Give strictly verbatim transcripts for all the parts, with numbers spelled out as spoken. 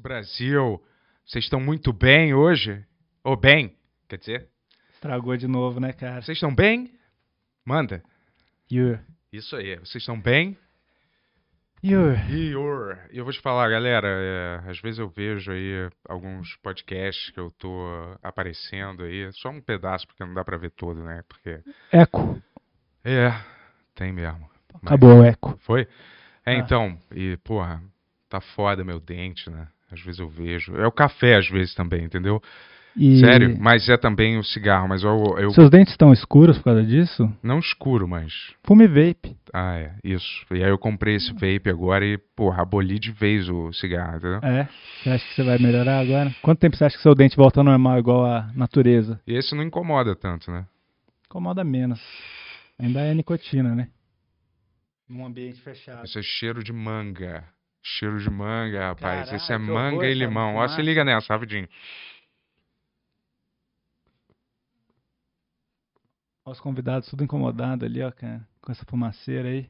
Brasil. Vocês estão muito bem hoje? Ou bem, quer dizer? Estragou de novo, né, cara? Vocês estão bem? Manda. Yur. Isso aí, vocês estão bem? Yur. Yur. E eu vou te falar, galera, é, às vezes eu vejo aí alguns podcasts que eu tô aparecendo aí, só um pedaço, porque não dá pra ver todo, né? Porque... Eco. É, tem mesmo. Mas... Acabou o eco. Foi? É, Ah. então, e porra, tá foda meu dente, né? Às vezes eu vejo. É o café, às vezes, também, entendeu? E... Sério, mas é também o cigarro, mas eu... eu... Seus dentes estão escuros por causa disso? Não escuro, mas... Fume vape. Ah, é, isso. E aí eu comprei esse vape agora e, porra, aboli de vez o cigarro, entendeu? É? Você acha que você vai melhorar agora? Quanto tempo você acha que seu dente volta ao normal, igual à natureza? E esse não incomoda tanto, né? Incomoda menos. Ainda é nicotina, né? Num ambiente fechado. Esse é cheiro de manga. Cheiro de manga, rapaz. Caralho, esse é que manga horror, e essa limão. Ó, se fumaça. liga nessa, rapidinho. Ó, os convidados tudo incomodado ali, ó, cara. Com essa fumaceira aí.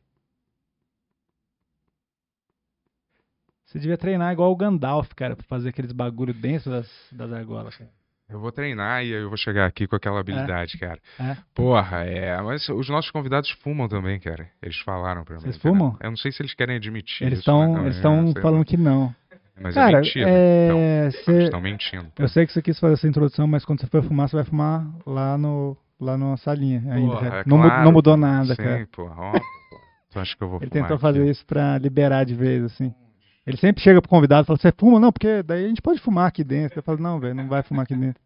Você devia treinar igual o Gandalf, cara, pra fazer aqueles bagulho dentro das, das argolas, cara. Eu vou treinar e eu vou chegar aqui com aquela habilidade, cara. É? Porra, é. Mas os nossos convidados fumam também, cara. Eles falaram pra mim. Vocês entendeu? fumam? Eu não sei se eles querem admitir Eles isso. né? estão Não, eles é, estão sei falando lá. que não. Mas Cara, é mentira. é, Então, cê- eles estão mentindo. eu sei que você quis fazer essa introdução, mas quando você for fumar, você vai fumar lá no lá na salinha ainda, Porra, cara. é Não, mu- claro, não mudou pô. nada, Sim, cara. porra, ó. Tu acha que eu vou Ele fumar tentou aqui? fazer isso pra liberar de vez, assim. Ele sempre chega pro convidado e fala, você fuma? Não, porque daí a gente pode fumar aqui dentro. Eu falo, não, velho, não vai fumar aqui dentro.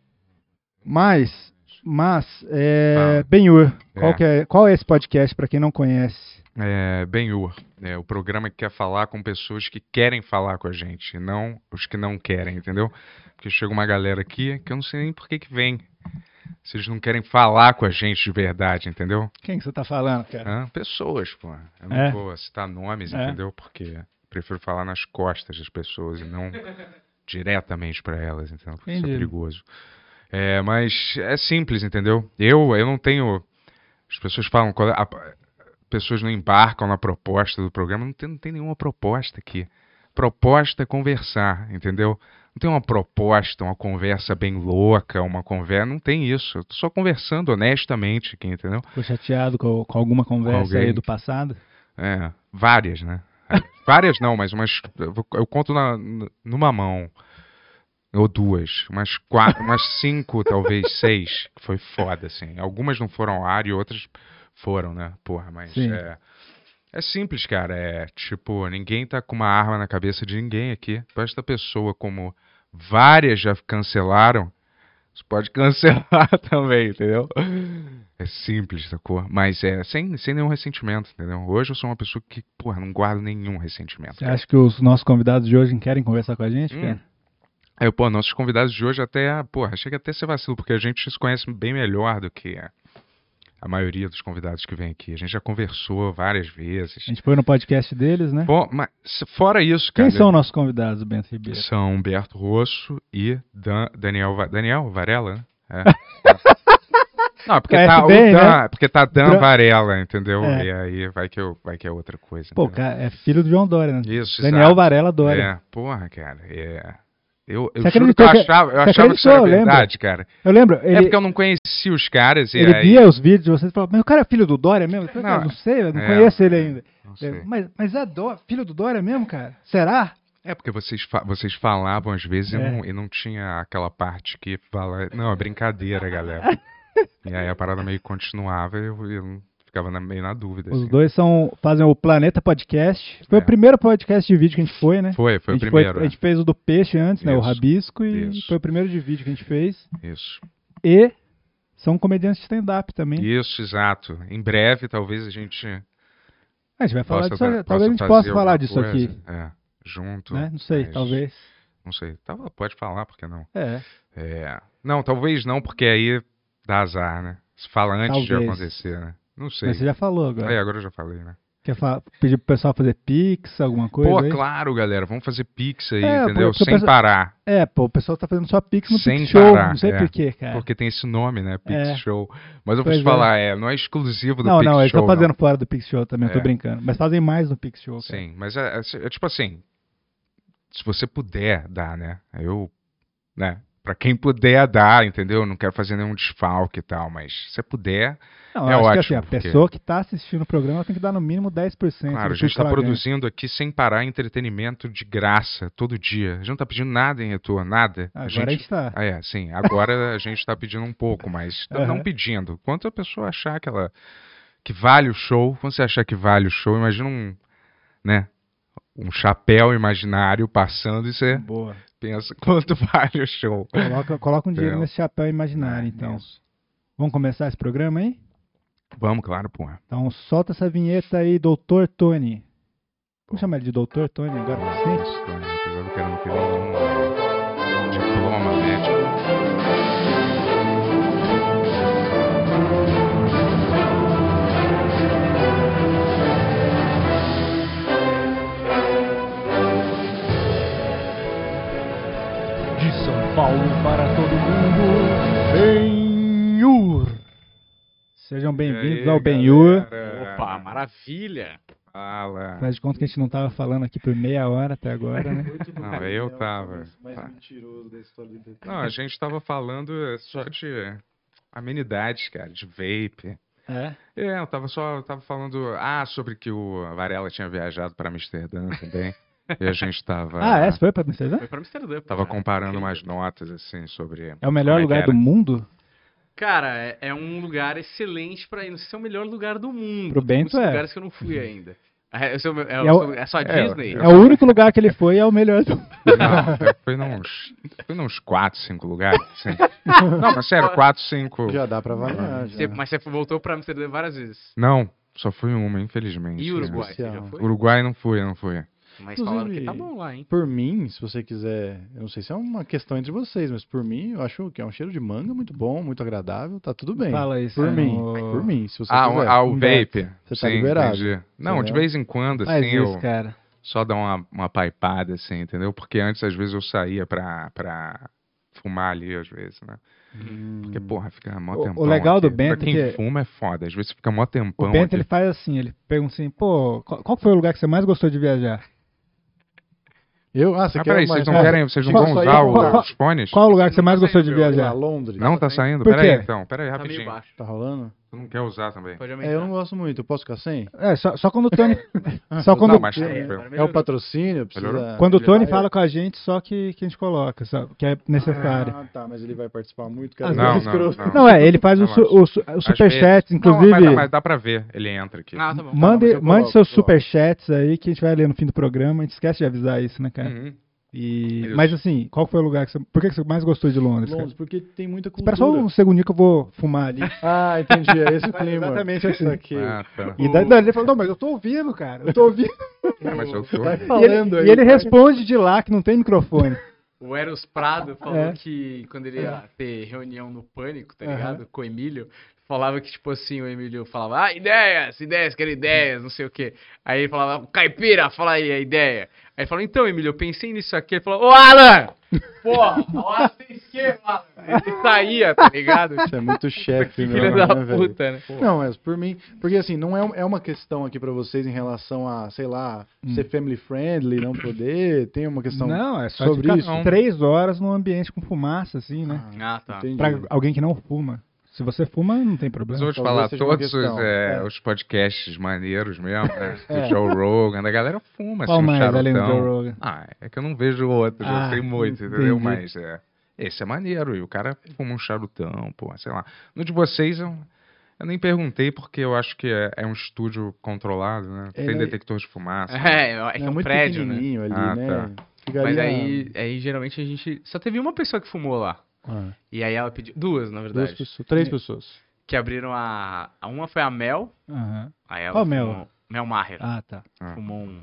Mas, mas, é... Ah, Ben-Hur, qual, é. que é, qual é esse podcast pra quem não conhece? É, Ben-Hur, é o programa que quer falar com pessoas que querem falar com a gente, não os que não querem, entendeu? Porque chega uma galera aqui que eu não sei nem por que que vem. Se eles não querem falar com a gente de verdade, entendeu? Quem que você tá falando, cara? Hã? Pessoas, pô. Eu não É. vou citar nomes, É. entendeu? Porque prefiro falar nas costas das pessoas e não diretamente pra elas, entendeu? Porque isso é Entendi. perigoso. É, mas é simples, entendeu? Eu, eu não tenho... As pessoas falam... qual é a- Pessoas não embarcam na proposta do programa. Não tem, não tem nenhuma proposta aqui. Proposta é conversar, entendeu? Não tem uma proposta, uma conversa bem louca, uma conversa... Não tem isso. Eu tô só conversando honestamente aqui, entendeu? Ficou chateado com, com alguma conversa alguém. aí do passado? É, várias, né? Várias não, mas umas... Eu, vou- eu conto na, numa mão. Ou duas. Umas quatro, umas cinco, talvez seis. Que foi foda, assim. Algumas não foram ao ar e outras foram, né? Porra, mas Sim. é... É simples, cara. É tipo, ninguém tá com uma arma na cabeça de ninguém aqui. Pra esta pessoa, como várias já cancelaram, você pode cancelar também, entendeu? É simples, sacou? Mas é sem, sem nenhum ressentimento, entendeu? Hoje eu sou uma pessoa que, porra, não guardo nenhum ressentimento. Você cara. acha que os nossos convidados de hoje querem conversar com a gente, Hum. cara? É, pô, nossos convidados de hoje até, porra, chega até a ser vacilo, porque a gente se conhece bem melhor do que a, a maioria dos convidados que vem aqui. A gente já conversou várias vezes. A gente foi no podcast deles, né? Pô, mas se- fora isso, cara... Quem são nossos convidados, Bento Ribeiro? São Humberto Rosso e Dan- Daniel, Va- Daniel Varela, né? É. Não, é porque Conhece tá, o bem, Dan, né? é porque tá Dan Dra- Varela, entendeu? É. E aí vai que, eu, vai que é outra coisa. Pô, o entendeu? cara é filho do João Dória, né? Isso, Daniel exato. Varela Dória. É, porra, cara, é... Eu, eu Você juro que eu acreditou que- achava, eu você achava que isso era acreditou, lembra? verdade, cara. Eu lembro, ele, É porque eu não conhecia os caras e ele aí... via os vídeos de vocês e falava, mas o cara é filho do Dória mesmo? Eu falei, Não, cara, não sei, eu não é. conheço ele ainda. Não sei. Eu, mas, mas é Dó- filho do Dória mesmo, cara? Será? É porque vocês, fa- vocês falavam às vezes É. e, não, e não tinha aquela parte que fala... Não, é brincadeira, galera. E aí a parada meio que continuava e eu, eu ficava na- meio na dúvida. Os assim. dois são, fazem o Planeta Podcast. Foi É. o primeiro podcast de vídeo que a gente foi, né? Foi, foi a o gente primeiro. a gente fez o do peixe antes, né? O Isso, Rabisco, e isso. foi o primeiro de vídeo que a gente fez. é. Isso. E são comediantes de stand-up também. Isso, exato. Em breve, talvez a gente A gente vai falar possa, disso, dar- talvez a gente fazer possa alguma falar disso coisa, aqui, É, junto. né? Não sei, mas- talvez. Não sei. Tá, pode falar, por que não? É, É, não, talvez não, porque aí dá azar, né? Se fala antes de Talvez. acontecer, né? Não sei. mas você já falou agora. Aí, agora eu já falei, né? Quer fa- pedir pro pessoal fazer pix, alguma coisa Pô, aí? claro, galera, vamos fazer pix aí, É, entendeu? porque o Sem pessoal- parar. É, pô, o pessoal tá fazendo só pix no Sem Pix Show, parar, não sei é. porquê, cara. Porque tem esse nome, né? Pix É. Show. Mas eu vou Pois te é. falar, é, não é exclusivo do Não, Pix não, eles Show. estão fazendo não. fora do Pix Show também, eu tô É. brincando. Mas fazem mais no Pix Show, cara. Sim, mas é, é- é tipo assim, se você puder dar, né? Eu, né? Pra quem puder dar, entendeu? Não quero fazer nenhum desfalque e tal, mas se você puder, Não, é eu acho ótimo. que assim, a porque, pessoa que tá assistindo o programa tem que dar no mínimo dez por cento. claro, a de tudo gente que tá ela ganha. produzindo aqui sem parar entretenimento de graça, todo dia. A gente não tá pedindo nada em retorno, nada. Agora a gente... gente tá. Ah, é, sim. Agora a gente tá pedindo um pouco, mas Aham. não pedindo. Quanto a pessoa achar que ela que vale o show, quando você achar que vale o show, imagina um, né, um chapéu imaginário passando e você Boa. pensa quanto vale o show. Coloca, coloca um dinheiro Entendeu? nesse chapéu imaginário, É, então. isso. Vamos começar esse programa aí? Vamos, claro, porra. Então solta essa vinheta aí, doutor Tony. Vamos chamar ele de doutor Tony agora pra sempre? Isso, Tony, apesar do cara não ter nenhum diploma médico. De São Paulo para todo mundo, Benhur. Sejam bem-vindos ao Benhur. Opa, maravilha! Fala. Faz de conta que a gente não tava falando aqui por meia hora até agora, né? Não, eu tava. Mais Ah. mentiroso da história do entretenimento. Não, a gente tava falando só de amenidades, cara, de vape. É? É, eu tava só eu tava falando, ah, sobre que o Varela tinha viajado para Amsterdã também. E a gente tava Ah, é? Você foi pra Amsterdã? Foi pra Amsterdã. pô. tava comparando Incrível. umas notas assim sobre É o melhor como é que lugar era. do mundo? Cara, é, é um lugar excelente pra ir. Não sei se é o melhor lugar do mundo. Pro Tem Bento muitos é. lugares que eu não fui ainda. É, esse é, o meu- é, É o- o- é só a é, Disney? eu- É o único lugar que ele foi e é o melhor do mundo. Não, eu fui nos, fui nos quatro, cinco lugares, assim. Não, mas sério, quatro, cinco. Já dá pra avaliar. Já. Você- mas você voltou pra Amsterdã várias vezes. Não, só fui uma, infelizmente. E Uruguai? Você já Oficial. foi? Uruguai não fui, não fui. Mas Inclusive- falaram que tá bom lá, hein? Por mim, se você quiser, eu não sei se é uma questão entre vocês, mas por mim, eu acho que é um cheiro de manga muito bom, muito agradável, tá tudo bem. Fala isso. Por né, mim, no- por mim, se você Ah, o, quiser. ah, o Humberto, vape. você tá Sim, liberado. entendi. Não, de Entendeu? vez em quando, Faz assim, isso, eu cara. só dar uma, uma paipada, assim, entendeu? Porque antes, às vezes, eu saía pra, pra fumar ali, às vezes, né? Hum, Porque, porra, fica mó O- o tempão legal do aqui. Bento Pra quem que- fuma é foda, às vezes fica mó tempão O Bento, aqui. ele faz assim, ele pergunta assim, pô, qual, qual foi o lugar que você mais gostou de viajar? Eu, ah, você Ah, quer peraí, uma vocês não resposta? querem, vocês não Qual- vão só usar ia- o- qual- os fones? Qual o lugar que você Não mais tá gostou de saindo meu- viajar? Ah, Londres. Não, tá Tá saindo? Por Peraí, quê? então, peraí, Tá meio rapidinho. baixo. Tá rolando? Tu não quer usar também? Pode É, aumentar. eu não gosto muito. Eu posso ficar sem? É, só, só quando o Tony. só quando, Não, mas É, tranquilo. agora É o melhorou. patrocínio, precisa... Melhorou? quando o Tony vai- fala com a gente, só que, que a gente coloca, só, que é necessário. Ah, tá, mas ele vai participar muito, cara. Às Não, vezes- não, não. Não, é, ele faz o, su, Relaxa. o, su- o Às superchats, vezes- inclusive. Não, mas, mas dá pra ver, ele entra aqui. Ah, tá bom. Mande, mas eu mande coloco, seus eu coloco. superchats aí que a gente vai ler no fim do programa. A gente esquece de avisar isso, né, cara? Uhum. E, Isso. mas assim, qual foi o lugar que você. Por que que você mais gostou de Londres? Londres, Cara? porque tem muita cultura. Espera só um segundinho que eu vou fumar ali. Ah, entendi. É esse o clima. Exatamente assim. Isso aqui. Ah, tá. E daí, não, ele falou, não, mas eu tô ouvindo, cara. Eu tô ouvindo. Não, mas eu tô. Vai E ele, falando aí. e ele responde de lá que não tem microfone. O Eros Prado falou É. que quando ele ia ter reunião no Pânico, tá Aham. ligado? Com o Emílio, falava que, tipo assim, o Emílio falava, ah, ideias, ideias, quero ideias, não sei o quê. Aí ele falava, Caipira, fala aí a ideia. Aí ele falou, então, Emílio, eu pensei nisso aqui. Ele falou, ô, Alan! Porra, olha tem esquema, Alan. Ele saía, tá ligado? Isso é muito chefe, meu. Filho da né, velho? puta, né? Não, mas por mim, porque assim, não é, é uma questão aqui pra vocês em relação a, sei lá, Hum. ser family friendly, não poder, tem uma questão Não, é só sobre ficar isso. três horas num ambiente com fumaça, assim, né? Ah, tá. Entendi. Pra alguém que não fuma. Se você fuma, não tem Mas problema. eu vou te Talvez falar, seja uma todos os, questão. é, É. os podcasts maneiros mesmo, né? Do É. Joe Rogan, a galera fuma, Qual assim, um mais, charutão. além do Joe Rogan? Ah, é que eu não vejo outros, Ah, eu sei muito, entendeu? entendi. Mas é, esse é maneiro, e o cara fuma um charutão, pô, sei lá. No de vocês, eu, eu nem perguntei, porque eu acho que é, é um estúdio controlado, né? Tem Ele- detector de fumaça. É, é que é um muito prédio, né? pequenininho ali, Ah, né? tá. Ficaria... Mas aí, aí, geralmente, a gente... Só teve uma pessoa que fumou lá. Ah, E aí ela pediu... Duas, na duas verdade. pessoas, três pessoas. Que abriram a... a Uma foi a Mel. Aham. Aí ela Qual fumou... Mel? Mel Maher. Ah, tá. Ah, Fumou um...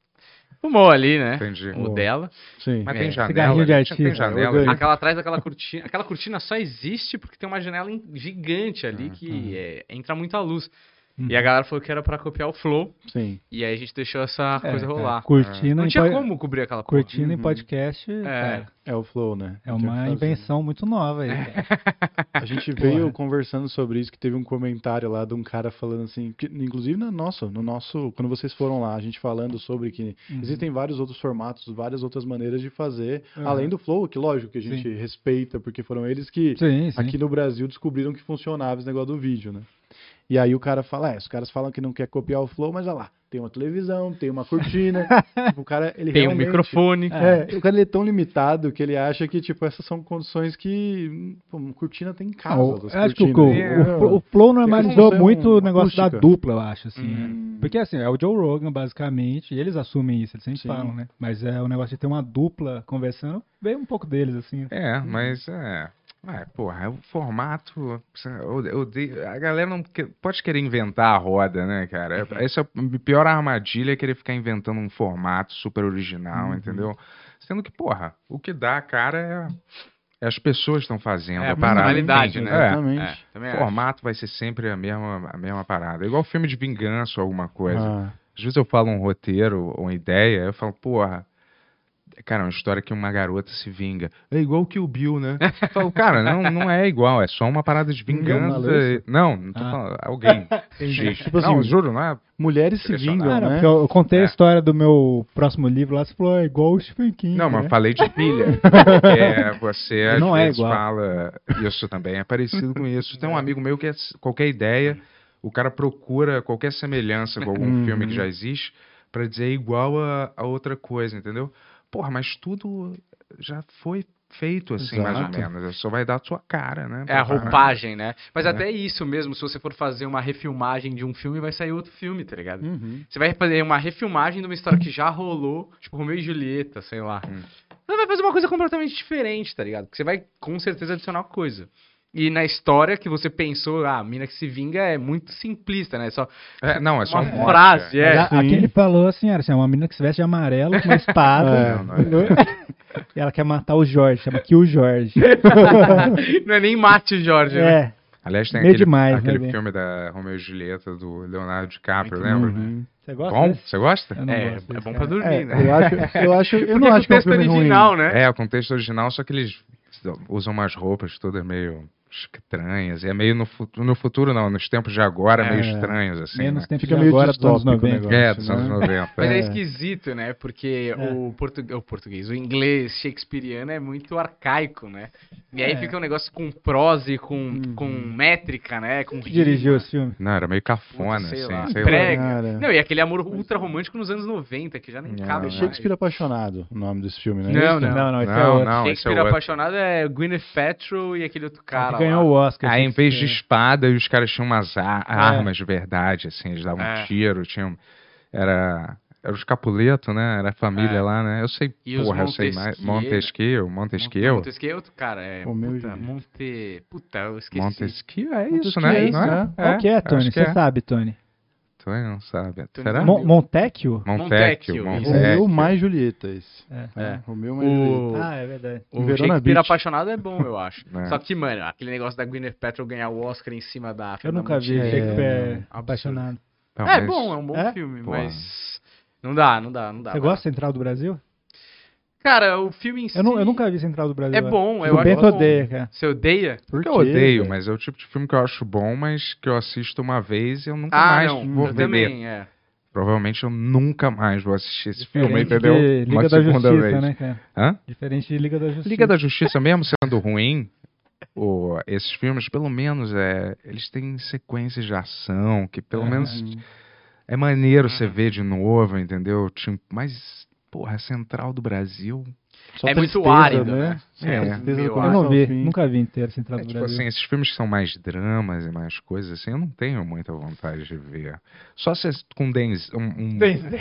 Fumou ali, né? entendi. O dela. Sim. Mas É, tem janela, cigarrinho de gente, artista, tem janela. orgânico. Aquela atrás daquela cortina. Aquela cortina só existe porque tem uma janela em- gigante ali Ah, que é, entra muita luz. E a galera falou que era pra copiar o Flow. Sim. E aí a gente deixou essa É, coisa cara, rolar. Curtindo Não em tinha pod- como cobrir aquela porra. Curtindo em Uhum. podcast, É. cara, É o flow, né? é Não tem o que uma fazer. invenção muito nova aí. cara. A gente Porra. veio conversando sobre isso, que teve um comentário lá de um cara falando assim, que, inclusive no nosso, no nosso, quando vocês foram lá, a gente falando sobre que Uhum. existem vários outros formatos, várias outras maneiras de fazer, Uhum. além do flow, que lógico que a gente respeita, porque foram eles que Sim, sim. aqui no Brasil descobriram que funcionava esse negócio do vídeo, né? E aí o cara fala, é, os caras falam que não quer copiar o flow, mas olha lá, tem uma televisão, tem uma cortina, tipo, o cara, ele Tem um realmente... microfone. É, o cara ele é tão limitado que ele acha que, tipo, essas são condições que, pô, uma cortina tem em casa. Ah, o- das eu acho que o, cortinas. o, É, o, o Flow normalizou Tem muito uma o negócio da acústica. dupla, eu acho, assim, Uhum. né? Porque, assim, é o Joe Rogan, basicamente, e eles assumem isso, eles sempre Sim. falam, né? Mas é o negócio de ter uma dupla conversando, veio um pouco deles, assim. É, mas é. É, porra, o formato. Eu, eu dei- a galera não que- pode querer inventar a roda, né, cara? Essa é a pior armadilha, é querer ficar inventando um formato super original, Uhum. entendeu? Sendo que, porra, o que dá a cara é, é as pessoas estão fazendo É, a a parada. personalidade, entende? né? É, Exatamente. É, também o acho. formato vai ser sempre a mesma, a mesma parada. Igual filme de vingança ou alguma coisa. Ah, Às vezes eu falo um roteiro ou uma ideia, eu falo, porra, cara, é uma história que uma garota se vinga. É igual que o Bill, né? Eu falo, cara, não, não é igual, é só uma parada de vingança. Vingança? Não, não tô Ah. falando, alguém. Gente, Tipo não, assim, juro, não é? mulheres se Impressionante. vingam, Cara, né? porque eu, eu contei É. a história do meu próximo livro lá, você falou, é igual o Stephen King, Não, mas né? eu falei de pilha. É, você às Não é vezes igual. fala, isso também é parecido com isso. Tem um amigo meu que é qualquer ideia, o cara procura qualquer semelhança com algum Uhum. filme que já existe pra dizer igual a, a outra coisa, entendeu? Porra, mas tudo já foi feito assim, mais ou Exato. menos. Só vai dar a sua cara, né? É a pra- roupagem, né? Mas É. até isso mesmo, se você for fazer uma refilmagem de um filme, vai sair outro filme, tá ligado? Uhum. Você vai fazer uma refilmagem de uma história que já rolou, tipo Romeu e Julieta, sei lá. Hum. Você vai fazer uma coisa completamente diferente, tá ligado? Porque você vai com certeza adicionar coisa. E na história que você pensou, ah, a mina que se vinga é muito simplista, né? Só É, não, é só uma um mote, frase, é. é. Mas a- Aqui ele falou assim, era assim, é uma menina que se veste de amarelo com uma espada. É, não, não é. E ela quer matar o Jorge, chama aqui o Jorge. Não é nem mate o Jorge, né? É, Aliás, tem Meio aquele, demais, aquele né, filme da Romeu e Julieta do Leonardo DiCaprio, Muito lembra? Uhum. você gosta Bom, desse? você gosta? Eu não É, gosto é desse, bom cara. pra dormir, É, né? eu acho, eu acho, eu Porque não é acho que é um texto filme original, ruim. né? É, o contexto original, só que eles usam umas roupas todas meio estranhas. E é meio no futuro, no futuro não, nos tempos de agora, É. meio estranhos, assim, Menos né? tempo Fica de meio agora, dos anos distópico o noventa. negócio. É, dos anos né? noventa. Mas é É. esquisito, né? Porque o, portu... o português, o inglês shakespeariano é muito arcaico, né? E aí É. fica um negócio com prose, com, Uhum. com métrica, né? Com Que dirigiu rima. esse filme? Não, era meio cafona, Puta, sei assim, lá, sei prega. lá. Cara. Não, e aquele amor ultra romântico nos anos noventa, que já nem Não, cabe não. mais. Shakespeare Apaixonado, o nome desse filme, né? Não, Isso? não. Não, não, esse é Não, outro. não, esse é Shakespeare outro. apaixonado é Gwyneth Paltrow e aquele outro Cara, cara que ganhou lá. o Oscar. Aí, em vez de Shakespeare. espada, os caras tinham umas ar- armas de verdade, assim, eles davam É. tiro, tinham... Era... Era os Capuleto, né? Era a família É. lá, né? Eu sei, E os porra, eu sei mais. Montesquieu, Montesquieu, Montesquieu. Montesquieu é outro cara, é... Romeu e Puta, Julieta. Monte... Puta, eu esqueci. Montesquieu é isso, Montesquieu né? é isso, Não né? Qual que é, acho Tony? que Você é. sabe, Tony? Tony não sabe. Tony Será? não- Mon Montecchio? Montecchio, Montecchio, Montecchio. Romeu mais Julieta, esse. É. É. Romeu mais Julieta. O, Ah, é verdade. o Verona Shakespeare Beach. apaixonado é bom, eu acho. É. Só que, mano, aquele negócio da Gwyneth Paltrow ganhar o Oscar em cima da Eu Fernanda nunca vi Montenegro. Shakespeare absurdo. apaixonado. Não, É mas- bom, é um bom É? filme, Porra. mas... Não dá, não dá, não dá. Você vai. gosta de Central do Brasil? Cara, o filme em si... Eu, não, eu nunca vi Central do Brasil. É bom, eu O acho Bento bom. odeia, cara. Você odeia? Por que eu quê, odeio, velho? mas é o tipo de filme que eu acho bom, mas que eu assisto uma vez e eu nunca Ah, mais não, vou eu ver. também, é. Provavelmente eu nunca mais vou assistir esse filme, Diferente entendeu? de Liga Uma da segunda Justiça, vez. né, cara? Hã? Diferente de Liga da Justiça. Liga da Justiça, mesmo sendo ruim, o, esses filmes, pelo menos, é, eles têm sequências de ação, que pelo Aham. menos é maneiro você ver de novo, entendeu? Tipo, mas, porra, Central do Brasil... Só É muito tristeza, árido, né? É, Tristeza meio do Eu começo não ao vi, fim. nunca vi inteiro Central É, do tipo Brasil. assim, esses filmes que são mais dramas e mais coisas assim, eu não tenho muita vontade de ver. Só se é com Denz, um, um-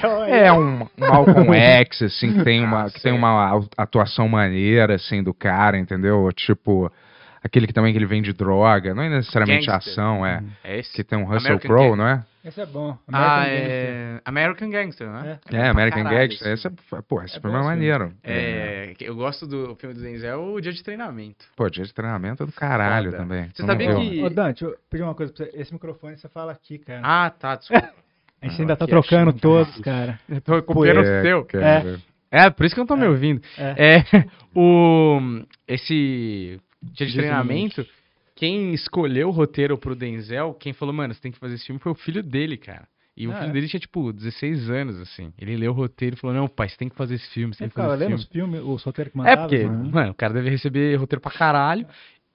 é um, um Malcolm X assim que tem uma Ah, que tem sei. uma au- atuação maneira assim do cara, entendeu? Tipo, Aquele que também que ele vende droga, não é necessariamente Gangster. ação, é. É esse? Que tem um Russell American Crowe, Gangster. não é? Esse é bom. Ah, American Gangster. é... American Gangster, né? É, pra American caralho Gangster. esse Esse é, pô, esse É filme é bom esse filme. maneiro. É, que eu gosto do filme do Denzel, o Dia de Treinamento. Pô, dia de treinamento é do caralho Foda. também. Você Tu não sabia viu? que- Ô, Dante, eu pedir uma coisa pra você. Esse microfone você fala aqui, cara. Ah, tá, desculpa. a gente Ah, ainda tá aqui é trocando chique. todos, cara. Eu tô copiando o É, seu. cara. É, por isso que eu não tô me ouvindo. É. É, o... Esse Dia de Dia de Treinamento, quem escolheu o roteiro pro Denzel, quem falou, mano, você tem que fazer esse filme, foi o filho dele, cara. E o Ah, filho é? dele tinha, tipo, dezesseis anos, assim. Ele leu o roteiro e falou, não, pai, você tem que fazer esse filme, você tem Você que fazer ficava esse lendo filme. os filmes, o roteiro que É, mandava? porque, né? mano, o cara deve receber roteiro pra caralho.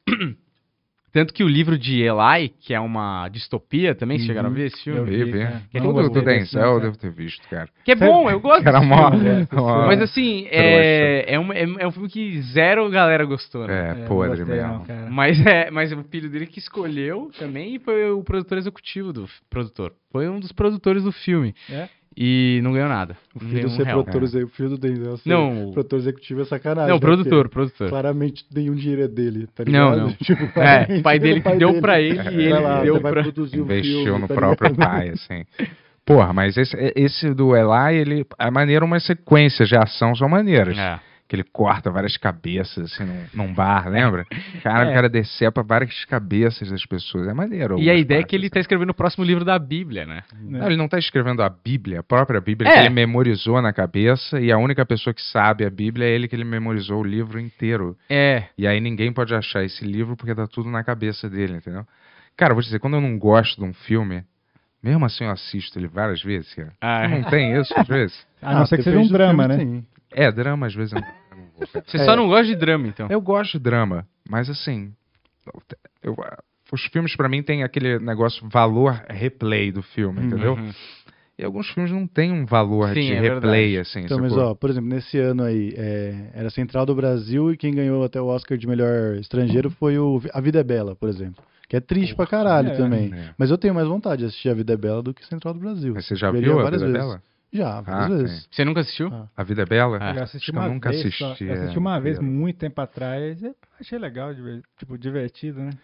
Tanto que o livro de Eli, que é uma distopia também, vocês chegaram a ver esse Eu filme? Vi, vi, vi. cara. Eu Tudo não do gostei desse, Denzel não, eu cara. devo ter visto, cara. Que é bom, eu gosto Era desse mó- filme. mó- Mas assim, é, é, um, é, é um filme que zero galera gostou, né? É, É, não podre gostei, mesmo. não, cara. Mas, é, mas o filho dele que escolheu também e foi o produtor executivo do f- produtor. Foi um dos produtores do filme. É? E não ganhou nada. O Não filho ganhou um ser real. produtor, exe- o filho do Denzel ser Não, o- produtor executivo é sacanagem. não, né? produtor, Porque produtor. Claramente nenhum dinheiro é dele, tá Não, ligado? não. Tipo, É, claramente o pai dele o pai deu dele. pra ele e Vai ele lá, deu você vai pra... produzir o Investiu filme, no tá próprio ligado? pai, assim. Porra, mas esse, esse do Eli, ele é maneiro, umas sequências de ação são maneiras. É. Que ele corta várias cabeças, assim, num, num bar, lembra? Cara, É. o cara decepa várias cabeças das pessoas. É maneiro. E a algumas ideia é partes, que ele assim. tá escrevendo o próximo livro da Bíblia, né? Não, ele não tá escrevendo a Bíblia, a própria Bíblia, É. que ele memorizou na cabeça, e a única pessoa que sabe a Bíblia é ele que ele memorizou o livro inteiro. É. E aí ninguém pode achar esse livro porque tá tudo na cabeça dele, entendeu? Cara, vou te dizer, quando eu não gosto de um filme, mesmo assim eu assisto ele várias vezes, cara. Ah, Não tem isso, às vezes? A não ser que seja um depende do drama, filme, né? sim. É, drama, às vezes eu não, eu não vou, cara. Você só não gosta de drama, então. Eu gosto de drama, mas assim, eu- os filmes pra mim tem aquele negócio valor replay do filme, entendeu? Uhum. E alguns filmes não tem um valor Sim, de é replay, verdade. assim. Então, mas sacou? ó, por exemplo, nesse ano aí, é, era Central do Brasil e quem ganhou até o Oscar de melhor estrangeiro foi o A Vida é Bela, por exemplo. Que é triste pra caralho é, também. é. Mas eu tenho mais vontade de assistir A Vida é Bela do que Central do Brasil. Mas você já Veria viu A várias Vida vezes. Bela? Já, várias Ah, vezes. Você nunca assistiu? Ah. A Vida é Bela? Ah. Eu assisti Acho que uma eu nunca vez assisti. só. Eu assisti é, uma vez, inteiro. muito tempo atrás. e achei legal, diver- tipo, divertido, né?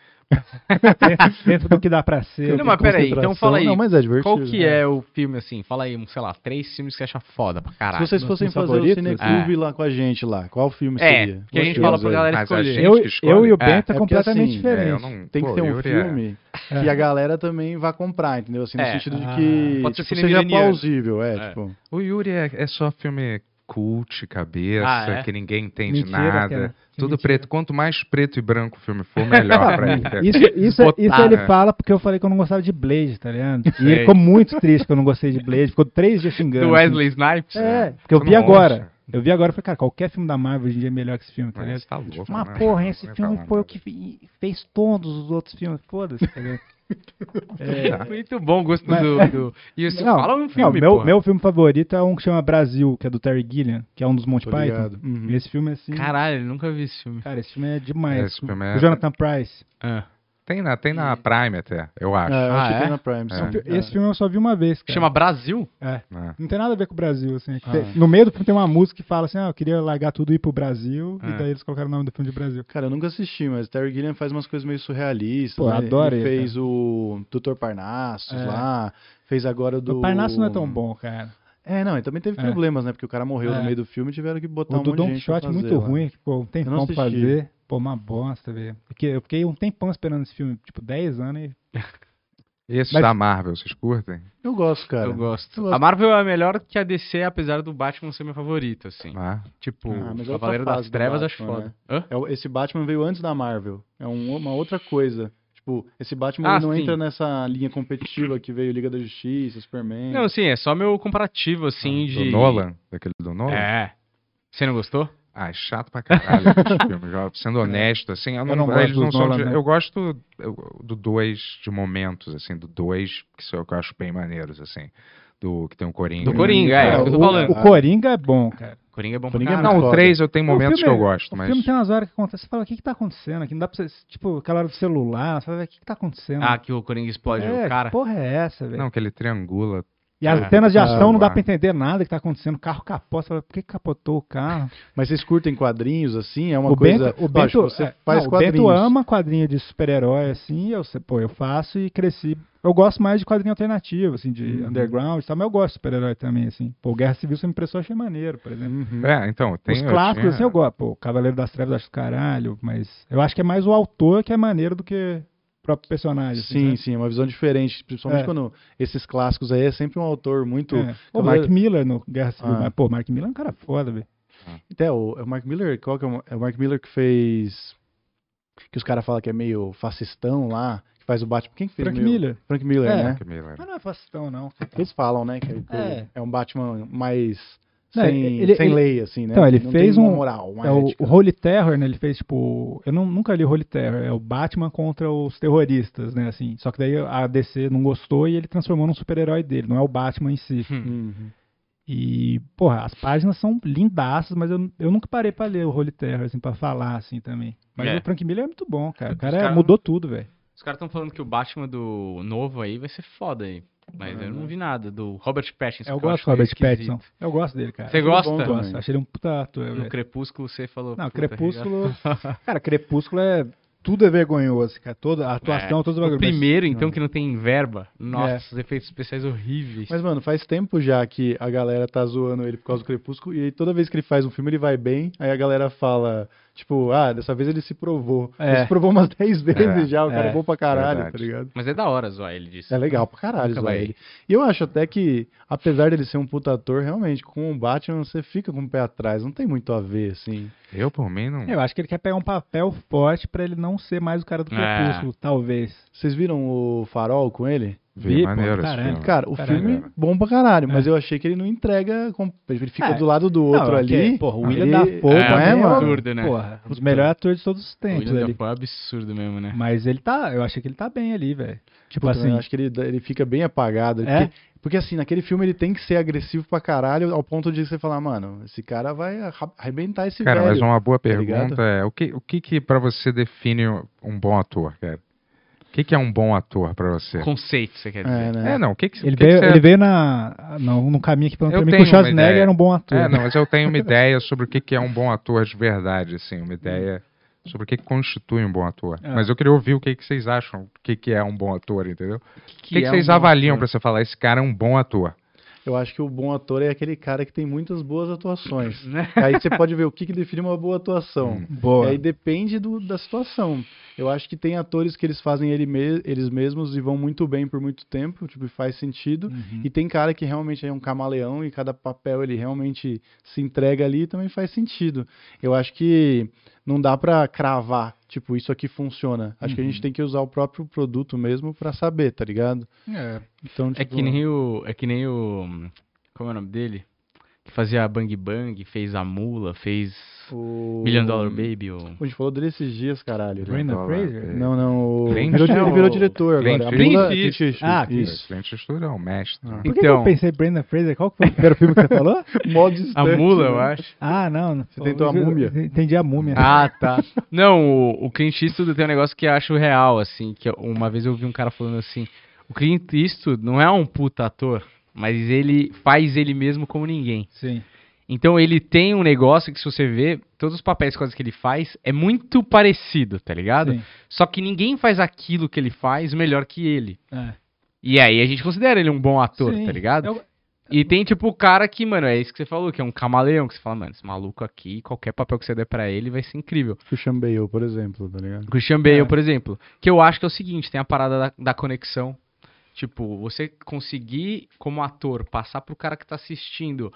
Dentro do que dá pra ser. Não, mas peraí, então Concentração. fala aí. Não, mas é divertido. Qual que é o filme, assim? Fala aí, um, sei lá, três filmes que você acha foda pra Se caralho. vocês Meus fossem filmes fazer favoritos? o Cineclube lá com a gente lá, qual filme É, seria? que a gente Quais fala filmes pra aí? galera Mas a escolher. gente Eu, que escolhe. eu e o É, Bento é, é porque, completamente assim, diferente. É, eu não, Tem que pô, ser um Yuri é- filme É. que a galera também vá comprar, entendeu? Assim, no É. sentido de Ah, que pode ser tipo, cinema seja mileniano. plausível, é, É. tipo... O Yuri é, é só filme cult, cabeça, Ah, é? que ninguém entende Mentira, nada. cara. Que Tudo mentira. preto. Quanto mais preto e branco o filme for, melhor pra ele. cara. Isso, isso, isso Botar, ele né? fala porque eu falei que eu não gostava de Blade, tá ligado? E Sei. ele ficou muito triste que eu não gostei de Blade. Ficou três dias xingando. Do Wesley Snipes? É, porque eu Tu vi não agora. acha? Eu vi agora e falei, cara, qualquer filme da Marvel hoje em dia é melhor que esse filme, tá ligado? Mas tá louco, Mas né? porra, esse Não vai filme falar foi o nada. que fe- fez todos os outros filmes. Foda-se, tá ligado? É, Muito bom, gosto Mas- do, do... E você Não, fala um não, filme, meu, pô. meu filme favorito é um que chama Brasil, que é do Terry Gilliam, que é um dos Monty Tô Python. ligado. Uhum. Esse filme é assim. Caralho, eu nunca vi esse filme. Cara, esse filme é demais. Esse filme é- O Jonathan Price. Ah. Tem na, tem na Prime até, eu acho. É, eu Ah, acho que é? tem na Prime, É. sim. Esse filme eu só vi uma vez, cara. Chama Brasil? É. É. Não tem nada a ver com o Brasil, assim. Ah. Tem- No meio do filme tem uma música que fala assim, ah, eu queria largar tudo e ir pro Brasil, Ah. e daí eles colocaram o nome do filme de Brasil. Cara, eu nunca assisti, mas Terry Gilliam faz umas coisas meio surrealistas. Pô, né? adoro ele. ele, fez o Doutor Parnassus É. lá, fez agora do... O Parnasso não é tão bom, cara. É, não, e também teve É. problemas, né? Porque o cara morreu É. no meio do filme e tiveram que botar O um do monte Don de gente pra Quixote é fazer muito lá. ruim, ficou um tempão não pra assisti. fazer. Pô, uma bosta, velho. Porque eu fiquei um tempão esperando esse filme, tipo, dez anos e... Esses Mas- da Marvel, vocês curtem? Eu gosto, cara. Eu gosto. Eu gosto. A Marvel é melhor que a D C, apesar do Batman ser meu favorito, assim. Ah, Tipo, Ah, mas é outra Cavaleiro das fase do Trevas acho Batman, foda. Hã? É o- esse Batman veio antes da Marvel. É um- uma outra coisa. Tipo, esse Batman Ah, ele não sim. entra nessa linha competitiva que veio Liga da Justiça, Superman. Não, sim, é só meu comparativo, assim, de... do Nolan? Daquele do Nolan? É. Você não gostou? Ah, é chato pra caralho esse filme. já, Sendo honesto, assim, eu não, não gosto eles não dos são Nolan, de- né? Eu gosto eu- do dois de momentos, assim, do dois, que são que eu acho bem maneiros, assim. Do que tem o Coringa. Do Coringa, é, é, o que eu tô o, falando. o Coringa é bom, cara. Coringa é bom Coringa pra é caralho. Não, o foda. três eu tenho momentos filme- que eu gosto, O mas. filme tem umas horas que acontece, você fala, o que que tá acontecendo aqui? Não dá pra você, tipo, aquela hora do celular, você fala, o que que tá acontecendo? Ah, que o Coringa explode é, o cara. que porra é essa, velho? Não, que ele triangula E as Ah, cenas de ação ah, não dá ué. pra entender nada que tá acontecendo. O carro capota. Você fala, por que capotou o carro? Mas vocês curtem quadrinhos, assim? É uma o coisa... Bento, o Lógico, Bento, você é, faz não, o quadrinhos. Bento ama quadrinho de super-herói, assim. Eu, sei- pô, eu faço e cresci. Eu gosto mais de quadrinho alternativo, assim, de Uhum. underground e tal, mas eu gosto de super-herói também, assim. Pô, Guerra Civil você me impressou, achei maneiro, por exemplo. Uhum. É, então, tem. Os eu clássicos, tinha- assim, eu gosto. Pô, Cavaleiro das Trevas eu acho do caralho, mas eu acho que é mais o autor que é maneiro do que o próprio personagem. assim, Sim, sabe? sim, é uma visão diferente. Principalmente É. quando esses clássicos aí é sempre um autor muito... É. O Cavaleiro- Mark Miller no Guerra Civil, Ah. mas, pô, Mark Miller é um cara foda, velho. Até o, é o Mark Miller, qual que é o, é o Mark Miller que fez... Que os caras falam que é meio fascistão lá, que faz o Batman... Quem que fez Frank meio- Miller. Frank Miller, É. né? Que Miller. Mas não é fascistão, não. Eles falam, né? Que é, É. é um Batman mais Não, sem, ele- sem ele- lei, assim, né? Então, ele Não fez tem uma um- moral, uma É o, ética. o Holy Terror, né? Ele fez, tipo... Eu não, nunca li o Holy Terror. É o Batman contra os terroristas, né? Assim, só que daí a D C não gostou e ele transformou num super-herói dele. Não é o Batman em si. Uhum. E, porra, as páginas são lindaças, mas eu, eu nunca parei pra ler o Holy Terror, assim, pra falar, assim, também. Mas É. o Frank Miller é muito bom, cara. O Os cara caras- mudou tudo, velho. Os caras estão falando que o Batman do novo aí vai ser foda aí. Mas eu não vi nada. Do Robert Pattinson. Eu que gosto acho do Robert esquisito. Pattinson. Eu gosto dele, cara. Você Acho ele gosta? bom, Também. gosto. Achei ele um puta ator, No velho. Crepúsculo você falou. Não, puta, Crepúsculo... Cara, Crepúsculo é... Tudo é vergonhoso, cara. Toda a atuação, É. todos os O bagulhos. mas- primeiro, então, que não tem verba. Nossa, É. os efeitos especiais horríveis. Mas, mano, faz tempo já que a galera tá zoando ele por causa do Crepúsculo, e aí toda vez que ele faz um filme ele vai bem, aí a galera fala, tipo, ah, dessa vez ele se provou. É. Ele se provou umas dez vezes É, já, o cara é é, bom pra caralho, verdade. tá ligado? Mas é da hora zoar ele disso. É legal pra caralho Nunca zoar vai. ele. E eu acho até que, apesar dele ser um puta ator, realmente, com o Batman você fica com o pé atrás, não tem muito a ver, assim. Eu, por mim, não. Eu acho que ele quer pegar um papel forte pra ele não ser mais o cara do É. Crepúsculo, talvez. Vocês viram o Farol com ele? Vi, Vi, pô, maneiro esse caralho. filme. Cara, o Caralho. filme bom pra caralho, mas É. eu achei que ele não entrega, com- ele fica É. do lado do outro Não, é ali. que, porra, o William ele- Dafoe É, não é, também mano? absurdo, né? Porra, um dos Puta. melhores atores de todos os O tempos William ali. Dafoe é absurdo mesmo, né? Mas ele tá, eu achei que ele tá bem ali, velho. Tipo Puta, assim, eu acho que ele, ele fica bem apagado. É? Porque, porque, assim, naquele filme ele tem que ser agressivo pra caralho, ao ponto de você falar, mano, esse cara vai arra- arrebentar esse Cara, velho. mas uma boa ligado? pergunta é: o que, o que, que pra você define um bom ator, cara? O que, que é um bom ator pra você? Conceito, você quer dizer. É, né? É, não, o que, que, ele o que veio, que você... ele veio na, no, no caminho aqui falando Eu pra mim que tenho o uma Schwarzenegger ideia. era um bom ator. É, não, mas eu tenho uma ideia sobre o que, que é um bom ator de verdade, assim, uma ideia sobre o que, que constitui um bom ator. É. Mas eu queria ouvir o que, que vocês acham, o que, que é um bom ator, entendeu? O que, que é vocês um bom avaliam ator? pra você falar, esse cara é um bom ator? Eu acho que o bom ator é aquele cara que tem muitas boas atuações. Né? Aí você pode ver o que, que define uma boa atuação. Hum. Boa. E aí depende do- da situação. Eu acho que tem atores que eles fazem ele me- eles mesmos e vão muito bem por muito tempo, tipo, faz sentido. Uhum. E tem cara que realmente é um camaleão e cada papel ele realmente se entrega ali e também faz sentido. Eu acho que não dá pra cravar, tipo, isso aqui funciona. Acho que a Uhum. gente tem que usar o próprio produto mesmo pra saber, tá ligado? É. Então, tipo, É que nem o. É que nem o. Como é o nome dele? Que fazia Bang Bang, fez a Mula, fez o... Million Dollar Baby. O... A gente falou dele esses dias, caralho. Brendan Dólar, Fraser? é. Não, não. O... Clint Virou, Eastwood. ele virou diretor Clint agora. A Eastwood. Mula- Clint Clint Eastwood, Ah, isso. Clint Eastwood é um mestre. Ah. Por que, que Então. eu pensei Brendan Fraser? Qual que foi o primeiro filme que você falou? Modo A distante, Mula, né? eu acho. Ah, não. Você tentou a eu- Múmia? eu Entendi a múmia. Ah, tá. Não, o, o Clint Eastwood tem um negócio que eu acho real, assim, que eu- uma vez eu ouvi um cara falando assim, o Clint Eastwood não é um puta ator, mas ele faz ele mesmo como ninguém. Sim. Então ele tem um negócio que se você vê, todos os papéis coisas que ele faz é muito parecido, tá ligado? Sim. Só que ninguém faz aquilo que ele faz melhor que ele. É. E aí a gente considera ele um bom ator, Sim. tá ligado? Eu- E tem tipo o cara que, mano, é isso que você falou, que é um camaleão, que você fala, mano, esse maluco aqui, qualquer papel que você der pra ele vai ser incrível. Christian Bale, por exemplo, tá ligado? Christian Bale, É. por exemplo, que eu acho que é o seguinte, tem a parada da, da conexão. Tipo, você conseguir, como ator, passar pro cara que tá assistindo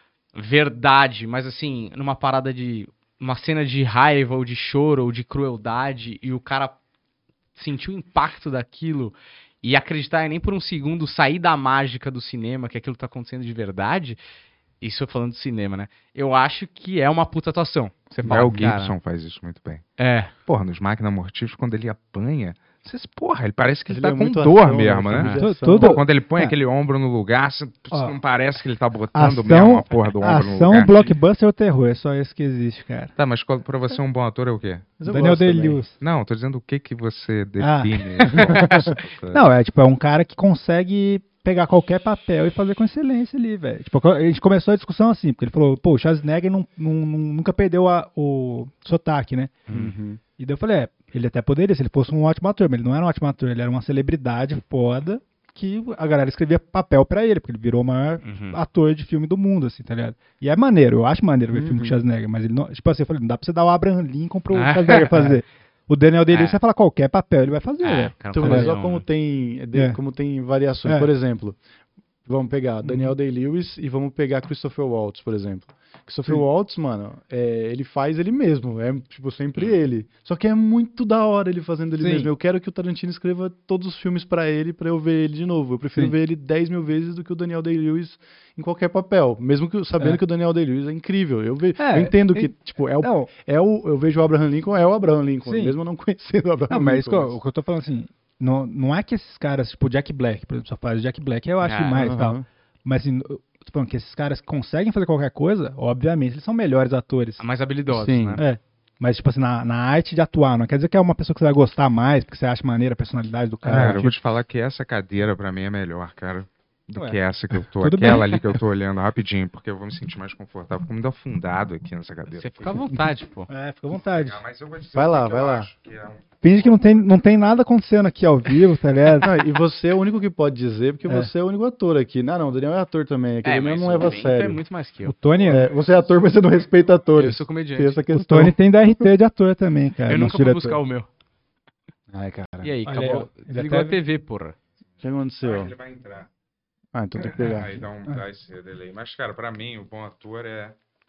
verdade, mas assim, numa parada de... uma cena de raiva, ou de choro, ou de crueldade, e o cara sentir o impacto daquilo e acreditar nem por um segundo, sair da mágica do cinema, que aquilo tá acontecendo de verdade, isso eu falando do cinema, né? Eu acho que é uma puta atuação. Você fala, Mel cara, Gibson faz isso muito bem. É. Porra, nos Máquina Mortíferos, quando ele apanha, vocês, porra, ele parece que ele, Ele tá é com muito dor ação, mesmo, né? né? Filme de Tu- ação. tudo- Pô, quando ele põe É. aquele ombro no lugar, cê- Ó, não parece que ele tá botando mesmo Ação, a porra do ombro no ação lugar. blockbuster ou terror? É só esse que existe, cara. Tá, mas qual- pra você um bom ator é o quê? Mas eu Daniel gosto também. Day-Lewis. Não, tô dizendo o que que você Ah. define. Nossa, Não, é tipo, é um cara que consegue pegar qualquer papel e fazer com excelência ali, velho. Tipo, a gente começou a discussão assim, porque ele falou, pô, o Schwarzenegger não, não, não- nunca perdeu a- o sotaque, né? Uhum. E daí eu falei, é, ele até poderia, se ele fosse um ótimo ator, mas ele não era um ótimo ator, ele era uma celebridade foda que a galera escrevia papel pra ele, porque ele virou o maior Uhum. ator de filme do mundo, assim, tá ligado? E é maneiro, eu acho maneiro ver filme com Uhum. Schwarzenegger, mas ele não, tipo assim, eu falei, não dá pra você dar o Abraham Lincoln pro Ah. Schwarzenegger fazer. O Daniel Day-Lewis, É. você fala qualquer papel, ele vai fazer, É, velho. cara, Então, um mas padrão, olha como né? tem, de- É. como tem variações. É. Por exemplo, vamos pegar Daniel Uhum. Day-Lewis e vamos pegar Christopher Waltz, por exemplo. Christopher Sim. Waltz, mano, é, ele faz ele mesmo, é tipo sempre Hum. ele. Só que é muito da hora ele fazendo ele Sim. mesmo. Eu quero que o Tarantino escreva todos os filmes pra ele, pra eu ver ele de novo. Eu prefiro Sim. ver ele dez mil vezes do que o Daniel Day-Lewis em qualquer papel, mesmo que eu- sabendo É. que o Daniel Day-Lewis é incrível. Eu, ve, É, eu entendo que e- tipo é o, Não, é o eu vejo o Abraham Lincoln é o Abraham Lincoln, Sim. mesmo eu não conhecendo o Abraham não, mas isso que Lincoln. eu- o que eu tô falando assim, não, não é que esses caras, tipo Jack Black, por exemplo, só faz Jack Black, eu acho Ah, demais e Aham. tal. Mas assim, eu tô falando que esses caras que conseguem fazer qualquer coisa, obviamente, eles são melhores atores. Mais habilidosos, Sim. né? É. Mas, tipo assim, na, na arte de atuar, não quer dizer que é uma pessoa que você vai gostar mais, porque você acha maneira a personalidade do cara. Cara, eu tipo, vou te falar que essa cadeira pra mim é melhor, cara, do Ué, que essa que eu tô. tudo Aquela bem. ali que eu tô olhando rapidinho, porque eu vou me sentir mais confortável. Fico muito afundado aqui nessa cadeira. Você fica à vontade, pô. É, fica à vontade. Ah, mas eu vou dizer Vai o lá, que que vai eu lá. acho que é um- Finge que não tem, não tem nada acontecendo aqui ao vivo, tá ligado? Não, e você é o único que pode dizer, porque É. você é o único ator aqui. Não, não, o Daniel é ator também. Aqui o Daniel mas não o leva a Bento é sério. muito mais que O eu. Tony, É, você é ator, mas você não respeita atores. Eu sou comediante. Tem essa o questão. Tony tem D R T de ator também, cara. Eu nosso nunca fui diretor. buscar o meu. Ai, cara. E aí, Olha acabou. aí, ó. Ele Desligou até- a T V, porra. O que aconteceu? Ah, ele vai entrar. Ah, então tem que pegar. Aí dá, um, dá esse delay. Mas, cara, pra mim, o bom ator é.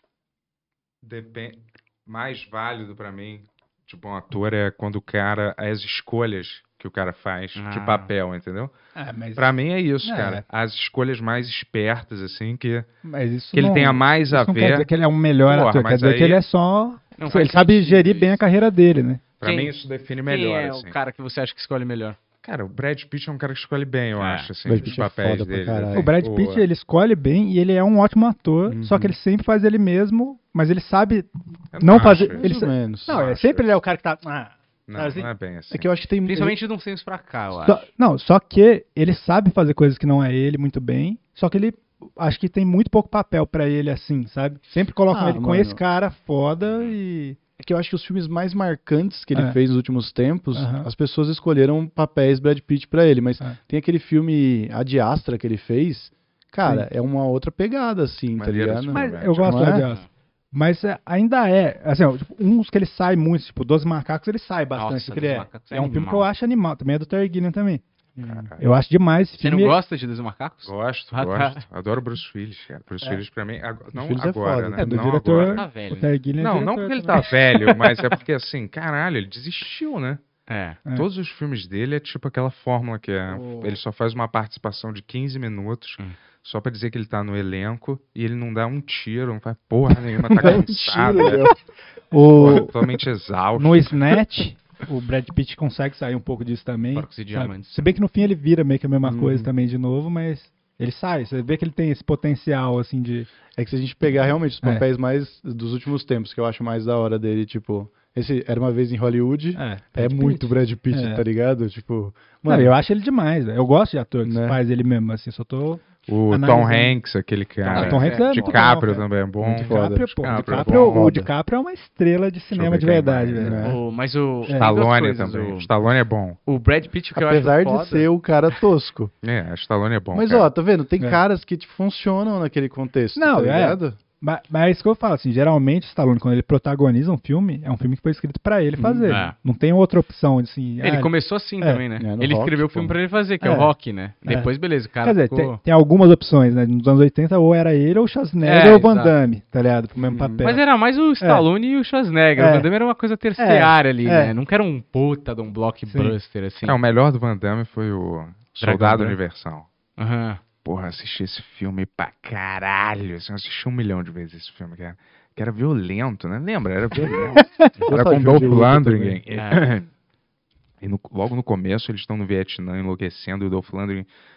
Depende. Mais válido pra mim de bom ator é quando o cara. As escolhas que o cara faz de Ah. papel, entendeu? Ah, mas, Pra mim é isso, É. cara. As escolhas mais espertas, assim, que, mas isso que ele não, tenha mais isso a não quer ver. dizer que ele é um melhor Porra, ator, quer mas dizer aí- que ele é só... Não ele faz sabe sentido gerir bem a isso. carreira dele, né? Pra Quem- mim isso define Quem melhor, é assim. o cara que você acha que escolhe melhor? Cara, o Brad Pitt é um cara que escolhe bem, eu É. acho, assim, Brad os Pitt é papéis foda pra dele. caralho. assim. O Brad Pô, Pitt, ele escolhe bem e ele é um ótimo ator, Uhum. só que ele sempre faz ele mesmo, mas ele sabe... eu não acho fazer- isso. ele Mais ou menos. Não, é, acho sempre isso. ele é o cara que tá... Ah, Não, assim, não é bem assim. É que eu acho que tem... Principalmente de uns tempos pra cá, eu só- acho. não, só que ele sabe fazer coisas que não é ele muito bem, só que ele... Acho que tem muito pouco papel pra ele assim, sabe? Sempre colocam Ah, ele com mano. esse cara foda e... É que eu acho que os filmes mais marcantes que ele É. fez nos últimos tempos, Aham. as pessoas escolheram papéis Brad Pitt pra ele, mas É. tem aquele filme A de Astra que ele fez, cara, é uma outra pegada, assim, tá Maneiro esse ligado? filme, Mas velho. eu gosto Não é? de Adiós. Mas é, ainda é, assim, ó, tipo, uns que ele sai muito, tipo, Doze Macacos, ele sai bastante. Nossa, porque ele Doze é, Macacos é é um filme que animal. eu acho animal, também é do Terry Gilliam também. Caralho. Eu acho demais esse Você não filme. gosta de Dois Macacos? Gosto, Ah, tá. gosto. Adoro Bruce Willis, cara. Bruce É. Willis pra mim, ag- não Willis é agora, foda. né? É, do não diretor- agora. Tá velho. O né? Terry Gilliam é Não, não diretor porque ele também. tá velho, mas é porque assim, caralho, ele desistiu, né? É. É. Todos os filmes dele é tipo aquela fórmula que é, O- ele só faz uma participação de quinze minutos, Hum. só pra dizer que ele tá no elenco, e ele não dá um tiro, não faz porra nenhuma, tá Dá um cansado, tiro, né? Léo. Pô, O, totalmente exausto. no Snatch, o Brad Pitt consegue sair um pouco disso também. Porcos e sabe? Diamantes. Se bem que no fim ele vira meio que a mesma Uhum. coisa também de novo, mas ele sai. Você vê que ele tem esse potencial, assim, de... É que se a gente pegar realmente os É. papéis mais dos últimos tempos, que eu acho mais da hora dele, tipo, esse Era Uma Vez em Hollywood, É, é Brad Pitt. muito Brad Pitt, É. tá ligado? Tipo, Não, mano, eu acho ele demais, velho. Eu gosto de ator que Né? faz ele mesmo, assim, só tô... O Tom analisando. Hanks, aquele cara. Ah, Tom Hanks é muito DiCaprio bom, cara. também é bom. Muito foda. DiCaprio, pô, DiCaprio é DiCaprio, bom. o DiCaprio é uma estrela de cinema ver de quem verdade, mais, velho. né? O- mas o. tem duas Stallone coisas, também. O, Stallone é bom. o Brad Pitt, que eu apesar acho de foda, ser o cara tosco. É, Stallone é bom. Mas cara. ó, tá vendo? Tem É. caras que tipo, funcionam naquele contexto, Não, tá é. ligado? Mas, mas é isso que eu falo, assim, geralmente o Stallone, quando ele protagoniza um filme, é um filme que foi escrito pra ele fazer. é. Não tem outra opção, assim... Ele ah, começou assim É. também, né? É, no ele Rock, escreveu o pô. filme pra ele fazer, que é, É. o Rock, né? É. Depois, beleza, o cara Quer dizer, ficou... tem, tem algumas opções, né? Nos anos oitenta, ou era ele, ou o Schwarzenegger, É, ou o Van exato. Damme, tá ligado? Pro mesmo Uhum. papel. Mas era mais o Stallone e o Schwarzenegger. É. O Van Damme era uma coisa terciária ali, É. né? Nunca era um puta de um blockbuster, assim. É, o melhor do Van Damme foi o Soldado Branco. Universal. Aham. Porra, assisti esse filme pra caralho. Assim, eu assisti um milhão de vezes esse filme, cara. Que era violento, né? Lembra? Era violento. Era com de Dolph filme de luta Lundgren. também. E no- logo no começo eles estão no Vietnã enlouquecendo e o Dolph Lundgren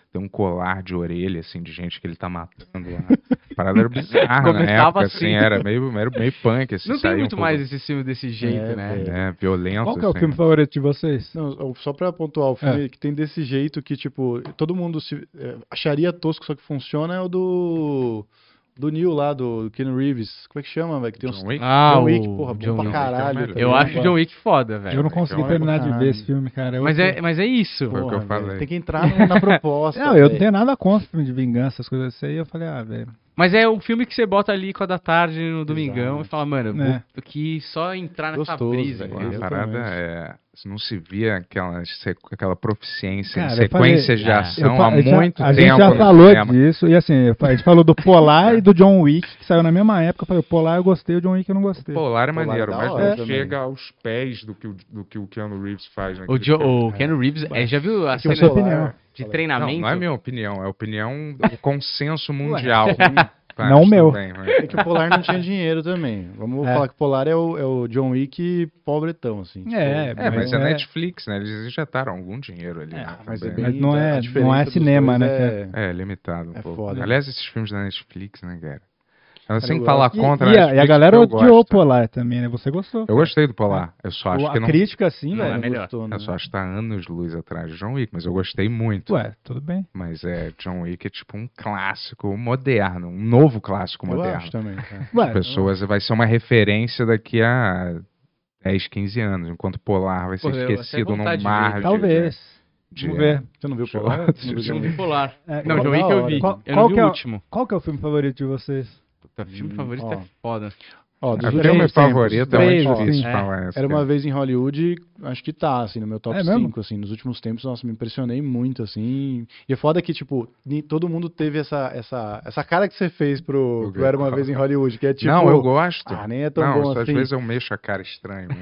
tem um colar de orelha, assim, de gente que ele tá matando lá. A parada era bizarra na Começava época, assim. assim, era meio, era meio punk, assim. Não tem saía um muito pouco- mais esse filme desse jeito, É, né? velho. É, violento, Qual que é o assim. filme favorito de vocês? Não, eu- só pra pontuar, o filme que tem desse jeito que, tipo, todo mundo se, é, acharia tosco, só que funciona é o do. Do Neil lá, do Keanu Reeves. Como é que chama, velho? Que tem uns. John Wick? Ah, John Wick, o porra, bom John pra Wick. caralho. Eu tá Eu ligado? acho o John Wick foda, velho. Eu não Wick é consegui um terminar de caralho. ver esse filme, cara. Eu- Mas é, mas é isso. Foi o que eu Porra, falei. velho, tem que entrar no- na proposta. Não, eu não velho. tenho nada contra filme de vingança, essas coisas assim. Eu falei, ah, velho. Mas é um filme que você bota ali com a da tarde no domingão Exato. e fala, mano, eu vou É. aqui só entrar nessa Gostoso, brisa. velho. A entendeu? parada Exatamente. é. Não se via aquela, sequ- aquela proficiência Cara, em eu falei- sequências de Ah, ação Eu fa- há a gente já- muito a tempo. gente já no falou cinema. disso, e assim, eu fa- a gente falou do Polar e do John Wick, que saiu na mesma época. Eu falei, o Polar eu gostei, o John Wick eu não gostei. Polar é Polar maneiro, é da mas hora não também. chega aos pés do que o, do que o Keanu Reeves faz O, naquele Jo- filme. o Keanu Reeves, é, já viu a que eu cena sou de opinião. Não, treinamento? não é minha opinião, é a opinião do consenso mundial. Tá, Não mas o meu. tudo bem, mas- É que o Polar não tinha dinheiro também. Vamos É. falar que o Polar é o, é o John Wick pobretão, assim. tipo, É, É, mas é, é- Netflix, né? Eles injetaram algum dinheiro ali. É, né, mas é também. bem, Mas não é- a não diferença é dos cinema, dois né, é- É, limitado um É pouco. foda. Aliás, esses filmes da Netflix, né, cara? Ela Cara, sem eu falar E, contra e a, Netflix, e a galera eu odiou o gosto. Polar também, né? Você gostou. Eu gostei do Polar. Eu só acho O- que a não. crítica, assim, Não, velho. é melhor. Gostou, né? Eu só acho que tá anos luz atrás de John Wick, mas eu gostei muito. Ué, tudo bem. Mas é, John Wick é tipo um clássico moderno, um novo clássico Eu moderno. acho também, cara. Ué, As pessoas vai ser uma referência daqui a dez, quinze anos, enquanto Polar vai ser Pô, eu até esquecido num vontade de mar ver. de... talvez. de- Vamos ver. Você não viu o Show. Polar? Você não viu Eu John não vi Wick? Polar. É, Não, qual- John Wick da eu hora. vi. Qual- eu qual não vi que o é o- último. Qual que é o filme favorito de vocês? Puta, filme Hum, favorito ó. é foda. Ó, dos É, últimos filme tempos, favorito é três, muito assim. difícil É. falar essa, Era uma cara. vez em Hollywood, acho que tá, assim, no meu top É mesmo? cinco, assim, nos últimos tempos, nossa, me impressionei muito, assim, e é foda que, tipo, ni- todo mundo teve essa, essa, essa cara que você fez pro, O pro Era Uma quê? Vez em Hollywood, que é tipo... Não, eu gosto. Ah, nem é tão não, bom às assim. vezes eu mexo a cara estranho. mesmo.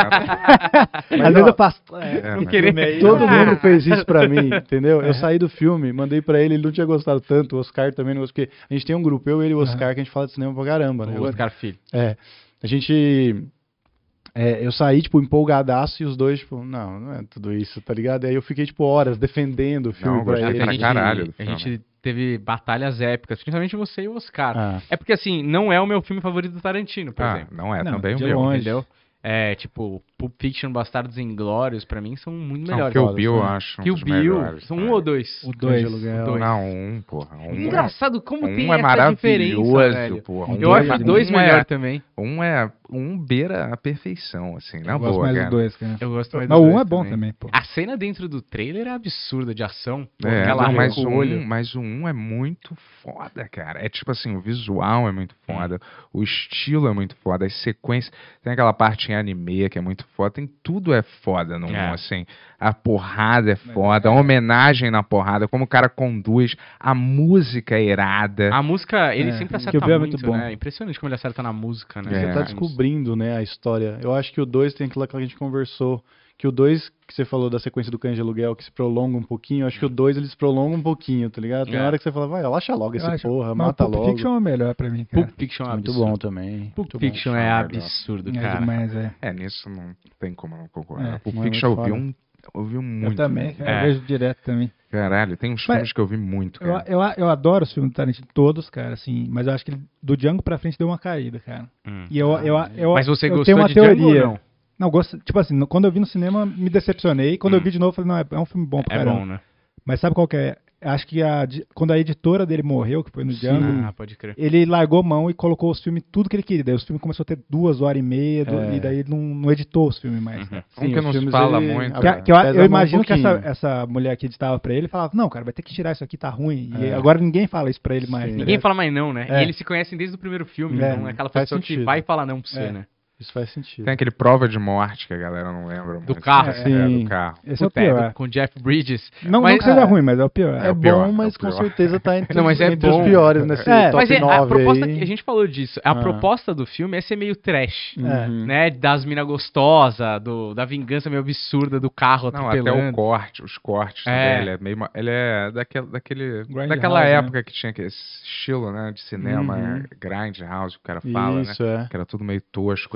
Mas, Às vezes ó, eu faço. É, Não mas- querer. Todo Ah. mundo fez isso pra mim, entendeu? Eu saí do filme, mandei pra ele, ele não tinha gostado tanto, o Oscar também não gostou, porque a gente tem um grupo, eu, ele e o Oscar, que a gente fala de cinema pra caramba, né? O Oscar Filho. É, a gente... é, eu saí, tipo, empolgadaço e os dois, tipo, não, não é tudo isso, tá ligado? E aí eu fiquei, tipo, horas defendendo o filme Não, pra gostei ele. pra a gente, caralho do a filme. gente teve batalhas épicas, principalmente você e o Oscar. Ah, É porque, assim, não é o meu filme favorito do Tarantino, por Ah, exemplo. não é Não, também o de meu. longe. Entendeu? É, tipo, Pulp Fiction, Bastardos Inglórios, pra mim, são muito Não, melhores. Kill foda, Bill, eu sim. acho. um Kill dos Bill, melhores são um também. ou dois? O dois. Cães de Aluguel. Dois. Não, um, porra. Um Engraçado como é, tem um é essa diferença, maravilhoso, velho. porra. Um Eu dois acho é dois um melhor é, também. um é um beira a perfeição, assim, na Eu gosto boa, mais cara. dos dois, cara. Eu gosto mais Mas do o dois um é bom também, pô. A cena dentro do trailer é absurda de ação. Pô, É, aquela não, mas, com o o olho. um, mas o um é muito foda, cara. É tipo assim, o visual é muito foda, o estilo é muito foda, as sequências. Tem aquela parte em anime que é muito foda, tem tudo é foda no É. um, assim. A porrada é foda, a homenagem na porrada, como o cara conduz, a música é irada. A música, ele É, sempre Kill acerta Bill é muito, muito bom. né? Impressionante como ele acerta na música, né? É. Você tá descobrindo, né, a história. Eu acho que o dois tem aquilo que a gente conversou, que o dois que você falou da sequência do Cães de Aluguel, que se prolonga um pouquinho, eu acho que o dois eles prolongam um pouquinho, tá ligado? Tem É. hora que você fala, vai, relaxa logo esse Eu acho- porra, Mas mata o Pulp logo. Fiction é o melhor pra mim, cara. Pulp Fiction é Muito absurdo. bom também. Pulp muito Fiction bom. é Legal. absurdo, É cara. demais, é. É, nisso não tem como não concordar. É, o não é Fiction eu muito vi foda. um. Eu vi um muito. Eu também, cara, É. eu vejo direto também. Caralho, tem uns Mas- filmes que eu vi muito, Eu, cara. eu, eu adoro os filmes do Tarantino, todos, cara, assim, mas eu acho que ele- do Django pra frente deu uma caída, cara. Hum. E eu, eu, eu, Mas você eu gostou tenho uma de Django teoria. ou não? Não, gosto, tipo assim, no- quando eu vi no cinema, me decepcionei. Quando Hum. eu vi de novo, eu falei, não, é, é um filme bom pra É caramba. bom, né? Mas sabe qual que é? Acho que a, di- quando a editora dele morreu, que foi no Django, Ah, pode crer. ele largou mão e colocou os filmes, tudo que ele queria. Daí os filmes começou a ter duas horas e meia, do- É. e daí ele não, não editou os filmes mais. Uhum. Um que os não se filmes, fala ele- muito, a- Que, É, a- que eu, pesa a eu mão um imagino que essa, pouquinho. essa mulher que editava pra ele falava, não, cara, vai ter que tirar isso aqui, tá ruim. E É. agora ninguém fala isso pra ele mais. Sim. tá Ninguém ligado? fala mais não, né? É. E eles se conhecem desde o primeiro filme, É, então é aquela faz pessoa que sentido. vai falar não pra você, É. né? Isso faz sentido. Tem aquele Prova de Morte que a galera não lembra muito. carro. É, Sim. do carro. Esse é o Puta, é, pior. do- com Jeff Bridges. Não, Mas- não que seja é. ruim, mas é o pior. É, É o pior, bom, mas é o com pior. certeza tá entre, Não, mas é entre bom. os piores nesse É, top Mas é, a nove proposta, aí. a gente falou disso, a Ah. proposta do filme é ser meio trash, Uhum. né? Das minas gostosas, do, da vingança meio absurda do carro Não, até o atropelando. corte, os cortes É. dele, é meio, ma- ele é daquele, daquele Grindhouse, daquela né? época que tinha esse estilo, né, de cinema, Uhum. Grindhouse, que o cara fala, Isso, né, é. que era tudo meio tosco,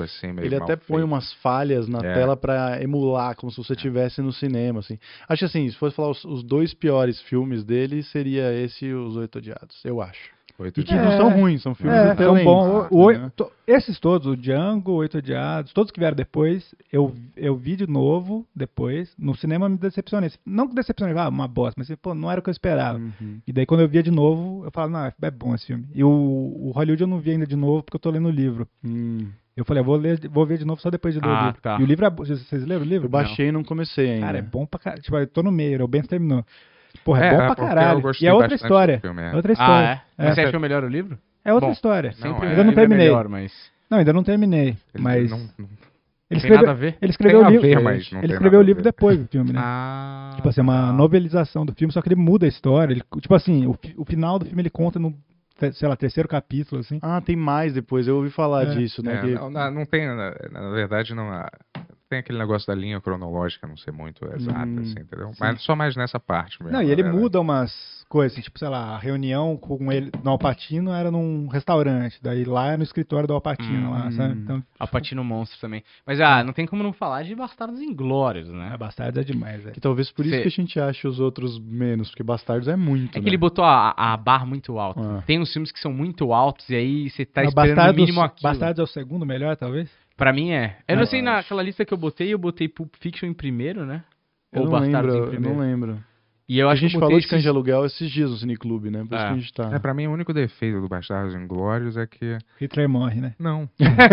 assim, meio Ele mal até põe feito. umas falhas na É. tela pra emular, como se você estivesse no cinema, assim. Acho que assim, se fosse falar os, os dois piores filmes dele, seria esse e Os Oito Odiados, eu acho. Oito E que dias. não É. são ruins, são filmes É, são excelentes. bons. O- o- né? to- esses todos, o Django, Oito Odiados, todos que vieram depois, eu, eu vi de novo depois. No cinema me decepcionei. Não que decepcionei, ah, uma bosta, mas pô, não era o que eu esperava. Uhum. E daí quando eu via de novo, eu falava, não, é bom esse filme. E o, o Hollywood eu não vi ainda de novo porque eu tô lendo o livro. Hum. Eu falei, eu vou, ler, vou ver de novo só depois de ler o Ah, livro. tá. E o livro é bom. Vocês, vocês leram o livro? Eu baixei e não comecei ainda. Cara, é bom pra caralho. Tipo, eu tô no meio, o Ben terminou. Porra, é, É, bom é pra porque eu caralho. gostei E é outra bastante história. do filme, é. É outra história. Ah, é? É. Mas você achou melhor o livro? É outra Bom, história. Não, Sempre é. o Ainda não livro é terminei. melhor, mas... Não, ainda não terminei. Ele mas não, não- ele Tem escreveu, nada a ver? ele escreveu Tem o a livro. ver, mas não ele tem escreveu nada o a livro ver. depois do filme, né? Ah, Tipo assim, uma tá. novelização do filme, só que ele muda a história. Ele, tipo assim, o, fi- o final do filme ele conta no, te- sei lá, terceiro capítulo, assim. Ah, tem mais depois, eu ouvi falar É. disso, né? É, que- não, não- não tem, na, na verdade, não há- tem aquele negócio da linha cronológica não ser muito exata, Hum, assim, entendeu? sim. Mas só mais nessa parte mesmo. Não, e na ele verdade. muda umas coisas, assim, tipo, sei lá, a reunião com ele no Alpatino era num restaurante, daí lá é no escritório do Alpatino, lá, Hum. sabe? Então, Alpatino Monstro também. Mas, ah, não tem como não falar de Bastardos Inglórios, né? é Bastardos é demais, é. que talvez por isso Cê- que a gente acha os outros menos, porque Bastardos é muito, É que né? ele botou a, a barra muito alta. Ah. Tem uns filmes que são muito altos e aí você tá Mas esperando no Bastardos, mínimo aquilo. Bastardos é o segundo melhor, talvez? Pra mim é. Eu não Eu sei, acho. naquela lista que eu botei, eu botei Pulp Fiction em primeiro, né? Eu Ou não Bastardos lembro, em eu primeiro. não lembro. E eu A acho gente que eu falou botei de Cães esses... de Aluguel esses dias no Cineclube, né? Por isso É. que a gente tá. É, pra mim, o único defeito do Bastardos Inglórios é que... Hitler morre, né? Não,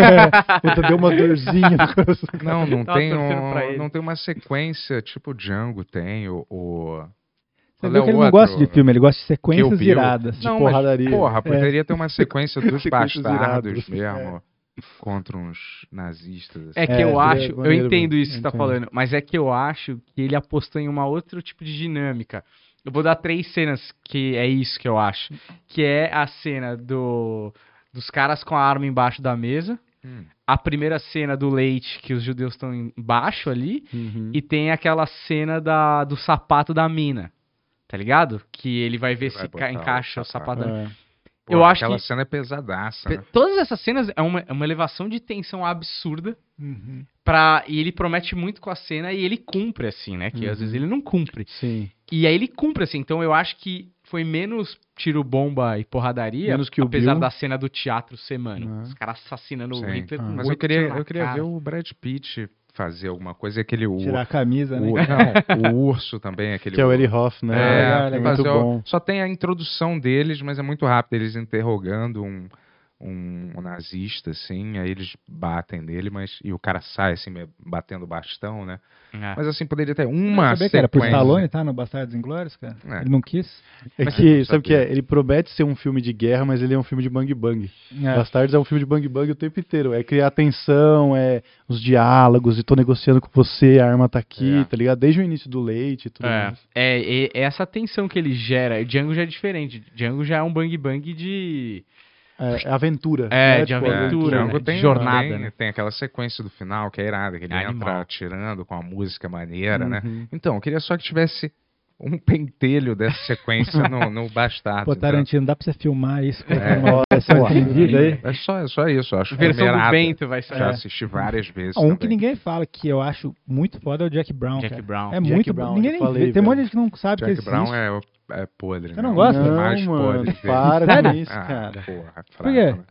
Puta, deu uma dorzinha no coração. não, não Tava tem, torcendo pra um, ele. não tem uma sequência tipo Django tem, o... o... Você qual viu é que ele o não gosta outro? de filme, ele gosta de sequências Kill Bill. iradas. De Não, porradaria. Mas, porra, poderia ter uma sequência dos Sequências bastardos iradas. mesmo contra uns nazistas. Assim. É que É, eu seria acho, eu maneiro, entendo mano. isso que você tá Entendo. falando, mas é que eu acho que ele apostou em uma outro tipo de dinâmica. Eu vou dar três cenas que é isso que eu acho. Que é a cena do dos caras com a arma embaixo da mesa, Hum. a primeira cena do leite, que os judeus estão embaixo ali, Uhum. e tem aquela cena da, do sapato da mina, tá ligado? Que ele vai ver Ele vai se botar ca- o encaixa o sapato. sapato da mina. É. Pô, eu acho aquela que- cena é pesadaça, né? Todas essas cenas é uma, é uma elevação de tensão absurda. Uhum. Pra, e ele promete muito com a cena e ele cumpre, assim, né? Que às Uhum. vezes ele não cumpre. Sim. E aí ele cumpre, assim. Então eu acho que foi menos tiro, bomba e porradaria, Menos Kill apesar Bill. da cena do teatro ser, mano, Uhum. os caras assassinando o Sim. Hitler Ah. com Mas oito eu queria, tiros na eu queria cara. ver o Brad Pitt fazer alguma coisa. Aquele o, Tirar a camisa, né? o, não, o urso também. Aquele Que é o Eddie Hoff, né? É, legal, legal. muito fazer o- bom. Só tem a introdução deles, mas é muito rápido. Eles interrogando um, um, um nazista, assim, aí eles batem nele, mas e o cara sai, assim, meio batendo bastão, né? É. Mas assim, poderia ter Eu uma sabia que era pro sequência. Stallone, tá? No Bastardos Inglórios, cara. É. Ele não quis. É Mas que, eu não sabe o que é? sabia. Ele promete ser um filme de guerra, mas ele é um filme de bang bang. É. Bastardos é um filme de bang bang o tempo inteiro. É criar tensão, é os diálogos, e tô negociando com você, a arma tá aqui, É. tá ligado? Desde o início do leite e tudo É, mais. é, é- é essa tensão que ele gera. O Django já é diferente. Django já é um bang bang de. É, é aventura. É, né? de Tipo, É, aventura, Django né? tem, De jornada, tem, né? tem aquela sequência do final que é irada, que ele É entra animal. atirando com a música maneira, né? Uhum. Então, eu queria só que tivesse um pentelho dessa sequência no, no Bastardos. Pô, entendeu? Tarantino, dá pra você filmar isso? É. É. Uma versão estendida aí? É só, é só isso, eu acho. Versão do irado. Bento vai Já ser. assisti várias vezes. Ah, um que também. ninguém fala que eu acho muito foda é o Jack Brown, Jack cara. Brown. É Jack muito Brown, bom. Ninguém eu nem falei, vê. Tem um monte velho. de gente que não sabe que Jack existe. Brown é, é podre. Você né? não gosta? O Não, mais mano, podre dele. para Sério? com isso, Ah, cara. porra, fraco, Por quê? né?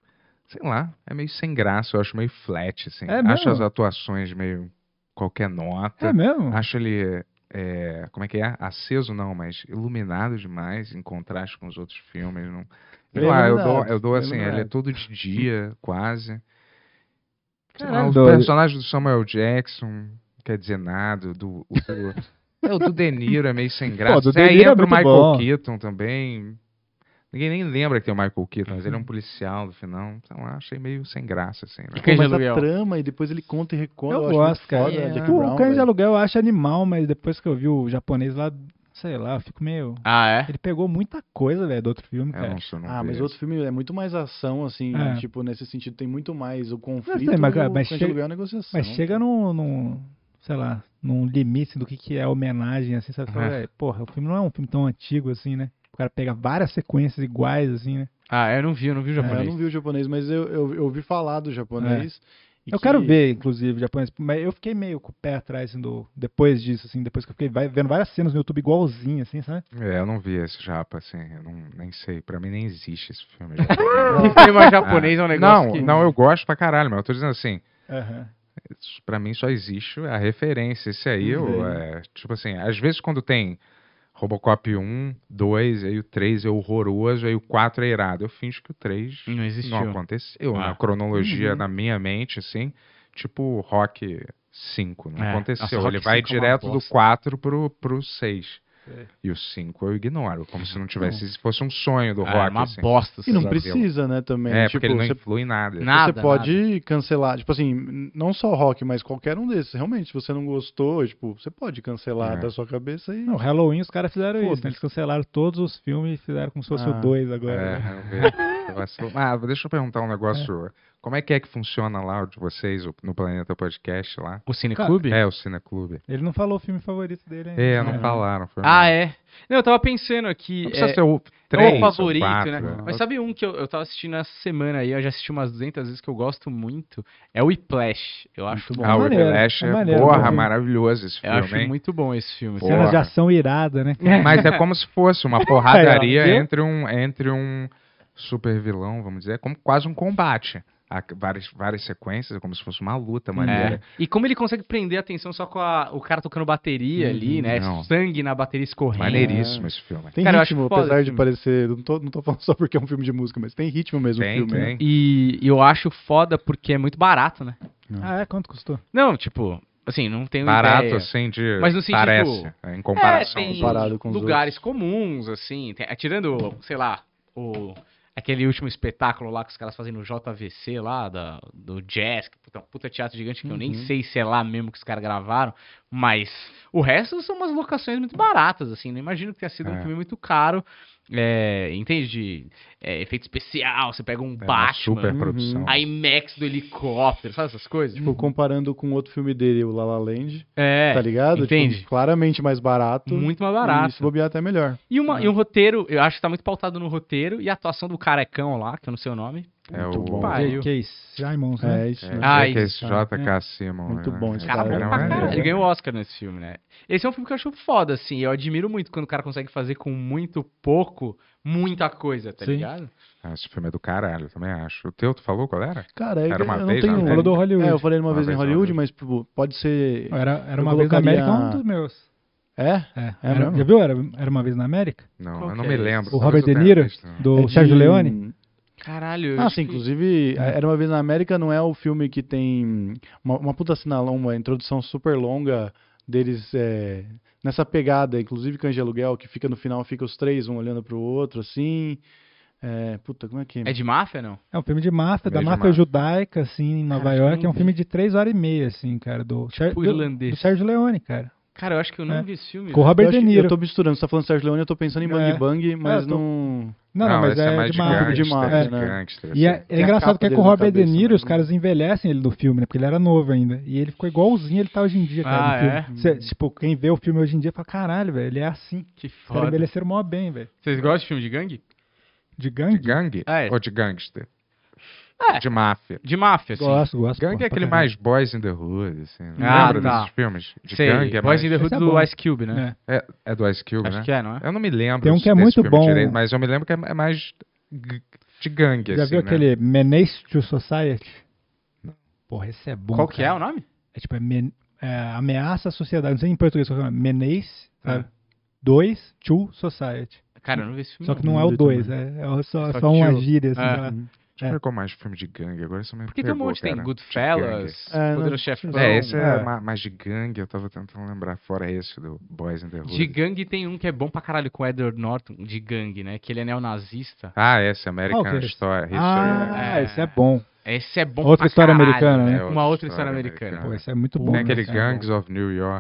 Sei lá, é meio sem graça, eu acho meio flat, assim. É acho mesmo? as atuações meio qualquer nota. É mesmo? Acho ele, é, como é que é? Aceso não, mas iluminado demais em contraste com os outros filmes. Não... Sei Bem lá, eu dou, iluminado, eu dou bem assim, ele é iluminado. todo de dia, quase. Sei lá, Caralho, o doido. personagem do Samuel Jackson não quer dizer nada. Do, o do, é, o do De Niro é meio sem graça. do De Aí Niro é entra o muito Michael bom. Keaton também. Ninguém nem lembra que tem o Michael Keaton, mas ele é um policial do final. Então, eu achei meio sem graça, assim, né? E Pô, Cães de mas a Aluguel? trama e depois ele conta e reconta. Eu acho gosto, muito cara. foda, É, Jack O Brown, Cães de velho. Aluguel eu acho animal, mas depois que eu vi o japonês lá, sei lá, eu fico meio... Ah, é? Ele pegou muita coisa, velho, do outro filme, Eu cara. não sou, não Ah, vi mas esse. outro filme é muito mais ação, assim, É. tipo, nesse sentido, tem muito mais o conflito sei, mas, e o mas Cães de chega- Aluguel é a negociação. Mas chega num, num, sei lá, num limite do que, que é homenagem, assim, sabe? Fala, É. velho, porra, o filme não é um filme tão antigo assim, né? O cara pega várias sequências iguais, assim, né? Ah, eu não vi, eu não vi o É, eu japonês. não vi o japonês, mas eu, eu, eu ouvi falar do japonês E Eu que- quero ver, inclusive, japonês, mas eu fiquei meio com o pé atrás assim, do, depois disso, assim, depois que eu fiquei vai- vendo várias cenas no YouTube igualzinho, assim, sabe? É, eu não vi esse japa, assim, eu não, nem sei. Pra mim nem existe esse filme. Cinema japonês é um negócio não, que... não, eu gosto pra caralho, mas eu tô dizendo assim, Aham. isso pra mim só existe a referência. Esse aí, eu, Uhum. é, tipo assim, às vezes quando tem Robocop um, dois, aí o três é horroroso, aí o quatro é irado. Eu finjo que o três Não existiu. não aconteceu. Ah. Na cronologia, Uhum. na minha mente, assim, tipo Rock cinco, não É. aconteceu. Nossa, Rock Ele vai cinco é uma direto do bosta. quatro pro, pro seis. É. E o cinco eu ignoro, como se não tivesse, se fosse um sonho do Ah, Rock, é uma assim. bosta. E não assim. precisa, né, também. É, tipo, porque ele não você, influi em nada. Nada, você pode cancelar, tipo assim, n- não só o Rock, mas qualquer um desses. Realmente, se você não gostou, tipo, você pode cancelar É. da sua cabeça e... No Halloween os caras fizeram isso, Foda-se. né? Eles cancelaram todos os filmes e fizeram como se fosse Ah. o dois agora. É, né? eu vejo. Eu vacilo. Ah, deixa eu perguntar um negócio. Como é que é que funciona lá o de vocês, o- no Planeta Podcast lá? O Cineclube? É, o Cineclube. Ele não falou o filme favorito dele ainda. É, não Uhum. falaram. Foi Ah, mal. é? Não, eu tava pensando aqui... Não precisa é, ser o é três o favorito, ou quatro, né? né? Mas sabe um que eu, eu tava assistindo essa semana aí, eu já assisti umas duzentas vezes, que eu gosto muito, é o Whiplash. Eu acho Muito bom. Ah, o maneiro, Whiplash é é, maneiro, porra, bom. maravilhoso esse Eu filme, acho hein? muito bom esse filme. Porra. Cenas de ação irada, né? Mas é como se fosse uma porradaria Aí, ó, viu? entre um entre um super vilão, vamos dizer, é como quase um combate. Há várias, várias sequências, é como se fosse uma luta maneira. É. E como ele consegue prender a atenção só com a- o cara tocando bateria Uhum, ali, né? não. Sangue na bateria escorrendo. Maneiríssimo esse filme. Tem Cara, eu acho ritmo, foda apesar esse de filme. parecer... Não tô, não tô falando só porque é um filme de música, mas tem ritmo mesmo Tem, o filme. né? tem. E, e eu acho foda porque é muito barato, né? Ah, é? Quanto custou? Não, tipo, assim, não tenho Barato, ideia. assim, de... Mas no sentido- Parece, é, em É, comparação. tem comparado com os lugares comuns, assim, tem- tirando, sei lá, o, aquele último espetáculo lá que os caras fazem no J V C lá, da, do Jazz, que puta, puta teatro gigante que eu nem Uhum. sei se é lá mesmo que os caras gravaram, mas o resto são umas locações muito baratas, assim, não imagino que tenha sido um É. filme muito caro, é, entende? De, é, efeito especial, você pega um É uma Batman, super produção. a IMAX do helicóptero, sabe essas coisas? Tipo, comparando com outro filme dele, o La La Land, é, tá ligado? entende? Tipo, claramente mais barato. Muito mais barato. E se bobear até melhor. E, uma, e um roteiro, eu acho que tá muito pautado no roteiro, e a atuação do carecão lá, que eu não sei o nome. É Muito o... bom. Pai, eu- J K. Simons, né? É, isso. É, né? Ah, é que isso, esse J K. Simmons. Muito né? bom esse Cara, cara, bom é pra maneiro. caralho. Ele ganhou o Oscar nesse filme, né? Esse é um filme que eu acho foda, assim. Eu admiro muito quando o cara consegue fazer com muito pouco, muita coisa, tá Sim. ligado? Ah, esse filme é do caralho, eu também acho. O teu, tu falou qual era? Cara, é Era que uma eu vez não na tenho... América. Falou do Hollywood. É, eu falei uma, Uma vez em vez na Hollywood, Hollywood. mas tipo, pode ser... Era, era Eu uma vez na colocaria- América, um dos meus. É? É, É era- mesmo? já viu? Era, era uma vez na América? Não, Qual eu que não é me esse? lembro. O talvez Robert eu De tenha Niro, visto. do É de- Sérgio Leone. Caralho, eu Ah, acho sim, que- inclusive, Era Uma Vez na América não é o filme que tem uma, uma puta sinalão, uma introdução super longa deles é, nessa pegada, inclusive Cães de Aluguel, que fica no final, fica os três, um olhando pro outro, assim. É, puta, como é que É de máfia, não? É um filme de máfia, da Meio de máfia máfia. judaica, assim, em Nova Cara, acho que eu York. É não um filme vi. de três horas e meia, assim, cara, do, Ser- Tipo do, irlandês. do Sérgio Leone, cara. Cara, eu acho que eu não É. vi esse filme. Com o velho. Robert Eu, acho De que- Niro. eu tô misturando, você tá falando Sérgio Leone, eu tô pensando em Bang É. Bang, mas eu tô- não... Não, não, mas esse é, mais de máfia. gangster, de máfia, é né? gangster, E é, assim. é Tem a engraçado capa que é com dele o na Robert De cabeça, Niro, né? os caras envelhecem ele no filme, né? Porque ele era novo ainda. E ele ficou igualzinho ele tá hoje em dia, cara, Ah, no filme. é? Cê- tipo, quem vê o filme hoje em dia fala, caralho, velho, ele é assim. Que Os caras foda. envelheceram mó bem, velho. Vocês gostam de filme de gangue? De De gangue? gangue? Ah, é. Ou de gangster? É. De máfia. De máfia, assim. Gosto, gosto. Gangue porra, é aquele pra caralho. mais Boys in the Hood, assim. Não Ah, lembra tá. desses filmes? De Sei, gangue é Boys mais... in the Hood Esse é do bom. Ice Cube, né? É. É, é do Ice Cube, Acho né? que é, não é? Eu não me lembro Tem um que é desse muito filme bom. direito, mas eu me lembro que é é mais g- de gangue, Já assim, viu né? aquele Menace to Society? Porra, esse é bom. Qual que é cara. o nome? É tipo, é, men- é Ameaça à Sociedade. Não sei em português qual que é. Menace, sabe? Ah. dois to Society. Cara, eu não vi esse filme. Só que não. não é o vi dois, também. é, é só, Só só uma tio. gíria, assim. É. sei lá. Deixa eu ver qual mais filme de gangue, agora você me Porque tem um pegou, monte, tem cara. Goodfellas, É, não- Poderoso Chefão. É, esse é, É. ma- mais de gangue, eu tava tentando lembrar, fora esse do Boys in the Hood. De gangue tem um que é bom pra caralho com o Edward Norton, de gangue, né? Que ele é neonazista. Ah, esse, American Qual que é esse? Story. History, Ah, é. esse é bom. Esse é bom Outra pra história caralho, americana, né? velho. Uma outra história americana. Pô, esse é muito bom. Tem né, aquele cara? Gangs of New York.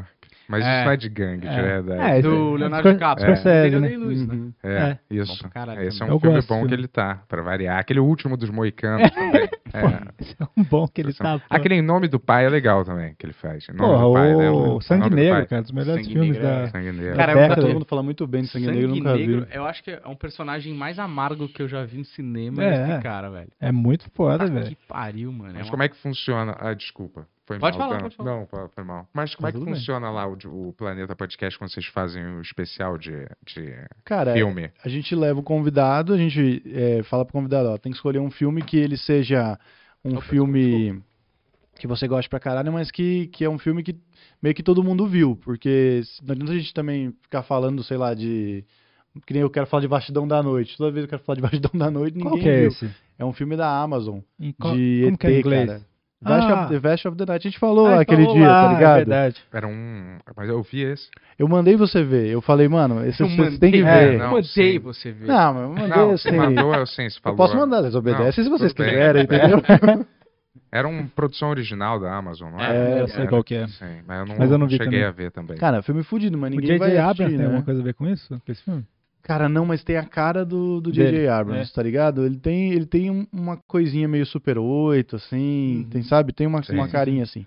Mas É. isso não é de gangue, de É. verdade. É, Do isso- Leonardo é, DiCaprio. Scorsese, Daniel né? Day-Lewis, né? Uhum. É, É. isso. Bom pra caralho Esse é um também. Eu filme gosto bom desse que filme. ele tá, pra variar. Aquele último dos Moicanos também. É. Esse é um bom que ele tá. pô. Aquele Em Nome do Pai é legal também, que ele faz. Em Nome Porra, do Pai, o lembra? Sangue Nome do Negro, Pai. cara, dos melhores Sangue filmes Negro é- da. Sangue Negro. Cara, da é um- década. Todo mundo fala muito bem de Sangue, Negro, eu nunca Negro, vi. eu acho que é um personagem mais amargo que eu já vi no cinema. É. Esse cara, velho. É muito foda, Tá velho. que pariu, mano. É Mas uma- como é que funciona? Ah, desculpa. Foi Pode mal. falar, não, pode falar. Não, foi foi mal. Mas como Tá é que tudo bem. funciona lá o, o Planeta Podcast quando vocês fazem o especial de, de Cara, filme? a gente leva o convidado, a gente é, fala pro convidado, ó, tem que escolher um filme que ele seja um Opa, filme que você gosta pra caralho, mas que, que é um filme que meio que todo mundo viu, porque se- não adianta a gente também ficar falando, sei lá, de... Que nem eu quero falar de Vastidão da Noite. Toda vez que eu quero falar de Vastidão da Noite, ninguém Qual que é viu. esse? É um filme da Amazon, Em qual- de como E T, que é em inglês? cara. Vast Ah. of, The Vast of the Night. A gente falou Ah, aquele falou dia, lá, tá é ligado? verdade. Era um. Mas eu vi esse. Eu mandei você ver. Eu falei, mano, esse Eu você tem que mandei- ver. É, não, Eu mandei sim. você ver. Não, mas eu mandei Não, assim. você mandou, eu sim, você Eu falou. posso mandar, vocês obedecem se vocês tudo bem, quiserem, tudo bem. entendeu? Era uma produção original da Amazon, não É, é? eu sei Era- qual que é. Sim, mas eu não, Mas eu não vi cheguei também. a ver também. Cara, filme fudido, mas O ninguém J vai J assistir, Abrams tem né? alguma coisa a ver com isso? Com esse filme? Cara, não, mas tem a cara do, do J J Dele, Abrams, é. tá ligado? Ele tem, ele tem um- uma coisinha meio Super oito, assim, tem, sabe? Tem uma, Sim, uma sim, carinha assim.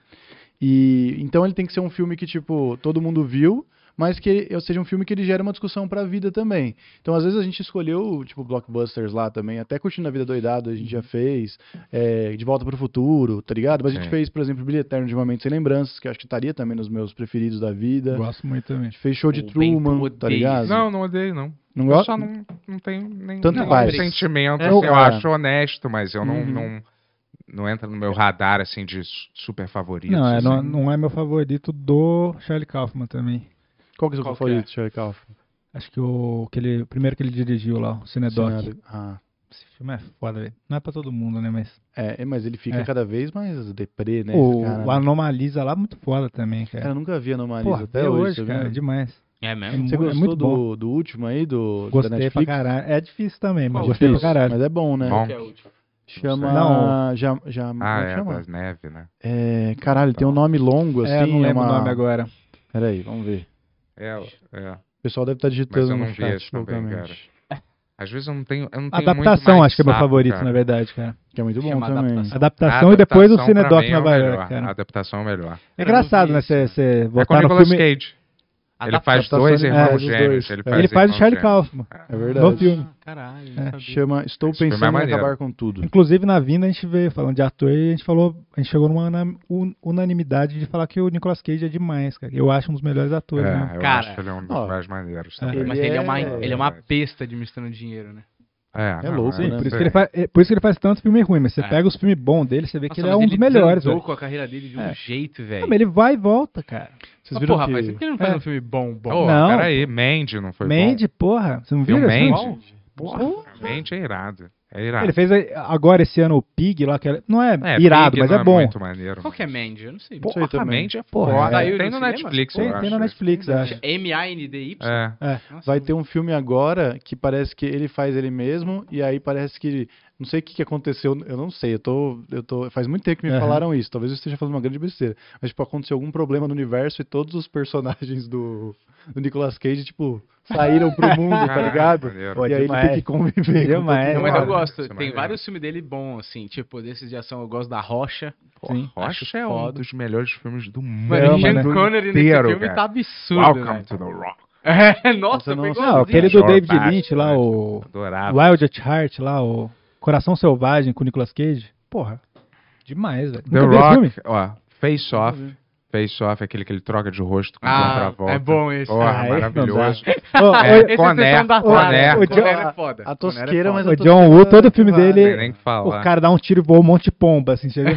E então ele tem que ser um filme que, tipo, todo mundo viu, mas que ele- seja um filme que ele gere uma discussão pra vida também. Então, às vezes, a gente escolheu, tipo, blockbusters lá também, até Curtindo a Vida Doidado a gente já fez, é, De Volta pro Futuro, tá ligado? Mas a gente Sim. fez, por exemplo, Brilho Eterno de Momentos Sem Lembranças, que eu acho que estaria também nos meus preferidos da vida. Gosto muito também. A gente fez Show de O Bento Truman, tá odeia ligado? Não, não odeio, não. não Eu gosta? só não, não tenho nem Tanto nenhum faz. sentimento, É, assim, eu cara. acho honesto, mas eu não, Uhum. não, não entra no meu radar, assim, de su- super favorito. Não, é, assim. não, não é meu favorito do Charlie Kaufman também. Qual que é o seu Qual que favorito, Charlie Kaufman? Acho que o, aquele, o primeiro que ele dirigiu lá, o Cinedoc. Senado. Ah, Esse filme é foda, velho. Não é pra todo mundo, né? Mas é, mas ele fica É. cada vez mais deprê, né? o, esse cara, o né? Anomalisa lá, muito foda também, Cara, cara. eu nunca vi Anomalisa Porra, até até hoje, hoje, tá cara, vendo? demais. É mesmo? Você É gostou muito bom. do, do último aí, do da Gostei pra Netflix? caralho. É difícil também, mas Qual? gostei pra Difícil, caralho. mas é bom, né? Bom. Qual que é o último? Chama... Não. Já, já, como Ah, é que é, chama? das neve, né? É, caralho, tem um nome longo, assim. É, não lembro uma... o nome agora. Peraí, vamos ver. É, é. O pessoal deve estar digitando Mas eu no não vi chat, esse também, loucamente. Às vezes eu não tenho, eu não tenho Adaptação, muito mais acho que é meu saco, favorito, cara. na verdade, cara. Que é muito bom Chama também. adaptação. Adaptação A e depois o adaptação, pra Cinedoc mim, é o Nova melhor. York, A cara. adaptação é o melhor. É engraçado, né? Você É com o botar no Nicolas filme... Cage. Ele faz Adaptação dois de- irmãos é, dos gêmeos. dois. Ele É. faz, Ele faz o irmãos Charlie gêmeos. Kaufman É verdade. no filme. Caralho, É. não sabia. Chama Estou Esse filme é Pensando em maneiro. Acabar com Tudo. Inclusive, na vinda, a gente veio falando de ator e a gente falou, a gente chegou numa una- un- unanimidade de falar que o Nicolas Cage é demais, cara. Eu acho um dos melhores atores, né? É, eu Cara, acho que ele é um dos ó, mais maneiros é. também. Mas Ele ele é, é- uma, ele é uma é. besta administrando dinheiro, né? É, É não, louco, Sim, né? por, isso é. que ele faz, é, por isso que ele faz tanto filme ruim, mas você É. pega os filmes bons dele, você vê que Nossa, ele é mas um dos melhores, desandou velho. com a carreira dele de um É. jeito, Não, velho. mas ele vai e volta, cara. Vocês Mas, viram porra, que... rapaz, por que ele não faz É. um filme bom, bom? Ô, Não. peraí, Mandy não foi Mandy, porra, você não bom? viu Viu esse filme? Mandy? Porra, Mandy é irado. É irado. Ele fez aí, agora esse ano o Pig lá, que é- não é, É, irado, Pig mas não é bom. muito maneiro. Qual que é Mandy? Eu não sei. Não sei Porra, também. Mandy é Porra, foda. saiu Tem no no cinema? Netflix, Tem, eu tem acho. na Netflix, eu acho. M A N D Y? É. É. Nossa, Vai não- ter um filme agora que parece que ele faz ele mesmo, e aí parece que. Não sei o que, que aconteceu, eu não sei. Eu tô, eu tô. Faz muito tempo que me Aham. falaram isso. Talvez eu esteja fazendo uma grande besteira. Mas, tipo, aconteceu algum problema no universo e todos os personagens do, do Nicolas Cage, tipo, saíram pro mundo, tá Caralho, ligado? maneiro. Pô, E aí ele demais. tem que conviver. com Demais. Não, mas É, eu gosto. isso é Tem maneiro. vários filmes dele bons, assim. Tipo, desses de ação eu gosto da Rocha. Sim. Acho Rocha é um foda. dos melhores filmes do mundo. Mano, Não, o Sean mano. Connery nesse inteiro, filme cara. tá absurdo, Welcome velho. to the Rock. É, nossa, Você não- pegou Não, um aquele do Short David Bastard, Lynch lá, né? o Adorava. Wild at Heart lá, o Coração Selvagem com o Nicolas Cage. Porra, demais, velho. The Nunca viu esse filme? Rock, ó, Face Off. Face Off é aquele que ele troca de rosto com Ah, contravolta. é bom esse. Porra, Ah, esse maravilhoso. Ô, É, ô, Esse Conner, é sessão da Conner. tarde. O Conner John- é foda. A Conner é tosqueira, foda. mas O a John Woo, tosqueira todo filme vale. dele- Não tem nem que o falar. cara dá um tiro e voa um monte de pomba, assim, chega.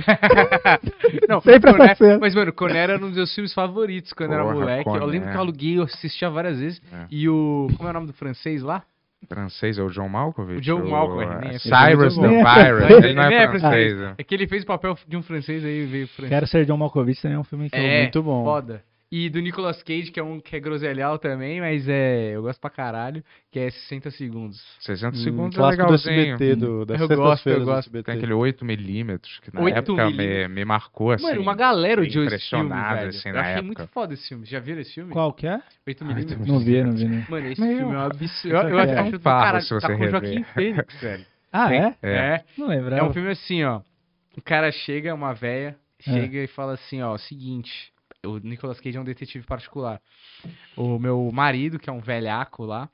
Não, Sempre Conner- acontecendo. mas, mano, Conner era um dos meus filmes favoritos quando eu era Porra, moleque. Eu Conner. lembro que eu aluguei, eu assistia várias vezes. É. E o... Como é o nome do francês lá? Francês é o John Malkovich? O John Malkovich, é nem é Cyrus francês. the Nem é Pirate. francês. Ele não Nem é é francês. né? É que ele fez o papel de um francês aí veio francês. Quero ser John Malkovich também é um filme que eu... É, muito bom. foda. E do Nicolas Cage, que é um que é groselhal também, mas é, eu gosto pra caralho, que é sessenta segundos. sessenta Hum, segundos é clássico do S B legalzinho. T, do, das Eu gosto, eu sextas-feiras do gosto. S B T. Tem aquele oito milímetros, que na oito época me, milímetros. me marcou, assim. Mano, uma galera odiou esse filme, impressionado, velho. assim, eu na achei época. muito foda esse filme. Já viram esse filme? Qual que é? oito Ai, milímetros. Não vi, não vi. Né? Mano, esse Meu, filme é um absurdo. isso Eu, eu aqui é acho um do farro caralho. se Tá você com o rever. Joaquim Fênix, velho. Ah, é? É. É. Não É lembrava. um filme assim, ó. O cara chega, uma véia, É. chega e fala assim, ó, seguinte, o Nicolas Cage é um detetive particular. O meu marido, que é um velhaco lá,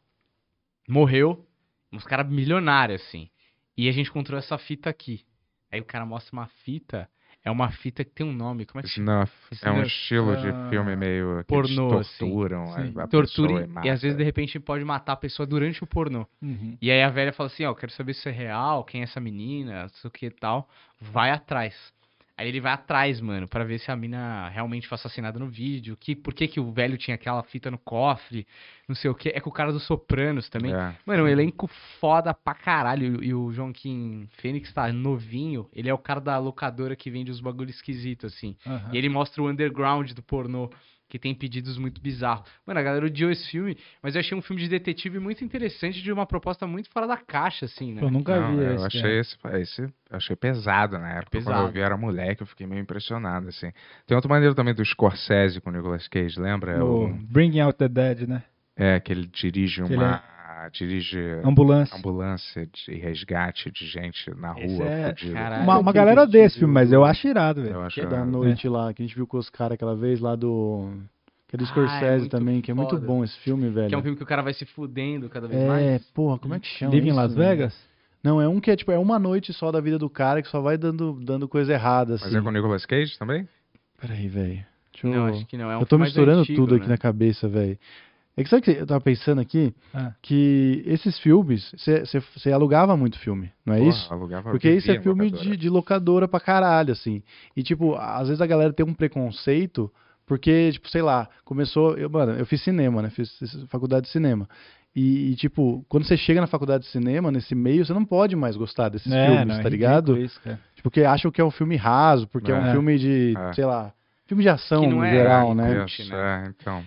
morreu, uns caras milionários, assim. E a gente encontrou essa fita aqui. Aí o cara mostra uma fita, é uma fita que tem um nome, como é que chama? Snuff. É um Snuff. estilo de Ah, filme meio que pornô, eles torturam assim. a, Sim. a Tortura pessoa e, mata. e às vezes de repente pode matar a pessoa durante o pornô. Uhum. E aí a velha fala assim, ó, quero saber se isso é real, quem é essa menina, não sei o que e tal. Vai atrás. Aí ele vai atrás, mano, pra ver se a mina realmente foi assassinada no vídeo, que, por que que o velho tinha aquela fita no cofre, não sei o que. É com o cara dos Sopranos também. É. Mano, um elenco foda pra caralho. E o Joaquim Fênix tá novinho, ele é o cara da locadora que vende os bagulhos esquisitos, assim. Aham. E ele mostra o underground do pornô, que tem pedidos muito bizarros. Mano, a galera odiou esse filme, mas eu achei um filme de detetive muito interessante, de uma proposta muito fora da caixa, assim, né? Eu nunca Não, vi eu esse. achei esse, esse eu achei pesado na época. Quando Pesado. eu vi era moleque, eu fiquei meio impressionado, assim. Tem outro maneiro também do Scorsese com o Nicolas Cage, lembra? É, O o, Bringing Out the Dead, né? é que ele dirige Que ele uma... Dirige Ambulância. ambulância de resgate de gente na Esse rua, é- fudida. Caralho. Uma, uma Aquele galera que a gente desse filme, viu mas eu do- acho irado, Eu velho. acho Que é da noite lá, que a gente viu com os caras aquela vez lá do... Que é do Ah, é Scorsese muito também, que é muito foda. bom esse filme, velho. Que é um filme que o cara vai se fudendo cada vez É, mais. porra, como é que chama Live em isso, Las velho? Vegas? Não, é um que é tipo, é uma noite só da vida do cara que só vai dando, dando coisa errada, assim. Mas é com o Nicolas Cage também? Peraí, velho. Deixa Não, eu... acho que não. É um eu tô filme mais misturando antigo, tudo aqui né? na cabeça, velho. É que sabe o que eu tava pensando aqui? Ah. Que esses filmes, você alugava muito filme, não é Porra, isso? alugava, Porque isso vivia é em filme locadora. de, de locadora pra caralho, assim. E, tipo, às vezes a galera tem um preconceito, porque, tipo, sei lá, começou... Eu, mano, eu fiz cinema, né? Fiz faculdade de cinema. E, e, tipo, quando você chega na faculdade de cinema, nesse meio, você não pode mais gostar desses É, filmes, não, é tá ligado? ridículo isso, cara. Tipo, porque acham que é um filme raso, porque é, um É. filme de, É. sei lá, filme de ação Que não no é geral, é, né? Isso, Isso, é, então.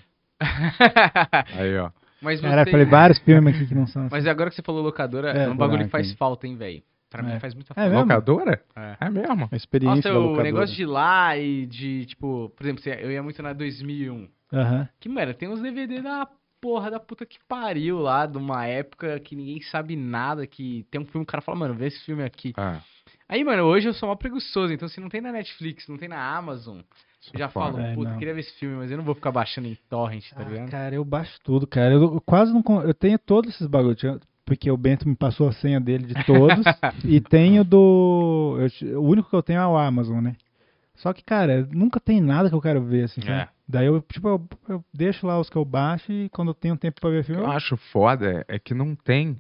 Aí, ó. Mas você... Cara, eu falei vários filmes aqui que não são assim. Mas agora que você falou locadora, É, é um bagulho caraca, que faz hein? falta, hein, velho? Pra mim É. faz muita É falta. mesmo? Locadora? É. É mesmo? A experiência Nossa, da o locadora. negócio de ir lá e de, tipo... Por exemplo, eu ia muito na dois mil e um. Aham. Que, mano, tem uns D V D da porra da puta que pariu lá, de uma época que ninguém sabe nada, que tem um filme, o cara fala, mano, vê esse filme aqui. Ah, Aí, mano, hoje eu sou mó preguiçoso, então se não tem na Netflix, não tem na Amazon, eu já foda. falo, É, puta, não. queria ver esse filme, mas eu não vou ficar baixando em torrent, tá Ah, ligado? cara, eu baixo tudo, cara. Eu, eu quase não. con- Eu tenho todos esses bagulhos. tinha- Porque o Bento me passou a senha dele de todos. E tenho do. eu ti- o único que eu tenho é o Amazon, né? Só que, cara, nunca tem nada que eu quero ver, assim, sabe? É. Daí eu, tipo, eu, eu deixo lá os que eu baixo e quando eu tenho tempo pra ver O que filme, eu eu... acho foda é que não tem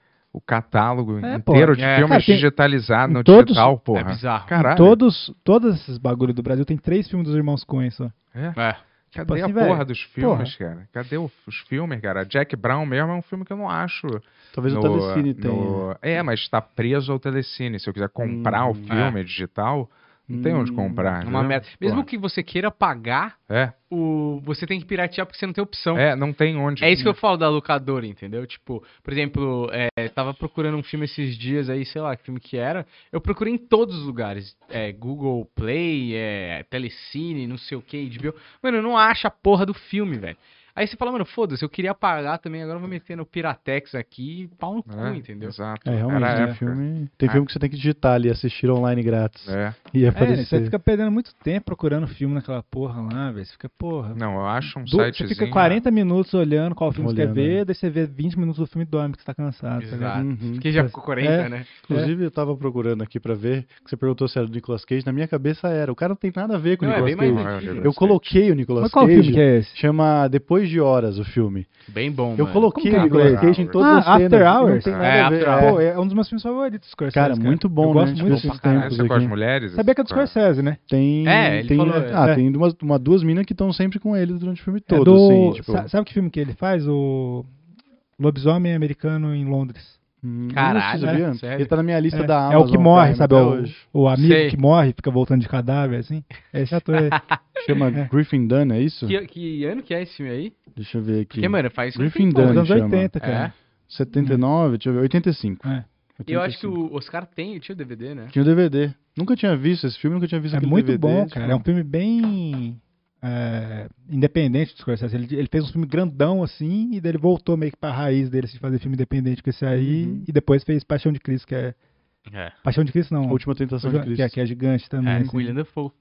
o catálogo É, inteiro pô. de É. filmes Cara, tem- digitalizado no todos- digital, É porra. bizarro. Caralho. todos, todos esses bagulhos do Brasil tem três filmes dos Irmãos Coen só. É. É. Cadê assim, a porra velho, dos filmes, cara? Cadê o- os filmes, cara? Jack Brown mesmo é um filme que eu não acho. Talvez o no- Telecine tenha. no- É, mas tá preso ao Telecine. Se eu quiser comprar Hum, o filme digital, não tem onde Hum, comprar. É uma entendeu? merda. Mesmo Porra. que você queira pagar, É, o... você tem que piratear porque você não tem opção. é, não tem onde. É isso que eu falo da locadora, entendeu? Tipo, por exemplo, é, tava procurando um filme esses dias aí, sei lá que filme que era. Eu procurei em todos os lugares. É, Google Play, é, Telecine, não sei o que, H B O. Mano, eu não acho a porra do filme, velho. Aí você fala, mano, foda-se, eu queria pagar também, agora eu vou meter no Piratex aqui, pau no cu, É, entendeu? Exato. É, realmente, Era a tem época. filme, tem Ah. filme que você tem que digitar ali, assistir online grátis. É. E É, aparecer. você fica perdendo muito tempo procurando filme naquela porra lá, velho. Você fica, porra. Não, eu acho um Du- sitezinho. você fica quarenta minutos olhando qual filme Olhando, você quer ver, né? daí você vê vinte minutos do filme e dorme que você tá cansado. Tá ligado? Exato. Uhum. Porque já ficou quarenta, É. né? Inclusive, eu tava procurando aqui pra ver, que você perguntou se era do Nicolas Cage, na minha cabeça era. O cara não tem nada a ver com o Não, é Nicolas bem mais Cage. Não, é o antigo. Nicolas Eu Cage. coloquei o Nicolas Mas qual Cage, filme que é esse? chama Depois de Horas, o filme. Bem bom, Eu mano. coloquei Como o que é Nicolas After Cage em Hours? todas Ah, as cenas. After e não Hours? tem nada É, a ver. After é. Hours. Pô, é um dos meus filmes favoritos, Scorsese. Cara, muito bom, Eu né? gosto Tipo, muito esses desse Ah, tempos esse é com as aqui. mulheres? Sabia que é do Esse com a- Scorsese, né? Tem, É, ele tem, falou, ah, é. tem uma, uma, duas minas que estão sempre com ele durante o filme É todo, do... assim, tipo... sa- Sabe que filme que ele faz? O Lobisomem Americano em Londres. Hum, Caralho, isso, sabia? é? Sério? Ele tá na minha lista É, da é Amazon. o que morre, Prime sabe? até O, hoje. o amigo Sei. que morre, fica voltando de cadáver, assim. É esse ator aí. Chama É. Griffin Dunn, é isso? Que, que ano que é esse filme aí? Deixa eu ver aqui. Porque, mano, faz um Griffin tempão. Dos Dunn anos chama. oitenta, É. cara. setenta e nove, deixa eu ver, oitenta e cinco. É. E eu acho que oitenta e cinco. o Oscar tem, tinha o D V D, né? Tinha o D V D. Nunca tinha visto esse filme, nunca tinha visto É aquele muito D V D. bom, tipo, cara. É um filme bem é, independente do Scorsese. Ele, ele fez um filme grandão, assim, e daí ele voltou meio que pra raiz dele, assim, de fazer filme independente com esse aí. Uhum. E depois fez Paixão de Cristo, que é... É. Paixão de Cristo, não. A Última Tentação de que, é, Cristo. que é gigante também. É, assim. com William Dafoe.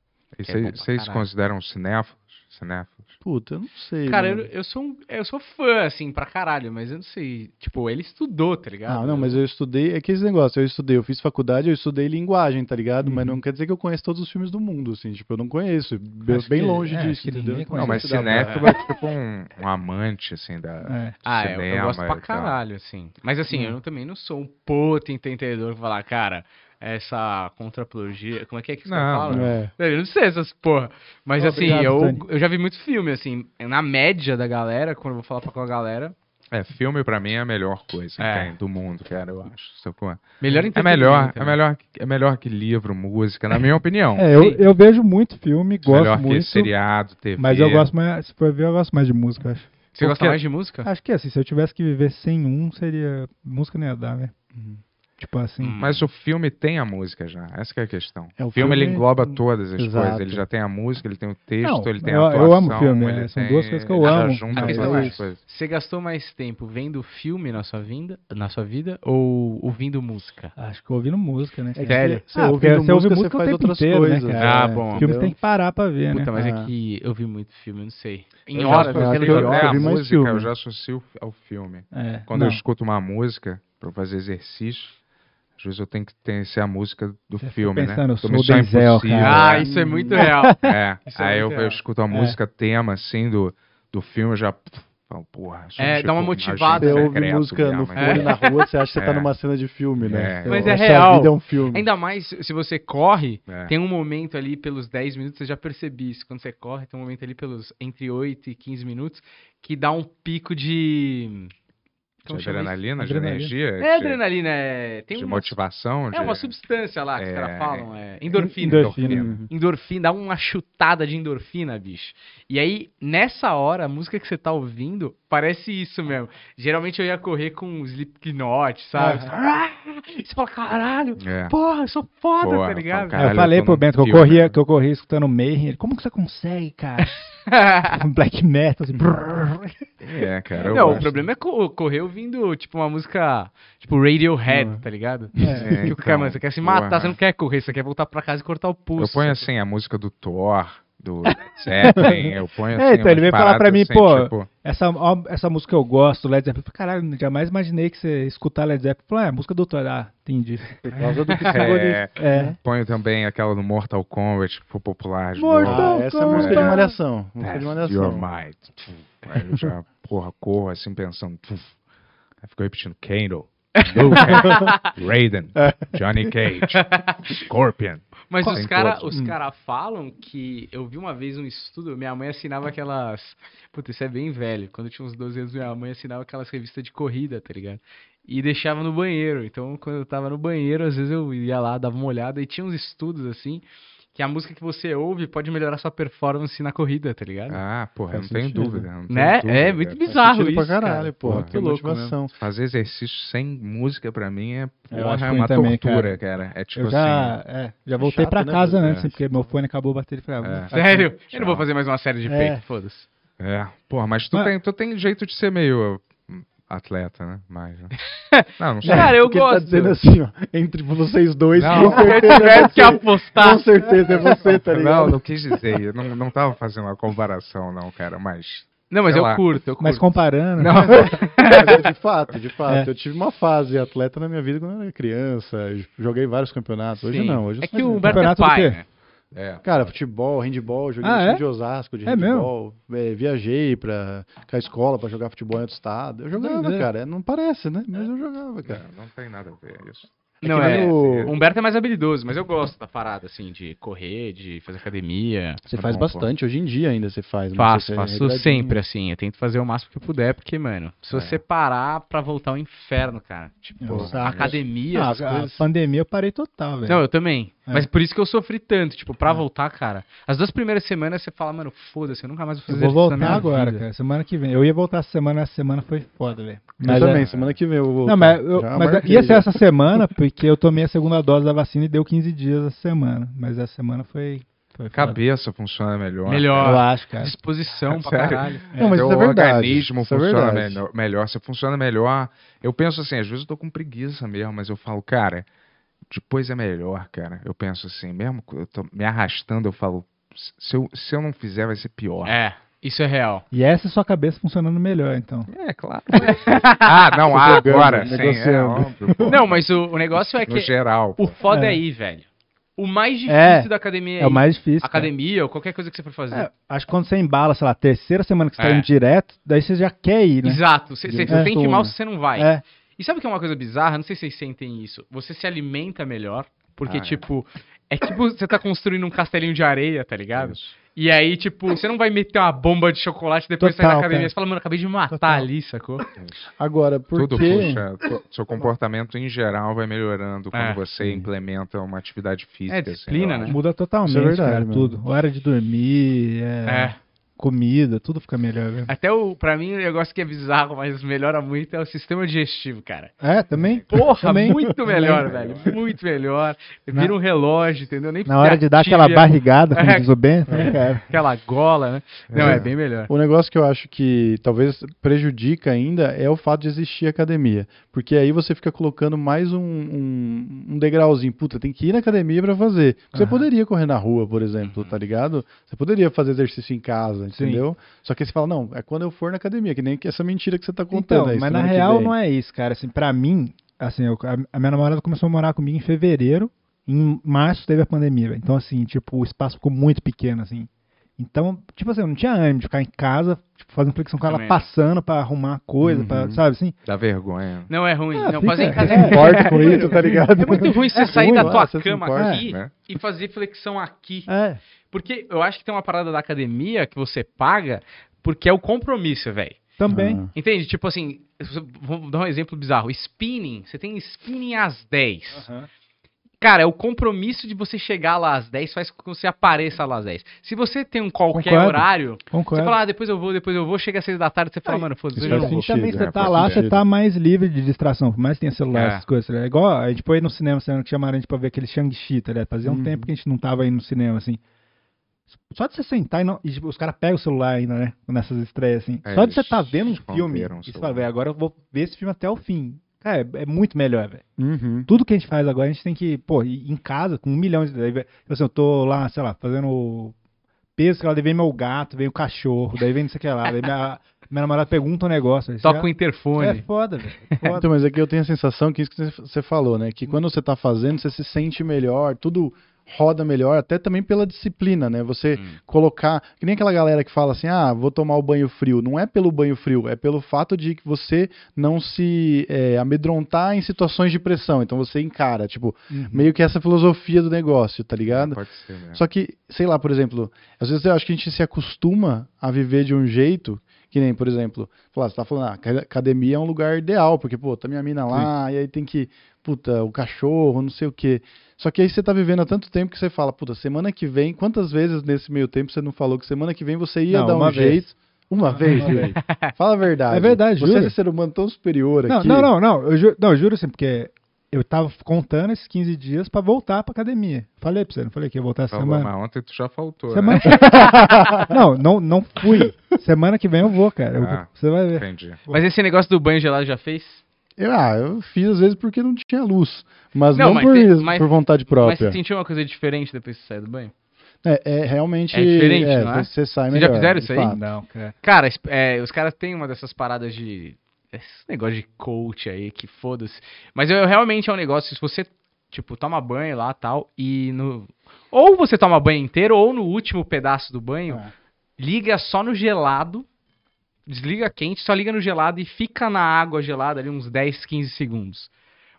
E Que é bom vocês pra vocês se caralho. consideram cinéfilos? Cinéfilos? Puta, eu não sei. Cara, eu, mano. eu sou um, eu sou fã, assim, pra caralho, mas eu não sei. Tipo, ele estudou, tá ligado? Ah, não, mas eu estudei, é que esse negócio, eu estudei, eu fiz faculdade, eu estudei linguagem, tá ligado? Mas Uhum. não quer dizer que eu conheço todos os filmes do mundo, assim, tipo, eu não conheço, bem, Acho bem que- longe é, acho disso, que entendeu? ninguém Então, Não, mas isso dá pra- cinéfilo é tipo um, um amante, assim, da É. Ah, é, eu- eu cinema gosto e pra tal. caralho, assim. Mas assim, Hum. eu também não sou um puta entendedor pra falar, cara, essa contrapologia, como é que é que os caras Não, falam? É. Eu não sei essas porra. Mas assim, Obrigado, eu, Tony. eu já vi muito filme, assim, na média da galera, quando eu vou falar pra a galera, É, filme pra mim é a melhor coisa que É. tem do mundo, cara, eu acho. Sacou? melhor É entretenimento, melhor, é né? melhor, é melhor que livro, música, na minha opinião. É, eu, Sim. eu vejo muito filme, gosto melhor que muito. seriado, T V. Mas eu gosto mais, se for ver, eu gosto mais de música, eu acho. Você gosta Porque- mais de música? Acho que assim, se eu tivesse que viver sem um, seria. Música não ia dar, né? Tipo assim. Hum. Mas o filme tem a música já, essa que é a questão. É, o o filme, ele filme- engloba todas as Exato. coisas, ele já tem a música, ele tem o texto, Não, ele tem eu- a eu atuação. amo filme, ele é, são tem- duas coisas que eu ele já amo. junta A todas questão as é, coisas. Você gastou mais tempo vendo filme na sua vida, na sua vida ou ouvindo música? Acho que ouvindo música, né? É que Sério? Você Ah, ouvindo porque você ouve música, música você o faz tempo outras inteiro, né, coisas. cara? Ah, né? bom. Filme Entendeu? tem que parar pra ver, Puta, né? mas é Ah. que eu vi muito filme, eu não sei. Em Eu horas já pra acho associo que eu- televisão. até a eu vi mais música, eu filme. já associo ao filme. É, Quando não. eu escuto uma música pra fazer exercício, às vezes eu tenho que ter, ser a música do Você fica filme, pensando, né? eu sou Do Missão Denzel, Impossível, cara. Ah, né? isso é muito real. É, Isso é aí eu, muito eu real. escuto a É. música tema, assim, do, do filme, eu já falo, porra, sou É, tipo dá uma um motivada, agente Você ouve secreto música mesmo, no hein? fone na rua, você acha que você tá É. numa cena de filme, né? É. Você- Mas é a sua real. vida é um filme. Ainda mais se você corre, É. tem um momento ali pelos dez minutos, você já percebi isso. Quando você corre, tem um momento ali pelos entre oito e quinze minutos que dá um pico de. De Como chama isso? adrenalina, de Adrenalina. energia, É de, adrenalina, é. Tem de uma, motivação. é de... uma substância lá que os É. caras falam. É endorfina. Endorfina. Endorfina. Endorfina, dá uma chutada de endorfina, bicho. E aí, nessa hora, a música que você tá ouvindo parece isso mesmo. Geralmente eu ia correr com os Slipknot, sabe? Ah, e você fala, caralho, É. porra, eu sou foda, Porra, tá ligado? cara. Caralho, eu falei eu tô pro num Bento que eu filme, corria, né? que eu corria escutando Mayhem. Ele, como que você consegue, cara? Um black metal, assim. brrr. É, cara. eu Não, o gosto. problema é co- correr ouvindo, tipo, uma música, tipo, Radiohead, tá ligado? É, que o cara, então, mano, você quer se matar, porra. você não quer correr, você quer voltar pra casa e cortar o pulso. Eu ponho assim a música do Thor, do Led Zeppelin, eu ponho assim É, então ele umas veio falar pra paradas mim, assim, pô, tipo, essa, ó, essa música eu gosto, Led Zeppelin. Eu falei, caralho, jamais imaginei que você escutar Led Zeppelin. Falei, ah, é música do Thor. Ah, entendi. Por causa do é, psicologista. É. ponho também aquela do Mortal Kombat, que foi popular de Mortal novo. Ah, essa é a música de Kombat. malhação. Música de That's your malhação. might. Aí eu já, porra, corro assim pensando. Aí ficou repetindo Kano, Luke, Raiden, Johnny Cage, Scorpion. Mas Qual? os Tem caras todos. os cara falam que. Eu vi uma vez um estudo, minha mãe assinava aquelas. Puta, isso é bem velho. Quando eu tinha uns doze anos, minha mãe assinava aquelas revistas de corrida, tá ligado? E deixava no banheiro. Então, quando eu tava no banheiro, às vezes eu ia lá, dava uma olhada e tinha uns estudos assim. Que a música que você ouve pode melhorar sua performance na corrida, tá ligado? Ah, porra, eu Faz não tenho sentido. dúvida. Não tenho Né? dúvida, É muito cara. bizarro Sentido isso. pra caralho, cara. porra. Porra, Que que louco motivação. Fazer exercício sem música pra mim é, Eu porra, acho é ruim uma também, tortura, cara. É tipo Eu já, assim. é, já voltei chato, pra né, casa, velho? né? É. Assim, porque meu fone acabou a bateria. Falei, ah, vou É. ficar aqui. Sério? Eu não vou Tchau. fazer mais uma série de É. peito, foda-se. É, porra, mas tu, Mas- Tem, tu tem jeito de ser meio hum, atleta, né? Mais, né? Não, não sei. Cara, eu Porque ele tá gosto. dizendo assim, ó, entre vocês dois, Não. com Se eu certeza é tivesse que você. apostar. Com certeza é você, tá ligado? Não, não quis dizer. Eu não, não tava fazendo uma comparação, não, cara, mas. Não, mas Sei eu lá. curto, eu curto. Mas comparando, Não. Mas, de fato, de fato. É. Eu tive uma fase atleta na minha vida quando eu era criança. Joguei vários campeonatos. Hoje Sim. não. Hoje eu É sou que o mais- Humberto é Campeonato do pai, quê? né? É. Cara, futebol, handball, joguei Ah, no é? time de Osasco de É mesmo? handball. É, viajei pra, com a escola pra jogar futebol em outro estado. Eu jogava, Doideira. cara. Não parece, né? Mas eu jogava, cara. Não, não tem nada a ver isso. Não, que nem é. o- O Humberto é mais habilidoso, mas eu gosto da parada, assim, de correr, de fazer academia. Você Tá faz bom, bastante, hoje em dia ainda você faz. né? Faço, Você é faço regradinho. sempre, assim. Eu tento fazer o máximo que eu puder, porque, mano, se É. você parar pra voltar ao inferno, cara. Tipo, É um saco. academia, Ah, essas a coisas. pandemia eu parei total, velho. Não, eu também. É. Mas por isso que eu sofri tanto, tipo, pra É. voltar, cara. As duas primeiras semanas você fala, mano, foda-se, eu nunca mais vou Eu fazer vou exercício na voltar minha agora, vida. cara. Semana que vem. Eu ia voltar essa semana, essa semana foi foda, velho. Eu Mas também, é- semana que vem eu vou voltar. Não, mas, eu, Já mas marquei, ia ser já. essa semana, porque eu tomei a segunda dose da vacina e deu quinze dias essa semana. Mas essa semana foi. foi foda. Cabeça funciona melhor. Melhor. Eu acho, cara. Disposição pra Sério? caralho. Não, mas Teu isso é verdade, organismo isso é funciona verdade. melhor, melhor. Você funciona melhor. Eu penso assim, às vezes eu tô com preguiça mesmo, mas eu falo, cara, depois é melhor, cara. Eu penso assim, mesmo que eu tô me arrastando, eu falo, se eu, se eu não fizer, vai ser pior. É, isso é real. E essa é sua cabeça funcionando melhor, então. É, claro. ah, não, ah, Jogando, agora, sim, é negociando. óbvio. pô. Não, mas o, o negócio é No que geral. o pô. foda é É. aí, velho. O mais difícil É, da academia é, É o ir. mais difícil. cara. Academia ou qualquer coisa que você for fazer. É, acho que quando você embala, sei lá, terceira semana que você tá É. indo direto, daí você já quer ir, né? Exato. Você você É. sente mal se você não vai. É. E sabe o que é uma coisa bizarra? Não sei se vocês sentem isso. Você se alimenta melhor, porque, Ah, é. tipo, é tipo você tá construindo um castelinho de areia, tá ligado? Isso. E aí, tipo, você não vai meter uma bomba de chocolate depois de sair da Total, academia. cara. Você fala, mano, acabei de me matar Total. ali, sacou? Agora, por Tudo quê? puxa, to- seu comportamento em geral vai melhorando quando É, você sim. implementa uma atividade física. É, disciplina, assim, eu né? Muda totalmente, Isso é verdade, cara, mano. tudo. Hora de dormir, é, É. comida, tudo fica melhor, velho. Até o, pra mim, o negócio que é bizarro, mas melhora muito, é o sistema digestivo, cara. É, também? Porra, Também. muito melhor, Também. velho. Muito melhor. Na- Vira um relógio, entendeu? Nem Na hora de dar precisa aquela tíbia, barrigada, como É. diz o Bento, né, cara? aquela gola, né? Não, É. é bem melhor. O negócio que eu acho que talvez prejudica ainda é o fato de existir academia. Porque aí você fica colocando mais um, um, um degrauzinho. Puta, tem que ir na academia pra fazer. Você Aham. poderia correr na rua, por exemplo, tá ligado? Você poderia fazer exercício em casa, Sim. entendeu? Só que aí você fala, não, é quando eu for na academia, que nem que essa mentira que você tá contando Então, aí. mas na semana que real vem. não é isso, cara. Assim, pra mim, assim, eu- a, a minha namorada começou a morar comigo em fevereiro. Em março teve a pandemia, velho. Então, assim, tipo, o espaço ficou muito pequeno, assim. Então, tipo assim, eu não tinha ânimo de ficar em casa, tipo, fazendo flexão com ela Também não. passando pra arrumar coisa, Uhum. pra, sabe assim? Dá vergonha. Não é ruim. Ah, não, fica- fazer em casa é, é ruim. Importa com isso, tá ligado? É muito ruim você É sair ruim, da né? tua Você se cama importa, aqui né? e fazer flexão aqui. É. Porque eu acho que tem uma parada da academia que você paga porque é o compromisso, velho. Também. Ah. Entende? Tipo assim, vou dar um exemplo bizarro. Spinning, você tem spinning às dez. Cara, é o compromisso de você chegar lá às dez faz com que você apareça lá às dez. Se você tem um qualquer Concordo. horário, Concordo. você fala, ah, depois eu vou, depois eu vou, chega às seis da tarde, você fala, Aí, mano, foda-se, isso hoje eu faz não vou. sentido. Também você é, tá faz lá, você sentido. tá mais livre de distração. Por mais que tenha celular, É. essas coisas. É igual a gente foi no cinema, você não chamaram a gente pra ver aquele Shang-Chi, tá ligado? Fazia um Uhum. tempo que a gente não tava aí no cinema, assim. Só de você sentar e, não, e tipo, os caras pegam o celular ainda, né? Nessas estreias, assim. É, Só de você eles tá vendo um filme esconderam o e você celular. fala, velho, agora eu vou ver esse filme até o fim. Cara, é, é muito melhor, velho. Uhum. Tudo que a gente faz agora, a gente tem que, pô, ir em casa com um milhão de. Daí, tipo assim, eu tô lá, sei lá, fazendo peso, que lá, daí vem meu gato, vem o cachorro, daí vem não sei o que lá, daí minha, minha namorada pergunta um negócio. aí você Toca já- o É interfone. foda, velho. é Foda. Então, mas aqui eu tenho a sensação que isso que você falou, né? Que quando você tá fazendo, você se sente melhor, tudo roda melhor, até também pela disciplina, né? Você Hum. colocar, que nem aquela galera que fala assim, ah, vou tomar o banho frio. Não é pelo banho frio, é pelo fato de que você não se é, amedrontar em situações de pressão. Então você encara, tipo, Uhum. meio que essa filosofia do negócio, tá ligado? Pode ser, né? Só que, sei lá, por exemplo, às vezes eu acho que a gente se acostuma a viver de um jeito que nem, por exemplo, falar, você tá falando, ah, ca- academia é um lugar ideal, porque, pô, tá minha mina lá, e aí tem que, puta, o cachorro, não sei o quê. Só que aí você tá vivendo há tanto tempo que você fala, puta, semana que vem, quantas vezes nesse meio tempo você não falou que semana que vem você ia Não, dar um uma vez. jeito? Uma vez, Uma velho. Fala a verdade. É verdade, Você é juro. esse ser humano tão superior Não, aqui. não, não, não, eu, ju- não, eu juro assim, porque eu tava contando esses quinze dias pra voltar pra academia. Falei pra você, não falei que ia voltar essa Falou, semana. mas ontem tu já faltou, Semana né? que... não, não, não fui. Semana que vem eu vou, cara. Eu- Ah. você vai ver. Entendi. Mas esse negócio do banho gelado já fez? Eu, ah, eu fiz às vezes porque não tinha luz. Mas Não, não, mas por, tem- isso, mas- por vontade Mas própria. você sentiu uma coisa diferente depois que você saiu do banho? É, é realmente. É diferente, é, não é? Você sai Vocês já melhor. fizeram de isso aí? fato. Não, cara. Cara, es- é, os caras têm uma dessas paradas de... Esse negócio de coach aí, que foda-se. Mas eu, realmente é um negócio, se você, tipo, toma banho lá e tal, e no... Ou você toma banho inteiro, ou no último pedaço do banho, Ah. liga só no gelado, desliga quente, só liga no gelado e fica na água gelada ali uns dez, quinze segundos.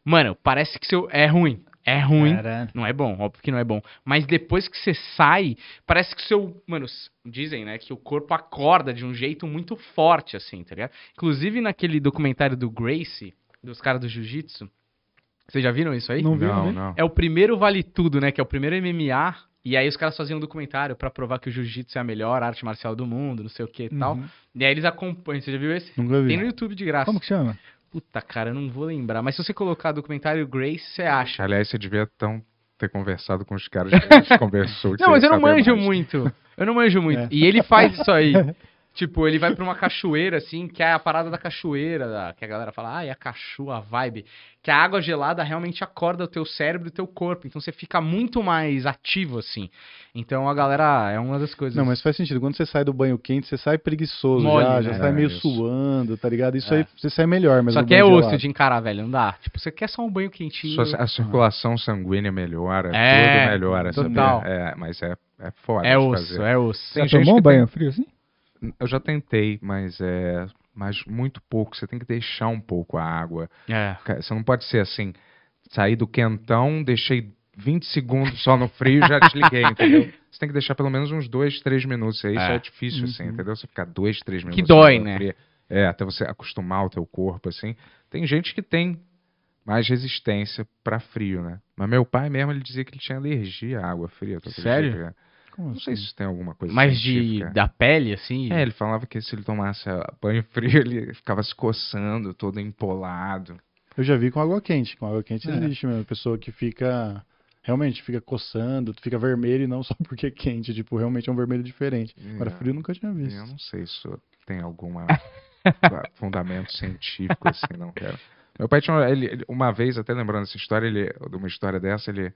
Mano, parece que seu... É ruim. É ruim. Caralho. Não é bom, óbvio que não é bom. Mas depois que você sai, parece que o seu... Mano, s- dizem, né, que o corpo acorda de um jeito muito forte, assim, tá ligado? Inclusive naquele documentário do Gracie, dos caras do Jiu-Jitsu. Vocês já viram isso aí? Não vi, não Não, vi. não. É o primeiro Vale Tudo, né? Que é o primeiro M M A. E aí os caras faziam um documentário pra provar que o Jiu-Jitsu é a melhor arte marcial do mundo, não sei o que e tal. Uhum. E aí eles acompanham. Você já viu esse? Nunca vi. Tem no YouTube de graça. Como que chama? Puta, cara, eu não vou lembrar. Mas se você colocar documentário Grace, você acha. Aliás, você devia tão ter conversado com os caras que a gente conversou. que Não, você mas ia eu não saber manjo mais. muito. Eu não manjo muito. É. E ele faz isso aí. Tipo, ele vai pra uma cachoeira, assim, que é a parada da cachoeira, da- que a galera fala, ah, é a cachoeira, a vibe. Que a água gelada realmente acorda o teu cérebro e o teu corpo. Então você fica muito mais ativo, assim. Então a galera, é uma das coisas. Não, mas faz sentido. Quando você sai do banho quente, você sai preguiçoso Mole, já, né? já sai É, meio isso. suando, tá ligado? Isso É. aí você sai melhor, mas Só no que é banho osso gelado. de encarar, velho, não dá. Tipo, você quer só um banho quentinho. Sua- a circulação sanguínea melhora, É, tudo melhora, total. sabia? É, mas é, é foda É de osso, fazer. é osso. Tem Já gente tomou um que tem- banho frio assim? Eu já tentei, mas é mas muito pouco. Você tem que deixar um pouco a água. É. Ca- Você não pode ser assim, sair do quentão, deixei vinte segundos só no frio e já desliguei, entendeu? Você tem que deixar pelo menos uns dois, três minutos. Aí isso É. é difícil, assim, entendeu? Você ficar dois, três minutos. dói, no né? frio. É, até você acostumar o teu corpo, assim. Tem gente que tem mais resistência pra frio, né? Mas meu pai mesmo, ele dizia que ele tinha alergia à água fria. tu acredita, Sério? cara? Como Não sei assim? se isso tem alguma coisa Mas de, científica. da pele, assim. É, ele falava que se ele tomasse ah, banho frio, ele ficava se coçando, todo empolado. Eu já vi com água quente. Com água quente É. existe mesmo. Pessoa que fica. Realmente fica coçando, fica vermelho e não só porque é quente. Tipo, realmente é um vermelho diferente. Agora, É. frio eu nunca tinha visto. Eu não sei se isso tem algum fundamento científico, assim, não quero. Meu pai tinha, ele, ele- uma vez, até lembrando essa história, ele, de uma história dessa, ele,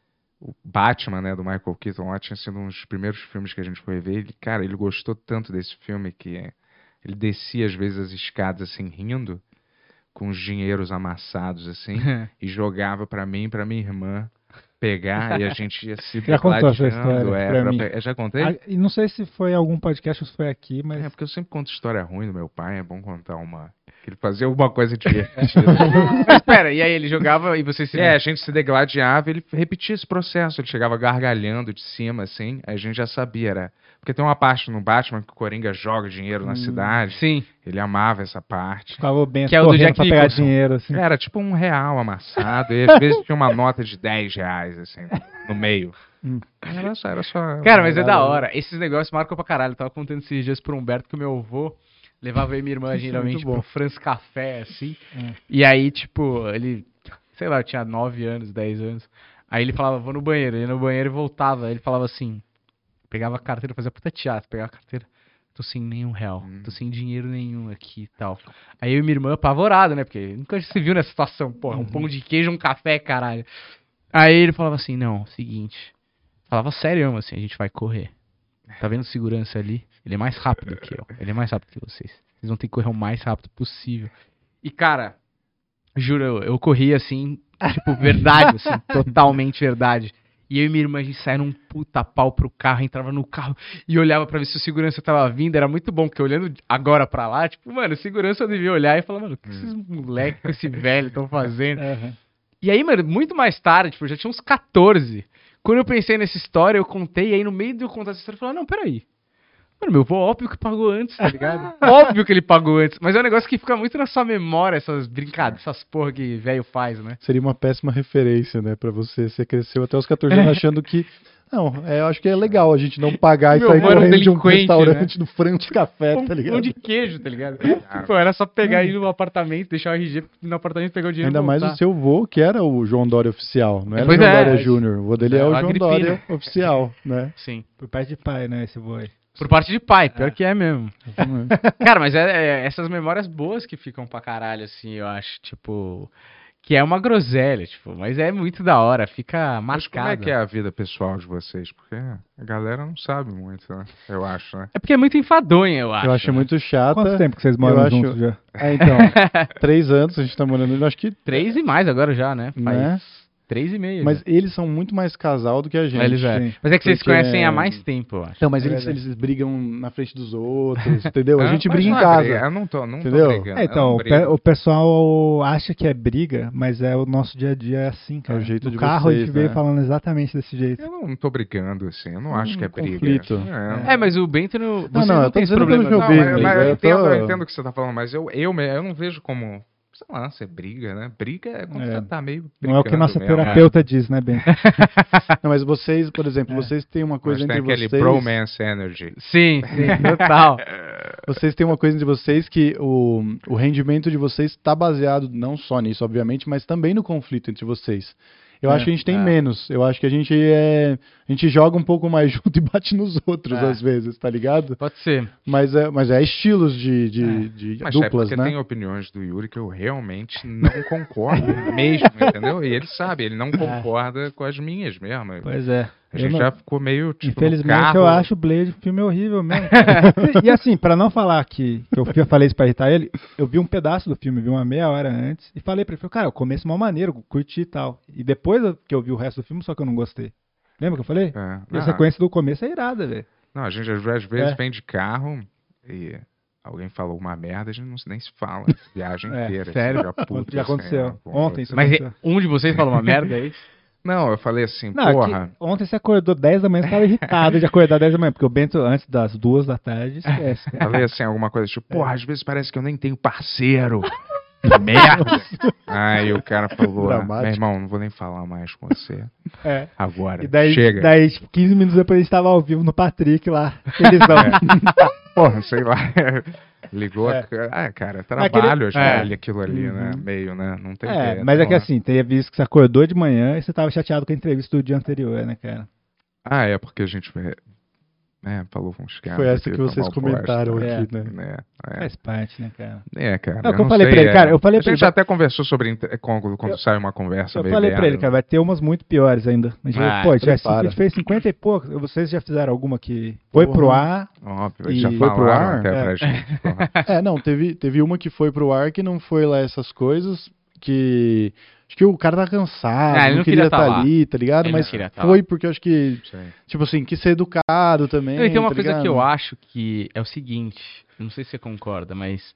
o Batman, né, do Michael Keaton lá, tinha sido um dos primeiros filmes que a gente foi ver. Ele, cara, ele gostou tanto desse filme que ele descia às vezes as escadas assim, rindo, com os dinheiros amassados assim, e jogava pra mim e pra minha irmã pegar e a gente ia se Já contou essa degladiando, história é, pra pra mim. pe- eu já contei? Ah, e não sei se foi algum podcast ou se foi aqui, mas. É, porque eu sempre conto história ruim do meu pai, é bom contar uma. Que ele fazia alguma coisa divertida. Mas pera, e aí ele jogava e você se. É, a gente se degladiava, ele repetia esse processo. Ele chegava gargalhando de cima, assim, aí a gente já sabia, era. Porque tem uma parte no Batman que o Coringa joga dinheiro na cidade. Sim. Ele amava essa parte. Ficava o Bento Que é o do correndo Jack pra pegar Nicholson. dinheiro, assim. Era tipo um real amassado, e às vezes tinha uma nota de dez reais, assim, no meio. Hum. Era só, era só. Cara, mas é da era- hora. Esses negócios marcam pra caralho. Eu tava contando esses dias pro Humberto que o meu avô levava eu e minha irmã Isso é geralmente muito bom. pro Franz Café, assim. É. E aí, tipo, ele, sei lá, eu tinha nove anos, dez anos. Aí ele falava, vou no banheiro. Ele ia no banheiro e voltava. Ele falava assim, pegava a carteira, fazia puta teatro, pegava a carteira. Tô sem nenhum real, Hum. tô sem dinheiro nenhum aqui e tal. Aí eu e minha irmã apavorada, né? Porque nunca se viu nessa situação. Porra, um pão de queijo, um café, caralho. Aí ele falava assim, não, seguinte. Falava sério, assim, a gente vai correr. Tá vendo o segurança ali? Ele é mais rápido que eu. Ele é mais rápido que vocês. Vocês vão ter que correr o mais rápido possível. E, cara, juro, eu, eu corri assim, tipo, verdade, assim, totalmente verdade. E eu e minha irmã, a gente saía num puta pau pro carro, entrava no carro e olhava pra ver se o segurança tava vindo. Era muito bom, porque olhando agora pra lá, tipo, mano, o segurança eu devia olhar e falar, mano, o que esses moleques com esse velho estão fazendo? Aham. E aí, mano, muito mais tarde, tipo, eu já tinha uns catorze. Quando eu pensei nessa história, eu contei, e aí no meio de eu contar essa história, eu falei, não, peraí. Mano, meu avô, óbvio que pagou antes, tá ligado? Óbvio que ele pagou antes. Mas é um negócio que fica muito na sua memória, essas brincadas, essas porra que velho faz, né? Seria uma péssima referência, né, pra você. Você cresceu até os catorze anos achando que. Não, é, eu acho que é legal a gente não pagar e Meu sair avô era um correndo de um delinquente, restaurante do Frango Café, Pão, tá ligado? pão de queijo, tá ligado? Tipo, era só pegar ir no apartamento, deixar o R G no apartamento, pegar o dinheiro Ainda e mais voltar. o seu vô, que era o João Dória oficial, não era Pois o João é, Dória é. Júnior. O vô dele é, É, o o João Agripino. Dória oficial, né? Sim. Por pai de pai, né, esse boi. Por parte de pai, pior que é mesmo. É. Cara, mas é, é essas memórias boas que ficam pra caralho, assim, eu acho, tipo... Que é uma groselha, tipo, mas é muito da hora, fica Mas como marcado. é que é a vida pessoal de vocês? Porque a galera não sabe muito, né? Eu acho, né? É porque é muito enfadonha, eu acho. Eu acho né? muito chata. Quanto tempo que vocês moram eu acho- juntos já? É, então, três anos a gente tá morando, eu acho que, Três e mais agora já, né? Faz... né? Três e meio. Mas eles são muito mais casal do que a gente. Eles é. sim. Mas é que vocês se Porque conhecem é- há mais tempo, eu acho. Então, mas É eles, verdade. eles brigam na frente dos outros, entendeu? A É, gente mas briga em não é casa. briga, Eu não tô, não tô Entendeu? brigando. É, eu então, não o, pe- brigo. o pessoal acha que é briga, mas é o nosso dia a dia é assim, cara. É o jeito no de carro a vocês, gente veio né? falando exatamente desse jeito. Eu não tô brigando, assim. Eu não acho que é Um briga. conflito. É. É, mas o Bento não. Não, Você não, não, eu tô tem esse dizendo pelo problema. meu Não, não. bem, mas, mas mas eu, eu entendo, tô- eu entendo o que você tá falando, mas eu, eu, me- eu não vejo como, sei lá, você briga, né? Briga é quando É. você tá meio Não é o que brigando nossa mesmo. terapeuta diz, né, Ben? Não, mas vocês, por exemplo, É. vocês têm uma coisa Mas tem entre aquele vocês. bromance energy. Sim, sim, total. Vocês têm uma coisa entre vocês que o, o rendimento de vocês está baseado não só nisso, obviamente, mas também no conflito entre vocês. Eu É, acho que a gente tem é. menos. Eu acho que a gente é. A gente joga um pouco mais junto e bate nos outros, É. às vezes, tá ligado? Pode ser. Mas é, mas é estilos de, de, É. de Mas é duplas, porque né? tem opiniões do Yuri que eu realmente não concordo mesmo, entendeu? E ele sabe, ele não concorda com as minhas mesmo. Pois é. A Eu gente não- já ficou meio, tipo, Infelizmente, no carro. eu acho o Blade filme horrível mesmo. e assim, pra não falar que, que eu fui- falei isso pra irritar ele, eu vi um pedaço do filme, vi uma meia hora antes, e falei pra ele, falei, cara, o começo é uma maneira, eu curti e tal. E depois eu- que eu vi o resto do filme, só que eu não gostei. Lembra que eu falei? É, E a não, sequência do começo é irada, velho. não, a gente às às vezes É. vem de carro e alguém falou uma merda, a gente não, nem se fala. Viagem É, inteira. sério? Fica puto, Já assim, aconteceu. né? Ontem isso Mas aconteceu. um de vocês fala uma merda, é isso? Não, eu falei assim, Não, porra. aqui- ontem você acordou dez da manhã, você tava irritado de acordar dez da manhã, porque o Bento, antes das duas da tarde, esquece. cara. Falei assim, alguma coisa tipo, porra, às vezes parece que eu nem tenho parceiro. Que merda. Aí o cara falou, ah, Dramático. meu irmão, não vou nem falar mais com você. É. Agora, E daí, chega. daí, tipo, quinze minutos depois a gente tava ao vivo no Patrick lá, felizão. Porra, sei lá. Ligou É. a cara. Ah, cara, Aquele- trabalho, acho é. que aquilo ali, né? Meio, né? Não tem É, jeito, mas é que não. assim, teve isso que você acordou de manhã e você tava chateado com a entrevista do dia anterior, né, cara? Ah, é porque a gente é, falou com os caras. Foi essa aqui, que vocês mal comentaram posta, aqui, né? É, é. Faz parte, né, cara? É, cara. É o que eu não falei sei, pra ele, é. cara, eu falei A pra gente ele- até conversou sobre inter- quando, quando Eu- sai uma conversa Eu meio falei pra ele, merda. cara, vai ter umas muito piores ainda. A gente Ah, vai, pô, a gente, vai- prepara. a gente fez cinquenta e poucos. Vocês já fizeram alguma que foi Porra. pro ar? Óbvio, E já foi falaram pro ar? até É. pra gente. porra. É, não, teve, teve uma que foi pro ar que não foi lá essas coisas, que acho que o cara tá cansado, Ah, ele não, não queria queria tá estar lá. ali, tá ligado? Ele não Mas queria tá foi porque eu acho que, Sim. tipo assim, quis ser educado também. Não, e tem uma tá coisa ligado? que eu acho que é o seguinte, eu não sei se você concorda, mas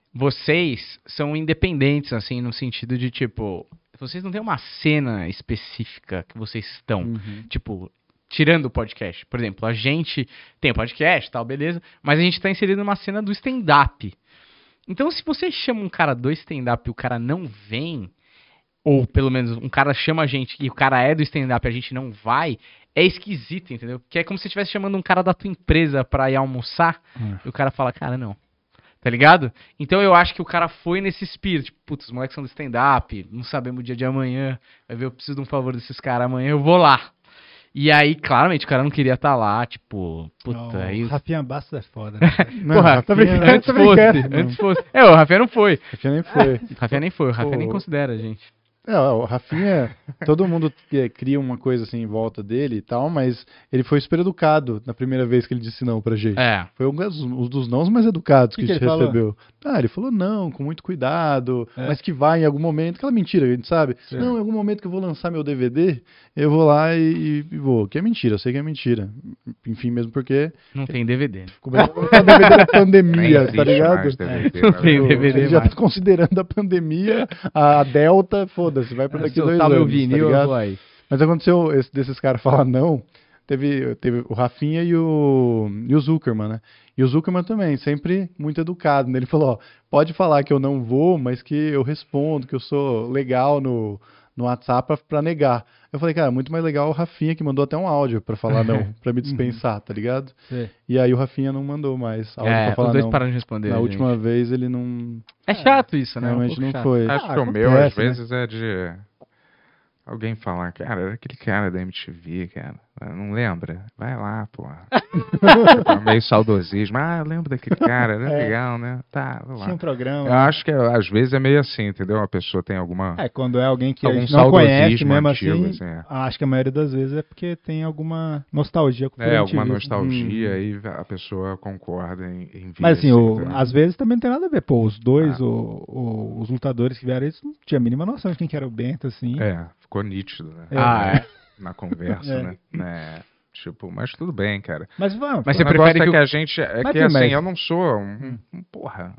vocês são independentes, assim, no sentido de, tipo, vocês não têm uma cena específica que vocês estão, Uhum. tipo, tirando o podcast. Por exemplo, a gente tem o podcast e tal, beleza, mas a gente tá inserido numa cena do stand-up. Então, se você chama um cara do stand-up e o cara não vem, ou pelo menos um cara chama a gente e o cara é do stand-up e a gente não vai, é esquisito, entendeu? Porque é como se você estivesse chamando um cara da tua empresa pra ir almoçar Hum. e o cara fala, cara, não. Tá ligado? Então eu acho que o cara foi nesse espírito, tipo, putz, os moleques são do stand-up, não sabemos o dia de amanhã, vai ver, eu preciso de um favor desses caras amanhã, eu vou lá. E aí, claramente, o cara não queria estar lá, tipo, puta, Não, aí... o Rafinha Bastos é foda, né, cara? Não, Porra, Rafinha- tô brincando, tô antes fosse, brincando. antes fosse. É, o Rafinha não foi. Rafinha nem foi. O Rafinha nem foi, o Rafinha Pô. nem considera, gente. É, o Rafinha, todo mundo eh, cria uma coisa assim em volta dele e tal, mas ele foi super educado na primeira vez que ele disse não pra gente. É. Foi um dos, um dos nãos mais educados que, Que a que gente ele falou? recebeu. Ah, ele falou não, com muito cuidado, É. mas que vai em algum momento, aquela mentira, a gente sabe. Sim. Não, em algum momento que eu vou lançar meu D V D, eu vou lá e, e vou. Que é mentira, eu sei que é mentira. Enfim, mesmo porque Não tem D V D. começou a lançar D V D da Nem pandemia, existe tá ligado? mais D V D, Não né? tem O- D V D Ele já mais. tá considerando a pandemia, a Delta, foda-se, vai pra daqui a dois Se eu anos, meu tá vinil, eu ligado? vou aí. Mas aconteceu esse, desses caras falar não, teve, teve o Rafinha e o, e o Zuckerman, né? E o Zuckerman também, sempre muito educado, né? Ele falou, ó, pode falar que eu não vou, mas que eu respondo, que eu sou legal no, no WhatsApp pra, pra negar. Eu falei, cara, muito mais legal o Rafinha, que mandou até um áudio pra falar não, pra me dispensar, tá ligado? Sei. E aí o Rafinha não mandou mais áudio É, pra falar os dois não. pararam de responder. Na gente. última vez ele não... É chato isso, né? Realmente Um pouco não chato. foi. Acho Ah, que o meu, às acontece, né? vezes, é de alguém falar, cara, era aquele cara da M T V, cara. Não lembra? Vai lá, pô. Meio saudosismo. Ah, eu lembro daquele cara, era É. legal, né? Tá, vai Tinha um lá. programa. Eu acho que às vezes é meio assim, entendeu? A pessoa tem alguma... É, quando é alguém que a Algum gente não conhece saudosismo mesmo antigo, assim, assim, é. acho que a maioria das vezes é porque tem alguma nostalgia com o que É, a gente alguma viu. nostalgia Hum. e a pessoa concorda em, em vir. Mas assim, o- entendeu? às vezes também não tem nada a ver. Pô, os dois, Ah. o- o- os lutadores que vieram, eles não tinham a mínima noção de quem que era o Bento, assim. É, ficou nítido, né? É. Ah, é? Na conversa, É. né? É, tipo, mas tudo bem, cara. Mas vamos. Mas O você negócio prefere é que que o- a gente... É Mas, que assim, mas- eu não sou um, um- Porra.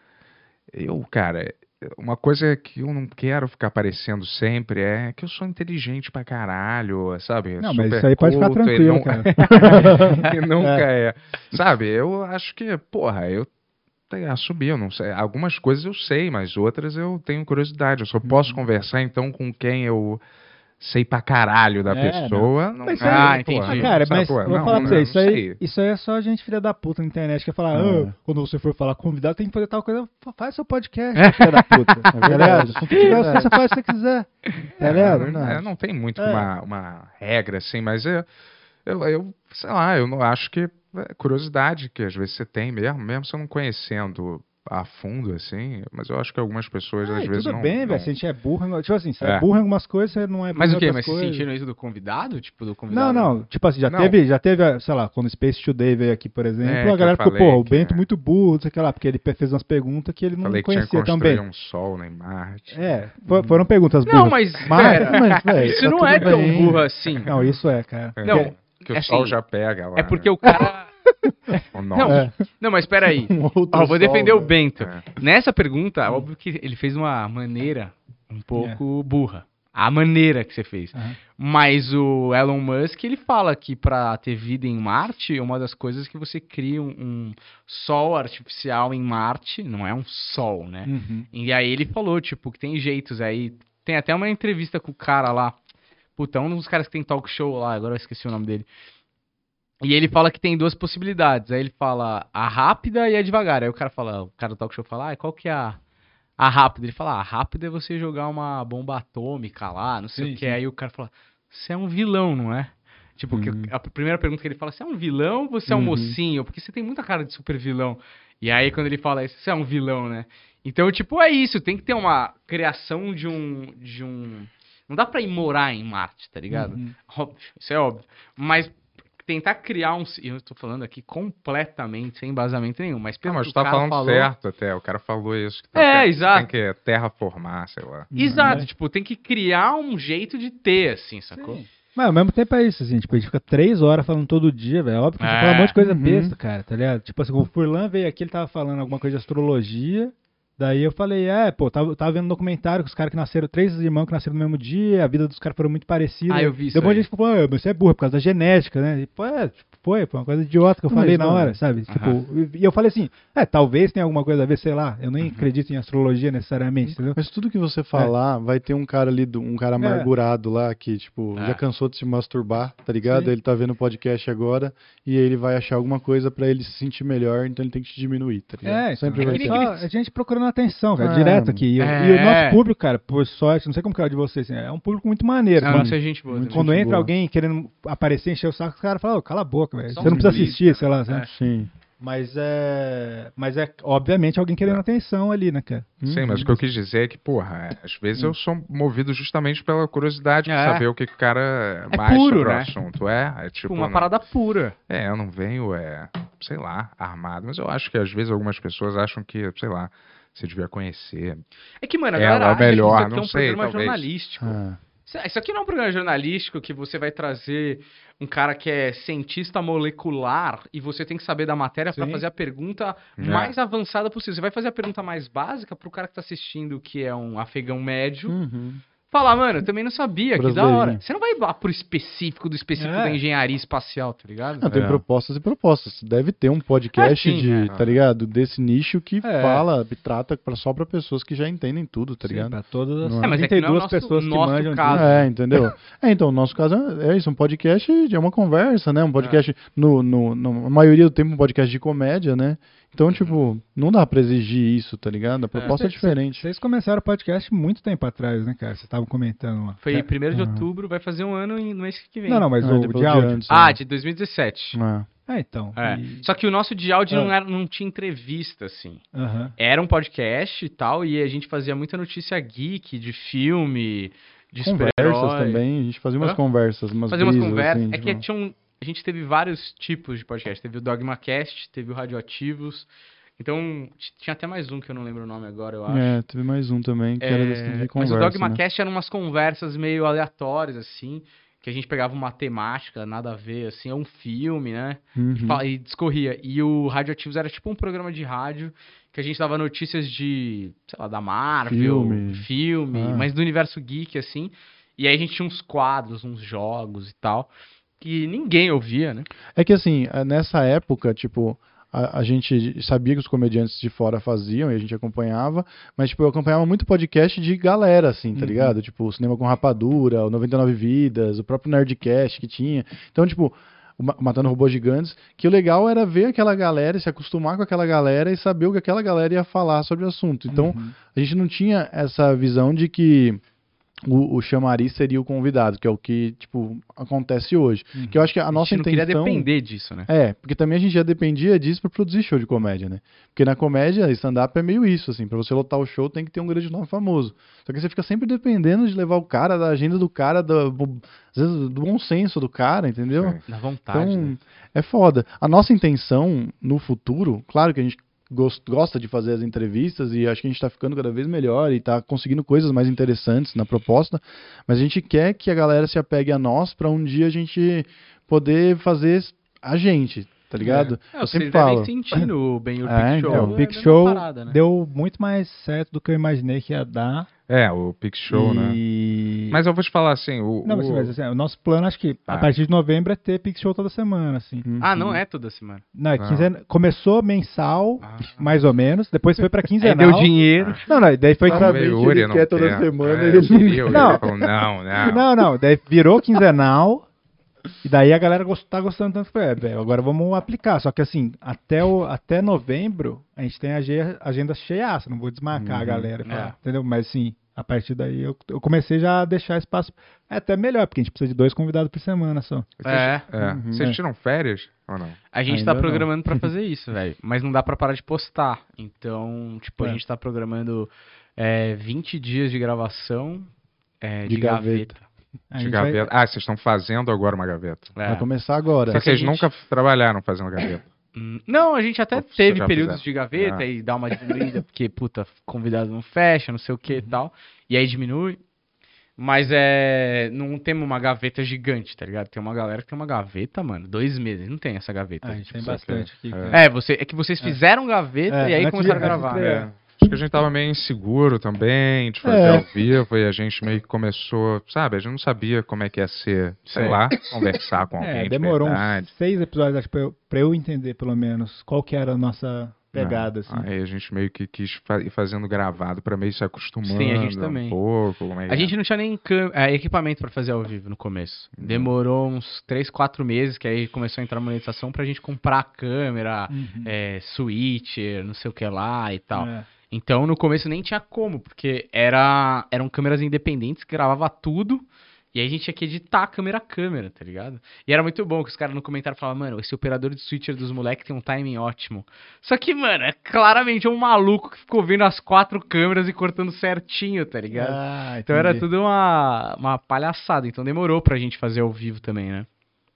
Eu, cara... Uma coisa que eu não quero ficar parecendo sempre é que eu sou inteligente pra caralho, sabe? Não, mas Super isso aí pode ficar culto e tranquilo, não- cara. e nunca é. Sabe, eu acho que, porra, eu tenho- assumi, eu não sei. Algumas coisas eu sei, mas outras eu tenho curiosidade. Eu só Uhum. posso conversar, então, com quem eu sei pra caralho da É, pessoa. Não, Mas é, ah, porra, entendi. Ah, cara, sabe, mas porra, eu vou não, falar pra não, você, não isso aí, sei. isso aí é só gente filha da puta na internet que fala, É. ah, quando você for falar com convidado, tem que fazer tal coisa, fa- faz seu podcast, filha da puta. Tá ligado? Se tiver, você faz o que você quiser. Tá É, ligado? não, é, não tem muito É. uma, uma regra, assim, mas eu, eu, eu, sei lá, eu não acho que é curiosidade que às vezes você tem mesmo, mesmo você não conhecendo a fundo, assim, mas eu acho que algumas pessoas às É, vezes tudo não... bem, não- velho, se a gente é burro, em- tipo assim, você é, É. burro em algumas coisas, você não é burro Mas em o quê? outras Mas vocês coisas. sentiram isso do convidado? Tipo, do Não, convidado? não, tipo assim, já Não. teve, já teve, sei lá, quando o Space Today veio aqui, por exemplo, É, a que eu galera ficou, falei pô, o que Bento é. muito burro, não sei o que lá, porque ele fez umas perguntas que ele não Falei que tinha que conhecia construir também. um sol lá em Marte. É, for- foram perguntas burras. Não, mas, Mas- pera, Mas, véi, isso tá não tudo é tão bem. burro assim. Não, isso é, cara. É, Não, que o é sol assim, já pega lá. É porque né? o cara... O nome. Não, É. não, mas espera aí. Um outro Ó, eu vou sol, defender o né? Bento. É. Nessa pergunta, óbvio que ele fez uma maneira um pouco burra. A maneira que você fez. Aham. Mas o Elon Musk, ele fala que pra ter vida em Marte, uma das coisas é que você cria um, um sol artificial em Marte, não é um sol, né? Uhum. E aí ele falou, tipo, que tem jeitos aí. Tem até uma entrevista com o cara lá. Puta, um dos caras que tem talk show lá, agora eu esqueci o nome dele. E ele fala que tem duas possibilidades. Aí ele fala a rápida e a devagar. Aí o cara fala, o cara do talk show fala, ah, qual que é a, a rápida? Ele fala, ah, a rápida é você jogar uma bomba atômica lá, não sei Sim, o que. sim. Aí o cara fala, você é um vilão, não é? Tipo, que Uhum. a primeira pergunta que ele fala, você é um vilão ou você é um Uhum. mocinho? Porque você tem muita cara de super vilão. E aí quando ele fala isso, você é um vilão, né? Então, tipo, é isso. Tem que ter uma criação de um... De um... Não dá pra ir morar em Marte, tá ligado? Uhum. Óbvio, isso é óbvio. Mas tentar criar um... E eu estou falando aqui completamente sem embasamento nenhum, mas Não, pelo mas que tu tá o cara falando falou... certo até. O cara falou isso. Que tá É, tem, exato. Tem que terraformar, sei lá. Exato, Né? tipo, tem que criar um jeito de ter, assim, sacou? Sim. Mas ao mesmo tempo é isso, assim, tipo, a gente fica três horas falando todo dia, velho. Óbvio que a gente É. fala um monte de coisa Uhum. besta, cara, tá ligado? Tipo assim, o Furlan veio aqui, ele tava falando alguma coisa de astrologia. Daí eu falei, é, pô, tava, tava vendo um documentário com os caras que nasceram, três irmãos que nasceram no mesmo dia, a vida dos caras foram muito parecidas. Ah, eu vi isso Deu um monte de aí. gente que falou, ah, mas você é burro por causa da genética, né? E, pô, é, tipo, foi, foi uma coisa idiota que eu Mas, falei na mano, hora, sabe? Tipo, e e eu falei assim, é, talvez tenha alguma coisa a ver, sei lá, eu nem acredito em astrologia necessariamente, entendeu? Mas tudo que você falar, vai ter um cara ali, do- um cara amargurado lá, que, tipo, É. já cansou de se masturbar, tá ligado? Sim. Ele tá vendo o podcast agora e aí ele vai achar alguma coisa pra ele se sentir melhor, então ele tem que te diminuir, tá ligado? É, Sempre é vai que ter. só a gente procurando atenção, cara, É. direto aqui. E, o- É. e o nosso público, cara, por sorte, não sei como que é o de vocês, assim, é um público muito maneiro. Não, Quando, não é gente boa. muito também. quando gente entra boa. alguém querendo aparecer, encher o saco, os caras falam, "Ô, cala a boca, velho. Só Você não um precisa feliz, assistir, sei lá. sabe? É. Sim. Mas é. Mas é, obviamente, alguém querendo atenção ali, né, cara? Sim, mas o que eu quis dizer é que, porra, é, às vezes eu sou movido justamente pela curiosidade de É. saber o que que o cara É mais puro, sobre né? o assunto. É, é tipo. Tipo, uma não- parada pura. É, eu não venho, é, sei lá, armado. Mas eu acho que às vezes algumas pessoas acham que, sei lá, você devia conhecer. É que, mano, a Ela galera acha melhor, que isso aqui é não um sei, programa talvez. jornalístico. Ah. Isso- Isso aqui não é um programa jornalístico que você vai trazer um cara que é cientista molecular e você tem que saber da matéria pra Sim. fazer a pergunta É. mais avançada possível. Você vai fazer a pergunta mais básica pro cara que tá assistindo, que é um afegão médio, Uhum. falar, mano, eu também não sabia, que da Brasileirinho. hora. Você não vai lá pro específico do específico É. da engenharia espacial, tá ligado? Ah, tem É. propostas e propostas. Deve ter um podcast Ah, sim, de, é. tá ligado? Desse nicho que É. fala e trata pra, só pra pessoas que já entendem tudo, tá Sim, ligado? pra todas as Não é, mas é que não é o trinta e duas nosso- pessoas que nosso manjam caso. disso. É, entendeu? É, então, o nosso caso é é isso, um podcast é uma conversa, né? Um podcast, no, no, no- a maioria do tempo, um podcast de comédia, né? Então, tipo, não dá pra exigir isso, tá ligado? A proposta é, Cê- diferente. Vocês começaram o podcast muito tempo atrás, né, cara? Vocês estavam comentando lá. Foi É. primeiro de Aham. outubro, vai fazer um ano em- no mês que vem. Não, não, mas Ah, o ele de falou de áudio. antes, Ah, né? de dois mil e dezessete. Ah. Ah, então. É. E- Só que o nosso de áudio Ah. não, era, não tinha entrevista, assim. Aham. Era um podcast e tal, e a gente fazia muita notícia geek, de filme, de Conversas super-herói. também, a gente fazia umas Hã? conversas, umas Fazia umas brisas, conversas. assim, é que tipo, tinha um- a gente teve vários tipos de podcast. Teve o DogmaCast, teve o Radioativos. Então, t- tinha até mais um que eu não lembro o nome agora, eu acho. É, teve mais um também, que era desse tipo de É, conversa, mas o né? DogmaCast eram umas conversas meio aleatórias, assim, que a gente pegava uma temática, nada a ver, assim, é um filme, né? Uhum. E, fa- e discorria. E o Radioativos era tipo um programa de rádio que a gente dava notícias de, sei lá, da Marvel, Filme. filme, Ah. mas do universo geek, assim. E aí a gente tinha uns quadros, uns jogos e tal, que ninguém ouvia, né? É que assim, eh, nessa época, tipo, a, a gente sabia que os comediantes de fora faziam e a gente acompanhava, mas tipo, eu acompanhava muito podcast de galera, assim, tá Uhum. ligado? Tipo, o Cinema com Rapadura, o noventa e nove Vidas, o próprio Nerdcast que tinha. Então, tipo, o Ma- Matando Robôs Gigantes, que o legal era ver aquela galera, e se acostumar com aquela galera e saber o que aquela galera ia falar sobre o assunto. Então, Uhum. a gente não tinha essa visão de que o, o chamariz seria o convidado, que é o que, tipo, acontece hoje. Uhum. Que eu acho que a nossa a gente não intenção... queria depender disso, né? É, porque também a gente já dependia disso pra produzir show de comédia, né? Porque na comédia, stand-up é meio isso, assim, pra você lotar o show tem que ter um grande nome famoso. Só que você fica sempre dependendo de levar o cara, da agenda do cara, do, às vezes do bom senso do cara, entendeu? Sim. Na vontade, Então, né? é foda. A nossa intenção no futuro, claro que a gente gos- gosta de fazer as entrevistas e acho que a gente tá ficando cada vez melhor e tá conseguindo coisas mais interessantes na proposta, mas a gente quer que a galera se apegue a nós pra um dia a gente poder fazer a gente, tá ligado? É, Eu vocês sempre devem falo. sentindo o Ben Hur É, Big Show. então, É, é o a Big mesma Show parada, né? deu muito mais certo do que eu imaginei que ia dar. É, o Pix Show, né? e... Mas eu vou te falar assim, o... Não, o... mas, mas, assim, o nosso plano, acho que a Ah. partir de novembro é ter Pix Show toda semana, assim. Uhum. Ah, não é toda semana. Não, é Não. quinzena- começou mensal, Ah. mais ou menos, depois foi pra Aí quinzenal. deu dinheiro. Não, não, daí foi... Claramente Claramente, Yuri ele não quer toda quer. semana, É, ele- eu queria, o Não. Yuri falou, não, não. Não, não, daí virou quinzenal, e daí a galera gost- tá gostando tanto, foi, é, velho, agora vamos aplicar, só que assim, até, o, até novembro, a gente tem a age- agenda cheiaça, não vou desmarcar a Uhum. galera, e falar, É. entendeu? Mas sim, a partir daí eu, eu comecei já a deixar espaço, é até melhor, porque a gente precisa de dois convidados por semana só. É. É. Uhum. Vocês É. tiram férias ou não? A gente Ainda tá programando pra fazer isso, velho. Mas não dá pra parar de postar. Então, tipo, a É. gente tá programando é, vinte dias de gravação é, de, De gaveta. gaveta. A De gente vai- gaveta. Ah, vocês estão fazendo agora uma gaveta. É. Vai começar agora. Só que vocês a gente- nunca trabalharam fazendo gaveta. Hum, Não, a gente até Ou vocês teve já períodos fizeram? de gaveta Ah. e dá uma diminuída, porque, puta, convidado não fecha, não sei o que e tal. E aí diminui. Mas é. Não temos uma gaveta gigante, tá ligado? Tem uma galera que tem uma gaveta, mano, dois meses. Não tem essa gaveta. Ah, a gente tem Só que- bastante aqui. é. cara. É, você, é que vocês fizeram gaveta É, e aí antes começaram de- a antes de gravar. ter- né? Acho que a gente tava meio inseguro também de fazer É. ao vivo e a gente meio que começou, sabe? A gente não sabia como é que ia ser, sei É. lá, conversar com alguém É, de demorou verdade. uns seis episódios, acho, pra eu, pra eu entender, pelo menos, qual que era a nossa pegada, assim. Aí a gente meio que quis fa- ir fazendo gravado pra meio se acostumando Sim, a gente também. um pouco. Como é que A é. gente não tinha nem cam- é, equipamento pra fazer ao vivo no começo. Uhum. Demorou uns três, quatro meses, que aí começou a entrar monetização pra gente comprar câmera, Uhum. é, switcher, não sei o que lá e tal. É. Então no começo nem tinha como, porque era, eram câmeras independentes que gravava tudo. E aí a gente tinha que editar câmera a câmera, tá ligado? E era muito bom que os caras no comentário falavam, mano, esse operador de switcher dos moleques tem um timing ótimo. Só que, mano, é claramente um maluco que ficou vendo as quatro câmeras e cortando certinho, tá ligado? Ah, Então era entendi. tudo uma, uma palhaçada. Então demorou pra gente fazer ao vivo também, né?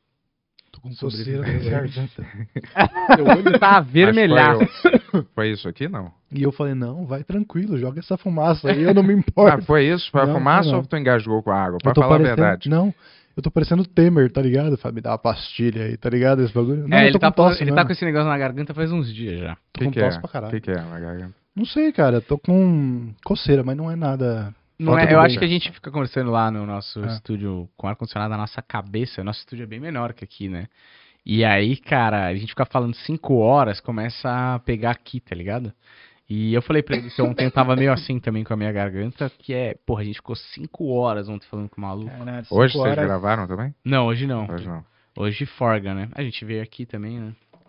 Tô com coceira na garganta. Seu olho tá avermelhado. Mas Foi, o- foi isso aqui, não? E eu falei, não, vai tranquilo, joga essa fumaça aí, eu não me importo. Ah, foi isso? Foi a Não, fumaça não. ou tu engasgou com a água? Eu Pra tô falar a parecendo- verdade. Não, eu tô parecendo Temer, tá ligado? Fala, me dá uma pastilha aí, tá ligado? Esse bagulho. Não, É, eu ele, tô tá, com tosse ele tá mesmo. com esse negócio na garganta faz uns dias já. O Tô que, com que tosse é? pra O caralho. que, que é na garganta? Não sei, cara, tô com coceira, mas não é nada... Não Falta é, eu do acho bem. que a gente fica conversando lá no nosso É. estúdio com ar-condicionado na nossa cabeça. O nosso estúdio é bem menor que aqui, né? E aí, cara, a gente fica falando cinco horas, começa a pegar aqui, tá ligado? E eu falei pra ele que ontem eu tava meio assim também com a minha garganta, que é, porra, a gente ficou cinco horas ontem falando com o maluco. Caralho, Hoje cinco vocês horas- gravaram também? Não, hoje não. Hoje não. Hoje forga, né? A gente veio aqui também, né?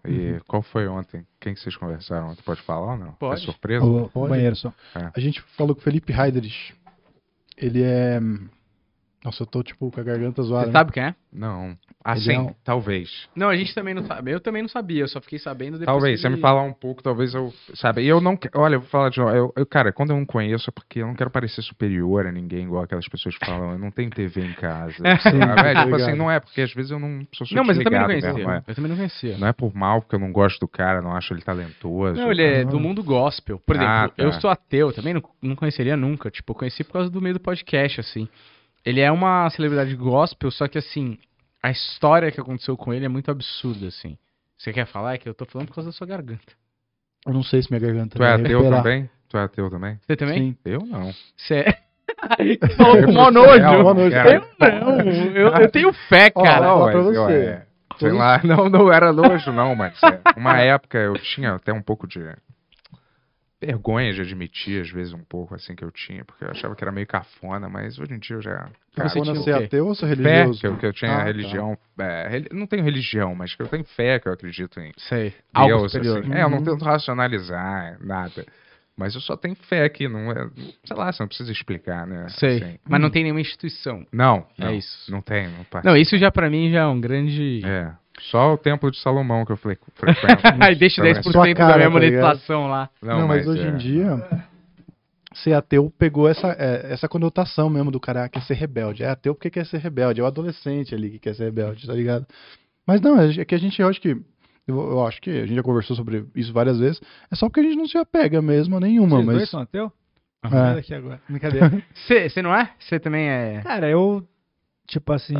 E qual foi ontem? Quem que vocês conversaram ontem? Pode falar ou não? Pode. É surpresa? O, o Pode. banheiro só. A gente falou com o Felipe Heiderich. Ele é... Nossa, eu tô, tipo, com a garganta zoada. Você né? sabe quem é? Não. Ah, Ele sim, é um- talvez. Não, a gente também não sabe. Eu também não sabia, eu só fiquei sabendo depois. Talvez, que você ele- me falar um pouco, talvez eu. Sabe, e eu não. que- Olha, eu vou falar de novo. Eu, eu, cara, quando eu não conheço é porque eu não quero parecer superior a ninguém, igual aquelas pessoas falam. Eu não tenho T V em casa. Sim, sabe? É, tipo obrigado. assim, não é, porque às vezes eu não sou Não, mas eu também não ligado conhecia. mesmo, é. Eu também não conhecia. Não é por mal, porque eu não gosto do cara, não acho ele talentoso. Não, ele é Ah. do mundo gospel. Por exemplo, Ah, tá. eu sou ateu, também não, não conheceria nunca. Tipo, eu conheci por causa do meio do podcast, assim. Ele é uma celebridade gospel, só que, assim, a história que aconteceu com ele é muito absurda, assim. Você quer falar? É que eu tô falando por causa da sua garganta. Eu não sei se minha garganta Tu é vai ateu recuperar. também? Tu é ateu também? Você também? Sim. Eu não. Você é... Falou com mó nojo. É, mó nojo. cara. Eu não. Eu, eu tenho fé, Ó, cara. ó, Não, pra mas eu, você. é, sei Todos- lá, não, não era nojo, não, mas é, uma época eu tinha até um pouco de vergonha de admitir, às vezes, um pouco assim que eu tinha, porque eu achava que era meio cafona, mas hoje em dia eu já. Cara, Você Quando tinha o ser quê? ateu ou ser fé, religioso? que eu, que eu tinha Ah, tá. religião. é, reli- não tenho religião, mas que eu tenho fé, que eu acredito em Sei. Algo Deus. superior. Assim. É, eu não Uhum. tento racionalizar nada. Mas eu só tenho fé aqui, não é. Sei lá, você não precisa explicar, né? Sei. assim. Mas não tem nenhuma instituição. Não, É não, isso. Não tem, não passa. Não, isso já pra mim já é um grande... É. Só o Templo de Salomão que eu fre- frequento. Aí deixa dez por Sua cento cara, da minha tá ligado? monetização lá. Não, mas, hoje é, em dia, ser ateu pegou essa, é, essa conotação mesmo do cara que quer ser rebelde. É ateu porque quer ser rebelde. É o adolescente ali que quer ser rebelde, tá ligado? Mas não, é que a gente, eu acho que. Eu, eu acho que a gente já conversou sobre isso várias vezes. É só porque a gente não se apega mesmo a nenhuma, Vocês dois mas. são ateu? É. Olha aqui agora. Brincadeira. Você não é? Você também é... Cara, eu, tipo assim...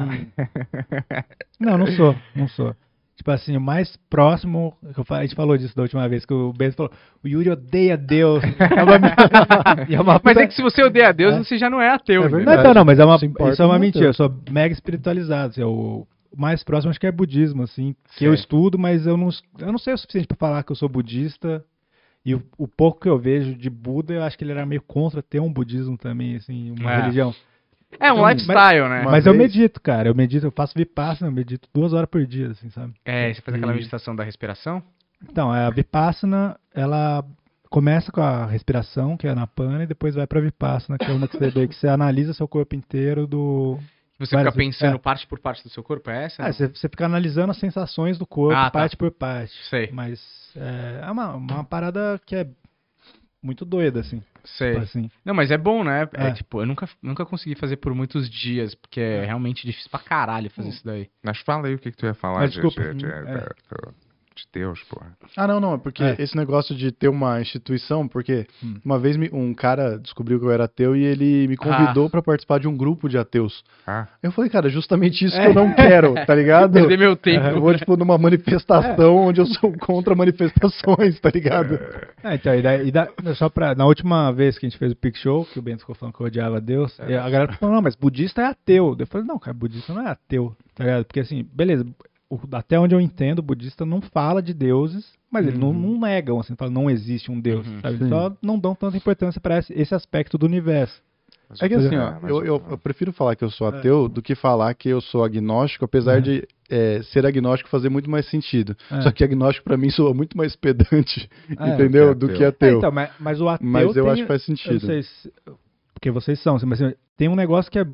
Não, não sou, não sou. Tipo assim, o mais próximo, que eu fa- a gente falou disso da última vez, que o Bento falou, o Yuri odeia Deus. É uma, e é uma Mas puta- é que se você odeia Deus, É. você já não é ateu. É entendeu? Não, verdade. então, não, mas é uma, Se importa isso é uma com mentira. Eu Deus. sou mega espiritualizado. Assim, o o mais próximo acho que é budismo, assim, que Sei. eu estudo, mas eu não, eu não sei o suficiente pra falar que eu sou budista. E o, o pouco que eu vejo de Buda, eu acho que ele era meio contra ter um budismo também, assim, uma É. religião. É um Mas- lifestyle, né? Uma mas eu vez- medito, cara. Eu medito, eu faço vipassana, eu medito duas horas por dia, assim, sabe? É, você faz aquela E- meditação da respiração? Então, a vipassana, ela começa com a respiração, que é na pana, e depois vai pra vipassana, que é uma que você, vê que você analisa seu corpo inteiro do... Você Várias fica vezes, pensando é. parte por parte do seu corpo, é essa? Ah, você, você fica analisando as sensações do corpo, Ah, tá. parte por parte. Sei, Mas é, é uma, uma parada que é muito doida, assim. sei. Tipo assim. Não, mas é bom, né? É, É. tipo, eu nunca, nunca consegui fazer por muitos dias, porque é realmente difícil pra caralho fazer isso daí. Mas fala aí o que, que tu ia falar Mas, de, desculpa. de, de, É. da- do- de Deus, porra. Ah, não, não, é porque É. esse negócio de ter uma instituição, porque Hum. uma vez me- um cara descobriu que eu era ateu e ele me convidou pra participar de um grupo de ateus. Ah, Eu falei, cara, justamente isso que eu não quero, tá ligado? Perder meu tempo. Eu vou, tipo, numa manifestação onde eu sou contra manifestações, tá ligado? Ah, então, e daí, e da- só pra, na última vez que a gente fez o Pic Show, que o Bento ficou falando que eu odiava Deus, e a galera falou, não, mas budista é ateu. Eu falei, não, cara, budista não é ateu, tá ligado? Porque assim, beleza, o- até onde eu entendo, o budista não fala de deuses, mas eles não, não negam, assim, falam, não existe um Deus, Uhum. sabe? Sim. Eles só não dão tanta importância pra esse, esse aspecto do universo. mas É que o- assim, é, ó, mas eu, o- eu, eu prefiro falar que eu sou ateu do que falar que eu sou agnóstico, apesar Uhum. de é, ser agnóstico fazer muito mais sentido. É. Só que agnóstico pra mim soa muito mais pedante, É. entendeu? Do Do que que É, ateu. então, mas, mas o ateu Mas eu tem- acho que faz eu não sentido. sei se, porque vocês são, mas assim, tem um negócio que é,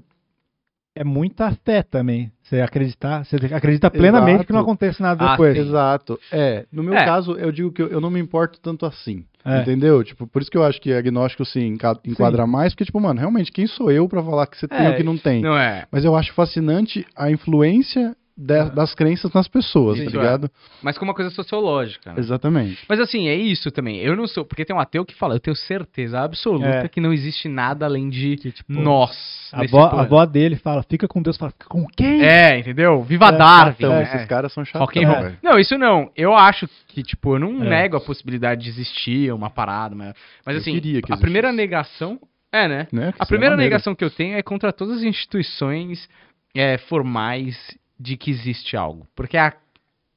é muita fé também. Você acreditar, você acredita plenamente Exato. que não acontece nada Ah, depois. sim. Exato. É, no meu É. caso, eu digo que eu, eu não me importo tanto assim. É. Entendeu? Tipo, por isso que eu acho que agnóstico se enca- enquadra mais, porque, tipo, mano, realmente, quem sou eu pra falar que você tem É, ou que não tem? Não é. Mas eu acho fascinante a influência de- das crenças nas pessoas, Isso tá é. ligado? Mas como uma coisa sociológica, né? Exatamente. Mas assim, é isso também. Eu não sou. Porque tem um ateu que fala, eu tenho certeza absoluta É. que não existe nada além de Que, tipo, nós. A nesse avó, a plano. avó dele fala, fica com Deus, fala, fica com quem? É, entendeu? Viva É, Darwin. Então, né? esses caras são chatos. Rock and roll. É. Não, isso não. Eu acho que, tipo, eu não É. nego a possibilidade de existir uma parada, mas, mas Eu assim, queria que a primeira existisse. negação. É, né? Né? Que A isso é primeira maneiro. negação que eu tenho é contra todas as instituições é, formais de que existe algo. Porque a,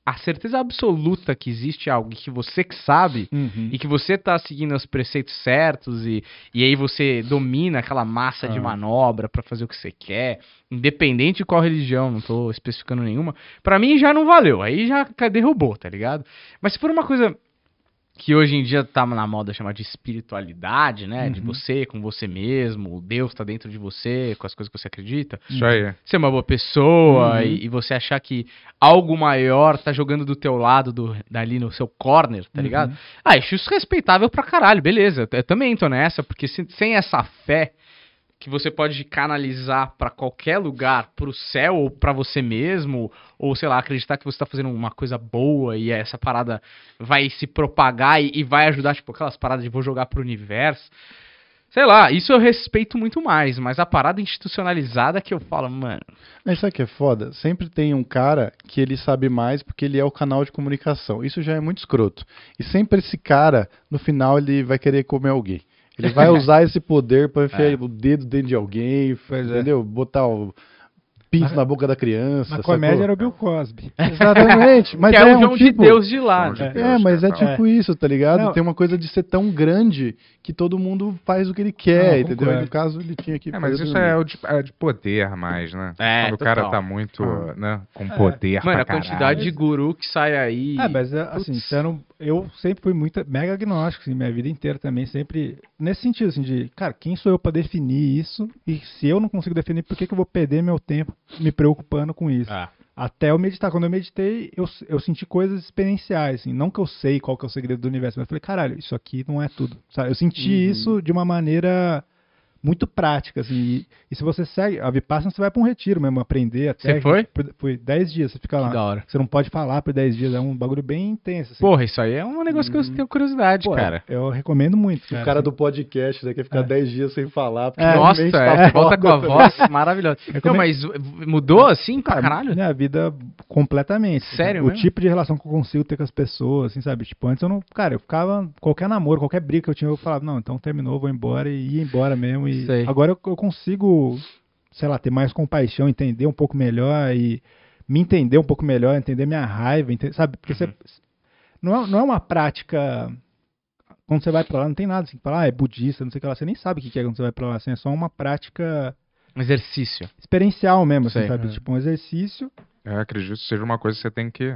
a certeza absoluta que existe algo que você que sabe Uhum. e que você tá seguindo os preceitos certos e, e aí você domina aquela massa de Ah. manobra pra fazer o que você quer, independente de qual religião, não tô especificando nenhuma, pra mim já não valeu, aí já derrubou, tá ligado? Mas se for uma coisa que hoje em dia tá na moda chamar de espiritualidade, né? De Uhum. você com você mesmo, o Deus tá dentro de você, com as coisas que você acredita. Isso aí. Ser uma boa pessoa Uhum. e, e você achar que algo maior tá jogando do teu lado, do, dali no seu corner, tá Uhum. ligado? Ah, acho isso respeitável pra caralho, beleza. Eu também tô nessa, porque se- sem essa fé que você pode canalizar pra qualquer lugar, pro céu ou pra você mesmo, ou sei lá, acreditar que você tá fazendo uma coisa boa e essa parada vai se propagar e, e vai ajudar, tipo, aquelas paradas de vou jogar pro universo. Sei lá, isso eu respeito muito mais, mas a parada institucionalizada que eu falo, mano, Mas sabe o que é foda? Sempre tem um cara que ele sabe mais porque ele é o canal de comunicação. Isso já é muito escroto. E sempre esse cara, no final, ele vai querer comer alguém. Ele vai usar esse poder pra enfiar É. o dedo dentro de alguém, Pois é. entendeu? Botar o pinto Na- na boca da criança. Na sacou? comédia era o Bill Cosby. Exatamente. Mas que é, é o um João tipo... de Deus de lá, João de né? Deus. É, mas é Deus, tipo isso, tá ligado? Não. Tem uma coisa de ser tão grande que todo mundo faz o que ele quer, Não, entendeu? concordo. E no caso, ele tinha que É, mas fazer isso dormir. é o de, é de poder mais, né? É, Quando o cara total. tá muito, Ah. né, com É. poder Mano, pra a quantidade caralho. de guru que sai aí. É, mas é, assim, Putz. sendo, eu sempre fui muito mega agnóstico, assim, minha vida inteira também, sempre nesse sentido, assim, de, cara, quem sou eu pra definir isso? E se eu não consigo definir, por que, que eu vou perder meu tempo me preocupando com isso? Ah. Até eu meditar. Quando eu meditei, eu, eu senti coisas experienciais, assim, não que eu sei qual que é o segredo do universo, mas eu falei, caralho, isso aqui não é tudo, sabe? Eu senti Uhum. isso de uma maneira muito prática, assim, e, e se você segue, a Vipassana você vai pra um retiro mesmo, aprender até. Você foi? Foi dez dias, você fica Que lá. da hora. Você não pode falar por dez dias, é um bagulho bem intenso, assim. Porra, isso aí é um negócio que eu Uhum. tenho curiosidade, Pô, cara. eu recomendo muito, cara. O cara assim. do podcast, né, quer ficar É. dez dias sem falar. Porque É. Nossa, realmente é, tá volta com a foda. voz maravilhosa. Não, Recomendo- mas uh, mudou assim pra Cara, caralho? minha vida completamente. Sério O mesmo? tipo de relação que eu consigo ter com as pessoas, assim, sabe? Tipo, antes eu não... Cara, eu ficava... Qualquer namoro, qualquer briga que eu tinha, eu falava, não, então terminou, vou embora e ia embora mesmo. E Sei. agora eu, eu consigo, sei lá, ter mais compaixão, entender um pouco melhor e me entender um pouco melhor, entender minha raiva, ente- sabe? Porque você... Não é, não é uma prática... Quando você vai pra lá, não tem nada assim, que fala, ah, é budista, não sei o que lá. Você nem sabe o que é quando você vai pra lá, assim, é só uma prática Um exercício. experiencial mesmo, assim, Sei. sabe? É. Tipo, um exercício. Eu acredito que seja uma coisa que você tem que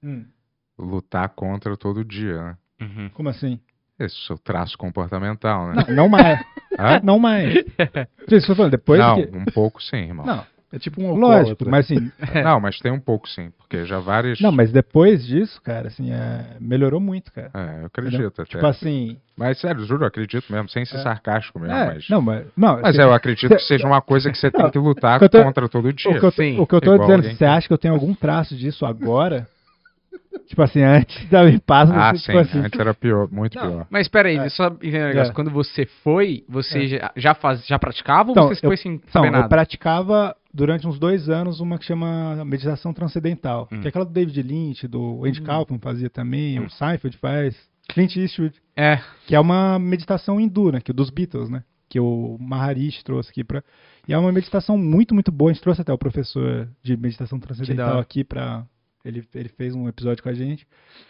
lutar contra todo dia, né? Uhum. Como assim? Esse seu traço comportamental, né? Não, não mais. Hã? Não mais. Por isso que eu tô falando, depois Não, que... um pouco sim, irmão. Não, É tipo um lógico, alcoólatra. mas assim... Não, mas tem um pouco sim, porque já várias... Não, mas depois disso, cara, assim, é, melhorou muito, cara. É, eu acredito até. Tipo assim... Mas sério, juro, eu acredito mesmo, sem ser É. sarcástico mesmo, É, mas... não, mas... Não, Mas assim, eu acredito que seja uma coisa que você tem Não, que lutar o que eu tô- contra todo dia. o que eu, tô- sim, o que eu tô igual dizendo, alguém se você acha que eu tenho algum traço disso agora... tipo assim, antes da me passa, Ah, tipo sim, assim... antes era pior, muito Não, pior. Mas peraí, É. só entender um negócio. É. Quando você foi, você É. já, já, faz, já praticava Então, ou você eu- foi sem Então, saber eu nada? praticava durante uns dois anos uma que chama meditação transcendental, Hum. que é aquela do David Lynch, do Andy Hum. Kaufman fazia também, Hum. o Seinfeld faz, Clint Eastwood, É. que é uma meditação hindu, né, que é dos Beatles, né, que o Maharishi trouxe aqui pra... E é uma meditação muito, muito boa, a gente trouxe até o professor de meditação da transcendental hora. aqui pra... Ele, ele fez um episódio com a gente.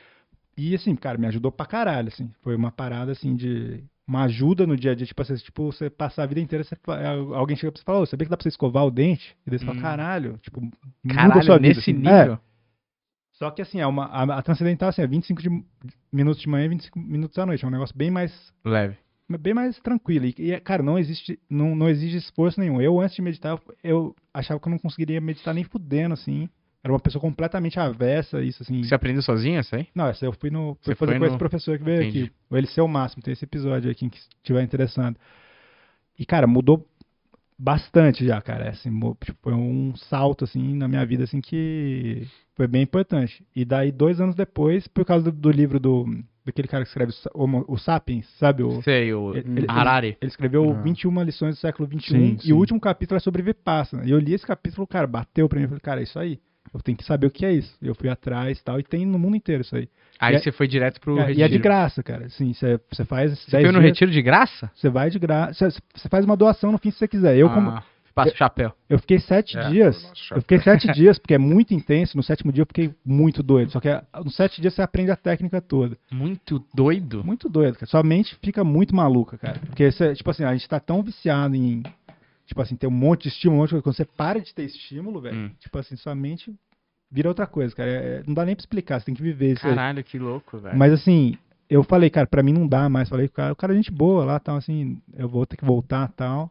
E assim, cara, me ajudou pra caralho, assim. Foi uma parada, assim, de... Uma ajuda no dia a dia, tipo assim, tipo, você passar a vida inteira, você, fa- alguém chega pra você e fala, ô, sabia que dá pra você escovar o dente? E daí você Hum. fala, caralho, tipo, muda a Caralho, sua vida. nesse assim. nível. É, só que assim, é uma, a, a transcendental assim, é vinte e cinco de, minutos de manhã e vinte e cinco minutos à noite. É um negócio bem mais, Leve. bem mais tranquilo. E, e, cara, não existe, não, não exige esforço nenhum. Eu, antes de meditar, eu, eu achava que eu não conseguiria meditar nem fudendo, assim. Era uma pessoa completamente avessa a isso, assim. Você aprendeu sozinho essa aí? Não, essa eu fui no. Fui Você fazer foi com no- esse professor que veio Entendi. aqui. O Eliseu Máximo, tem esse episódio aí, quem estiver interessado. E, cara, mudou bastante já, cara. Assim, mo- tipo, foi um salto, assim, na minha vida, assim, que foi bem importante. E daí, dois anos depois, por causa do, do livro do daquele cara que escreve o, Sa- Homo- o Sapiens, sabe? O, Sei, o ele, ele- Harari. ele escreveu Ah. vinte e uma lições do século vinte e um Sim, e o sim. último capítulo é sobre Vipassana. E eu li esse capítulo, cara, bateu pra mim. Eu falei, cara, é isso aí. Eu tenho que saber o que é isso. Eu fui atrás e tal, e tem no mundo inteiro isso aí. Aí E é- você foi direto pro É, retiro. e é de graça, cara. Assim, você você faz Você dez foi no dias, retiro de graça? você vai de graça. Você faz uma doação no fim se você quiser. Eu, como, Ah, Passa o chapéu. Eu fiquei sete É, dias. o nosso Eu chapéu. fiquei sete dias, porque é muito intenso. No sétimo dia eu fiquei muito doido. Só que é, nos sete dias você aprende a técnica toda. Muito doido. Muito doido, cara. Sua mente fica muito maluca, cara. Porque, você, tipo assim, a gente tá tão viciado em, tipo assim, ter um monte de estímulo, um monte de coisa. Quando você para de ter estímulo, velho, Hum. tipo assim, sua mente vira outra coisa, cara. É- não dá nem pra explicar, você tem que viver isso aí. Caralho, que louco, velho. Mas assim, eu falei, cara, pra mim não dá mais. Falei, cara, o cara é gente boa lá, tal, assim, eu vou ter que voltar, tal.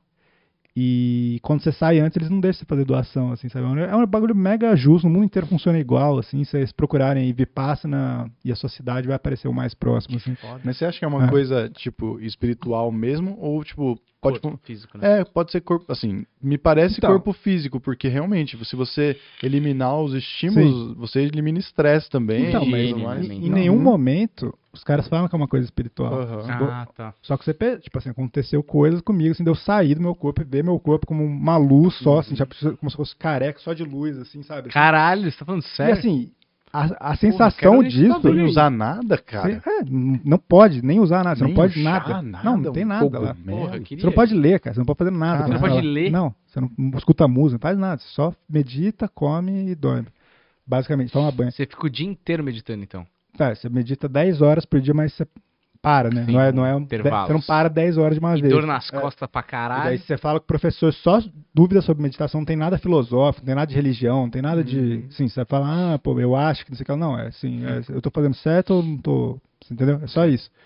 E quando você sai antes, eles não deixam você fazer doação, assim, sabe? É um bagulho mega justo, o mundo inteiro funciona igual, assim, se vocês procurarem Vipassana e a sua cidade vai aparecer o mais próximo, assim. Mas você acha que é uma É. coisa, tipo, espiritual mesmo? Ou, tipo, pode... Corpo físico, né? É, pode ser corpo, assim, me parece Então. corpo físico, porque realmente, se você eliminar os estímulos, você elimina estresse também. Então, e mas tudo mais. Higiene, em Não. nenhum momento os caras falam que é uma coisa espiritual. Aham. Ah, tá. Só que você, pe- tipo assim, aconteceu coisas comigo, assim, de eu sair do meu corpo e ver meu corpo como uma luz só, assim, já precisa- como se fosse careca, só de luz, assim, sabe? Caralho, você tá falando E sério? assim, a, a quero sensação esse disso... bagulho Sem aí. usar nada, cara. Você- é, n- não pode nem usar nada, você Nem não pode um chá, nada. nada, Não, não tem um nada lá. cogumelo. Porra, eu queria. Você não pode ler, cara, você não pode fazer nada. Você quando não você pode tá lá. ler? Não, você não escuta música, não faz nada, você só medita, come e dorme. Basicamente, toma banho. Você fica o dia inteiro meditando, então. Tá, você medita dez horas por dia, mas você para, né? Sim, não é, com não é um, intervalos. você não para dez horas de uma E vez. dor nas É. costas pra E daí caralho. você fala com o professor só dúvida sobre meditação, não tem nada filosófico, não tem nada de religião, não tem nada Uhum. de... Sim, você fala, ah, pô, eu acho que não sei o que. Não, é assim, é, eu tô fazendo certo ou não tô... Você entendeu? É só isso.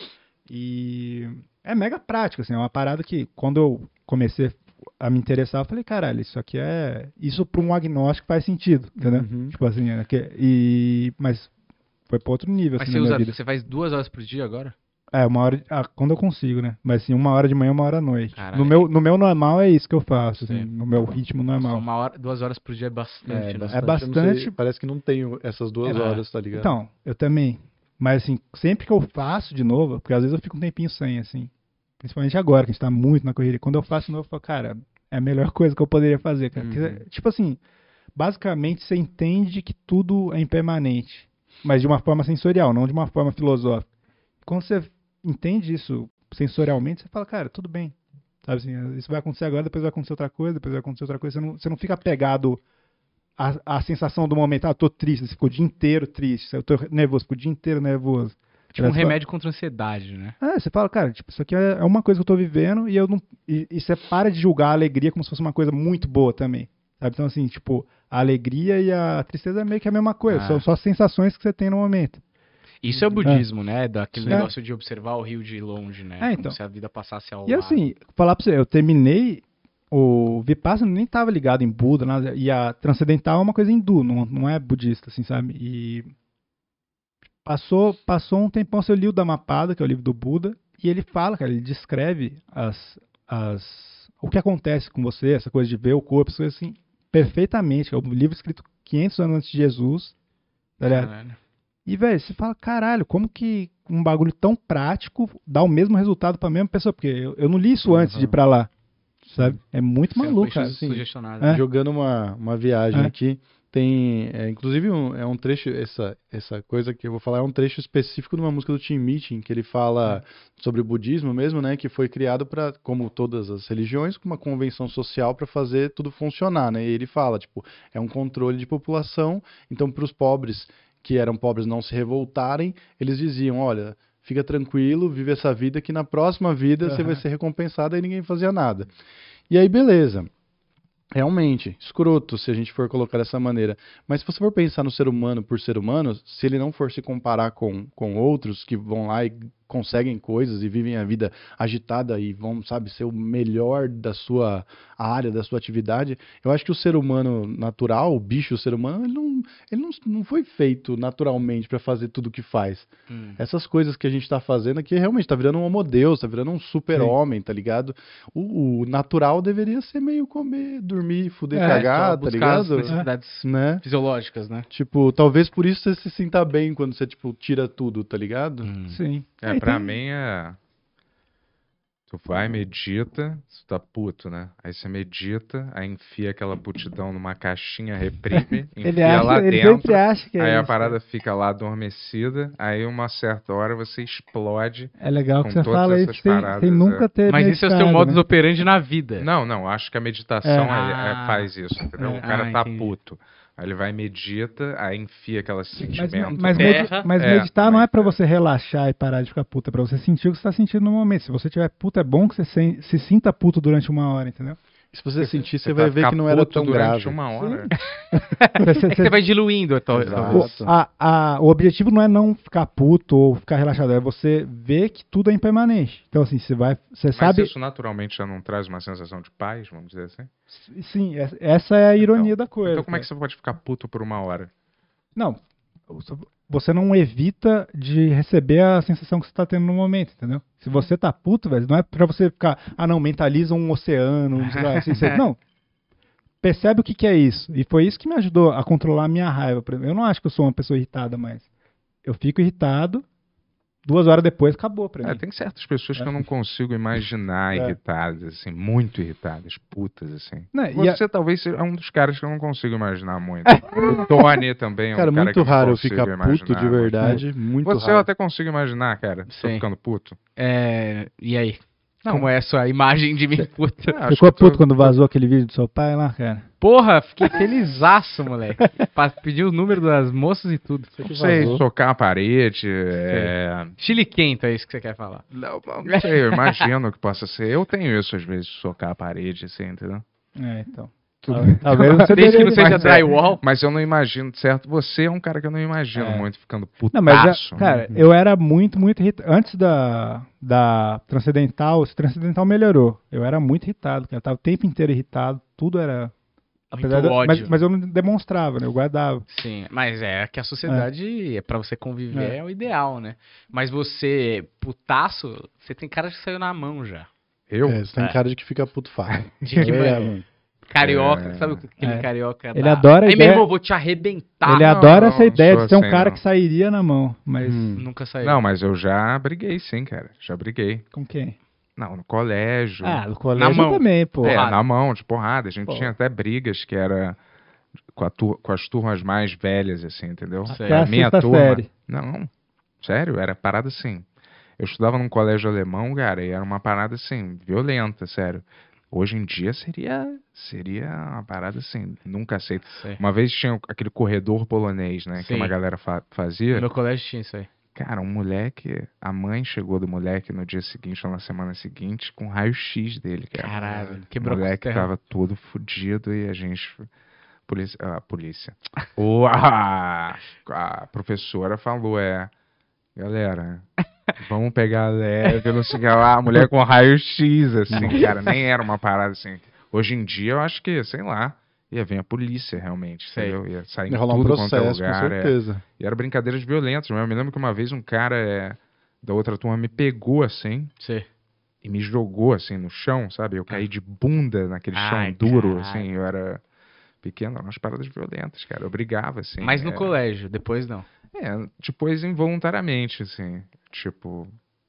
E é mega prático, assim, é uma parada que quando eu comecei a me interessar, eu falei, caralho, isso aqui é... Isso pra um agnóstico faz sentido, entendeu? Uhum. Tipo assim, é que- e... Mas foi pra outro nível, Mas assim, você na minha usa. vida. Você faz duas horas por dia agora? É, uma hora. Ah, quando eu consigo, né? Mas assim, uma hora de manhã, uma hora à noite. Caralho. No meu, no meu normal é isso que eu faço, assim, Sim. no meu ritmo Só normal. uma hora, duas horas por dia é bastante, É, né? bastante, É eu não sei, bastante- parece que não tem essas duas É. horas, tá ligado? Então, eu também. Mas assim, sempre que eu faço de novo, porque às vezes eu fico um tempinho sem, assim. Principalmente agora, que a gente tá muito na corrida. Quando eu faço de novo, eu falo, cara, é a melhor coisa que eu poderia fazer, cara. Uhum. Porque, tipo assim, basicamente você entende que tudo é impermanente. Mas de uma forma sensorial, não de uma forma filosófica. Quando você entende isso sensorialmente, você fala, cara, tudo bem. Sabe assim, isso vai acontecer agora, depois vai acontecer outra coisa, depois vai acontecer outra coisa. Você não, você não fica apegado à, à sensação do momento. Ah, eu tô triste, você ficou o dia inteiro triste. Eu tô nervoso, ficou o dia inteiro nervoso. Tipo um Você fala- remédio contra a ansiedade, né? É, você fala, cara, tipo, isso aqui é é uma coisa que eu tô vivendo e eu não. E, e você para de julgar a alegria como se fosse uma coisa muito boa também. Sabe? Então, assim, tipo, a alegria e a tristeza é meio que a mesma coisa. Ah. São só sensações que você tem no momento. Isso é o budismo, né? Daquele É. negócio de observar o rio de longe, né? É, Como então. se a vida passasse ao E lado. assim, falar pra você, eu terminei o Vipassana, nem tava ligado em Buda, nada, e a Transcendental é uma coisa hindu, não, não é budista, assim, sabe? E passou, passou um tempão, eu li o Dhammapada, que é o livro do Buda, e ele fala, cara, ele descreve as, as, o que acontece com você, essa coisa de ver o corpo, essas coisas assim, perfeitamente. É um livro escrito quinhentos anos antes de Jesus, tá ligado? Caralho. E, velho, você fala, caralho, como que um bagulho tão prático dá o mesmo resultado pra mesma pessoa? Porque eu, eu não li isso antes de ir pra lá, sabe? É muito Você maluco, foi cara. sim. sugestionado. É. Jogando uma, uma viagem É. aqui, tem, é, inclusive, um, é um trecho, essa, essa coisa que eu vou falar é um trecho específico de uma música do Tim Minchin, que ele fala sobre o budismo mesmo, né, que foi criado para, como todas as religiões, com uma convenção social para fazer tudo funcionar, né, e ele fala, tipo, é um controle de população, então para os pobres, que eram pobres, não se revoltarem, eles diziam, olha, fica tranquilo, vive essa vida, que na próxima vida você vai ser recompensado, e ninguém fazia nada. E aí, beleza. Realmente, escroto se a gente for colocar dessa maneira. Mas se você for pensar no ser humano por ser humano, se ele não for se comparar com, com outros que vão lá e conseguem coisas e vivem a vida agitada e vão, sabe, ser o melhor da sua área, da sua atividade, eu acho que o ser humano natural, o bicho, o ser humano, ele não, ele não, não foi feito naturalmente para fazer tudo o que faz. Hum. Essas coisas que a gente tá fazendo aqui realmente tá virando um homodeus, tá virando um super-homem, tá ligado? O, o natural deveria ser meio comer, dormir, fuder, É, cagar, Só tá buscar as ligado? necessidades Né? fisiológicas, né? Tipo, talvez por isso você se sinta bem quando você, tipo, tira tudo, tá ligado? Sim. É, E pra tem- mim é. Tu vai, medita, tu tá puto, né? Aí você medita, aí enfia aquela putidão numa caixinha, reprime, enfia Ele, acha, lá ele dentro, sempre acha que é aí a isso, parada cara. fica lá adormecida, aí uma certa hora você explode. É legal com que você todas fala essas isso sem, paradas, sem nunca é. ter Mas isso é o seu meditado, modus né? operandi na vida. Não, não, acho que a meditação É. ele, é, Ah. faz isso, entendeu? É. O cara Ah, tá entendi. puto, aí ele vai e medita, aí enfia aquele Mas, sentimento. mas, Terra. medi- mas É, meditar não também, é pra é. você relaxar e parar de ficar puto, é pra você sentir o que você tá sentindo no momento. Se você tiver puto, é bom que você se, se sinta puto durante uma hora, entendeu? Se você sentir, você, Você vai vai ver ficar que não era puto tão durante grave. uma hora. Você- É que você vai diluindo, tal- Exato. talvez. O, a- a- o objetivo não é não ficar puto ou ficar relaxado, é você ver que tudo é impermanente. Então, assim, você vai. Você Mas sabe. isso naturalmente já não traz uma sensação de paz, vamos dizer assim? Sim, essa- essa é a ironia da coisa. Então como é que cara. você pode ficar puto por uma hora? Não. Você não evita de receber a sensação que você tá tendo no momento, entendeu? Se você tá puto, velho, não é pra você ficar. Ah, não, mentaliza um oceano. Não, sei lá, assim, você- não. Percebe o que, que é isso. E foi isso que me ajudou a controlar a minha raiva. por exemplo. Eu não acho que eu sou uma pessoa irritada mais. Eu fico irritado, duas horas depois acabou pra É, mim. tem certas pessoas que É. eu não consigo imaginar É. irritadas, assim, muito irritadas, putas, assim. Não, e a- Você talvez seja um dos caras que eu não consigo imaginar muito. O Tony também é um Cara, cara muito que eu não raro eu consigo ficar imaginar puto de muito. verdade. Muito Você eu raro. até consigo imaginar, cara. Tô Sim. ficando puto. É, e aí? Não. Como é a sua imagem de mim, puta? Ah, acho Ficou que eu tô- puto quando vazou aquele vídeo do seu pai lá, cara? Porra, fiquei felizaço, moleque. Pa- Pedi o número das moças e tudo. Não sei, socar a parede. É... Chile quento, é isso que você quer falar. Não, não sei, eu imagino que possa ser. Eu tenho isso às vezes, socar a parede, assim, entendeu? É, então. Tudo- Talvez você Desde que não deveria- seja Mas é- drywall. Mas eu não imagino, certo? Você é um cara que eu não imagino É. muito ficando putaço. Não, mas já, né? cara, eu era muito, muito irritado. Antes da, da Transcendental, esse Transcendental melhorou. Eu era muito irritado, cara. Eu tava o tempo inteiro irritado, tudo era. Apesar Muito de- ódio. mas, mas eu não demonstrava, né? Eu guardava. Sim, mas é que a sociedade, é. pra você conviver, É. é. o ideal, né? Mas você, putaço, você tem cara que saiu na mão já. Eu? É, você tem É. cara de que fica puto fácil. De que, É, mano, mano. carioca, É. sabe aquele É. carioca? Ele da- adora a Aí, ideia- meu irmão, vou te arrebentar. Ele não, adora não, essa ideia sou de ser um assim, cara não. que sairia na mão. Mas Hum. Nunca saiu. Não, mas eu já briguei sim, cara. Já briguei. com quem? Não, no colégio. Ah, no colégio mão. também, pô. é, porrada. na mão, de porrada. A gente Pô. tinha até brigas que era com, a tur- com as turmas mais velhas, assim, entendeu? Sei. Até a A minha sexta turma. série. Não, sério, era parada assim. Eu estudava num colégio alemão, cara, e era uma parada assim, violenta, sério. Hoje em dia seria seria uma parada assim, nunca aceito. Sei. Uma vez tinha aquele corredor polonês, né, que Sim. uma galera fa- fazia. No meu colégio tinha isso aí. Cara, um moleque, a mãe chegou do moleque no dia seguinte ou na semana seguinte com raio-x dele, cara. Caralho, O quebrou a moleque costela. tava todo fudido e a gente... Polícia, a polícia. O, a, a professora falou, é... Galera, vamos pegar leve, não sei o que lá. A mulher com raio-x, assim, cara. Nem era uma parada assim. Hoje em dia, eu acho que, sei lá, ia vir a polícia, realmente, Sei. entendeu? Ia sair em Ia rolar um tudo quanto é processo, com lugar. é. certeza. E eram brincadeiras violentas, mas eu me lembro que uma vez um cara é, da outra turma me pegou assim Sei. e me jogou assim no chão, sabe? Eu caí de bunda naquele Ai, chão duro, caralho. assim, eu era pequeno, eram umas paradas violentas, cara. Eu brigava, assim. Mas no é, colégio, depois não. É, depois involuntariamente, assim, tipo,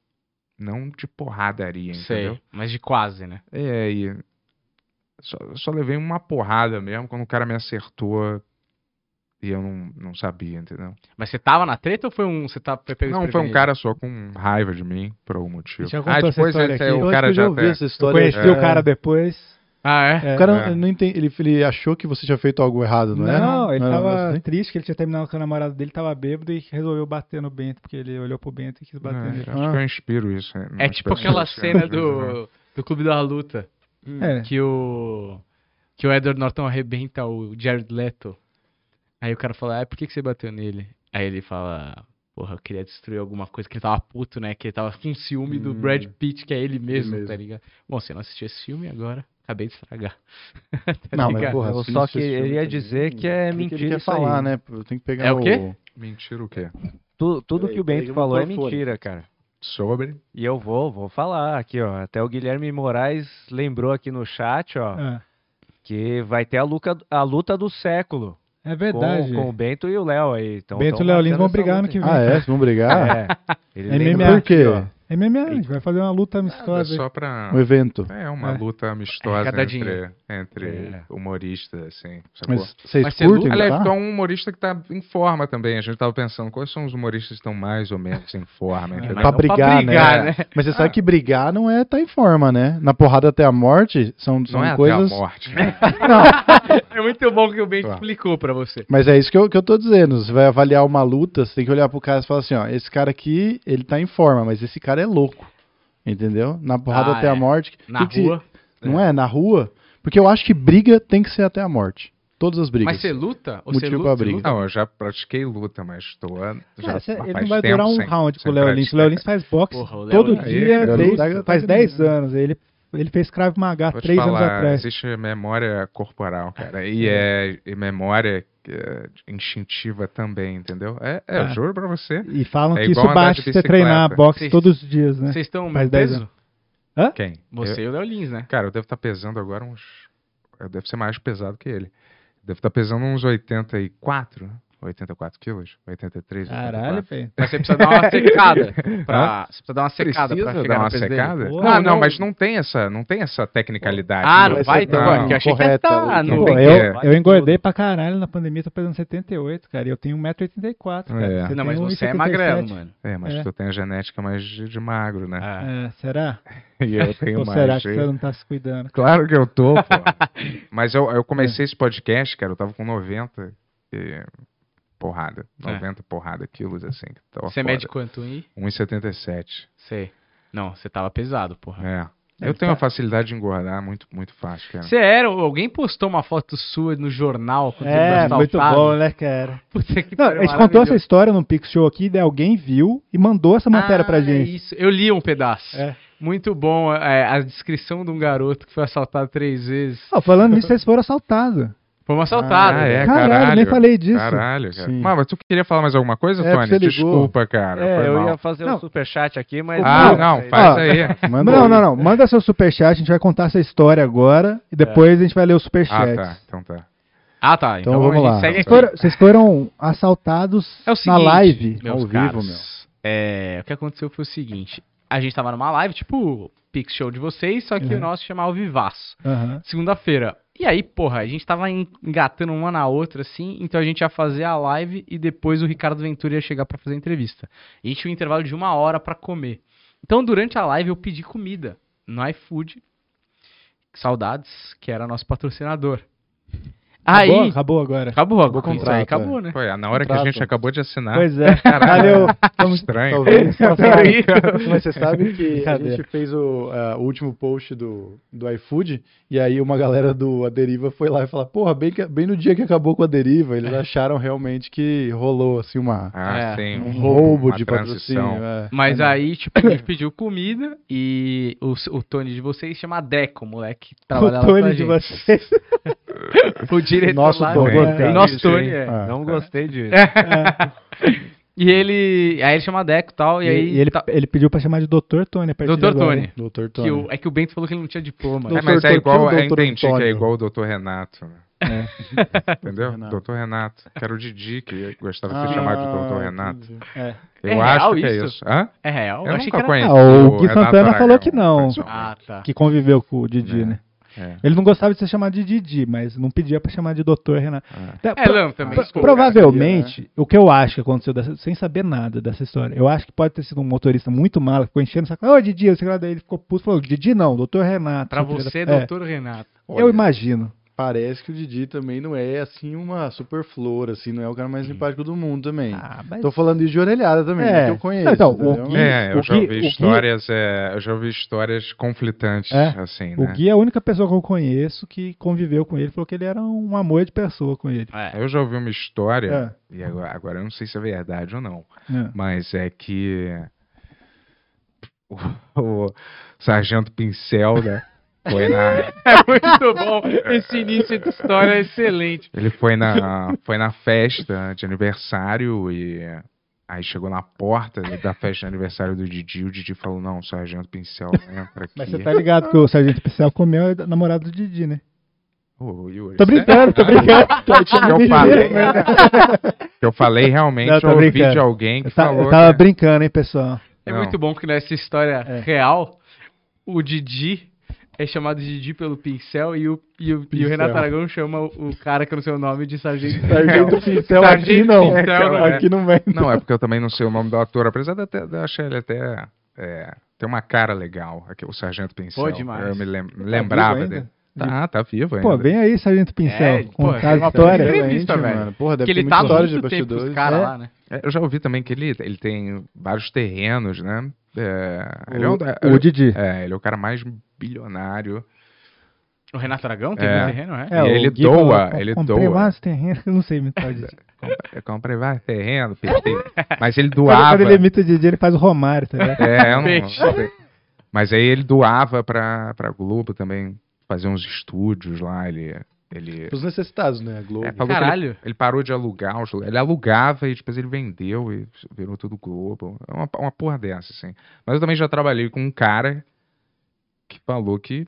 não de porradaria, entendeu? Sei. Mas de quase, né? É, e só, só levei uma porrada mesmo quando o cara me acertou e eu não, não sabia, entendeu? Mas você tava na treta ou foi um. Você tá, foi pego Não, foi um desprevenido? cara só com raiva de mim, por algum motivo. Já Ah, contou essa depois história esse- aqui? o Eu acho cara que eu já já ouvi tá- essa Eu história. conheci o cara depois. Ah, é? O cara É. não entende, ele, ele achou que você tinha feito algo errado, não, é? Não, ele era um tava negócio assim? triste que ele tinha terminado com a namorada dele, tava bêbado e resolveu bater no Bento, porque ele olhou pro Bento e quis bater É, nele. acho que eu inspiro isso. né, É nas tipo pessoas, aquela cara, cena às vezes, né? do, do Clube da Luta. É. Que o. Que o Edward Norton arrebenta o Jared Leto. Aí o cara fala, ah, por que, que você bateu nele? Aí ele fala, porra, eu queria destruir alguma coisa, que ele tava puto, né? Que ele tava com ciúme do Hum. Brad Pitt, que é ele mesmo, mesmo. tá ligado? Bom, você não assistiu esse filme agora, acabei de estragar. Tá Não, mas ligado? porra, Eu se só não que assistiu ele ia também, dizer que é o que mentira ele quer isso aí. falar, né? Tem que pegar É o quê? Mentira o quê? Tu- tudo Peraí, que o peraí, Bento eu falou é vou pôr fone. mentira, cara. Sobre? E eu vou, vou falar aqui, ó. Até o Guilherme Moraes lembrou aqui no chat, ó, É, que vai ter a luta, a luta do século. é Com, verdade. com o Bento e o Léo aí. Então, Bento tão e o Léo Lins marcando vão essa brigar luta ano que aí. vem. Ah, é? Vocês vão brigar? É. Ele M M A. lembrou Por quê? aqui, ó. M M A, a gente vai fazer uma luta É amistosa. só pra... Um evento. É uma É. luta amistosa Arrecadadinho. entre, entre É. humoristas, assim. Sacou? Mas vocês Mas você curtem luta- Aliás, lutar? tu é um humorista que tá em forma também. A gente tava pensando, quais são os humoristas que estão mais ou menos em forma, entendeu? mas Pra não pra brigar, brigar, né? né? Mas você sabe que brigar não é estar em forma, né? Na porrada até a morte, são, são Não é coisas... até a morte. É muito bom que o Bento Claro. explicou pra você. Mas é isso que eu, que eu tô dizendo. Você vai avaliar uma luta, você tem que olhar pro cara e falar assim, ó, esse cara aqui, ele tá em forma, mas esse cara é louco. Entendeu? Na porrada Ah, até é. a morte. Na Que que se- rua. Não é? Na rua? Porque eu acho que briga tem que ser até a morte. Todas as brigas. Mas você luta? Ou você Motivo luta? pra Você briga. luta? Não, eu já pratiquei luta, mas tô... Já Cara, cê- faz ele não vai tempo durar um sem- round com sem o Léo Lins. O praticar. Léo Lins faz boxe Porra, o Léo todo Lins- dia, Léo desde- Lins tá- faz tá dez grande, né? anos. Ele, ele fez Krav Maga Vou te três anos falar, atrás. existe memória corporal, cara. E é e memória é, instintiva também, entendeu? É, é eu Ah. juro pra você. E falam É que isso igual andar bate de se você treinar bicicleta. boxe Vocês- todos os dias, né? Vocês estão no Faz mesmo dez peso? Quem? Você Eu- e o Léo Lins, né? Cara, eu devo estar pesando agora uns... Eu devo ser mais pesado que ele. Devo estar pesando uns oitenta e quatro, oitenta e quatro quilos, oitenta e três, Caralho, oitenta e quatro. velho. Mas você precisa dar uma secada. Pra... Você precisa dar uma secada Precisa pra chegar dar no uma peso dele. secada? Pô, não, não, não. mas não tem essa, não tem essa tecnicalidade. Ah, Não não vai vai ser então, tão porque eu achei que ia correta, estar não no... tem Pô, que- eu, é. eu engordei pra caralho na pandemia, tô pesando setenta e oito, cara. E eu tenho um metro e oitenta e quatro, cara. É. Você Não, tem mas um você é e setenta e magrelo, sete. mano. É, mas É. tu tem a genética mais de, de magro, né? É. É, será? E eu tenho Ou mais. será que de- você não tá se cuidando? Claro que eu tô, pô. Mas eu, eu comecei esse podcast, cara, eu tava com noventa e... porrada. É. noventa porrada quilos, assim. que tava Você foda. mede quanto aí? um e setenta e sete. Sei. Não, você tava pesado, porra. É. Deve Eu tenho tá. uma facilidade de engordar muito, muito fácil, cara. Você era... Alguém postou uma foto sua no jornal quando você É, foi muito assaltado? bom, né, cara? Puta que Não, pariu, a gente contou essa maravilhoso. história num Pix Show aqui, daí alguém viu e mandou essa matéria Ah, pra gente. é isso. Eu li um pedaço. É. Muito bom é, a descrição de um garoto que foi assaltado três vezes. Ó, falando nisso, vocês foram assaltados. Fomos assaltados. Ah, é, Caralho, caralho. nem falei disso. Caralho, cara. Sim. Mas, mas tu queria falar mais alguma coisa, É, Tony? você ligou. Desculpa, cara. É, foi eu mal. ia fazer Não. um superchat aqui, mas... Ah, Não, não, sei. faz Ó, aí. Manda Não, aí. não, não. Manda seu superchat, a gente vai contar essa história agora e depois a gente vai ler o Ah, superchat. tá. Então tá. Ah, tá. Então, Então vamos a gente lá. segue Vocês aqui. foram, vocês foram assaltados É o na seguinte, live. meus ao vivo, caros, meu. é, o que aconteceu foi o seguinte. A gente tava numa live, tipo o Pix Show de vocês, só que Uhum. o nosso chamava o Vivaço. Aham. Segunda-feira. E aí, porra, a gente tava en- engatando uma na outra, assim, então a gente ia fazer a live e depois o Ricardo Ventura ia chegar pra fazer a entrevista. E a gente tinha um intervalo de uma hora pra comer. Então, durante a live, eu pedi comida no iFood. Saudades, que era nosso patrocinador. Acabou, Aí... acabou agora. Acabou, acabou. Acabou o Isso aí contrato, acabou, né? Foi, na hora que a Contrato. gente acabou de assinar. Pois é. Caralho. Valeu. Tamo- Estranho. Talvez faça Aí, Mas você sabe que a Brincadeira. gente fez o, ah, o último post do, do iFood e aí uma galera do A Deriva foi lá e falou, porra, bem, que- bem no dia que acabou com a Deriva, eles acharam realmente que rolou assim uma, Ah, É, sim. um roubo uma de transição. patrocínio. é. Mas aí, tipo, a gente pediu comida e o, o Tony de vocês chama Deco, moleque. que Trabalha lá O com a Tony de gente. vocês. O diretor Nosso lá. Tony. é, Gostei o nosso disso, Tony, hein? é. Ah, Não tá. gostei disso. E ele. Aí ele chama Deco e tal. E, E, aí. e ele, tá- ele pediu pra chamar de doutor Tony. a partir de doutor agora. Tony. Doutor Que Tony. o, é que o Bento falou que ele não tinha diploma. É, né? mas é Doutor igual, Torquil, eu doutor entendi que é Antônio. igual o doutor Renato, né? É. Entendeu? Renato. doutor Renato. Que era o Didi que gostava de Ah, ser chamado de doutor Renato. entendi. É. Eu É acho real que é isso? isso. Hã? É real? Eu achei nunca que era... conheci. Ah, o Gui Renato Santana Aragão, falou que não. pessoalmente. Ah, tá. Que conviveu com o Didi, É. né? É. Ele não gostava de ser chamado de Didi, mas não pedia pra chamar de doutor Renato. É. É, Lam também. Pro- pô. provavelmente, o que eu acho que aconteceu, dessa- sem saber nada dessa história, eu acho que pode ter sido um motorista muito mala, que ficou enchendo o saco. Ô, Didi, eu sei lá, daí ele ficou puto e falou, Didi não, doutor Renato. Pra seu filho você, da- É, doutor Renato. eu imagino. Parece que o Didi também não é assim uma super flor, assim, não é o cara mais simpático do mundo também. Ah, mas... Tô falando isso de orelhada também, É. né, que eu conheço. Então, o entendeu? Gui- É, eu o já Gui- ouvi o Gui- histórias, é, eu já ouvi histórias conflitantes, É, assim, O né? Gui é a única pessoa que eu conheço que conviveu com ele, falou que ele era um amor de pessoa com ele. É. Eu já ouvi uma história, É. e agora, agora eu não sei se é verdade ou não, É. mas é que o, o Sargento Pincel, né, foi na, É muito bom. Esse início de história é excelente. ele foi na, foi na festa de aniversário e aí chegou na porta da festa de aniversário do Didi, o Didi falou, não, o Sargento Pincel entra aqui. Mas você tá ligado que o Sargento Especial comeu a namorada do Didi, né? Ô, Yuri, Tô sério? brincando, tô brincando. Tô te Que eu mentira, falei, né? que eu falei realmente, Não, tô eu ouvi brincando. de alguém que Eu, ta- falou eu tava que- brincando, hein, pessoal. É Não. muito bom que nessa história É. real, o Didi é chamado de Didi pelo Pincel e o, e o, e o Pincel. Renato Aragão chama o, o cara que eu não sei o nome de Sargento Sargento Pincel aqui Sargento não. Pincel, não é. Aqui não vem. Não, é porque eu também não sei o nome do ator, apesar de, até, de eu achar ele até... É, tem uma cara legal, aqui, o Sargento Pincel. Pô, demais. Eu me lem- Tá lembrava vivo dele. ainda? Tá, tá vivo ainda. Pô, vem aí, Sargento Pincel, É, pô, contar tem a uma história. entrevista, Excelente, velho. mano. Porra, deve Porque ter ele muita tá há história de muito tempo com os bastidores. caras É. lá, né? É, eu já ouvi também que ele, ele tem vários terrenos, né? É, ele é O, um, é, o Didi. é, ele é o cara mais bilionário. O Renato Aragão tem É. um terreno, é? E o ele Gui doa, falou, ele comprei doa. vários terrenos, eu não sei imitar o Didi. Eu comprei vários terrenos, pensei. Mas ele Quando, doava. quando ele imita o Didi, ele faz o Romário, tá ligado? É, eu não, Peixe. não sei. Mas aí ele doava pra, pra Globo também, fazer uns estúdios lá, ele... ele Os necessitados, né? A Globo. é, falou que Caralho. ele, ele parou de alugar, os, ele alugava e depois ele vendeu e virou tudo Globo. É uma, uma porra dessa, assim. Mas eu também já trabalhei com um cara que falou que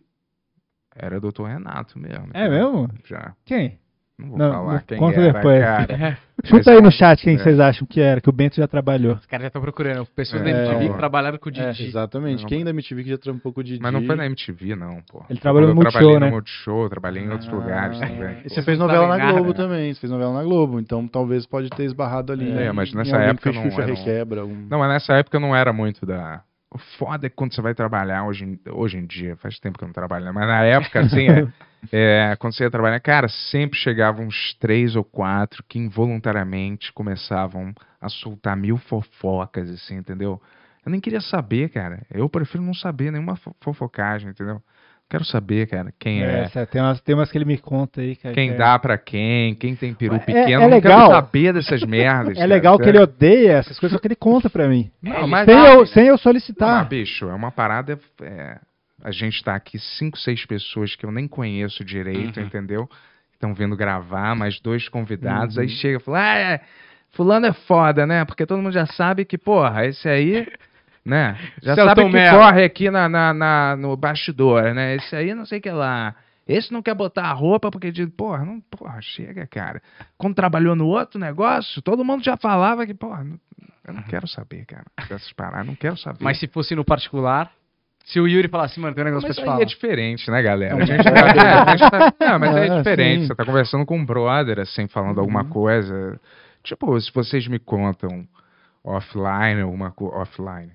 era doutor Renato mesmo. É mesmo? Já. Quem? Não vou Não, falar não, quem conta era, depois. cara. Chuta aí no chat quem É. vocês acham que era, que o Bento já trabalhou. Os caras já estão procurando. Pessoas É, da M T V é. que trabalharam com o É, Didi. exatamente. Não, Quem da M T V que já trampou com o Didi? Mas não foi na M T V, não, pô. Ele trabalhou Eu no Multishow, trabalhei né? no Multishow, trabalhei em outros lugares Ah, também. E pô. você fez Não novela sabe na nada, Globo né? também. Você fez novela na Globo. Então talvez pode ter esbarrado ali. É, em- mas em nessa alguém época que não fez Xuxa era um- Requebra. Um... Não, mas nessa época eu não era muito da... O foda é que quando você vai trabalhar hoje, em- hoje em dia, faz tempo que eu não trabalho, né? Mas na época, assim, é, é, quando você ia trabalhar, cara, sempre chegavam uns três ou quatro que involuntariamente começavam a soltar mil fofocas, assim, entendeu? Eu nem queria saber, cara. Eu prefiro não saber nenhuma fo- fofocagem, entendeu? Quero saber, cara, quem é, Essa, tem, umas, tem umas que ele me conta aí, cara. quem que é- dá pra quem, quem tem peru É- pequeno. é Eu não quero legal. saber dessas merdas. É cara, legal que sério. ele odeia essas coisas, só que ele conta pra mim. Não, mas sem, sabe, eu, né? sem eu Não, solicitar. mas, bicho, é uma parada. é, a gente tá aqui, cinco, seis pessoas que eu nem conheço direito, Uhum. entendeu? Estão vindo gravar, mais dois convidados. Uhum. Aí chega e fala: ah, é, fulano é foda, né? Porque todo mundo já sabe que, porra, esse aí, né? Já Celton sabe que Mello. corre aqui na, na, na- no bastidor, né? Esse aí não sei o que lá. Esse não quer botar a roupa porque diz, porra, não, porra, chega, cara. Quando trabalhou no outro negócio, todo mundo já falava que, porra, não- eu não quero saber, cara, dessas paradas, não quero saber. Mas se fosse no particular, se o Yuri falasse, mano, tem um negócio Mas pra te aí falar. é diferente, né, galera? É A gente tá, é, a gente tá- não, mas é Ah, diferente. sim. Você tá conversando com um brother, assim, falando alguma coisa. Tipo, se vocês me contam offline, alguma coisa. Offline.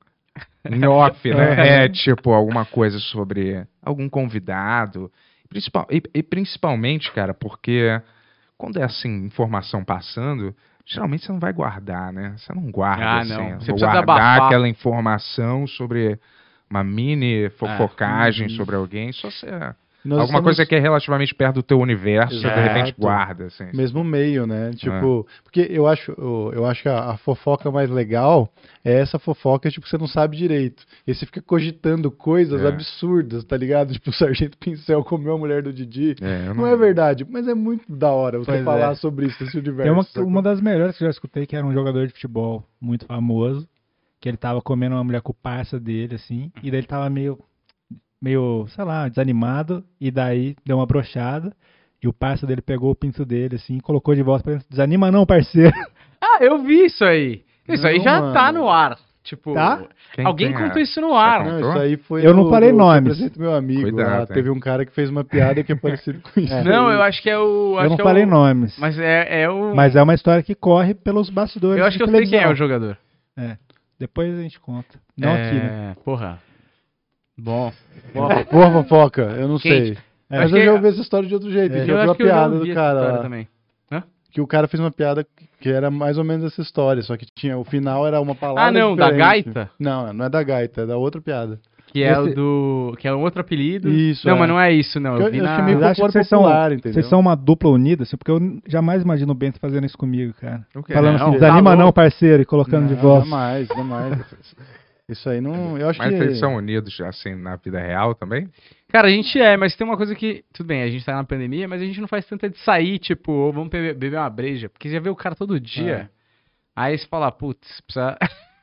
Em off, né? É, tipo, alguma coisa sobre algum convidado. Principal, e, e principalmente, cara, porque quando é assim, informação passando, geralmente você não vai guardar, né? Você não guarda, Ah, assim. não. eu Você vou precisa guardar desabafar. aquela informação sobre uma mini fofocagem Uhum. sobre alguém, só você... Nós Alguma estamos- coisa que é relativamente perto do teu universo, você de repente Exato. guarda, assim. Mesmo meio, né? Tipo, porque eu acho, eu, eu acho que a, a fofoca mais legal é essa fofoca, tipo, que você não sabe direito. E você fica cogitando coisas É. absurdas, tá ligado? Tipo, o Sargento Pincel comeu a mulher do Didi. É, eu Não é verdade, mas é muito da hora você Pois falar é. sobre isso, esse universo. Tem uma, sacou? uma das melhores que eu já escutei, que era um jogador de futebol muito famoso, que ele tava comendo uma mulher com o parça dele, assim, e daí ele tava meio, meio, sei lá, desanimado, e daí deu uma brochada, e o parça dele pegou o pinto dele, assim, e colocou de volta pra ele. Desanima não, parceiro. Ah, eu vi isso aí. Isso aí Não, já mano. tá no ar. Tipo, Tá? Quem alguém tem a- contou isso no ar. Tá Não, contou? isso aí foi Eu não do- falei do- nomes. do apresento meu amigo. Cuidado, lá. hein? Teve um cara que fez uma piada que é parecido com isso. Não, aí. eu acho que é o. acho Eu não que é falei o- nomes, Mas é, é o. mas é uma história que corre pelos bastidores eu acho de que eu sei quem é televisão. o jogador. Depois a gente conta. Não é... aqui, né? Porra. Bom. Boa fofoca, eu não Quente. sei. É, Mas acho eu que- já ouvi essa história de outro jeito. É. Já Eu ouvi acho a que eu já piada ouvi do essa cara história lá. também. Que o cara fez uma piada que era mais ou menos essa história, só que tinha, o final era uma palavra Ah, não, da diferente. gaita? Não, não é da gaita, é da outra piada. Que é Esse- o do. Que é um outro apelido. Isso, Não, é. mas não é isso, não. Eu, Eu- vi eu na... achei meio Vocês acham folclore que vocês são, popular, entendeu? vocês são uma dupla unida, assim, porque eu jamais imagino o Bento fazendo isso comigo, cara. O quê? Falando Não, assim, tá desanima não, louco. parceiro, e colocando de Não, volta. Jamais, jamais. Isso aí não. Eu acho Mas que. vocês são unidos, assim, na vida real também? Cara, a gente é, mas tem uma coisa que. Tudo bem, a gente tá na pandemia, mas a gente não faz tanta de sair, tipo, ou vamos beber, beber uma breja. Porque você já vê o cara todo dia. Aí você fala, putz, precisa.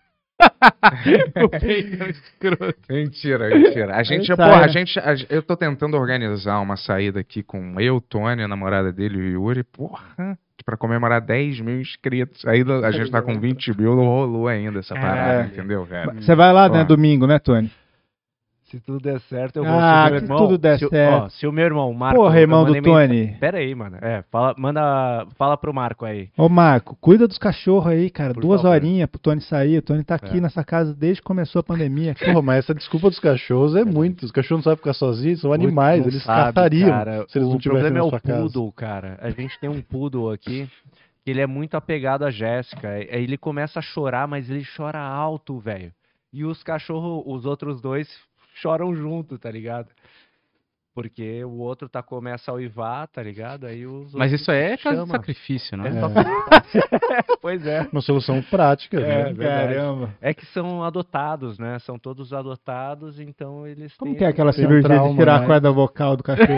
O peito é um escroto. Mentira, mentira. A gente, Aí porra, sai, a né? gente, a- eu tô tentando organizar uma saída aqui com eu, Tony, a namorada dele e o Yuri. Porra, pra comemorar dez mil inscritos. Aí a gente tá com vinte mil, não rolou ainda essa parada, É. entendeu, cara? Você vai lá, Ó. né, domingo, né, Tony? Se tudo der certo, eu vou. Ah, se o meu que irmão, tudo der se, o- certo. Ó, se o meu irmão, Marco... Porra, eu irmão do mandei men- Tony. Pera aí, mano. É, fala, manda, fala pro Marco aí. Ô, Marco, cuida dos cachorros aí, cara. Por Duas favor. horinhas pro Tony sair. O Tony tá aqui É. nessa casa desde que começou a pandemia. Porra, mas essa desculpa dos cachorros é muito. Os cachorros não sabem ficar sozinhos, são animais, Não eles sabe, caçariam cara. se eles não O tivessem problema é na o sua casa. poodle, cara. A gente tem um poodle aqui que ele é muito apegado a Jéssica. Aí ele começa a chorar, mas ele chora alto, velho. E os cachorros, os outros dois, choram junto, tá ligado? Porque o outro tá, começa a uivar, tá ligado? Aí os Mas outros isso aí é caso de chama. sacrifício, né? É só- Pois é. Uma solução prática, É, né? verdade. Caramba. É que são adotados, né? São todos adotados, então eles Como têm... que é aquela Tem um cirurgia de trauma, tirar né? a corda vocal do cachorro?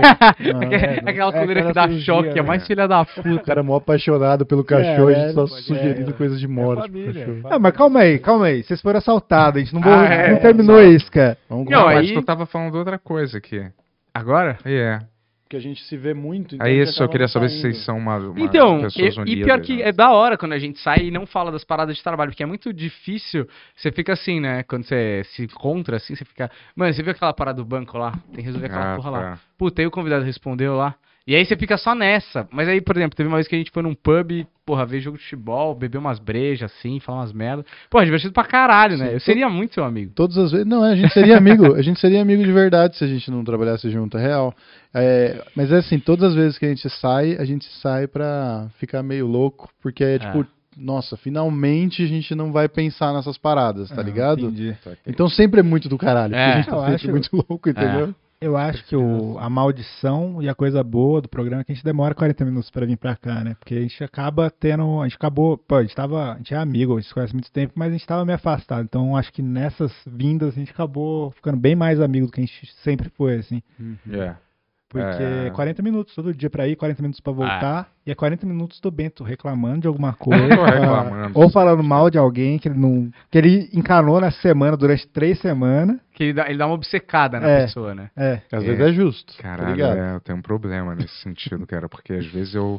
É Aquela é coleira que aquela dá cirurgia, choque, é né? mais filha da O puta. cara é mó apaixonado pelo cachorro, a gente só pode- sugerindo é, coisas de morte pro família, cachorro. Ah, mas calma aí, calma aí. Vocês foram assaltados. A gente não, vou- Ah, é, não terminou isso, cara. Vamos Não, com- aí- Mas tu tava falando outra coisa aqui. Agora? É. que a gente se vê muito. Então Aí a isso gente eu acaba queria saber saindo. se vocês são uma, uma Então, pessoas e, unidas. e pior que né? é da hora quando a gente sai e não fala das paradas de trabalho, porque é muito difícil. Você fica assim, né? Quando você se encontra assim, você fica. Mano, você viu aquela parada do banco lá? Tem que resolver aquela Ah, porra lá. tá. Puta, aí o convidado respondeu lá. E aí você fica só nessa. Mas aí, por exemplo, teve uma vez que a gente foi num pub, porra, ver jogo de futebol, beber umas brejas, assim, falar umas merda. Porra, divertido pra caralho, né? Sim, Eu seria muito seu amigo. Todas as vezes. Não, a gente seria amigo. A gente seria amigo de verdade se a gente não trabalhasse junto, é real. É, mas é assim, todas as vezes que a gente sai, a gente sai pra ficar meio louco, porque é tipo, nossa, finalmente a gente não vai pensar nessas paradas, tá Ah, ligado? Entendi. Então sempre é muito do caralho, porque É. a gente Eu tá sempre acho- muito louco, entendeu? Eu acho que o, a maldição e a coisa boa do programa é que a gente demora quarenta minutos pra vir pra cá, né? Porque a gente acaba tendo. A gente acabou. Pô, a gente tava. A gente é amigo, a gente se conhece há muito tempo, mas a gente tava meio afastado. Então acho que nessas vindas a gente acabou ficando bem mais amigo do que a gente sempre foi, assim. É. Porque É. quarenta minutos todo dia pra ir, quarenta minutos pra voltar. E é quarenta minutos do Bento reclamando de alguma coisa. Eu tô reclamando. Ou falando mal de alguém que ele não. Que ele encanou nessa semana durante três semanas. Que ele dá, ele dá uma obcecada na É. pessoa, né? É. Às É. vezes é justo, tá Caralho, ligado? é, eu tenho um problema nesse sentido, cara, porque às vezes eu.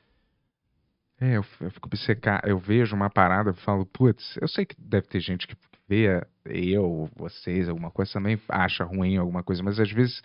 É, eu, eu fico obcecado, eu vejo uma parada e falo, putz, eu sei que deve ter gente que vê eu, vocês, alguma coisa, também acha ruim alguma coisa, mas às vezes,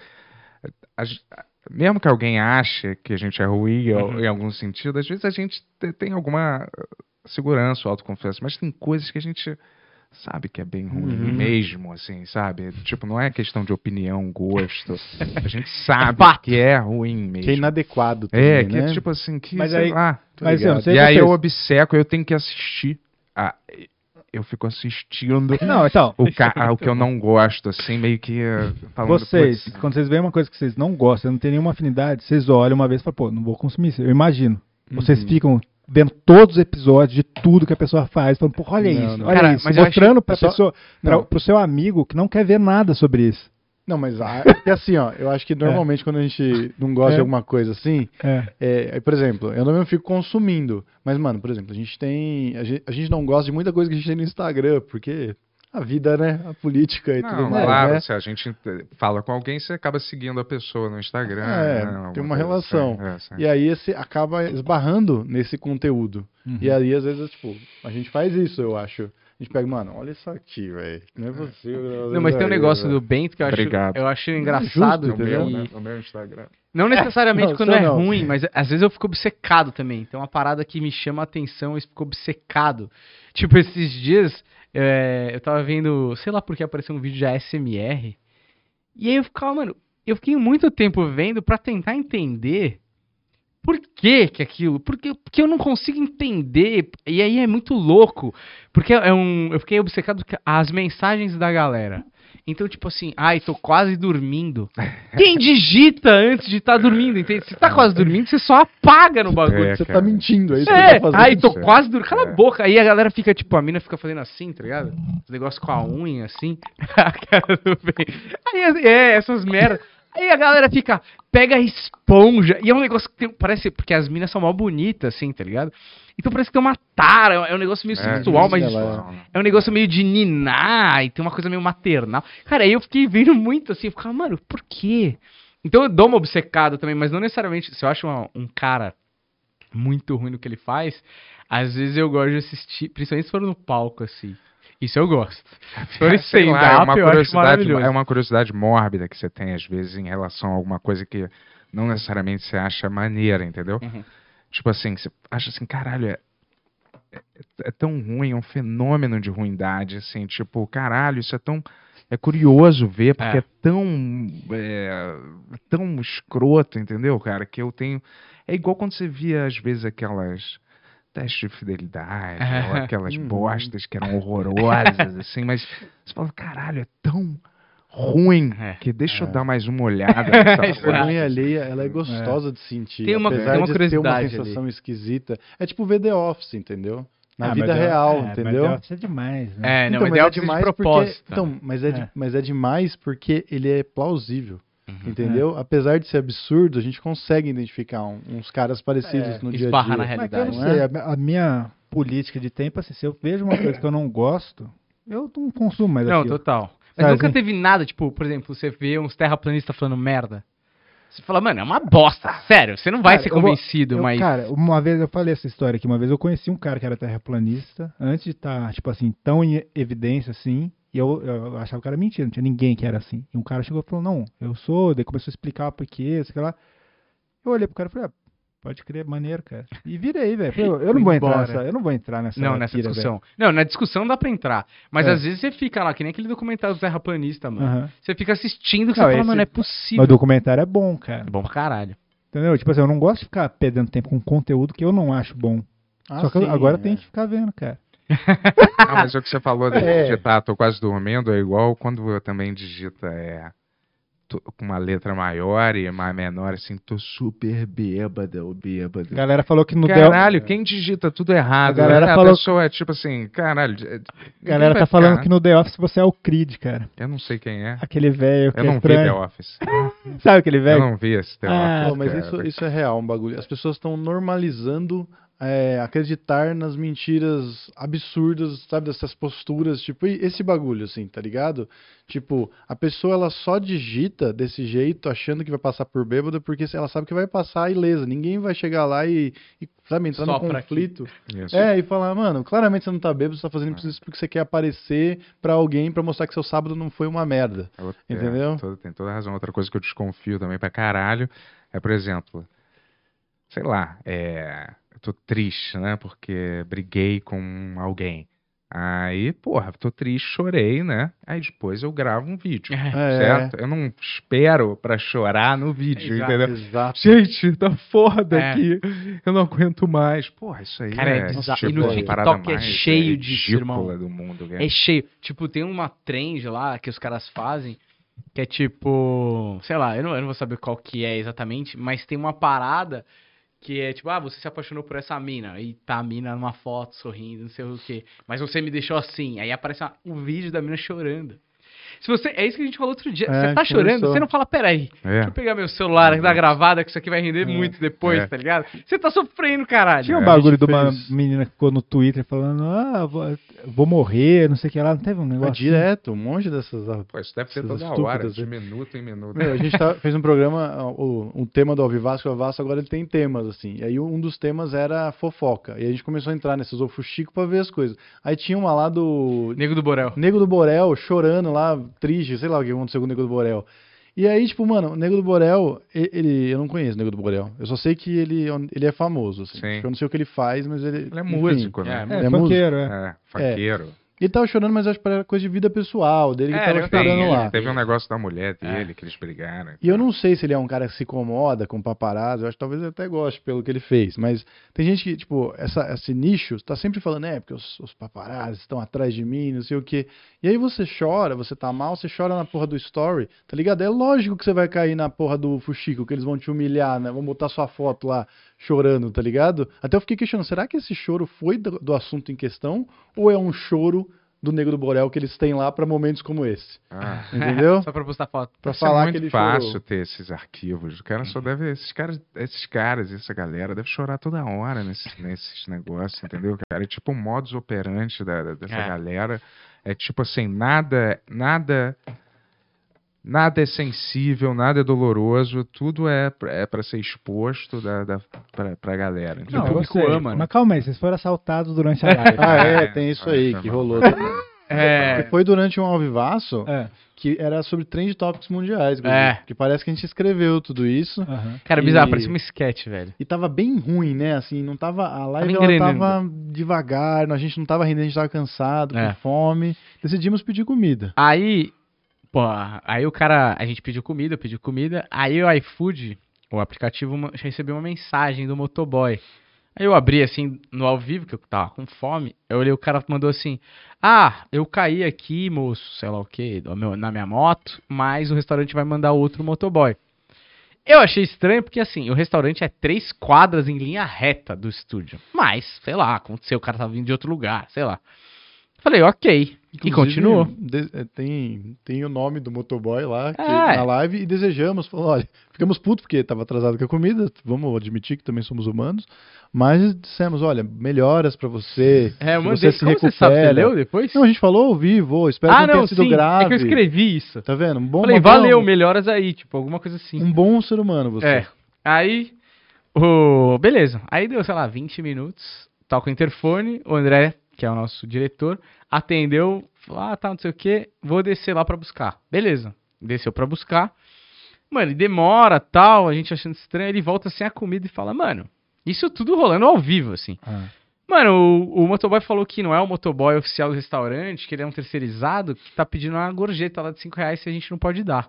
a gen- mesmo que alguém ache que a gente é ruim Uhum. em algum sentido, às vezes a gente te- tem alguma segurança ou autoconfiança, mas tem coisas que a gente sabe que é bem ruim Uhum. mesmo, assim, sabe? Tipo, não é questão de opinião, gosto. A gente sabe fato. que é ruim mesmo. Que é inadequado também, É, que né? é tipo assim, que Mas sei aí- lá. Tô Mas eu ligado. não sei E aí vocês. eu obceco, eu tenho que assistir. a- eu fico assistindo Não, então. o, ca- a- o que eu não gosto, assim, meio que eh, falando, Vocês, putz, quando vocês veem uma coisa que vocês não gostam, não tem nenhuma afinidade, vocês olham uma vez e falam, pô, não vou consumir isso. Eu imagino. Vocês Uhum. ficam vendo todos os episódios de tudo que a pessoa faz, falando, pô, olha Não, isso, não. olha Cara, isso. mas eu Mostrando pra é só- pessoa, pra, Não. pro seu amigo que não quer ver nada sobre isso. Não, mas a- é que assim, ó, eu acho que normalmente quando a gente não gosta É. de alguma coisa assim, É. é, aí, por exemplo, eu não fico consumindo, mas, mano, por exemplo, a gente tem, a gente, a gente não gosta de muita coisa que a gente tem no Instagram, porque a vida, né, a política e não, tudo mais, claro, né? se a gente eh, fala com alguém, você acaba seguindo a pessoa no Instagram. É, né, tem alguma uma coisa relação. assim, é, sim. E aí esse acaba esbarrando nesse conteúdo. Uhum. E aí, às vezes, tipo, a gente faz isso, eu acho. A gente pega, mano, olha isso aqui, velho. Não é possível. Não, mas tem um negócio do Bento que eu acho, Obrigado. eu acho engraçado. justo, No meu, que- né, no meu Instagram. Não necessariamente Não, quando só é não. ruim, mas às vezes eu fico obcecado também. Tem uma parada que me chama a atenção, eu fico obcecado. Tipo, esses dias, é, eu tava vendo, sei lá porque apareceu um vídeo de A S M R. E aí eu ficava, mano, eu fiquei muito tempo vendo pra tentar entender por que que aquilo, porque, porque eu não consigo entender. E aí é muito louco, porque é um, eu fiquei obcecado com as mensagens da galera. Então, tipo assim, ai, tô quase dormindo. Quem digita antes de estar dormindo, entende? Se tá quase dormindo, você só apaga no bagulho. É, Você cara. tá mentindo, é isso que É, você tá fazendo. aí tô É. quase dormindo. Cala a É. boca. Aí a galera fica, tipo, a mina fica fazendo assim, tá ligado? Os negócios com a unha, assim. A cara do bem. Aí, é, essas merdas. Aí a galera fica, pega a esponja. E é um negócio que tem, parece, porque as minas são mal bonitas, assim, tá ligado? Então parece que tem uma tara, é um negócio meio É, sexual, mas ela é um negócio meio de ninar, e tem uma coisa meio maternal. Cara, aí eu fiquei vendo muito assim, eu ficava, mano, por quê? Então eu dou uma obcecada também, mas não necessariamente, se eu acho uma- um cara muito ruim no que ele faz, às vezes eu gosto de assistir, principalmente se for no palco, assim. Isso eu gosto. Se for em Sei lá, é stand-up, uma eu acho curiosidade, maravilhoso. é uma curiosidade mórbida que você tem às vezes em relação a alguma coisa que não necessariamente você acha maneira, entendeu? Uhum. Tipo assim, você acha assim, caralho, é, é, é tão ruim, é um fenômeno de ruindade, assim, tipo, caralho, isso é tão, é curioso ver, porque é, É. tão, é, tão escroto, entendeu, cara, que eu tenho, é igual quando você via às vezes aquelas testes de fidelidade, ou aquelas Uhum. bostas que eram horrorosas, assim, mas você fala, caralho, é tão ruim É. que deixa eu É. dar mais uma olhada nessa Exato. bosta. Vergonha alheia, ela é gostosa de sentir. Tem uma- apesar tem uma de ter uma curiosidade sensação esquisita. É tipo ver The Office, entendeu? Na Ah, vida mas é- real, é, entendeu? Mas The Office é demais, né? É, não, Então, mas mas é é o de demais porque, propósito. então, mas é, de- É. mas é demais porque ele é plausível, Uhum. entendeu? Apesar de ser absurdo, a gente consegue identificar um- uns caras parecidos É, no dia a esbarra na dia. Mas que eu realidade. não não sei, é? a, a minha política de tempo, assim, se eu vejo uma coisa que eu não gosto, eu não consumo mais Não, aquilo. total. Mas Sabe nunca assim? teve nada, tipo, por exemplo, você vê uns terraplanistas falando merda. Você fala, mano, é uma bosta. Sério, você não vai Cara, ser eu vou- convencido, eu- mas. Cara, uma vez eu falei essa história aqui, uma vez eu conheci um cara que era terraplanista, antes de estar, tipo assim, tão em evidência assim, e eu, eu achava que era mentira, não tinha ninguém que era assim. E um cara chegou e falou, não, eu sou, daí começou a explicar o porquê, sei lá. Eu olhei pro cara e falei, ah, pode crer, maneiro, cara. E virei, velho. Falei, Eu, eu não vou entrar Embora. nessa, eu não vou entrar nessa Não, nessa pira, discussão. Não, na discussão dá pra entrar. Mas É. às vezes você fica lá, que nem aquele documentário do terraplanista, mano. Aham. Você fica assistindo que Não, você fala, esse- mano, não é velho. possível. Mas o documentário é bom, cara. É bom pra caralho. Entendeu? Tipo assim, eu não gosto de ficar perdendo tempo com conteúdo que eu não acho bom. Ah, Só que eu- sim, agora é. tem que ficar vendo, cara. Não, mas o que você falou de É. digitar, tô quase dormindo, é igual quando eu também digita é, tô com uma letra maior e mais menor, assim, tô super bêbada ou bêbado. A galera falou que no Del... Caralho, quem digita tudo errado? A galera né? falou- A pessoa é tipo assim, caralho. é- A ninguém galera vai tá ficar- falando que no The Office você é o Creed, cara. Eu não sei quem é. Aquele velho que Eu é não vi estranho. The Office. Sabe aquele Eu velho? não vi esse The Ah, Office. Pô, mas cara. isso, isso é real, um bagulho. As pessoas estão normalizando é, acreditar nas mentiras absurdas, sabe? Dessas posturas, tipo, e esse bagulho, assim, tá ligado? Tipo, a pessoa, ela só digita desse jeito, achando que vai passar por bêbada, porque ela sabe que vai passar ilesa. Ninguém vai chegar lá e, e sabe, entrar no Sopra aqui. conflito. Isso. É, e falar, mano, claramente você não tá bêbado, você tá fazendo isso porque você quer aparecer pra alguém pra mostrar que seu sábado não foi uma merda. Eu- Entendeu? É, todo- tem toda razão. Outra coisa que eu desconfio também pra caralho é, por exemplo, sei lá, é, eu tô triste, né? Porque briguei com alguém. Aí, porra, tô triste, chorei, né? Aí depois eu gravo um vídeo, É. certo? Eu não espero pra chorar no vídeo, Exato, entendeu? Exato. Gente, tá foda É. aqui. Eu não aguento mais. Porra, isso aí Cara, é é, bizarro. tipo, E no a TikTok parada é mais cheio disso, ridícula irmão. do mundo, cara. É cheio. Tipo, tem uma trend lá que os caras fazem, que é tipo, sei lá, eu não, eu não vou saber qual que é exatamente, mas tem uma parada que é tipo, ah, você se apaixonou por essa mina, e tá a mina numa foto sorrindo, não sei o quê, mas você me deixou assim, aí aparece uma- um vídeo da mina chorando. Se você, é isso que a gente falou outro dia, É, você a tá gente chorando, conversou. você não fala, peraí, É. deixa eu pegar meu celular que tá gravada, que isso aqui vai render É. muito depois, É. tá ligado? Você tá sofrendo, caralho. Tinha um É, bagulho a de gente uma fez- menina que ficou no Twitter falando, ah, vou, vou morrer, não sei o que lá. Não teve um É negócio assim? direto, um monte dessas. ah, Pô, isso deve ter Essas toda estúpidas, hora, de né? minuto em minuto. Meu, a gente tá- fez um programa, ó, o, um tema do Alvivasco, o Alvivasco agora ele tem temas, assim. E aí um dos temas era fofoca. E a gente começou a entrar nesses ofuxico pra ver as coisas. Aí tinha uma lá do Nego do Borel. Nego do Borel chorando lá, triste, sei lá o que aconteceu com o Nego do Borel. E aí, tipo, mano, o Nego do Borel, e- ele, eu não conheço o Nego do Borel. Eu só sei que ele, ele é famoso, assim. Sim. Tipo, eu não sei o que ele faz, mas ele... Ele é enfim. músico, né? É, É, Ele é funkeiro, é. É, funkeiro. Ele tava chorando, mas acho que era coisa de vida pessoal dele, que É, tava ele chorando tem, lá. ele Teve um negócio da mulher É. dele, que eles brigaram. E eu não sei se ele é um cara que se incomoda com paparazzi, eu acho que talvez ele até goste pelo que ele fez, mas tem gente que, tipo, essa, esse nicho tá sempre falando, é, porque os, os paparazzi estão atrás de mim, não sei o quê. E aí você chora, você tá mal, você chora na porra do story, tá ligado? É lógico que você vai cair na porra do fuxico, que eles vão te humilhar, né? Vão botar sua foto lá chorando, tá ligado? Até eu fiquei questionando, será que esse choro foi do, do assunto em questão ou é um choro do Nego do Borel que eles têm lá pra momentos como esse? Ah, Entendeu? Só pra postar foto. Pra deve ser falar muito que ele fácil chorou. ter esses arquivos. O cara só deve. Esses caras, esses caras, essa galera, deve chorar toda hora nesses, nesses negócios, entendeu, cara? É tipo o modus operandi da, da- dessa É. galera. É tipo assim, nada. Nada. Nada é sensível, nada é doloroso, tudo é, pra- é para ser exposto da, da, pra, pra galera. Não, entendeu? o público eu sei, ama, né? Mas calma aí, vocês foram assaltados durante a live. Ah, é, É, tem isso foi- aí foi que mal. rolou. É. Foi durante um alvivaço É. que era sobre trend topics mundiais, É. que parece que a gente escreveu tudo isso. Aham. Cara, E- bizarro, parecia um sketch, velho. E tava bem ruim, né? Assim, não tava. A live Tava ela engrenando. tava devagar, a gente não tava rendendo, a gente tava cansado, É. com fome. Decidimos pedir comida. Aí, pô, aí o cara, a gente pediu comida, pediu comida, aí o iFood, o aplicativo, ma- recebeu uma mensagem do motoboy. Aí eu abri assim no ao vivo, que eu tava com fome, eu olhei, o cara mandou assim: ah, eu caí aqui, moço, sei lá o que, na minha moto, mas o restaurante vai mandar outro motoboy. Eu achei estranho porque, assim, o restaurante é três quadras em linha reta do estúdio. Mas, sei lá, aconteceu, o cara tava vindo de outro lugar, sei lá. Falei, ok. E Inclusive, continuou. de- eh, tem, tem o nome do motoboy lá que- É. na live e desejamos. Falou, olha, ficamos putos porque tava atrasado com a comida. Vamos admitir que também somos humanos. Mas dissemos, olha, melhoras pra você. É, eu que mandei. você se Como você sabe? Você recupera. leu depois? Não, a gente falou ao vivo. Espero ah, que não não, tenha sido sim. grave. É que eu escrevi isso. Tá vendo? Um bom, Falei, uma boa- valeu, melhoras aí, tipo, alguma coisa assim. Um bom ser humano você. É. Aí, o... beleza. Aí deu, sei lá, vinte minutos. Toca o interfone. O André, que é o nosso diretor, atendeu. Falou, ah, tá, não sei o que. Vou descer lá pra buscar. Beleza. Desceu pra buscar. Mano, ele demora, tal. A gente achando estranho. Ele volta sem a comida e fala, mano, isso tudo rolando ao vivo, assim. Ah. Mano, o, o motoboy falou que não é o motoboy oficial do restaurante, que ele é um terceirizado, que tá pedindo uma gorjeta lá de cinco reais se a gente não pode dar.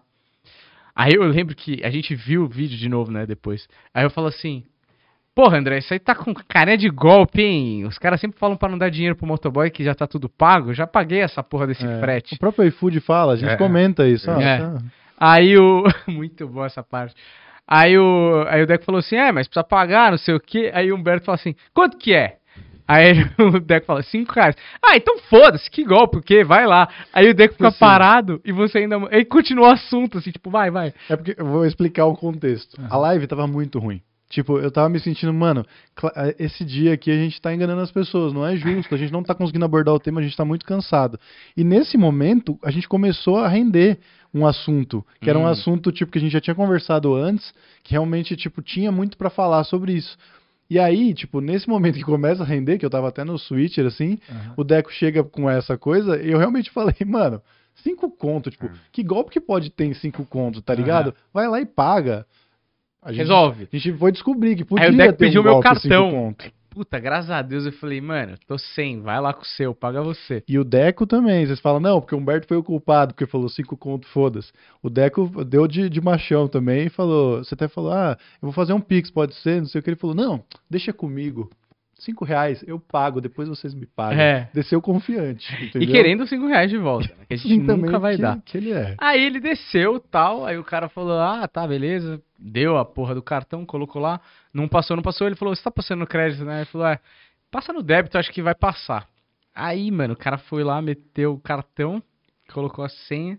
Aí eu lembro que a gente viu o vídeo de novo, né, depois. Aí eu falo assim, porra, André, isso aí tá com carinha de golpe, hein? Os caras sempre falam pra não dar dinheiro pro motoboy que já tá tudo pago. Eu já paguei essa porra desse É. frete. O próprio iFood fala, a gente É. comenta isso. Ah, É. tá. Aí o... Muito boa essa parte. Aí o, aí o Deco falou assim, é, mas precisa pagar, não sei o quê. Aí o Humberto falou assim, quanto que é? Aí o Deco fala, cinco reais. Ah, então foda-se, que golpe, o quê? Vai lá. Aí o Deco fica Assim. parado e você ainda... Aí continua o assunto, assim, tipo, vai, vai. É porque eu vou explicar o contexto. A live tava muito ruim. Tipo, eu tava me sentindo, mano, cla- esse dia aqui a gente tá enganando as pessoas, não é justo, a gente não tá conseguindo abordar o tema, a gente tá muito cansado. E nesse momento, a gente começou a render um assunto, que era um Hum. assunto, tipo, que a gente já tinha conversado antes, que realmente, tipo, tinha muito pra falar sobre isso. E aí, tipo, nesse momento que começa a render, que eu tava até no switcher, assim, Aham. o Deco chega com essa coisa, e eu realmente falei, mano, cinco conto, tipo, que golpe que pode ter em cinco conto, tá ligado? Vai lá e paga. A gente, Resolve. A gente foi descobrir que podia Aí o Deco ter pediu um meu golpe cinco cartão. conto. Puta, graças a Deus eu falei, mano, tô sem, vai lá com o seu, paga você. E o Deco também, vocês falam, não, porque o Humberto foi o culpado, porque falou cinco conto, foda-se. O Deco deu de, de machão também e falou, você até falou, ah, eu vou fazer um pix, pode ser, não sei o que. Ele falou, não, deixa comigo. Cinco reais, eu pago, depois vocês me pagam. É. Desceu confiante, entendeu? E querendo os cinco reais de volta, né, que a gente Sim, nunca também vai que, dar. que ele é. Aí ele desceu tal, aí o cara falou, ah, tá, beleza. Deu a porra do cartão, colocou lá. Não passou, não passou. Ele falou, você tá passando no crédito, né? Ele falou, é, passa no débito, acho que vai passar. Aí, mano, o cara foi lá, meteu o cartão, colocou a senha.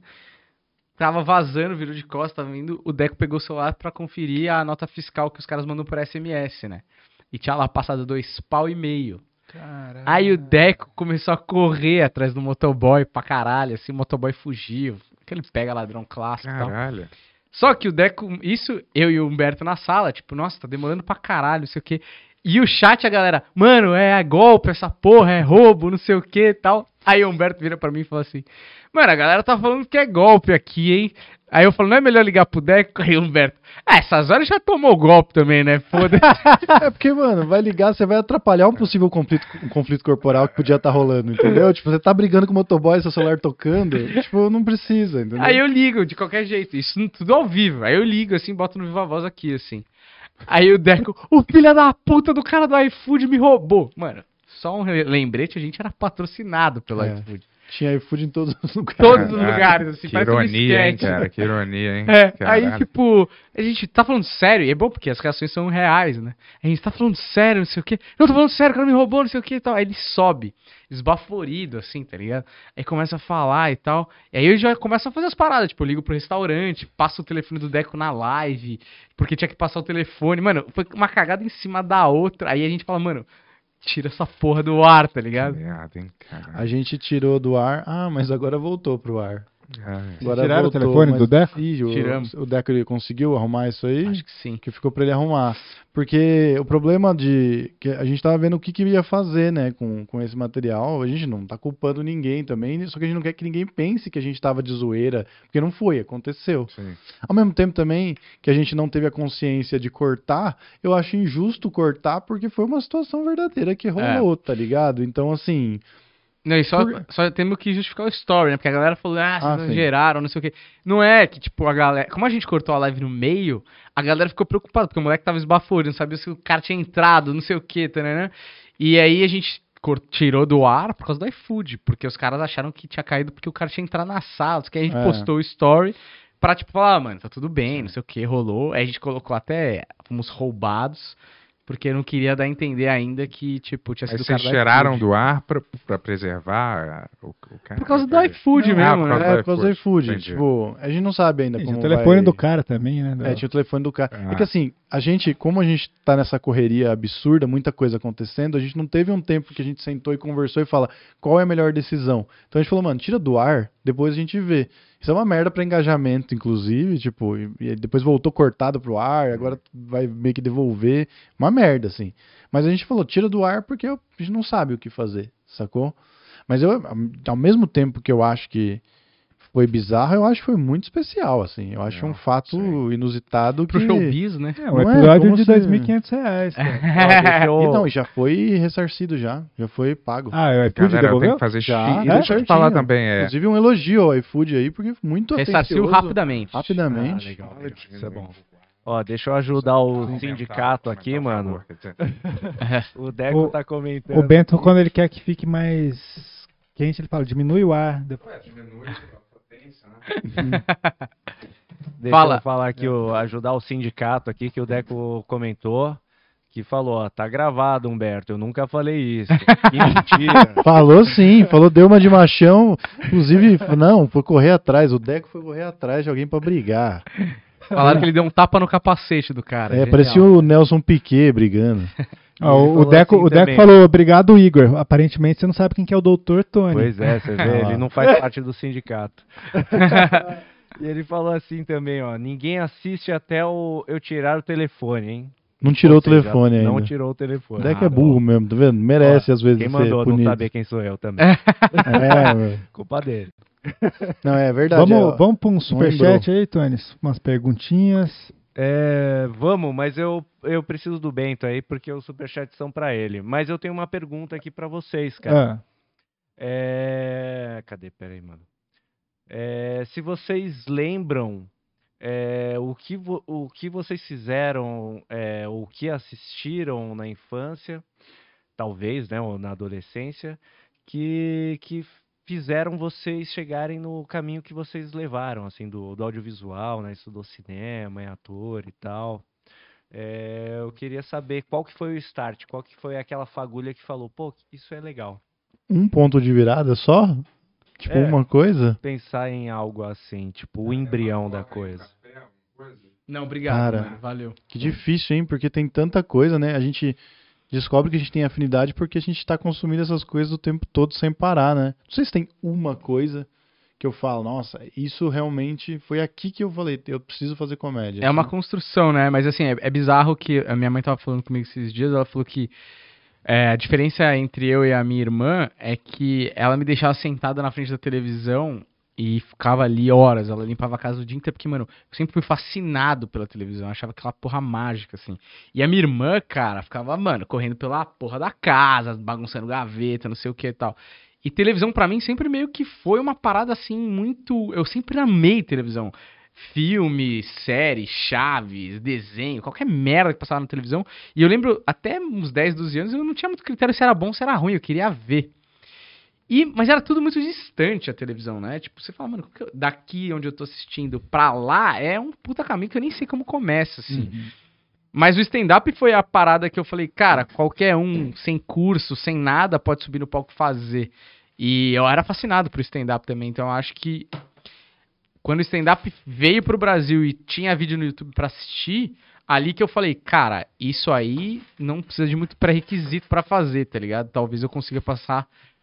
Tava vazando, virou de costas, tava vindo. O Deco pegou o celular pra conferir a nota fiscal que os caras mandam por S M S, né? E tinha lá passado dois pau e meio. Caralho. Aí o Deco começou a correr atrás do motoboy pra caralho, assim, o motoboy fugiu. Aquele pega ladrão clássico e tal. Caralho. Só que o Deco, isso, eu e o Humberto na sala, tipo, nossa, tá demorando pra caralho, não sei o que. E o chat, a galera, mano, é golpe essa porra, é roubo, não sei o que e tal. Aí o Humberto vira pra mim e fala assim, mano, a galera tá falando que é golpe aqui, hein? Aí eu falo, não é melhor ligar pro Deco? Aí o Humberto, é, essas horas já tomou golpe também, né? Foda-se. É porque, mano, vai ligar, você vai atrapalhar um possível conflito, um conflito corporal que podia estar rolando, entendeu? Tipo, você tá brigando com o motoboy, seu celular tocando, tipo, não precisa, entendeu? Aí eu ligo, de qualquer jeito, isso tudo ao vivo. Aí eu ligo, assim, boto no Viva Voz aqui, assim. Aí o Deco, o filho da puta do cara do iFood me roubou. Mano, só um re- lembrete, a gente era patrocinado pelo É. iFood. Tinha iFood em todos os lugares. Todos os Ah, lugares, assim, Que parece um ironia, hein, sketch. cara? Que ironia, hein? É, Caralho. aí, tipo, a gente tá falando sério, e é bom porque as reações são reais, né? A gente tá falando sério, não sei o quê. Não, tô falando sério, o cara me roubou, não sei o quê e tal. Aí ele sobe, esbaforido, assim, tá ligado? Aí começa a falar e tal. E aí eu já começo a fazer as paradas, tipo, eu ligo pro restaurante, passo o telefone do Deco na live, porque tinha que passar o telefone. Mano, foi uma cagada em cima da outra. Aí a gente fala, mano, tira essa porra do ar, tá ligado? Merda, hein, cara. A gente tirou do ar, ah, mas agora voltou pro ar. É. Agora Tiraram o voltou, telefone mas- do Deco? Ih, o, Tiramos. o Deco ele conseguiu arrumar isso aí? Acho que sim. Que ficou pra ele arrumar. Porque o problema de... que a gente tava vendo o que, que ia fazer, né, com, com esse material. A gente não tá culpando ninguém também, só que a gente não quer que ninguém pense que a gente tava de zoeira, porque não foi, aconteceu. Sim. Ao mesmo tempo também que a gente não teve a consciência de cortar, eu acho injusto cortar porque foi uma situação verdadeira que rolou, tá ligado? Então, assim... Não, e só, Por- só temos que justificar o story, né? Porque a galera falou, ah, Ah, vocês sim. exageraram, não sei o quê. Não é que, tipo, a galera... Como a gente cortou a live no meio, a galera ficou preocupada, porque o moleque tava esbaforido, não sabia se o cara tinha entrado, não sei o quê, tá, né? E aí a gente cor- tirou do ar por causa do iFood, porque os caras acharam que tinha caído porque o cara tinha entrado na sala, que aí a gente É. postou o story pra, tipo, falar, ah, mano, tá tudo bem, não sei o que, rolou. Aí a gente colocou até, fomos roubados, porque eu não queria dar a entender ainda que, tipo, tinha Aí sido o cara vocês do tiraram iFood. do ar pra, pra preservar o, o cara? Por causa do iFood Não, mesmo, ah, por né? causa É, do por causa do iFood, iFood. entendi. Tipo, a gente não sabe ainda Tinha como o telefone vai... do cara também, né? do- É, tinha o telefone do cara. Ah. É que assim, a gente, como a gente tá nessa correria absurda, muita coisa acontecendo, a gente não teve um tempo que a gente sentou e conversou e fala qual é a melhor decisão. Então a gente falou, mano, tira do ar, depois a gente vê. Isso é uma merda pra engajamento, inclusive, tipo, e, e depois voltou cortado pro ar, agora vai meio que devolver. Uma merda, assim. Mas a gente falou, tira do ar porque a gente não sabe o que fazer, sacou? Mas eu, ao mesmo tempo que eu acho que foi bizarro, eu acho que foi muito especial, assim. Eu acho Não, um fato sim. inusitado Pro que... showbiz, né? É, um Não é? episódio Como de se- dois mil e quinhentos reais, cara. Ó, deixa eu- E não, e já foi ressarcido já, já foi pago. Ah, o iFood Galera, eu tenho devolveu? que fazer Já, xixi. E é, deixa eu te falar certinho. também, é... Inclusive um elogio ao iFood aí, porque muito Ressarciu atencioso. rapidamente. Rapidamente. Ah, legal. Isso é bom. Ó, deixa eu ajudar o sindicato aqui, mano. O Deco O- tá comentando. O Bento, quando ele quer que fique mais quente, ele fala, diminui o ar. Depois- Deixa Fala. eu falar aqui, o, ajudar o sindicato aqui, que o Deco comentou, que falou, ó, tá gravado, Humberto, eu nunca falei isso. Que mentira. Falou sim, falou, deu uma de machão. Inclusive, não, foi correr atrás. O Deco foi correr atrás de alguém pra brigar. Falaram que ele deu um tapa no capacete do cara. É, genial. parecia o Nelson Piquet brigando. Ó, o, Ele o falou Deco, assim o Deco também. falou, obrigado, Igor. Aparentemente você não sabe quem que é o doutor Tony. Pois é, você vê, Ah. ele não faz parte do sindicato. E ele falou assim também, ó, ninguém assiste até o, eu tirar o telefone, hein? Não tirou Ou o seja, telefone ainda. Não tirou o telefone. O Deco Ah, é burro bom. mesmo, tá vendo? Merece às vezes Quem ser mandou não punido. saber quem sou eu também. É, meu. Culpa dele. Não, é verdade. Vamos, é, vamos para um superchat aí, Tony? Umas perguntinhas. É, vamos, mas eu, eu preciso do Bento aí, porque os superchats são pra ele. Mas eu tenho uma pergunta aqui pra vocês, cara. Ah, É... Cadê? Pera aí, mano. É, se vocês lembram é, o, que vo- o que vocês fizeram, é, o que assistiram na infância, talvez, né, ou na adolescência, que, que fizeram vocês chegarem no caminho que vocês levaram, assim, do, do audiovisual, né, estudou cinema, é ator e tal. É, eu queria saber qual que foi o start, qual que foi aquela fagulha que falou, pô, isso é legal. um ponto de virada só? Tipo, É. uma coisa? Pensar em algo assim, tipo o embrião da coisa. Não, obrigado, Cara. mano. Valeu. Que difícil, hein? Porque tem tanta coisa, né? A gente descobre que a gente tem afinidade porque a gente tá consumindo essas coisas o tempo todo sem parar, né? Não sei se tem uma coisa que eu falo, nossa, isso realmente foi aqui que eu falei, eu preciso fazer comédia. É uma assim. construção, né? Mas assim, é, é bizarro que a minha mãe tava falando comigo esses dias, ela falou que é, a diferença entre eu e a minha irmã é que ela me deixava sentada na frente da televisão e ficava ali horas, ela limpava a casa o dia inteiro, porque, mano, eu sempre fui fascinado pela televisão, eu achava aquela porra mágica, assim. E a minha irmã, cara, ficava, mano, correndo pela porra da casa, bagunçando gaveta, não sei o que e tal. E televisão pra mim sempre meio que foi uma parada assim muito, eu sempre amei televisão. Filme, série, Chaves, desenho, qualquer merda que passava na televisão. E eu lembro, até uns dez, doze anos, eu não tinha muito critério se era bom ou se era ruim, eu queria ver. E, mas era tudo muito distante a televisão, né? Tipo, você fala, mano, que eu- daqui onde eu tô assistindo pra lá é um puta caminho que eu nem sei como começa, assim. Mas o stand-up foi a parada que eu falei, cara, qualquer um, sem curso, sem nada, pode subir no palco e fazer. E eu era fascinado por stand-up também, então eu acho que quando o stand-up veio pro Brasil e tinha vídeo no YouTube pra assistir, ali que eu falei, cara, isso aí não precisa de muito pré-requisito pra fazer, tá ligado? Talvez eu consiga passar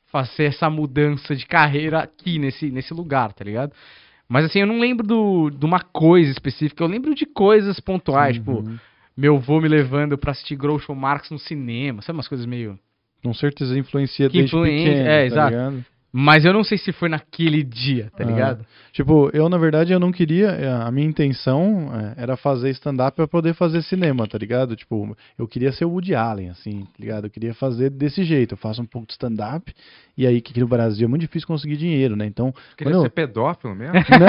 fazer essa mudança de carreira aqui, nesse, nesse lugar, tá ligado? Mas assim, eu não lembro do, de uma coisa específica, eu lembro de coisas pontuais, Uhum. tipo, meu avô me levando pra assistir Groucho Marx no cinema, sabe umas coisas meio... Com certeza influencia Que desde influencia, pequeno, é, tá exato. ligado? Mas eu não sei se foi naquele dia, tá Ah. ligado? Tipo, eu na verdade eu não queria, eh, a minha intenção eh, era fazer stand-up pra poder fazer cinema, tá ligado? Tipo, eu queria ser o Woody Allen, assim, tá ligado? Eu queria fazer desse jeito, eu faço um pouco de stand-up, e aí que aqui no Brasil é muito difícil conseguir dinheiro, né? Então, Queria quando ser eu... pedófilo mesmo? Não,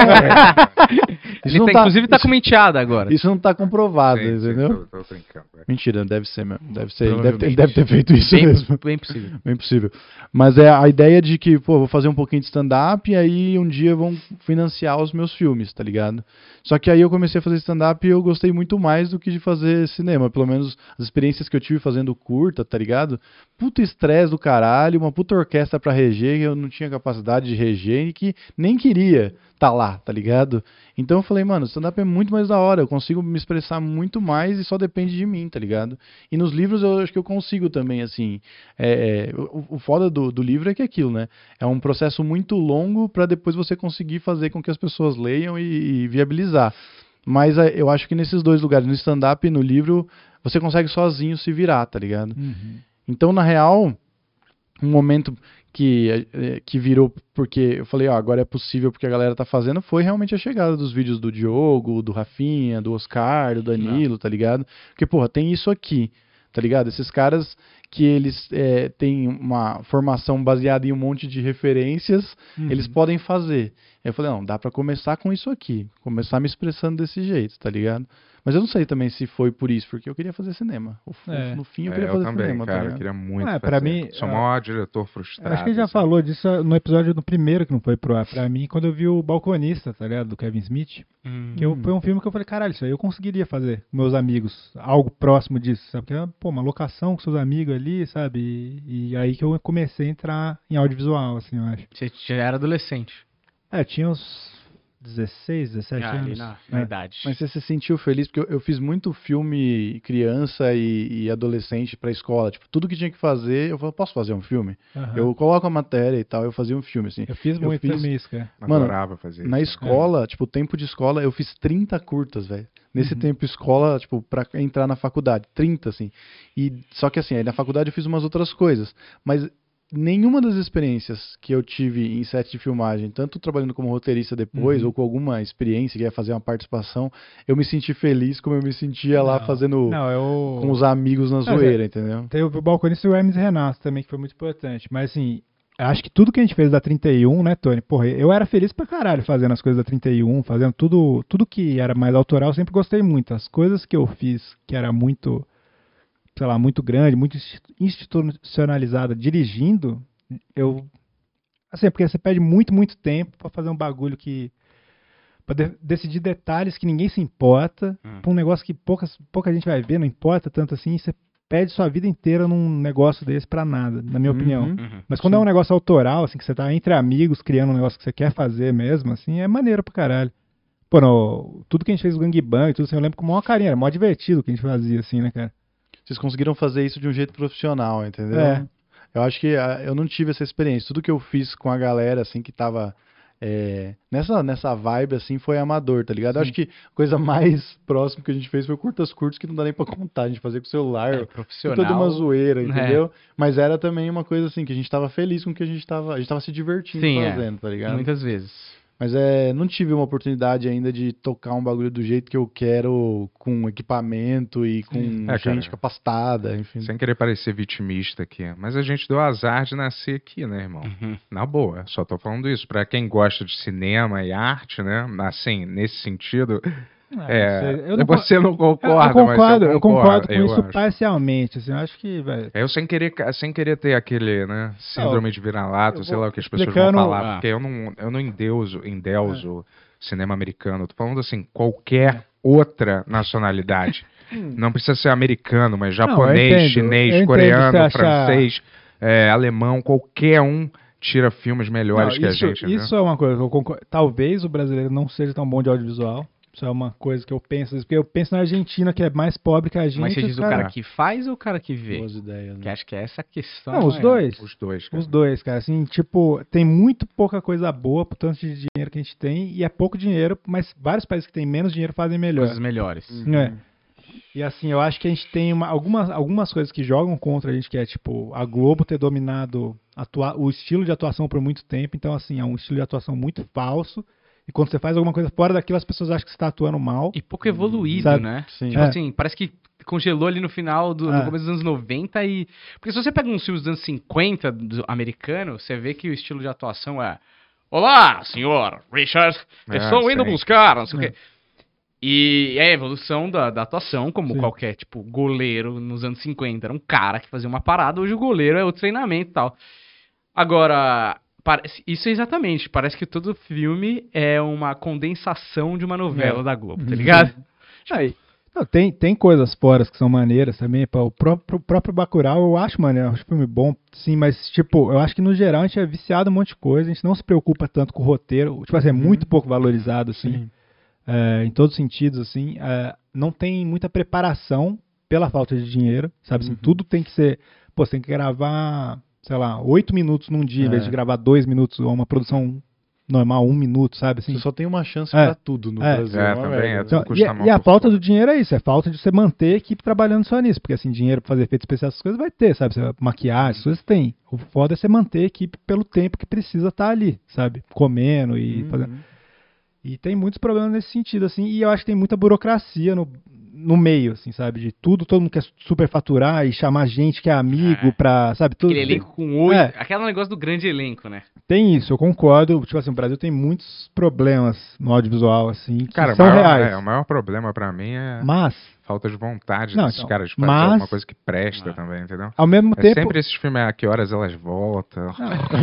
é. Isso Ele não tá, tá- inclusive tá isso- com uma enteada agora. Isso não tá comprovado, Sim, sim, entendeu? tô, tô brincando. é. Mentira, deve ser mesmo. Deve ser, ele deve, ter, ele Provavelmente. deve ter feito isso bem, mesmo. bem possível. Bem possível. Mas é a ideia de que, pô, vou fazer um pouquinho de stand-up e aí um dia vão financiar os meus filmes, tá ligado? Só que aí eu comecei a fazer stand-up e eu gostei muito mais do que de fazer cinema. Pelo menos as experiências que eu tive fazendo curta, tá ligado? Puta estresse do caralho, uma puta orquestra pra reger que eu não tinha capacidade de reger e que nem queria tá lá, tá ligado? Então eu falei, mano, stand-up é muito mais da hora, eu consigo me expressar muito mais e só depende de mim, tá ligado? E nos livros eu acho que eu consigo também, assim. É, é, o, o foda do, do livro é que é aquilo, né? É um processo muito longo pra depois você conseguir fazer com que as pessoas leiam e, e viabilizar. Mas é, eu acho que nesses dois lugares, no stand-up e no livro, você consegue sozinho se virar, tá ligado? Uhum. Então, na real, um momento que, eh, que virou porque eu falei, ó, agora é possível porque a galera tá fazendo, foi realmente a chegada dos vídeos do Diogo, do Rafinha, do Oscar, do Danilo, tá ligado? Porque, porra, tem isso aqui, tá ligado? Esses caras que eles eh, têm uma formação baseada em um monte de referências, Uhum. eles podem fazer. Eu falei, não, dá pra começar com isso aqui, começar me expressando desse jeito, tá ligado? Mas eu não sei também se foi por isso, porque eu queria fazer cinema. O- É. No fim eu É, queria eu fazer também, cinema, tá cara, eu ligado? queria muito É, fazer. pra mim, Sou o ah, maior diretor frustrado. Acho que ele já assim. falou disso no episódio do primeiro que não foi pro ar pra mim, quando eu vi o Balconista, tá ligado? Do Kevin Smith. Que eu, foi um filme que eu falei, caralho, isso aí eu conseguiria fazer com meus amigos, algo próximo disso, sabe? Porque é, pô, uma locação com seus amigos ali, sabe? E, e aí que eu comecei a entrar em audiovisual, assim, eu acho. Você já era adolescente. É, tinha uns dezesseis, dezessete Ah, ali anos. na, na É. idade. Mas você se sentiu feliz? Porque eu, eu fiz muito filme criança e, e adolescente pra escola. Tipo, tudo que tinha que fazer, eu falei, posso fazer um filme? Aham. Eu coloco a matéria e tal, eu fazia um filme, assim. Eu fiz eu muito fiz- também isso, cara. Mano, Adorava fazer Na isso. escola, tipo, tempo de escola, eu fiz trinta curtas, velho. Nesse Uhum. tempo escola, tipo, pra entrar na faculdade. trinta, assim. E, só que assim, aí na faculdade eu fiz umas outras coisas. Mas nenhuma das experiências que eu tive em set de filmagem, tanto trabalhando como roteirista depois, Uhum. ou com alguma experiência que ia fazer uma participação, eu me senti feliz como eu me sentia lá Não, fazendo Não, eu... com os amigos na Mas é- zoeira, entendeu? Teve o Balconista e o Hermes e Renato também, que foi muito importante. Mas assim, acho que tudo que a gente fez da trinta e um, né, Tony? Porra, eu era feliz pra caralho fazendo as coisas da trinta e um, fazendo tudo, tudo que era mais autoral, eu sempre gostei muito. As coisas que eu fiz que era muito, sei lá, muito grande, muito institu- institucionalizada, dirigindo, eu... Assim, porque você perde muito, muito tempo pra fazer um bagulho que... Pra de- decidir detalhes que ninguém se importa, Hum. pra um negócio que poucas, pouca gente vai ver, não importa tanto assim, você perde sua vida inteira num negócio desse pra nada, na minha Uhum. opinião. Uhum. Mas quando é um negócio autoral, assim, que você tá entre amigos criando um negócio que você quer fazer mesmo, assim, é maneiro pra caralho. Pô, no, tudo que a gente fez no Gangbang, tudo assim, eu lembro com o maior carinho, era mó divertido o que a gente fazia, assim, né, cara? Vocês conseguiram fazer isso de um jeito profissional, entendeu? É. Eu acho que ah, eu não tive essa experiência. Tudo que eu fiz com a galera, assim, que tava é, nessa, nessa vibe, assim, foi amador, tá ligado? Eu acho que a coisa mais próxima que a gente fez foi curtas curtas que não dá nem pra contar. A gente fazia com o celular, É, profissional. toda uma zoeira, É. entendeu? Mas era também uma coisa, assim, que a gente tava feliz com o que a gente tava... A gente tava se divertindo Sim, é. fazendo, tá ligado? Muitas vezes. Mas é, não tive uma oportunidade ainda de tocar um bagulho do jeito que eu quero, com equipamento e com É, cara. gente capacitada, enfim. Sem querer parecer vitimista aqui. Mas a gente deu azar de nascer aqui, né, irmão? Uhum. Na boa, só tô falando isso. Pra quem gosta de cinema e arte, né? Assim, nesse sentido. É, eu não, você não eu, concorda, eu concordo, mas eu concordo com eu isso acho. parcialmente, assim, eu acho que, velho... Eu sem querer, sem querer ter aquele, né, síndrome de vira-lata, eu sei vou lá o que as pessoas vão explicando- falar, Ah. porque eu não, eu não endeuso, endeuso cinema americano, eu tô falando assim, qualquer outra nacionalidade. Não precisa ser americano, mas Não, eu japonês, entendo, eu chinês, entendo coreano, você achar- francês, é, alemão, qualquer um tira filmes melhores Não, que isso, a gente, né? isso é uma coisa que eu concordo. Talvez o brasileiro não seja tão bom de audiovisual. Isso é uma coisa que eu penso, porque eu penso na Argentina, que é mais pobre que a gente. Mas você diz os o cara que faz ou o cara que vê? Boas ideias, Que né? acho que é essa a questão. Não, os é. dois. Os dois, cara. Os dois, cara. Assim, tipo, tem muito pouca coisa boa pro tanto de dinheiro que a gente tem, e é pouco dinheiro, mas vários países que têm menos dinheiro fazem melhor. Coisas melhores. É. E assim, eu acho que a gente tem uma- algumas, algumas coisas que jogam contra a gente, que é tipo, a Globo ter dominado atua- o estilo de atuação por muito tempo. Então, assim, é um estilo de atuação muito falso. E quando você faz alguma coisa fora daquilo, as pessoas acham que você está atuando mal. E pouco evoluído, Sabe? né? Sim. Tipo É. assim, parece que congelou ali no final, do, no É. começo dos anos noventa e... Porque se você pega uns filmes dos anos cinquenta do americano, você vê que o estilo de atuação é... Olá, senhor Richard, É, estou indo sim. buscar, não sei o É. quê. E é a evolução da, da atuação, como Sim. qualquer, tipo, goleiro nos anos cinquenta. Era um cara que fazia uma parada, hoje o goleiro é o treinamento e tal. Agora, parece, isso é exatamente, parece que todo filme é uma condensação de uma novela É. da Globo, tá ligado? Aí, não, tem, tem coisas fora que são maneiras também. Pô, o próprio, o próprio Bacurau eu acho maneiro, eu acho filme bom, sim, mas, tipo, eu acho que no geral a gente é viciado em um monte de coisa, a gente não se preocupa tanto com o roteiro, tipo assim, é muito pouco valorizado, assim, Sim. é, em todos os sentidos, assim, é, não tem muita preparação pela falta de dinheiro, sabe, assim, tudo tem que ser, pô, você tem que gravar, sei lá, oito minutos num dia, em vez É. de gravar dois minutos, ou uma produção normal, um minuto, sabe, assim. Você só tem uma chance É. pra tudo no É. Brasil. É, uma também, merda. é Então, custa e, a- mal e a por falta fora. do dinheiro é isso, é falta de você manter a equipe trabalhando só nisso, porque assim, dinheiro pra fazer efeitos especiais, essas coisas vai ter, sabe? Você, maquiagem, essas coisas tem. O foda é você manter a equipe pelo tempo que precisa estar ali, sabe? Comendo e Uhum. fazendo. E tem muitos problemas nesse sentido, assim, e eu acho que tem muita burocracia no, no meio, assim, sabe? De tudo, todo mundo quer superfaturar e chamar gente que é amigo É. pra, sabe? Tudo, Aquele tem, elenco com oito. É. Aquele negócio do grande elenco, né? tem isso, eu concordo. Tipo assim, o Brasil tem muitos problemas no audiovisual, assim, que Cara, o são maior, reais. é, o maior problema pra mim é Mas, falta de vontade Não, desses então, caras de fazer mas- alguma coisa que presta Ah. também, entendeu? ao mesmo É tempo... sempre esses filmes, a que horas elas voltam.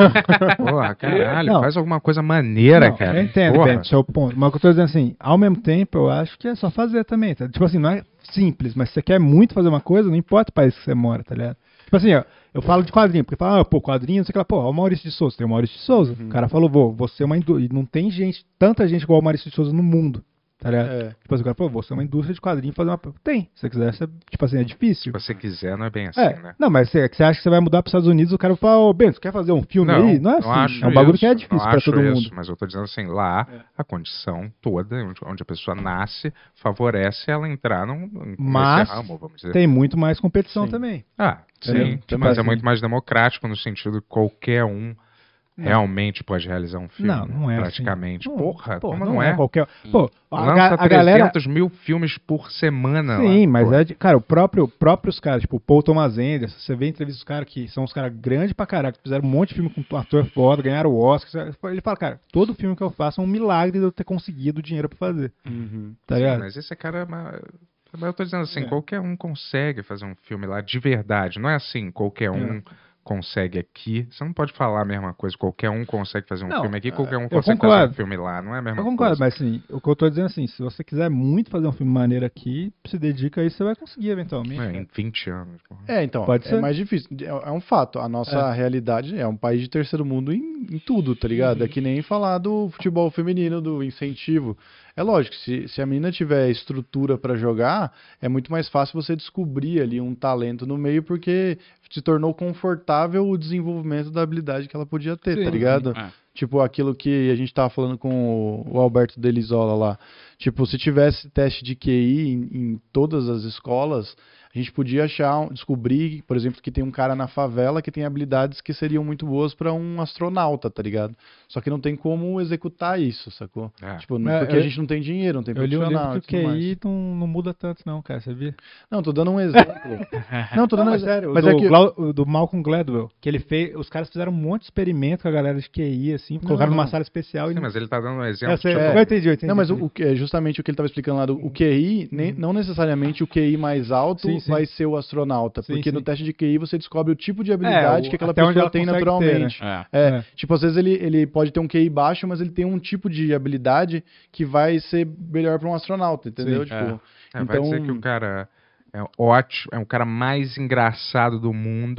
Porra, caralho, Não. faz alguma coisa maneira, Não, cara. eu entendo, Porra. Bento, seu ponto. Mas o que eu tô dizendo assim, ao mesmo tempo, eu acho que é só fazer também, tá? Tipo assim, não é simples, mas se você quer muito fazer uma coisa, não importa o país que você mora, tá ligado? Tipo assim, ó, eu falo de quadrinho, porque fala, ah, pô, quadrinho, não sei o que lá, pô, ó, o Maurício de Souza, tem o Maurício de Souza. Uhum. O cara falou, vou, você é uma indústria, e não tem gente, tanta gente igual o Maurício de Souza no mundo, tá ligado? É. Tipo assim, o cara falou, você é uma indústria de quadrinho, fazer uma... Tem, se você quiser, você, tipo assim, é difícil. Se você quiser, não é bem assim, É, né? não, mas você, você acha que você vai mudar para os Estados Unidos, o cara vai falar, ô, Bento, você quer fazer um filme aí? Não é assim, acho é um bagulho isso, que é difícil não pra acho todo isso, mundo. Mas eu tô dizendo assim, lá, a condição toda, onde, onde a pessoa nasce, favorece ela entrar num, nesse Mas ramo, vamos dizer. tem muito mais competição Sim. também. Ah, Entendeu? sim, Tipo mas é assim. muito mais democrático no sentido que qualquer um realmente pode realizar um filme. Não, não é praticamente. assim. Porra, Pô, como não, é? qualquer... Pô, a, Lança ga- a galera... trezentos mil filmes por semana. Sim, lá, mas pô. é de... Cara, o próprio, próprios caras, tipo o Paul Thomas Anderson, você vê entrevistas dos caras que são os caras grandes pra caralho, que fizeram um monte de filme com um ator foda, ganharam o Oscar. Ele fala, cara, todo filme que eu faço é um milagre de eu ter conseguido o dinheiro pra fazer. Uhum. Tá Sim, ligado? mas esse cara... Mas mas eu tô dizendo assim, É. qualquer um consegue fazer um filme lá de verdade. Não é assim, qualquer um consegue aqui. Você não pode falar a mesma coisa. Qualquer um consegue fazer um Não, filme aqui, qualquer um eu consegue fazer concordo. um filme lá. Não é a mesma Eu concordo, coisa. mas assim, o que eu tô dizendo assim, se você quiser muito fazer um filme maneiro aqui, se dedica a isso, você vai conseguir eventualmente. É, cara. em vinte anos. Porra. É, então, Pode é ser. mais difícil. É, é um fato. A nossa realidade é um país de terceiro mundo em, em tudo, tá ligado? É que nem falar do futebol feminino, do incentivo. É lógico, se, se a menina tiver estrutura pra jogar, é muito mais fácil você descobrir ali um talento no meio, porque se tornou confortável o desenvolvimento da habilidade que ela podia ter, Sim. tá ligado? É. Tipo, aquilo que a gente tava falando com o, o Alberto Delisola lá. Tipo, se tivesse teste de Q I em, em todas as escolas, a gente podia achar, um- descobrir, por exemplo, que tem um cara na favela que tem habilidades que seriam muito boas pra um astronauta, tá ligado? Só que não tem como executar isso, sacou? É. Tipo, Mas porque eu- a gente não tem dinheiro, não tem Eu li um profissional livro e que o tudo mais. Q I não, não muda tanto não, cara, você viu? Não, tô dando um exemplo. não, tô dando Não, um mas exemplo. sério, Mas do, é que... Glau- o do Malcolm Gladwell, que ele fez, os caras fizeram um monte de experimento com a galera de Q I, assim, colocaram numa não. sala especial e Sim, não... mas ele tá dando um É, exemplo. sei, tipo, eu entendi, eu entendi. Não, mas o, o que- é justamente o que ele estava explicando lá, do, o Q I, nem, não necessariamente o Q I mais alto Sim, sim. vai ser o astronauta, Sim, porque sim. no teste de Q I você descobre o tipo de habilidade o- que aquela até onde pessoa ela tem consegue naturalmente. ter, É. É, É. tipo, às vezes ele, ele pode ter um Q I baixo, mas ele tem um tipo de habilidade que vai ser melhor para um astronauta, entendeu? Sim, tipo, É, vai então, dizer que o cara é ótimo, é o cara mais engraçado do mundo,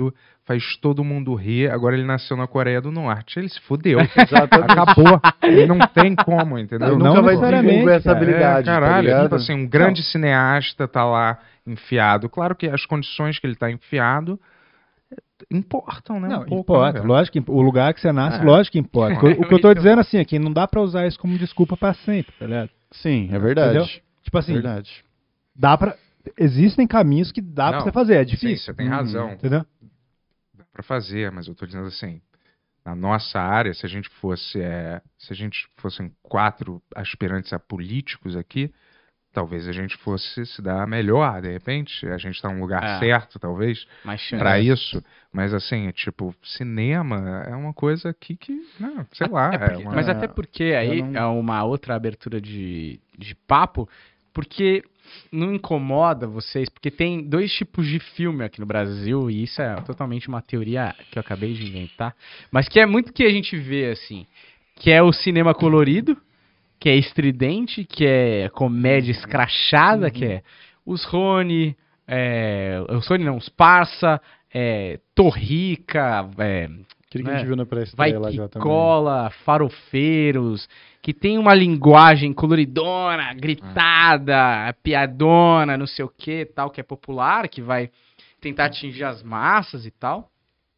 faz todo mundo rir, agora ele nasceu na Coreia do Norte. Ele se fudeu. Exatamente. Acabou. Ele não tem como, entendeu? Não, Não nunca vai necessariamente, desenvolver essa cara. habilidade, É, tá caralho, ligado? tipo assim, um grande cineasta tá lá enfiado. Claro que as condições que ele tá enfiado importam, né? Não, um pouco, importa. né, velho? Lógico que imp- o lugar que você nasce, É. lógico que importa. O que eu- o que eu tô Realmente dizendo assim é que não dá pra usar isso como desculpa pra sempre, tá ligado? Sim, é verdade. Entendeu? Tipo assim, Verdade. dá pra... Existem caminhos que dá pra Não, você fazer, é Sim, difícil. você tem Uhum. razão. Entendeu? Dá pra fazer, mas eu tô dizendo assim, na nossa área, se a gente fosse, é, se a gente fossem quatro aspirantes a políticos aqui, talvez a gente fosse se dar melhor, de repente, a gente tá num lugar É. certo, talvez, Mais chance. pra isso, mas assim, é tipo, cinema é uma coisa aqui que, não, sei lá, É é porque- uma... Mas até porque aí não- é uma outra abertura de, de papo, porque não incomoda vocês, porque tem dois tipos de filme aqui no Brasil, e isso é totalmente uma teoria que eu acabei de inventar, mas que é muito que a gente vê, assim, que é o cinema colorido, que é estridente, que é comédia escrachada, que é os Rony, é, os Rony não, os Parça, é, Torrica, é, Aquele que né? a gente viu na Vai pré-estreia lá que já também. cola, farofeiros, que tem uma linguagem coloridona, gritada, piadona, não sei o que, tal, que é popular, que vai tentar atingir as massas e tal.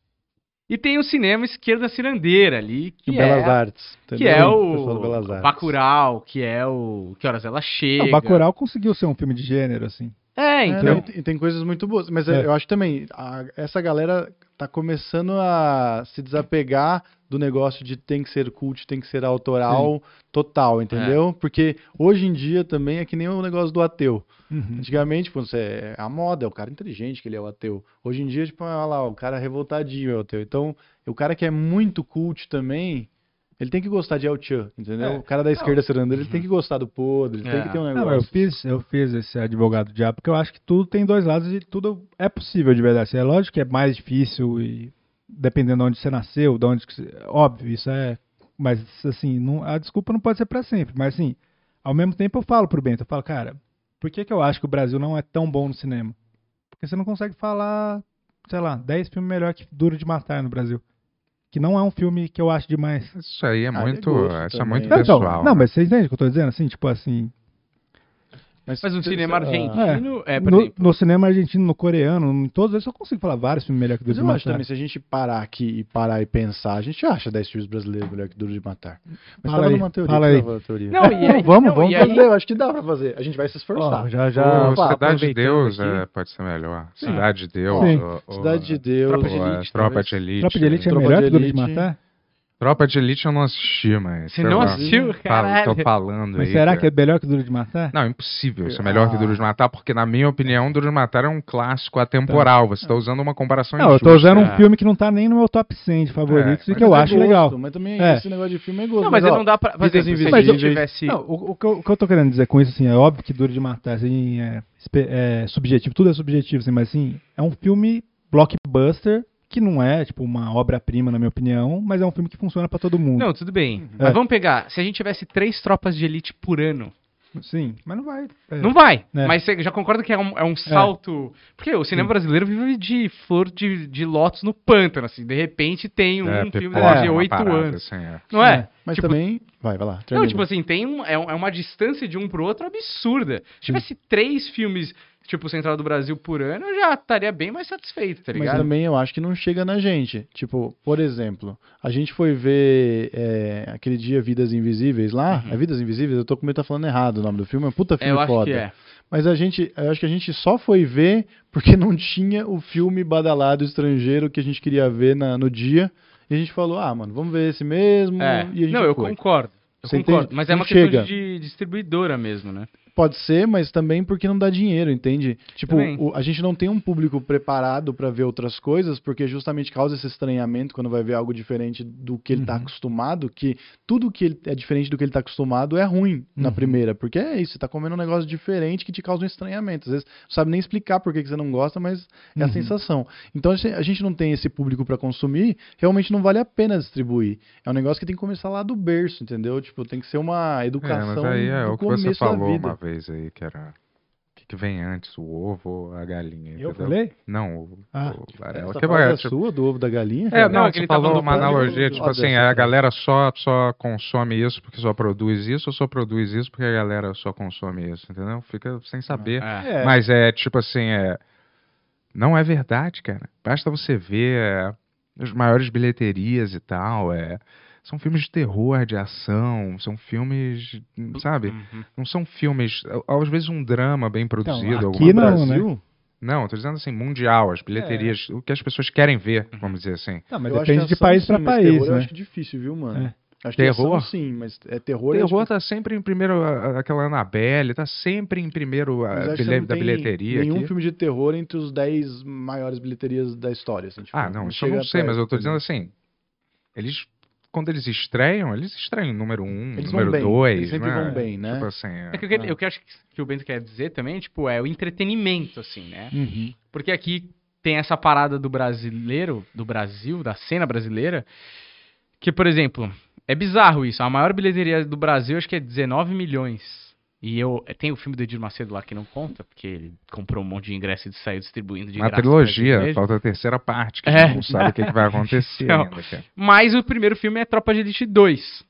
E tem o cinema esquerda cirandeira ali, que E Belas é, Artes. que entendeu? é pessoal do Belas o Artes. Bacurau, que é o Que Horas Ela Chega. Não, o Bacurau conseguiu ser um filme de gênero, assim. É, É, então. não, e tem- e tem coisas muito boas. Mas É. eu acho também, a- essa galera tá começando a se desapegar do negócio de tem que ser cult, tem que ser autoral total, entendeu? Porque hoje em dia também é que nem o negócio do ateu. Uhum. Antigamente, quando você é a moda, é o cara inteligente que ele é o ateu. Hoje em dia, tipo, olha lá, o cara revoltadinho é o ateu. Então, o cara que é muito cult também, ele tem que gostar de El Chan, entendeu? É. O cara da esquerda cirandeira, ele tem que gostar do podre, ele tem É. que ter um Não, eu negócio. fiz, eu fiz esse advogado do diabo, porque eu acho que tudo tem dois lados e tudo é possível de verdade. Assim, é lógico que é mais difícil e dependendo de onde você nasceu, de onde que você, óbvio, isso é, mas assim, não, a desculpa não pode ser pra sempre, mas assim, ao mesmo tempo eu falo pro Bento, eu falo, cara, por que que eu acho que o Brasil não é tão bom no cinema? Porque você não consegue falar, sei lá, dez filmes melhor que Duro de Matar no Brasil. Que não é um filme que eu acho demais. Isso aí é Ah, muito, é gosto isso é também. muito Não, então, pessoal. não, né? mas você entende o que eu tô dizendo? Assim, tipo assim, Mas um sei cinema lá. argentino, é, por no, exemplo. no cinema argentino, no coreano, em todos eles eu consigo falar vários filmes melhor que Duro Mas de eu acho Matar. também, se a gente parar aqui e parar e pensar, a gente acha dez filmes brasileiros melhor que Duro de Matar. Mas Fala tava aí, numa teoria. fala que aí. tava na teoria. Não, e aí, Vamos, não, vamos e aí- Mas eu acho que dá pra fazer. A gente vai se esforçar. Ó, já, já. Ô, Opa, Cidade de aproveitando Deus aqui. é, pode ser melhor. Sim. Cidade de Deus. Sim. ô- ô- Cidade de Deus. Tropa de ô, Elite, Tropa talvez. de Elite. Tropa de Elite é Tropa melhor de que Duro de Elite. Matar? Tropa de Elite eu não assisti, mas. Você sei não lá. assistiu? Falo- Caralho. Tô falando Mas aí. será cara. que é melhor que Duro de Matar? Não, impossível ser melhor que Ah. Duro de Matar, porque na minha opinião, Duro de Matar é um clássico atemporal. Você tá usando uma comparação Não, eu injusta. tô usando um é. filme que não tá nem no meu top cem de favoritos É, e que eu Mas é acho gosto, legal. Mas também É. esse negócio de filme é gosto. Não, mas, ó, não dá pra. Por Vidas exemplo, se a gente Invisíveis. tivesse. Não, o, o que eu- o que eu tô querendo dizer com isso, assim, é óbvio que Duro de Matar, assim, é, espe- é subjetivo, tudo é subjetivo, assim, mas assim, é um filme blockbuster que não é, tipo, uma obra-prima, na minha opinião, mas é um filme que funciona pra todo mundo. Não, tudo bem. É. Mas vamos pegar. Se a gente tivesse três tropas de elite por ano. Sim, mas não vai. é. Não vai. É. Mas você já concorda que é um, é um salto. Porque o cinema brasileiro vive de flor de, de lótus no pântano, assim. De repente tem um É, filme pipoca, daqui de uma oito parada, anos. assim, é. Não é? É. Mas Tipo, também. Vai, vai lá. Não, termina. tipo assim, tem um, é, um- é uma distância de um pro outro absurda. Se tivesse três filmes, tipo, Central do Brasil por ano, eu já estaria bem mais satisfeito, tá Mas ligado? também eu acho que não chega na gente. Tipo, por exemplo, a gente foi ver é, aquele dia Vidas Invisíveis lá. É Vidas Invisíveis? Eu tô com medo de tá falando errado o nome do filme. É um puta É, filme eu acho foda. que é. Mas a gente, eu acho que a gente só foi ver porque não tinha o filme badalado estrangeiro que a gente queria ver na- no dia. E a gente falou, ah, mano, vamos ver esse mesmo. É. E a gente Não, eu foi. concordo. Eu Você concordo. entende? Mas é Não uma questão chega. de distribuidora mesmo, né? Pode ser, mas também porque não dá dinheiro, entende? Tipo, Também. o- a gente não tem um público preparado pra ver outras coisas, porque justamente causa esse estranhamento quando vai ver algo diferente do que ele tá Uhum. acostumado, que tudo que ele é diferente do que ele tá acostumado é ruim na Uhum. primeira, porque é isso, você tá comendo um negócio diferente que te causa um estranhamento. Às vezes não sabe nem explicar por que que você não gosta, mas é a Uhum. sensação. Então, se a gente não tem esse público pra consumir, realmente não vale a pena distribuir. É um negócio que tem que começar lá do berço, entendeu? Tipo, tem que ser uma É, educação mas aí é do o que começo você da falou vida. uma vez aí, que era. O que, que vem antes, o ovo ou a galinha. Eu entendeu? falei? Não, o, Ah. o Varela. Essa Que frase é, é tipo, sua, do ovo da galinha? é, cara? não, é que você ele tá falou falando uma do pão. analogia, tipo Olha assim, essa a frase. galera só, só consome isso porque só produz isso, ou só produz isso porque a galera só consome isso, entendeu? Fica sem saber. É. É. Mas é tipo assim, é, não é verdade, cara. Basta você ver é, as maiores bilheterias e tal, é, são filmes de terror, de ação, são filmes, sabe? Uhum. Não são filmes, às vezes um drama bem produzido, aqui alguma não, coisa. né? Brasil? Não, tô dizendo assim, mundial, as bilheterias, o que as pessoas querem ver, vamos dizer assim. Não, mas Eu acho depende que de ação, país sim, pra mas país, terror eu né? acho difícil, viu, mano? É. Acho que Terror? ação, sim, mas é terror... O é, terror tipo, tá sempre em primeiro, a- a- aquela Annabelle, tá sempre em primeiro a mas acho que bilhe- não da tem bilheteria nenhum aqui. filme de terror entre os dez maiores bilheterias da história. Assim, tipo, Ah, não, isso eu chega não sei, mas perto, eu tô entendeu? dizendo assim, eles, quando eles estreiam, eles estreiam número um, Eles vão número bem, dois, eles sempre né? vão bem, né? Tipo assim, é. É que eu, quero- eu que acho que, que o Bento quer dizer também, tipo, é o entretenimento, assim, né? Uhum. Porque aqui tem essa parada do brasileiro, do Brasil, da cena brasileira, que, por exemplo, é bizarro isso. A maior bilheteria do Brasil acho que é dezenove milhões. E eu tem o filme do Edir Macedo lá que não conta, porque ele comprou um monte de ingresso e saiu distribuindo de Uma graça. trilogia, pra gente. falta a terceira parte, que a É. gente não sabe o que, que vai acontecer Então, ainda, cara. Mas o primeiro filme é Tropa de Elite dois.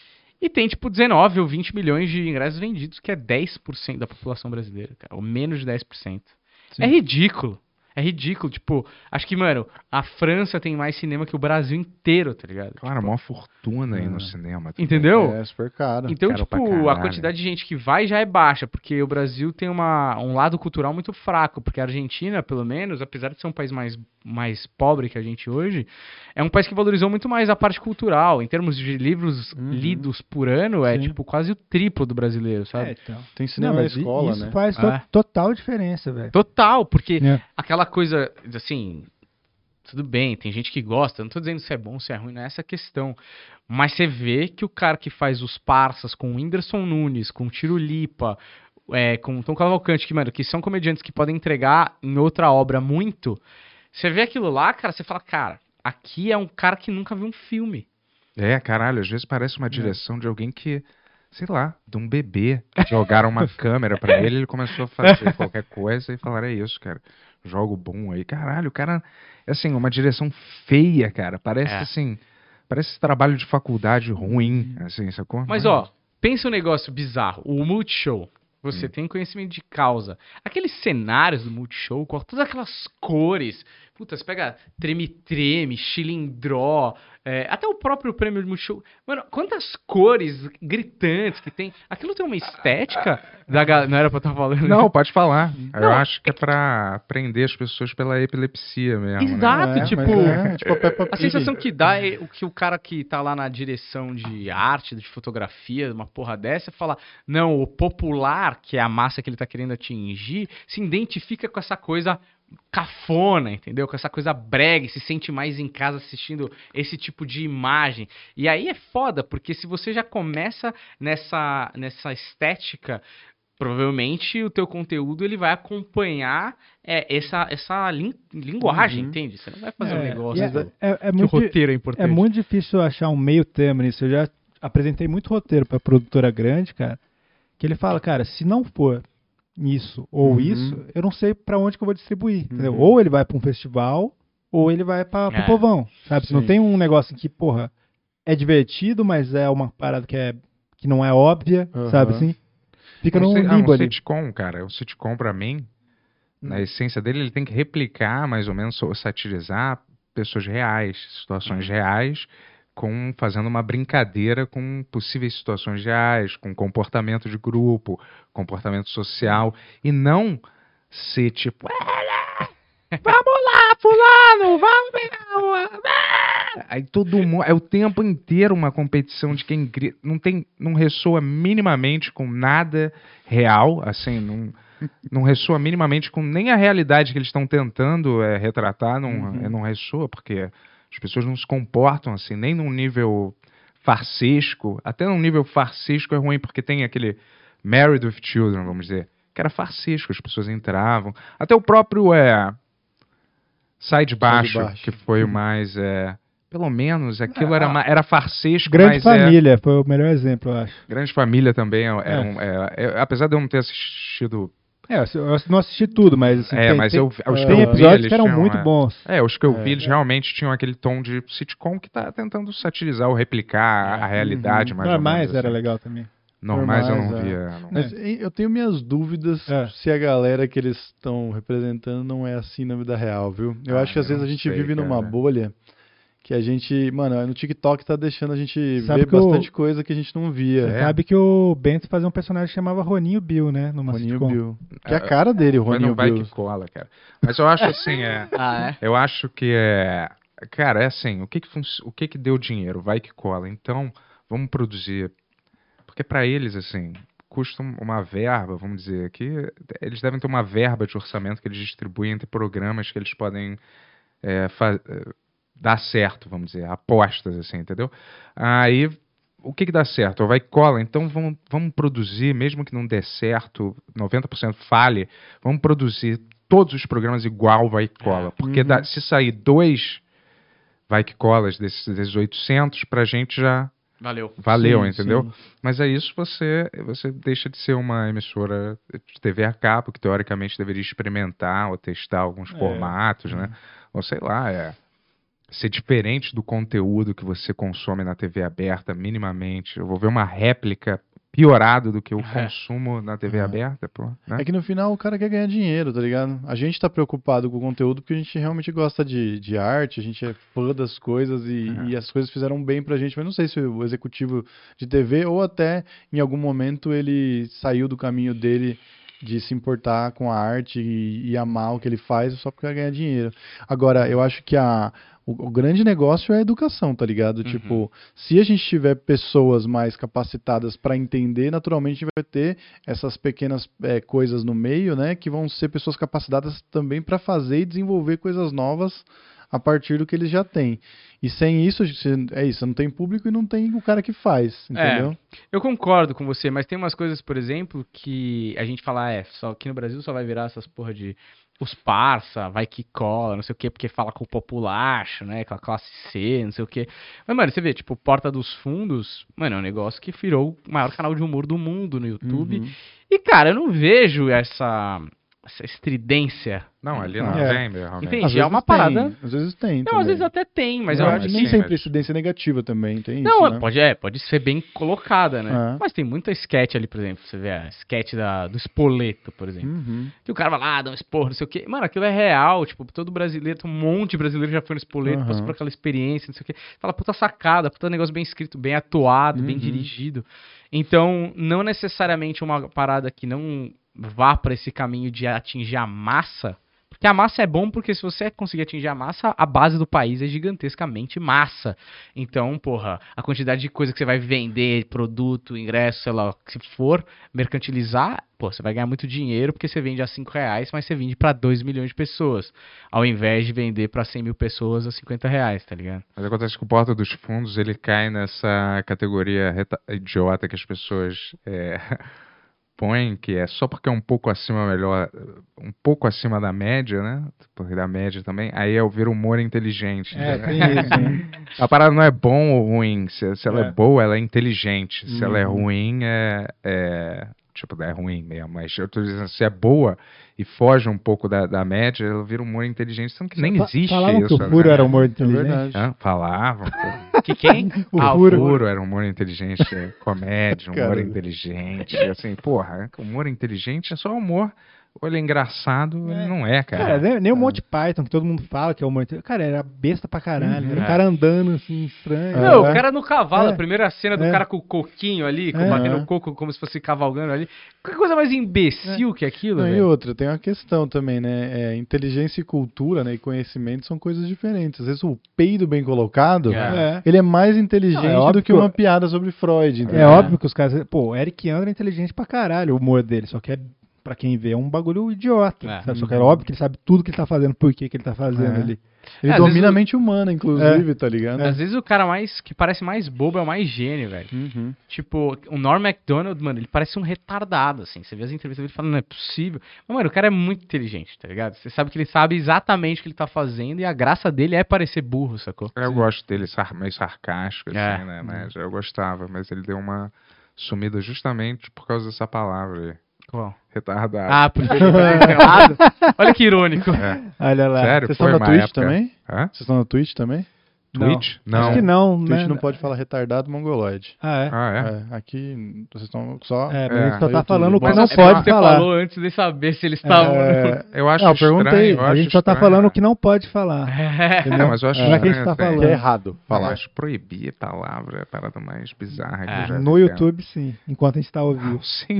E tem, tipo, dezenove ou vinte milhões de ingressos vendidos, que é dez por cento da população brasileira, cara. Ou menos de dez por cento. Sim. É ridículo. É ridículo. Tipo, acho que, mano, a França tem mais cinema que o Brasil inteiro, tá ligado? Claro, Tipo, maior fortuna aí no Ah. cinema. também. entendeu? É super caro. Então, caro pra tipo, a caralho. quantidade de gente que vai já é baixa, porque o Brasil tem uma, um lado cultural muito fraco, porque a Argentina, pelo menos, apesar de ser um país mais, mais pobre que a gente hoje, é um país que valorizou muito mais a parte cultural. Em termos de livros Uhum. lidos por ano, é, Sim. tipo, quase o triplo do brasileiro, É, sabe? então. Tem cinema Não, na mas i- escola, isso né? faz to- É. total diferença, velho. Total, porque É. aquela coisa, assim, tudo bem, tem gente que gosta, não tô dizendo se é bom, se é ruim, não é essa a questão. Mas você vê que o cara que faz os parças com o Whindersson Nunes, com o Tiro Lipa, é, com o Tom Cavalcante, que, mano, que são comediantes que podem entregar em outra obra muito, você vê aquilo lá, cara, você fala, cara, aqui é um cara que nunca viu um filme. É, caralho, às vezes parece uma direção de alguém que, sei lá, de um bebê. Jogaram uma câmera pra ele, ele começou a fazer qualquer coisa e falaram, é isso, cara, jogo bom aí. Caralho, o cara, é assim, uma direção feia, cara, parece É. assim, parece trabalho de faculdade ruim, assim, sacou? Mas, ó, pensa um negócio bizarro, o Multishow. Você tem conhecimento de causa. Aqueles cenários do Multishow, com todas aquelas cores. Puta, você pega treme-treme, chilindró, é, até o próprio prêmio do Multishow. Mano, quantas cores gritantes que tem. Aquilo tem uma estética da galera. Não era pra eu estar falando. Não, pode falar. Eu Não, acho que é pra prender as pessoas pela epilepsia mesmo, né? Exato, É, tipo. mas é, tipo a Peppa A Pig. sensação que dá é o que o cara que tá lá na direção de arte, de fotografia, uma porra dessa, fala, não, o popular, que é a massa que ele tá querendo atingir, se identifica com essa coisa cafona, entendeu? Com essa coisa brega, e se sente mais em casa assistindo esse tipo de imagem. E aí é foda, porque se você já começa nessa, nessa estética, provavelmente o teu conteúdo ele vai acompanhar é, essa, essa lin- linguagem, Uhum. entende? Você não vai fazer um É, negócio e do- é, é- é que o muito, di- roteiro é é importante. muito difícil achar um meio termo nisso. Eu já apresentei muito roteiro pra produtora grande, cara, que ele fala, cara, se não for isso ou Uhum. isso, eu não sei pra onde que eu vou distribuir, entendeu? Uhum. Ou ele vai pra um festival, ou ele vai pra, pro É. povão, sabe? Se não Sim. tem um negócio que, porra, é divertido, mas é uma parada que, é, que não é óbvia, Aham. sabe assim? Fica Um num si- ah, limbo um ali. sitcom, cara. O sitcom, pra mim, na Hum. essência dele, ele tem que replicar, mais ou menos, ou satirizar pessoas reais, situações Uhum. reais, com fazendo uma brincadeira com possíveis situações reais, com comportamento de grupo, comportamento social, e não ser tipo, "Ah, vamos lá, fulano, vamos pegar uma... ah!" Aí todo mundo, é o tempo inteiro uma competição de quem grita, não tem, não ressoa minimamente com nada real, assim, não, não ressoa minimamente com nem a realidade que eles estão tentando é, retratar, não, Uhum. é, não ressoa, porque as pessoas não se comportam assim, nem num nível farsesco, até num nível farsesco é ruim, porque tem aquele Married with Children, vamos dizer, que era farsesco, as pessoas entravam, até o próprio é, Sai de Baixo, Baixo. que foi o mais, é, pelo menos, aquilo era, ma- era farsesco, Grande mas é, Família foi o melhor exemplo, eu acho. Grande Família também, é, é É. um- é- é- apesar de eu não ter assistido É, eu eu não assisti tudo, mas assim, É, tem, mas tem, eu, os que tem eu vi, episódios eles que eram tinham, muito é, bons. É, os que eu vi, É. eles realmente tinham aquele tom de sitcom que tá tentando satirizar ou replicar a realidade, Uhum. mais ou Normais menos. era assim. legal também. Normais eu não Normais, é. via. Não... Mas hein, eu tenho minhas dúvidas É. se a galera que eles estão representando não é assim na vida real, viu? Eu Ah, acho que às eu vezes a não gente sei, vive numa cara. bolha que a gente, mano, no TikTok tá deixando a gente Sabe ver que o- bastante coisa que a gente não via. Você É. sabe que o Bento fazia um personagem que chamava Roninho Bill, né? Numa Roninho sitcom. Bill. Que é a É, cara dele, o Mas Roninho não vai Bill. que cola, cara. Mas eu acho assim, é. Ah, é? Eu acho que é. Cara, é assim, o que que, fun- o que que deu dinheiro? Vai que cola. Então, vamos produzir. Porque pra eles, assim, custa um- uma verba, vamos dizer, que eles devem ter uma verba de orçamento que eles distribuem entre programas que eles podem é, fa- é, dar certo, vamos dizer, apostas, assim, entendeu? Aí, o que que dá certo? O vai que cola, então vamos, vamos produzir, mesmo que não dê certo, noventa por cento falhe, vamos produzir todos os programas igual vai que cola. Porque Uhum. dá- se sair dois vai que colas desses, desses oitocentos, pra gente já Valeu. valeu, Sim, entendeu? sim. Mas é isso, você, você deixa de ser uma emissora de T V a cabo, que teoricamente deveria experimentar ou testar alguns É. formatos, né? Ou sei lá, é ser diferente do conteúdo que você consome na T V aberta minimamente. Eu vou ver uma réplica piorada do que eu É. consumo na T V É. aberta, pô, né? É que no final o cara quer ganhar dinheiro, tá ligado? A gente tá preocupado com o conteúdo porque a gente realmente gosta de, de arte, a gente é fã das coisas e, É. e as coisas fizeram bem pra gente, mas não sei se o executivo de T V ou até em algum momento ele saiu do caminho dele de se importar com a arte e, e amar o que ele faz só porque quer ganhar dinheiro. Agora, eu acho que a, o, o grande negócio é a educação, tá ligado? Uhum. Tipo, se a gente tiver pessoas mais capacitadas pra entender, naturalmente a gente vai ter essas pequenas eh, coisas no meio, né, que vão ser pessoas capacitadas também para fazer e desenvolver coisas novas a partir do que eles já têm. E sem isso, você- é isso, não tem público e não tem o cara que faz, entendeu? Eu concordo com você, mas tem umas coisas, por exemplo, que a gente fala, é, só aqui no Brasil só vai virar essas porra de os parça, vai que cola, não sei o quê, porque fala com o populacho, né, com a classe C, não sei o quê. Mas, mano, você vê, tipo, Porta dos Fundos, mano, é um negócio que virou o maior canal de humor do mundo no YouTube. Uhum. E, cara, eu não vejo essa, essa estridência. Não, ali Ah, não é. vem, meu, realmente. Entendi. Às é vezes uma tem, parada- Às vezes tem. Não, também. às vezes até tem, mas Não, eu é acho nem que... sempre incidência negativa também, tem Não, isso, né? pode, é, pode ser bem colocada, né? É. Mas tem muita sketch ali, por exemplo. Você vê a sketch da, do Spoleto, por exemplo. Uhum. Que o cara vai lá, dá um esporro, não sei o quê. Mano, aquilo é real. Tipo, todo brasileiro, um monte de brasileiro já foi no Spoleto, Aham. passou por aquela experiência, não sei o quê. Fala, puta sacada, puta negócio bem escrito, bem atuado, bem Uhum. dirigido. Então, não necessariamente uma parada que não vá pra esse caminho de atingir a massa. Porque a massa é bom porque se você conseguir atingir a massa, a base do país é gigantescamente massa. Então, porra, a quantidade de coisa que você vai vender, produto, ingresso, sei lá, o que for, mercantilizar, pô, você vai ganhar muito dinheiro porque você vende a cinco reais, mas você vende pra dois milhões de pessoas. Ao invés de vender pra cem mil pessoas a cinquenta reais, tá ligado? Mas acontece que o Porta dos Fundos, ele cai nessa categoria reta- idiota que as pessoas é, põem, que é só porque é um pouco acima melhor, um pouco acima da média, né? Porque da média também, aí é o ver humor inteligente. É, entendeu? tem isso, né? A parada não é bom ou ruim, se, se ela é. É. boa, ela é inteligente. Se ela é Uhum. ruim, é, é... Tipo, é ruim mesmo, mas eu tô dizendo, se é boa e foge um pouco da, da média, ela vira humor inteligente, sendo que nem Fa- existe Falavam isso. que o furo né? era humor É inteligente. verdade. Hã? Falavam. pô. Que quem? O Ah, furo. Furo era humor inteligente, é comédia, humor Cara. inteligente. Assim, porra, humor inteligente é só humor. Ou ele é engraçado, ou ele É. não é, cara. Cara, nem, nem o Monty Python, que todo mundo fala que é humor inteligente. Cara, era besta pra caralho. Era um É. cara andando assim, estranho. Não, É. o cara no cavalo, É. a primeira cena do É. cara com o coquinho ali, com- É. batendo É. o coco como se fosse cavalgando ali. Que coisa mais imbecil que aquilo, Não, e velho. outra, tem uma questão também, né? É, inteligência e cultura, né? E conhecimento são coisas diferentes. Às vezes o peido bem colocado, É. É. ele é mais inteligente Não, é óbvio do que que uma o- piada sobre Freud, É entendeu? óbvio que os caras. Pô, o Eric Andra é inteligente pra caralho, o humor dele. Só que é, pra quem vê, é um bagulho idiota. É. sabe? Só que é óbvio que ele sabe tudo que ele tá fazendo, por que que ele tá fazendo É. ali. Ele É, às domina vezes a o- mente humana, inclusive, tá ligado? Às vezes o cara mais que parece mais bobo é o mais gênio, velho. Uhum. Tipo, o Norm Macdonald, mano, ele parece um retardado, assim. Você vê as entrevistas dele falando, não é possível. Mas, mano, o cara é muito inteligente, tá ligado? Você sabe que ele sabe exatamente o que ele tá fazendo e a graça dele é parecer burro, sacou? Eu gosto dele sar- meio sarcástico, assim, É. né? Mas eu gostava, mas ele deu uma sumida justamente por causa dessa palavra aí. Qual? Retardado. Ah, porque ele foi cancelado? Olha que irônico. É. Olha lá. Sério, Vocês foi estão na uma Twitch época... também? Hã? Vocês estão na Twitch também? Twitch? Não. Acho que não, Twitch né? não pode falar retardado mongoloide. Ah, é? Ah, é? É, aqui vocês estão só... É, mas É, a gente só no tá YouTube. falando o que Mas não é pode porque você falar. falou antes de saber se eles estavam... É, Eu acho Não, eu estranho. perguntei. eu A acho gente só tá estranho. falando o que não pode falar. Não, mas eu acho Não é que a gente estranho, tá assim. falando. que é errado Falar. falar. Mas proibir palavra é a parada mais bizarra que É. eu já vi. No cara. YouTube, sim. Enquanto a gente tá ao vivo. Sim.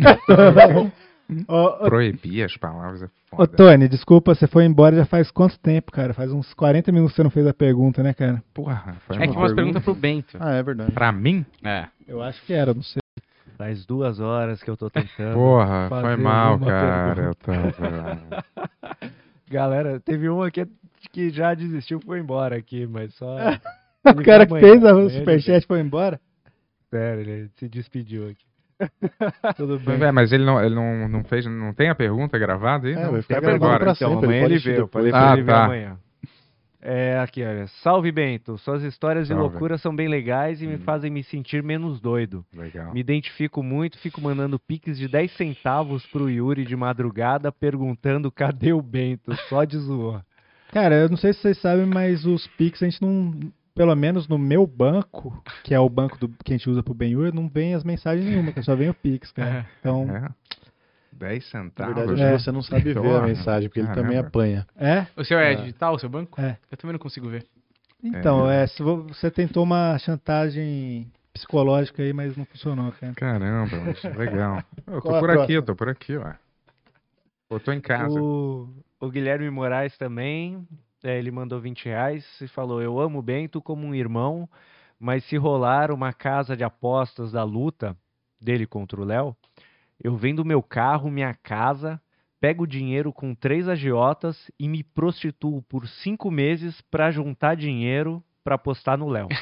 Ô, ô, Proibir as palavras é ô, foda. Tony, desculpa, você foi embora já faz quanto tempo, cara? Faz uns quarenta minutos que você não fez a pergunta, né, cara? Porra, foi É uma que foi umas pergunta. perguntas pro Bento. Ah, é verdade. Pra mim? É. Eu acho que era, não sei. Faz duas horas que eu tô tentando. Porra, fazer foi mal, alguma cara. Eu tava... Galera, teve uma que, que já desistiu e foi embora aqui, mas só. O cara que fez a Ele- superchat foi embora? Sério, ele se despediu aqui. Tudo bem. É, mas ele não, ele não, não fez, não tem a pergunta gravada aí? É, não? vai ficar Tem gravado agora. pra Então, sempre. amanhã ele ele pode vê, eu depois. falei pra Ah, ele ver tá. amanhã. É, aqui, olha. Salve, Bento. Suas histórias Salve. de loucura são bem legais e me Hum. fazem me sentir menos doido. Legal. Me identifico muito, fico mandando piques de dez centavos pro Yuri de madrugada perguntando cadê o Bento, só de zoar. Cara, eu não sei se vocês sabem, mas os Pix a gente não. Pelo menos no meu banco, que é o banco do, que a gente usa pro Benhur, não vem as mensagens nenhuma, que só vem o Pix, cara. Então. É. dez Na centavos. verdade, acho É. que você não sabe ver a Porra. mensagem, porque ele também Caramba. apanha. É? O seu é É. digital, o seu banco? É. Eu também não consigo ver. Então, É. é, se vo- você tentou uma chantagem psicológica aí, mas não funcionou, cara. Caramba, mas legal. Eu tô Qual a por aqui, próxima? eu tô por aqui, ué. Eu tô em casa. O, o Guilherme Moraes também, é, ele mandou vinte reais e falou: eu amo o Bento como um irmão, mas se rolar uma casa de apostas da luta dele contra o Léo, eu vendo meu carro, minha casa, pego o dinheiro com três agiotas e me prostituo por cinco meses pra juntar dinheiro pra apostar no Léo.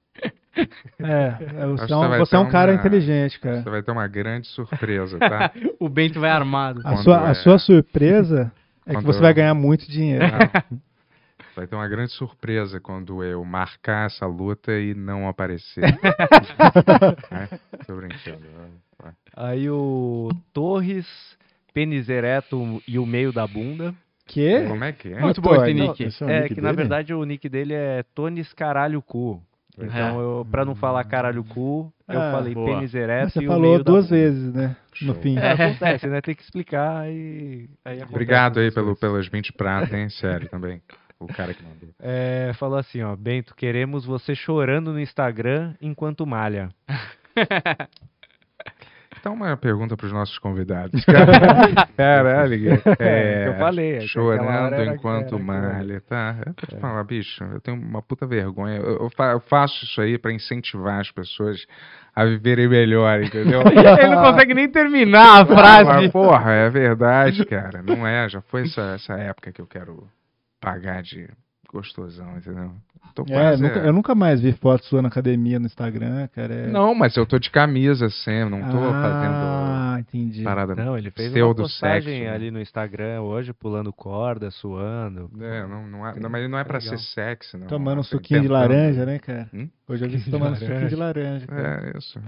É, você que é um, você vai você é um ter cara uma- inteligente, cara. Você vai ter uma grande surpresa, tá? O Bento vai armado. A quando sua, a é- sua surpresa é que quando você é- vai ganhar muito dinheiro. Vai ter uma grande surpresa quando eu marcar essa luta e não aparecer. É, tô brincando. vai. Aí o Torres, pênis ereto e o meio da bunda. Que? Como é que é? Muito Ô, bom esse Tony, nick. Esse é o É, nick que na dele? verdade o nick dele é Tones Caralho Cu. Então, eu, pra não falar caralho cu, eu Ah, falei boa. pênis ereto Mas você e o falou meio da duas bunda. vezes, né? No Show. fim. É, acontece, né? Tem que explicar e... Aí acontece Obrigado aí essas pelo, coisas. pelas vinte pratas, hein? Sério também. O cara que mandou. É, falou assim, ó, Bento, queremos você chorando no Instagram enquanto malha. Então, uma pergunta para os nossos convidados. Caralho, é, eu falei, é que aquela hora chorando era- enquanto era malha, tá? Eu vou te falar, bicho, eu tenho uma puta vergonha. Eu, eu fa- eu faço isso aí para incentivar as pessoas a viverem melhor, entendeu? Ele não consegue nem terminar a frase. Mas, porra, é verdade, cara. Não é, já foi essa, essa época que eu quero pagar de gostosão, entendeu? Tô É, quase, nunca- eu nunca mais vi foto sua na academia no Instagram, cara. É... Não, mas eu tô de camisa assim, não tô Ah, entendi. fazendo parada Não, ele fez uma pseudo postagem sexo, né? ali no Instagram hoje, pulando corda, suando. É, não, não, é, não, mas não é pra Legal. ser sexy, não. Tomando um Assim, suquinho de tentando. laranja, né, cara? Hum? Hoje eu vi você tomando suquinho de laranja. cara. É, isso.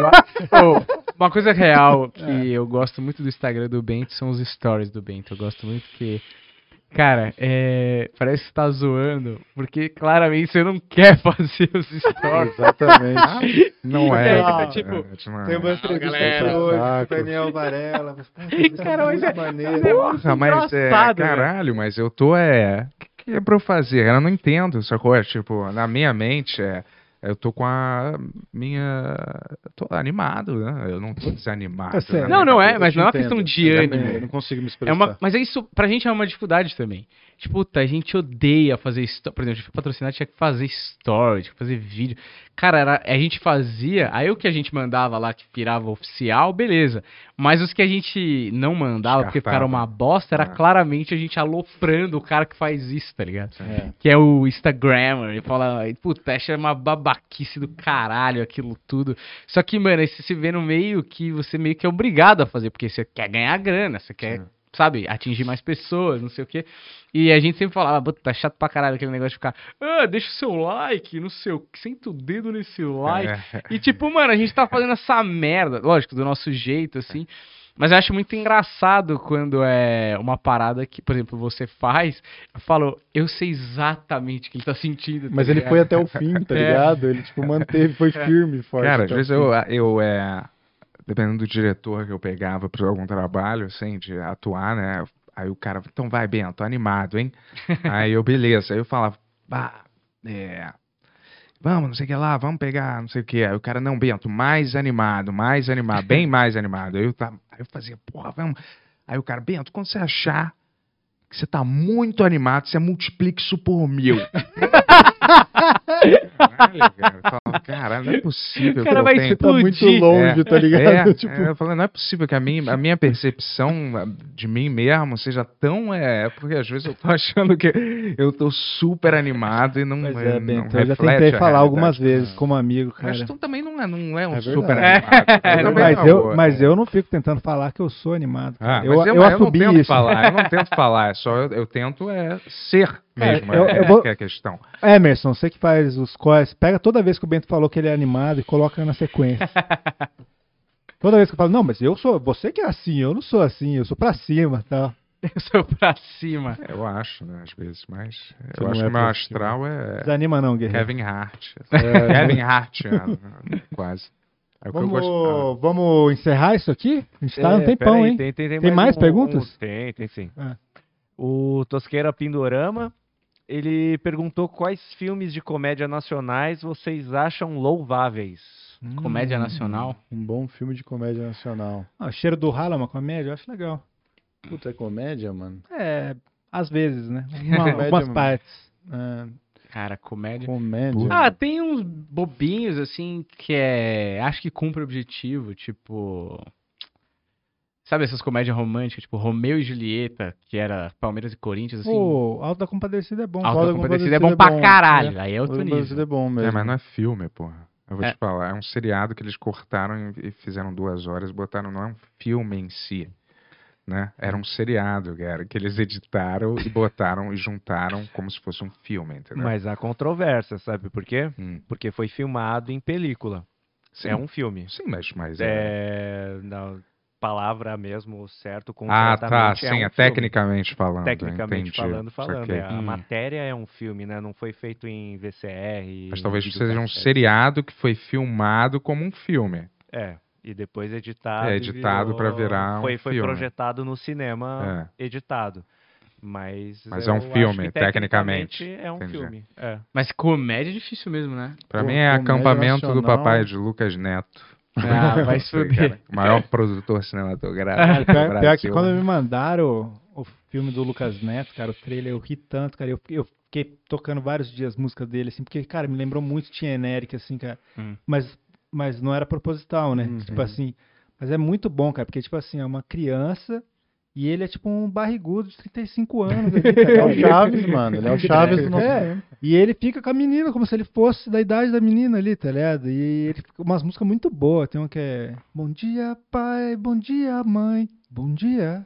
Ô, uma coisa real que eu gosto muito do Instagram do Bento são os stories do Bento. Eu gosto muito que, cara, é, parece que você tá zoando, porque claramente você não quer fazer os stories. Exatamente. Não É, é. tipo, é, tipo uma- Tem uma entrevista galera. hoje Saco. com o Daniel Varela. Mas, pô, entrevista Cara, mas muito é- maneira. Porra, mas é, engraçado, velho. caralho, mas eu tô, é... O que, que é pra eu fazer? Eu não entendo, sacou? É, tipo, na minha mente, é... Eu tô com a minha... Eu tô animado, né? Eu não tô desanimado. Eu sei. na Não, minha não é, cabeça. mas não é uma Entendo. questão de Eu ânimo. também, Eu não consigo me expressar. É uma, mas é isso, pra gente é uma dificuldade também. Tipo, puta, a gente odeia fazer story. Por exemplo, a gente foi patrocinado, tinha que fazer story, tinha que fazer vídeo. Cara, era- a gente fazia, aí o que a gente mandava lá que virava oficial, beleza. Mas os que a gente não mandava, porque Descartava. ficaram uma bosta, era Ah. claramente a gente aloprando o cara que faz isso, tá ligado? É. Que é o Instagrammer, ele fala, puta, acha uma babaquice do caralho aquilo tudo. Só que, mano, aí você se vê no meio que você meio que é obrigado a fazer, porque você quer ganhar grana, você quer, Sim. sabe, atingir mais pessoas, não sei o quê. E a gente sempre falava, puta, tá chato pra caralho aquele negócio de ficar, ah, deixa o seu like, não sei o que, senta o dedo nesse like. É. E tipo, mano, a gente tá fazendo essa merda, lógico, do nosso jeito, assim. Mas eu acho muito engraçado quando é uma parada que, por exemplo, você faz, eu falo, eu sei exatamente o que ele tá sentindo. Tá Mas ele ligado? foi até o fim, tá É. ligado? Ele, tipo, manteve, foi firme, forte. Cara, às até o vezes fim. eu, eu é, dependendo do diretor que eu pegava pra algum trabalho, assim, de atuar, né? Aí o cara, então vai, Bento, animado, hein? Aí eu, beleza. Aí eu falava, bah, é, vamos, não sei o que lá, vamos pegar, não sei o que. Aí o cara, não, Bento, mais animado, mais animado, bem mais animado. Aí eu, tá, aí eu fazia, porra, vamos. Aí o cara, Bento, quando você achar que você tá muito animado, você multiplica isso por mil. Caralho, cara. Eu falava, caralho, não é possível O cara que eu vai tenha... Tá muito explodir. longe, É, tá ligado? É, tipo, é, eu falei, não é possível que a minha, a minha percepção de mim mesmo seja tão... É, porque às vezes eu tô achando que eu tô super animado e não, Pois é, é, não Bento, eu já reflete tentei a falar algumas realidade. vezes como amigo, cara. Mas tu também não é, não é um É super verdade. animado. É, Eu também mas, não, eu, boa. mas eu não fico tentando falar que eu sou animado. Ah, Cara. mas eu, eu, eu, mas eu não assumi tento isso. falar, eu não tento falar, é só eu, eu tento é, ser mesmo, eu- é, eu vou- que é a questão. Emerson, você que faz os cores, pega toda vez que o Bento falou que ele é animado e coloca na sequência. Toda vez que eu falo, não, mas eu sou, você que é assim, eu não sou assim, eu sou pra cima, tal. Eu sou pra cima. É, eu acho, né, às vezes, mas Tu eu não acho é que o meu pra astral é Desanima não, guerreiro. Kevin Hart. Kevin Hart, é, quase. É o que eu Vamos, gosto. vamos encerrar isso aqui? A gente tá É, no tempão, peraí, hein? Tem, tem, tem Tem mais um- perguntas? um- tem, tem sim. Ah. O Tosqueira Pindorama, ele perguntou quais filmes de comédia nacionais vocês acham louváveis. Comédia Hum. nacional. um bom filme de comédia nacional. Ah, Cheiro do Ralo é uma comédia, eu acho legal. Puta, é comédia, mano? É, às vezes, né? Uma, Comédia, algumas mano. partes. É, Cara, comédia. comédia. Ah, tem uns bobinhos, assim, que é... Acho que cumpre o objetivo, tipo... Sabe essas comédias românticas, tipo Romeu e Julieta, que era Palmeiras e Corinthians, assim... Pô, Alto da Compadecida é bom. Alta Alta Compadecida é Compadecida bom é pra bom, caralho, aí é outro O Brasil nível. é bom mesmo. É, mas não é filme, porra. Eu vou É. te falar, é um seriado que eles cortaram e e fizeram duas horas, botaram, não é um filme em si, né? Era um seriado, cara, que eles editaram e botaram e juntaram como se fosse um filme, entendeu? Mas há controvérsia, sabe por quê? Hum. Porque foi filmado em película. Sim, É um filme. sim, mas, mas é... É, na palavra mesmo certo, Ah, tá, concretamente, sim, é, um é filme. tecnicamente falando, Tecnicamente entendi, falando, falando. saquei. é, a Hum. matéria é um filme, né? Não foi feito em V C R. Mas em talvez seja um videocassete. seriado que foi filmado como um filme. É, e depois editado. É, e editado pra virou- virar um foi, foi filme. projetado no cinema editado. Mas, Mas eu é um acho filme, que tecnicamente. É um Entendi. filme. É. Mas comédia é difícil mesmo, né? Pra Pô, mim é comédia acampamento do nacional. papai de Lucas Neto. Ah, vai se Foi, fuder. cara, o maior produtor cinematográfico do Pior, pior Brasil. que quando me mandaram o, o filme do Lucas Neto, cara, o trailer, eu ri tanto, cara. Eu, eu fiquei tocando vários dias as músicas dele, assim, porque, cara, me lembrou muito Tia Enérica, assim, cara. Hum. Mas, mas não era proposital, né? Uhum. Tipo assim. Mas é muito bom, cara, porque, tipo assim, é uma criança e ele é tipo um barrigudo de trinta e cinco anos. Ali, cara. É o Chaves, mano. Ele é o Chaves do nosso É. tempo. E ele fica com a menina, como se ele fosse da idade da menina ali, tá ligado? E ele fica umas músicas muito boas. Tem uma que é Bom dia, pai, bom dia, mãe, bom dia.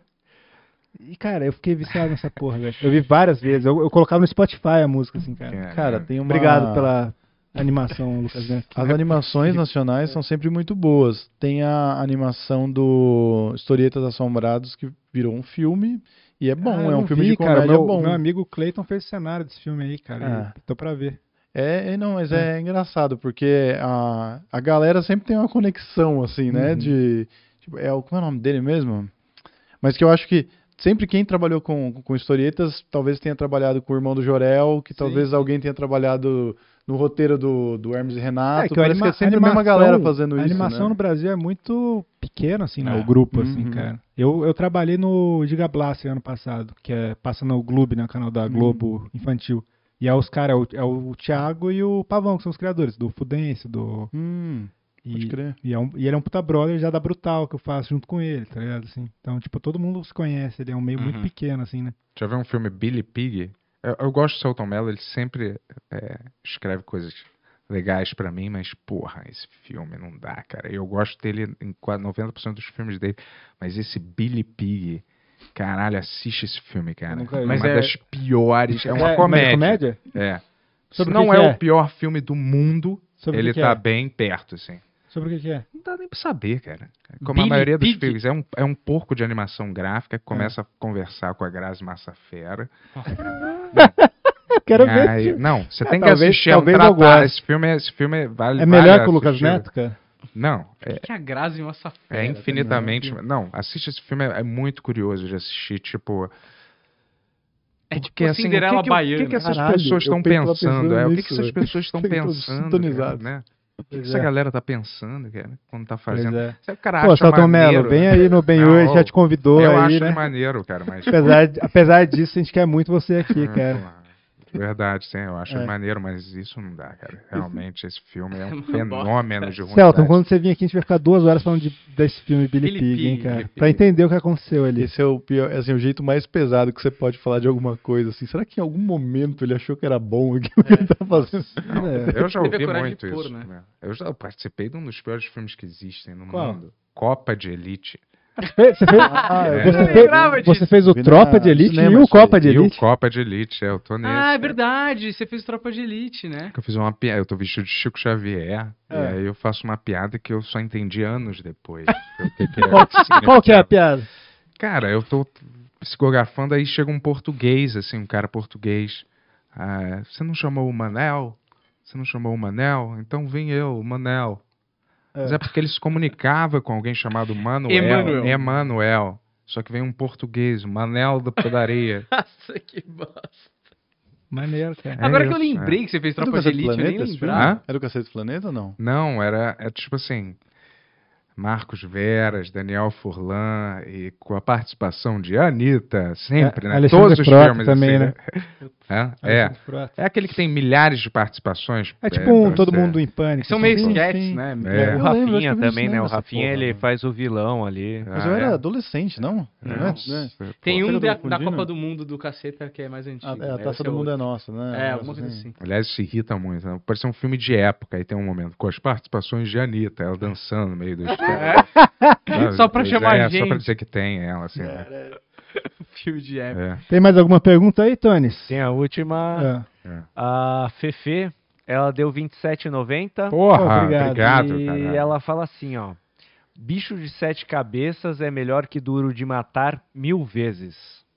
E, cara, eu fiquei viciado nessa porra, velho. Eu vi várias vezes. Eu, eu colocava no Spotify a música, assim, cara. É, Cara, é. tem uma... Obrigado pela animação, Lucas Neto. As animações nacionais são sempre muito boas. Tem a animação do Historietas Assombrados, que virou um filme, e é bom, Ah, é eu um não filme vi, de cara. comédia Meu, bom. meu amigo Clayton fez cenário desse filme aí, cara. Ah. E tô pra ver. É, é, não, mas é, engraçado, porque a, a galera sempre tem uma conexão, assim, né, Uhum. de... Tipo, é o, como é o nome dele mesmo? Mas que eu acho que sempre quem trabalhou com, com historietas, talvez tenha trabalhado com o irmão do Jorel, que Sim, talvez sim. alguém tenha trabalhado no roteiro do, do Hermes e Renato. que Parece anima- que é sempre a mesma animação- galera fazendo A isso, animação né? no Brasil é muito pequena, assim, né? É. O grupo, assim, Uhum. cara. Eu, eu trabalhei no Diga Blast ano passado, que é, passa no Globo, né? Canal da Globo Infantil. E é os caras, é o, é o Thiago e o Pavão, que são os criadores, do Fudêncio, do... Hum, pode E, crer. e, é um- e ele é um puta brother já da Brutal, que eu faço junto com ele, tá ligado? Assim, então, tipo, todo mundo se conhece, ele é um meio muito Uhum. pequeno, assim, né? Já viu um filme Billy Pig? Eu, eu gosto do Selton Mello, ele sempre é, escreve coisas legais pra mim, mas porra, esse filme não dá, cara. Eu gosto dele em quase noventa por cento dos filmes dele, mas esse Billy Pig, caralho, assiste esse filme, cara. nunca vi. É Mas uma é- das piores, é uma mas comédia. comédia? É. Se Sobre o não que é que o é? pior filme do mundo, Sobre o ele que que tá é? bem perto, assim. Sobre o que, que é? Não dá nem pra saber, cara. Como Billy a maioria dos Pig? filmes. É um, é um porco de animação gráfica que começa a conversar com a Grazi Massafera. Quero E ver. aí- não, você tem que Talvez- assistir. É um talvez eu tratado. goste. Esse filme, é- esse filme é- vale É melhor vale que o Lucas assistir. Neto, cara? Não, O que que é a Grazi Massafera? é infinitamente. Não, assiste esse filme, é, é muito curioso de assistir. Tipo. É tipo porque, a assim, Cinderela o que que, Baiana. O que, que essas Caralho, pessoas eu estão pe- tava pensando? pensando É, o que, nisso, que essas velho. pessoas estão Fiquei todos pensando? Cara, sintonizados. né? O que, que Pois essa é. galera tá pensando, cara, quando tá Pois fazendo? é. Se o cara Pô, acha Celton maneiro, Mello, vem né? aí no Ben Não, hoje, já te convidou Eu aí, acho né? maneiro, cara, mas. Apesar, de- apesar disso, a gente quer muito você aqui, Hum, cara. porra. Verdade, sim, eu acho É. maneiro, mas isso não dá, cara. Realmente, esse filme é um Uma fenômeno de ruindade. Celton, quando você vir aqui, a gente vai ficar duas horas falando de, desse filme Billy, Billy Pig, hein, Pig, cara? Billy Pra Pig. entender o que aconteceu ali. Esse é o pior, assim, o jeito mais pesado que você pode falar de alguma coisa, assim. Será que em algum momento ele achou que era bom aquilo que ele tá fazendo? Não, É. eu já Teve a ouvi coragem muito de pôr, isso. né? né? Eu já participei de um dos piores filmes que existem no Qual? mundo. Copa de Elite. Fe- Você fez, Ah, É. você Eu fez- lembrava você disso. fez o Vi Tropa na- de Elite cinema e o isso aí. Copa de E o Elite. Copa de Elite, é, eu tô nesse. Ah, é cara. verdade. Você fez Tropa de Elite, né? Que Eu fiz uma piada, eu tô vestido de Chico Xavier, e É. aí eu faço uma piada que eu só entendi anos depois. O que que é Qual, qual que é a piada? Cara, eu tô psicografando, aí chega um português, assim, um cara português. Ah, você não chamou o Manel? Você não chamou o Manel? Então vim eu, o Manel. Mas é porque ele se comunicava com alguém chamado Manuel. Emanuel. Emanuel. Só que vem um português, o Manel da padaria. Nossa, que bosta. Maneiro, cara. É Agora que eu isso, lembrei que você fez É do Tropa de Cacete Elite, eu nem Planeta esse filme? lembrava. Hã? É do Cacete Planeta ou não? Não, era é tipo assim, Marcos Veras, Daniel Furlan e com a participação de Anitta, sempre, É, né? Alexandre Todos os Frota filmes também, assim, né? É, é, Alexandre Frota. é aquele que tem milhares de participações. É tipo um pra Todo ser- Mundo em Pânico. São assim. meio Sim, sketches, sim. né? É. O Eu lembro, acho que Rafinha eu vi no também, né? cinema O essa Rafinha, porra, ele mano. faz o vilão ali. Mas Ah, eu era é? adolescente, não? Não, Né? nossa, Né? pô. Tem Será um que eu tô da, da confundindo? Copa do Mundo do Caceta que é mais antigo. Ah, é, a né? Taça Esse do é Mundo é outro. nossa, né? É, Um alguma negócio coisa assim. Aliás, isso irrita muito. Né? Parece um filme de época. Aí tem um momento com as participações de Anitta, ela dançando no meio dos caras. Sabe? Só pra Pois chamar é, gente. Só pra dizer que tem ela, assim. né? Filme de época. É. Tem mais alguma pergunta aí, Tonis? Tem a última. Ah. A Fefe, ela deu vinte e sete reais e noventa centavos. Porra, Obrigado. obrigado, e caralho. ela fala assim, ó. Bicho de sete cabeças é melhor que duro de matar mil vezes.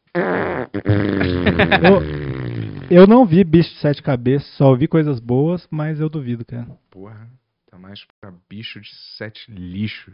Eu, eu não vi Bicho de Sete Cabeças, só ouvi coisas boas, mas eu duvido, cara. Porra, tá mais pra bicho de sete lixos.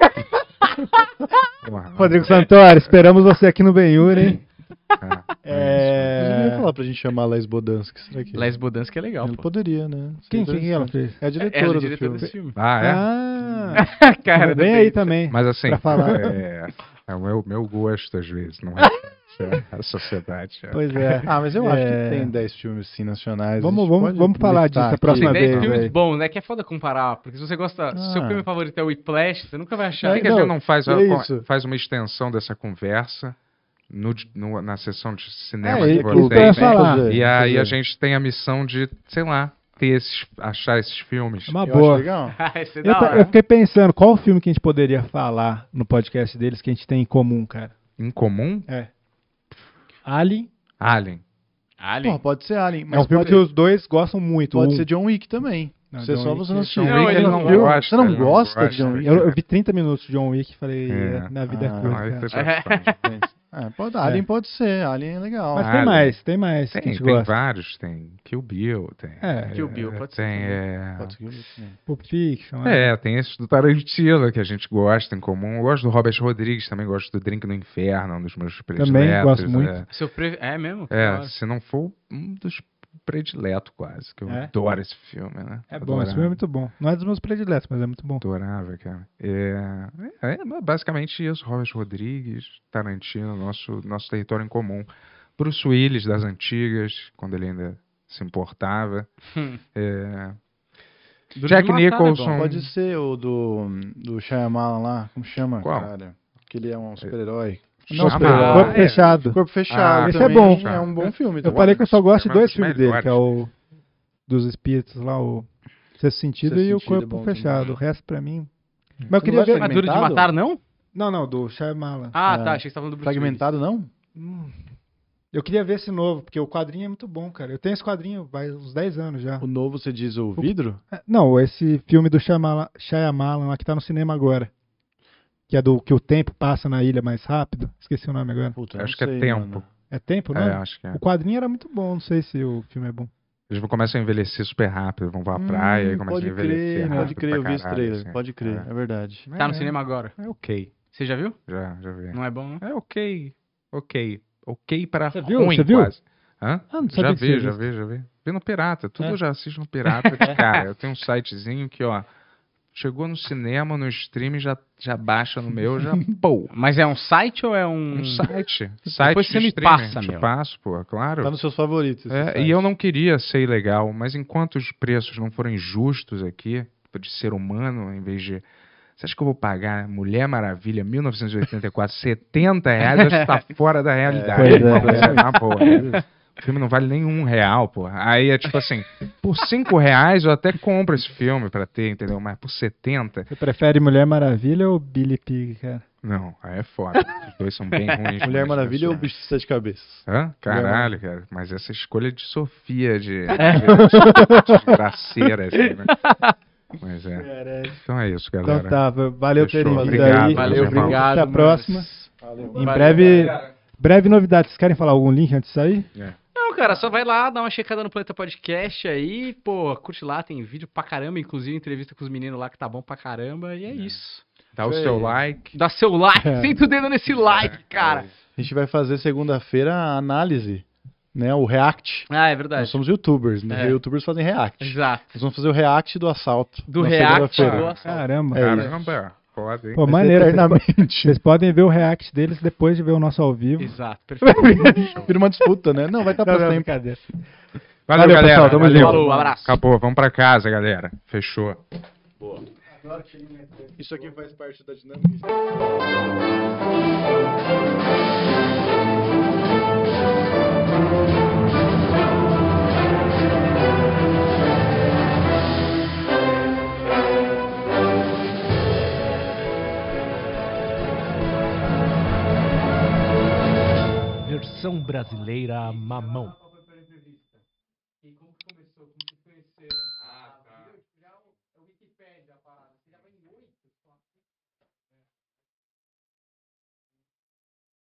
Porra, Rodrigo Santoro, esperamos você aqui no Benhur, hein? cara, É... Inclusive, eu ia falar pra gente chamar a Les Bodansky. Será que Les Bodansky é legal, ele pô. poderia, né? Quem, Seria quem ela interessante. fez? É a É diretora a do diretora filme. desse filme. Ah, é? Ah, Cara, vem do aí peito. também. Mas assim, pra falar. é, é o meu, meu gosto às vezes, não é a sociedade. é. Pois é. Ah, mas eu acho É. que tem dez filmes sim nacionais. Vamos- a gente vamos- pode vamos falar listar disso a aqui. próxima Tem vez, dez filmes velho. bons, né? Que é foda comparar. Porque se você gosta. Se o seu Ah. filme favorito é o Whiplash, você nunca vai achar. Por que que a Não, gente não faz, a- é isso. faz uma extensão dessa conversa no, no- na sessão de cinema É, de isso que eu ia vocês? falar. Fazer, E aí a fazer. gente tem a missão de, sei lá, ter esses, achar esses filmes. É uma Eu boa. acho legal. Esse é Eu, da ta- hora. eu fiquei pensando, qual o filme que a gente poderia falar no podcast deles que a gente tem em comum, cara? Em comum, É. Alien. Alien. Alien. Pô, pode ser Alien, É mas um filme pode, que os dois gostam muito. pode Um- ser John Wick também. Não, Você John só Wick- você não assistiu. John Não, Wick ele ele não não viu? gosta. Você não ele gosta de John Wick? Eu, eu vi trinta minutos de John Wick e falei, É. é, minha vida é Ah, curta. Não, aí cara. você já faz. Ah, pode, Alien pode ser, Alien é legal. Mas Ah, tem Alien. mais, tem mais que a Tem, gente tem gosta. vários, tem Kill Bill, tem. É. Kill Bill, pode ser tem, também. é... Pode ser também. Pulp Fiction. né? É, tem esse do Tarantino que a gente gosta em comum. Eu gosto do Robert Rodrigues, também gosto do Drink no Inferno, um dos meus prediletos. gosto muito. É, Seu pre... É mesmo? é Da hora. se não for um dos prediletos quase, que eu É? adoro esse filme, né? É bom, esse filme é muito bom. Não é dos meus prediletos, mas é muito bom. Adorava, cara. É, é, é basicamente isso, Robert Rodrigues, Tarantino, nosso, nosso território em comum. Bruce Willis das antigas, quando ele ainda se importava. Hum. É, Duro Jack de Matar é Nicholson. bom. Pode ser o do, do Shyamalan lá, como chama? Qual? Cara? Que ele é um super-herói. Não, Corpo- super-herói. Corpo Ah, é. Fechado. Corpo Fechado. Ah, esse também é bom. É um bom filme. Eu tá falei bom? que eu só gosto É de dois um dos filmes dele, que é melhores. o dos espíritos lá, o Sexto Sentido Sexto e o Sentido é Corpo bom Fechado. também. O resto pra mim... Mas eu Você queria não gosta ver... Mas Duro de Fragmentado? Matar, não? Não, não, do Shyamalan. Ah, Ah. tá. Achei que você tava falando do Bruce Willis. Fragmentado, não? Eu queria ver esse novo, porque o quadrinho é muito bom, cara. Eu tenho esse quadrinho vai uns dez anos já. O novo, você diz o vidro? É, Não, esse filme do Shyamala- Shyamalan lá que tá no cinema agora. Que é do que o tempo passa na ilha mais rápido. Esqueci o nome agora. Puta, eu Acho não que é sei, tempo. mano. É tempo, não? É, acho que é. O quadrinho era muito bom, não sei se o filme é bom. Eles começam a envelhecer super rápido, vão pra praia e Hum, começam a pode envelhecer crer, rápido pode crer, pra eu vi esse caralho, trailer, assim. pode crer, é, É. verdade. Tá no É, cinema agora. É ok, Você já viu? já, já vi. Não é bom, não? É ok, ok, ok para Você viu? ruim Você viu? quase. Hã? Ah, não Já sabia que você vi, tinha já visto. vi, já vi. Vi no Pirata, tudo É. eu já assisto no Pirata. de Cara, eu tenho um sitezinho que, ó, chegou no cinema, no stream, já, já baixa no meu, já, pô. Mas é um site ou é um... Um site. Site Depois de você me streaming, passa, te meu. passo, pô, claro. Tá nos seus favoritos. esse É, site. e eu não queria ser ilegal, mas enquanto os preços não forem justos aqui, de ser humano, em vez de... Você acha que eu vou pagar Mulher Maravilha mil novecentos e oitenta e quatro setenta reais? Eu acho que tá fora da realidade. Pois é, irmão. pois Você tá, pô, o filme não vale nem um real, pô. Aí é tipo assim, por cinco reais eu até compro esse filme pra ter, entendeu? Mas por setenta, Você prefere Mulher Maravilha ou Billy Pig, cara? não, aí é foda. Os dois são bem ruins. Mulher mas Maravilha eu ou sou- Bicho de Sete Cabeças? Hã? Caralho, cara. Mas essa escolha de Sofia, de, de, de graceira, assim, né? Mas é. Então é isso, galera. Então tá, valeu Fechou. terem vindo Obrigado, aí. Valeu, meus irmãos. obrigado. Até a mas- próxima. Em Valeu, breve, galera. breve novidade. Vocês querem falar algum link antes de sair? Não, cara, só vai lá, dá uma checada no Planeta Podcast aí, pô, curte lá, tem vídeo pra caramba, inclusive entrevista com os meninos lá que tá bom pra caramba, e é, isso. Dá o Isso seu aí. like. Dá seu like, É. senta o dedo nesse like, cara. A gente vai fazer segunda-feira a análise, né? O react. Ah, é Nós verdade. somos youtubers, né? É. Youtubers fazem react. Exato. Nós vamos fazer o react do assalto. Do na react segunda-feira. do assalto. Caramba. É Caramba, foda, hein? Pô, Vai ser maneiro. Vocês, po- eternamente. vocês podem ver o react deles depois de ver o nosso ao vivo. Exato, perfeito. Vira uma disputa, né? Não, vai estar pra Não, não, sempre. brincadeira. Valeu, Valeu, galera. pessoal, tamo Valeu. junto. Falou, abraço. Acabou, vamos pra casa, galera. Fechou. Isso aqui faz parte da dinâmica. Versão brasileira mamão.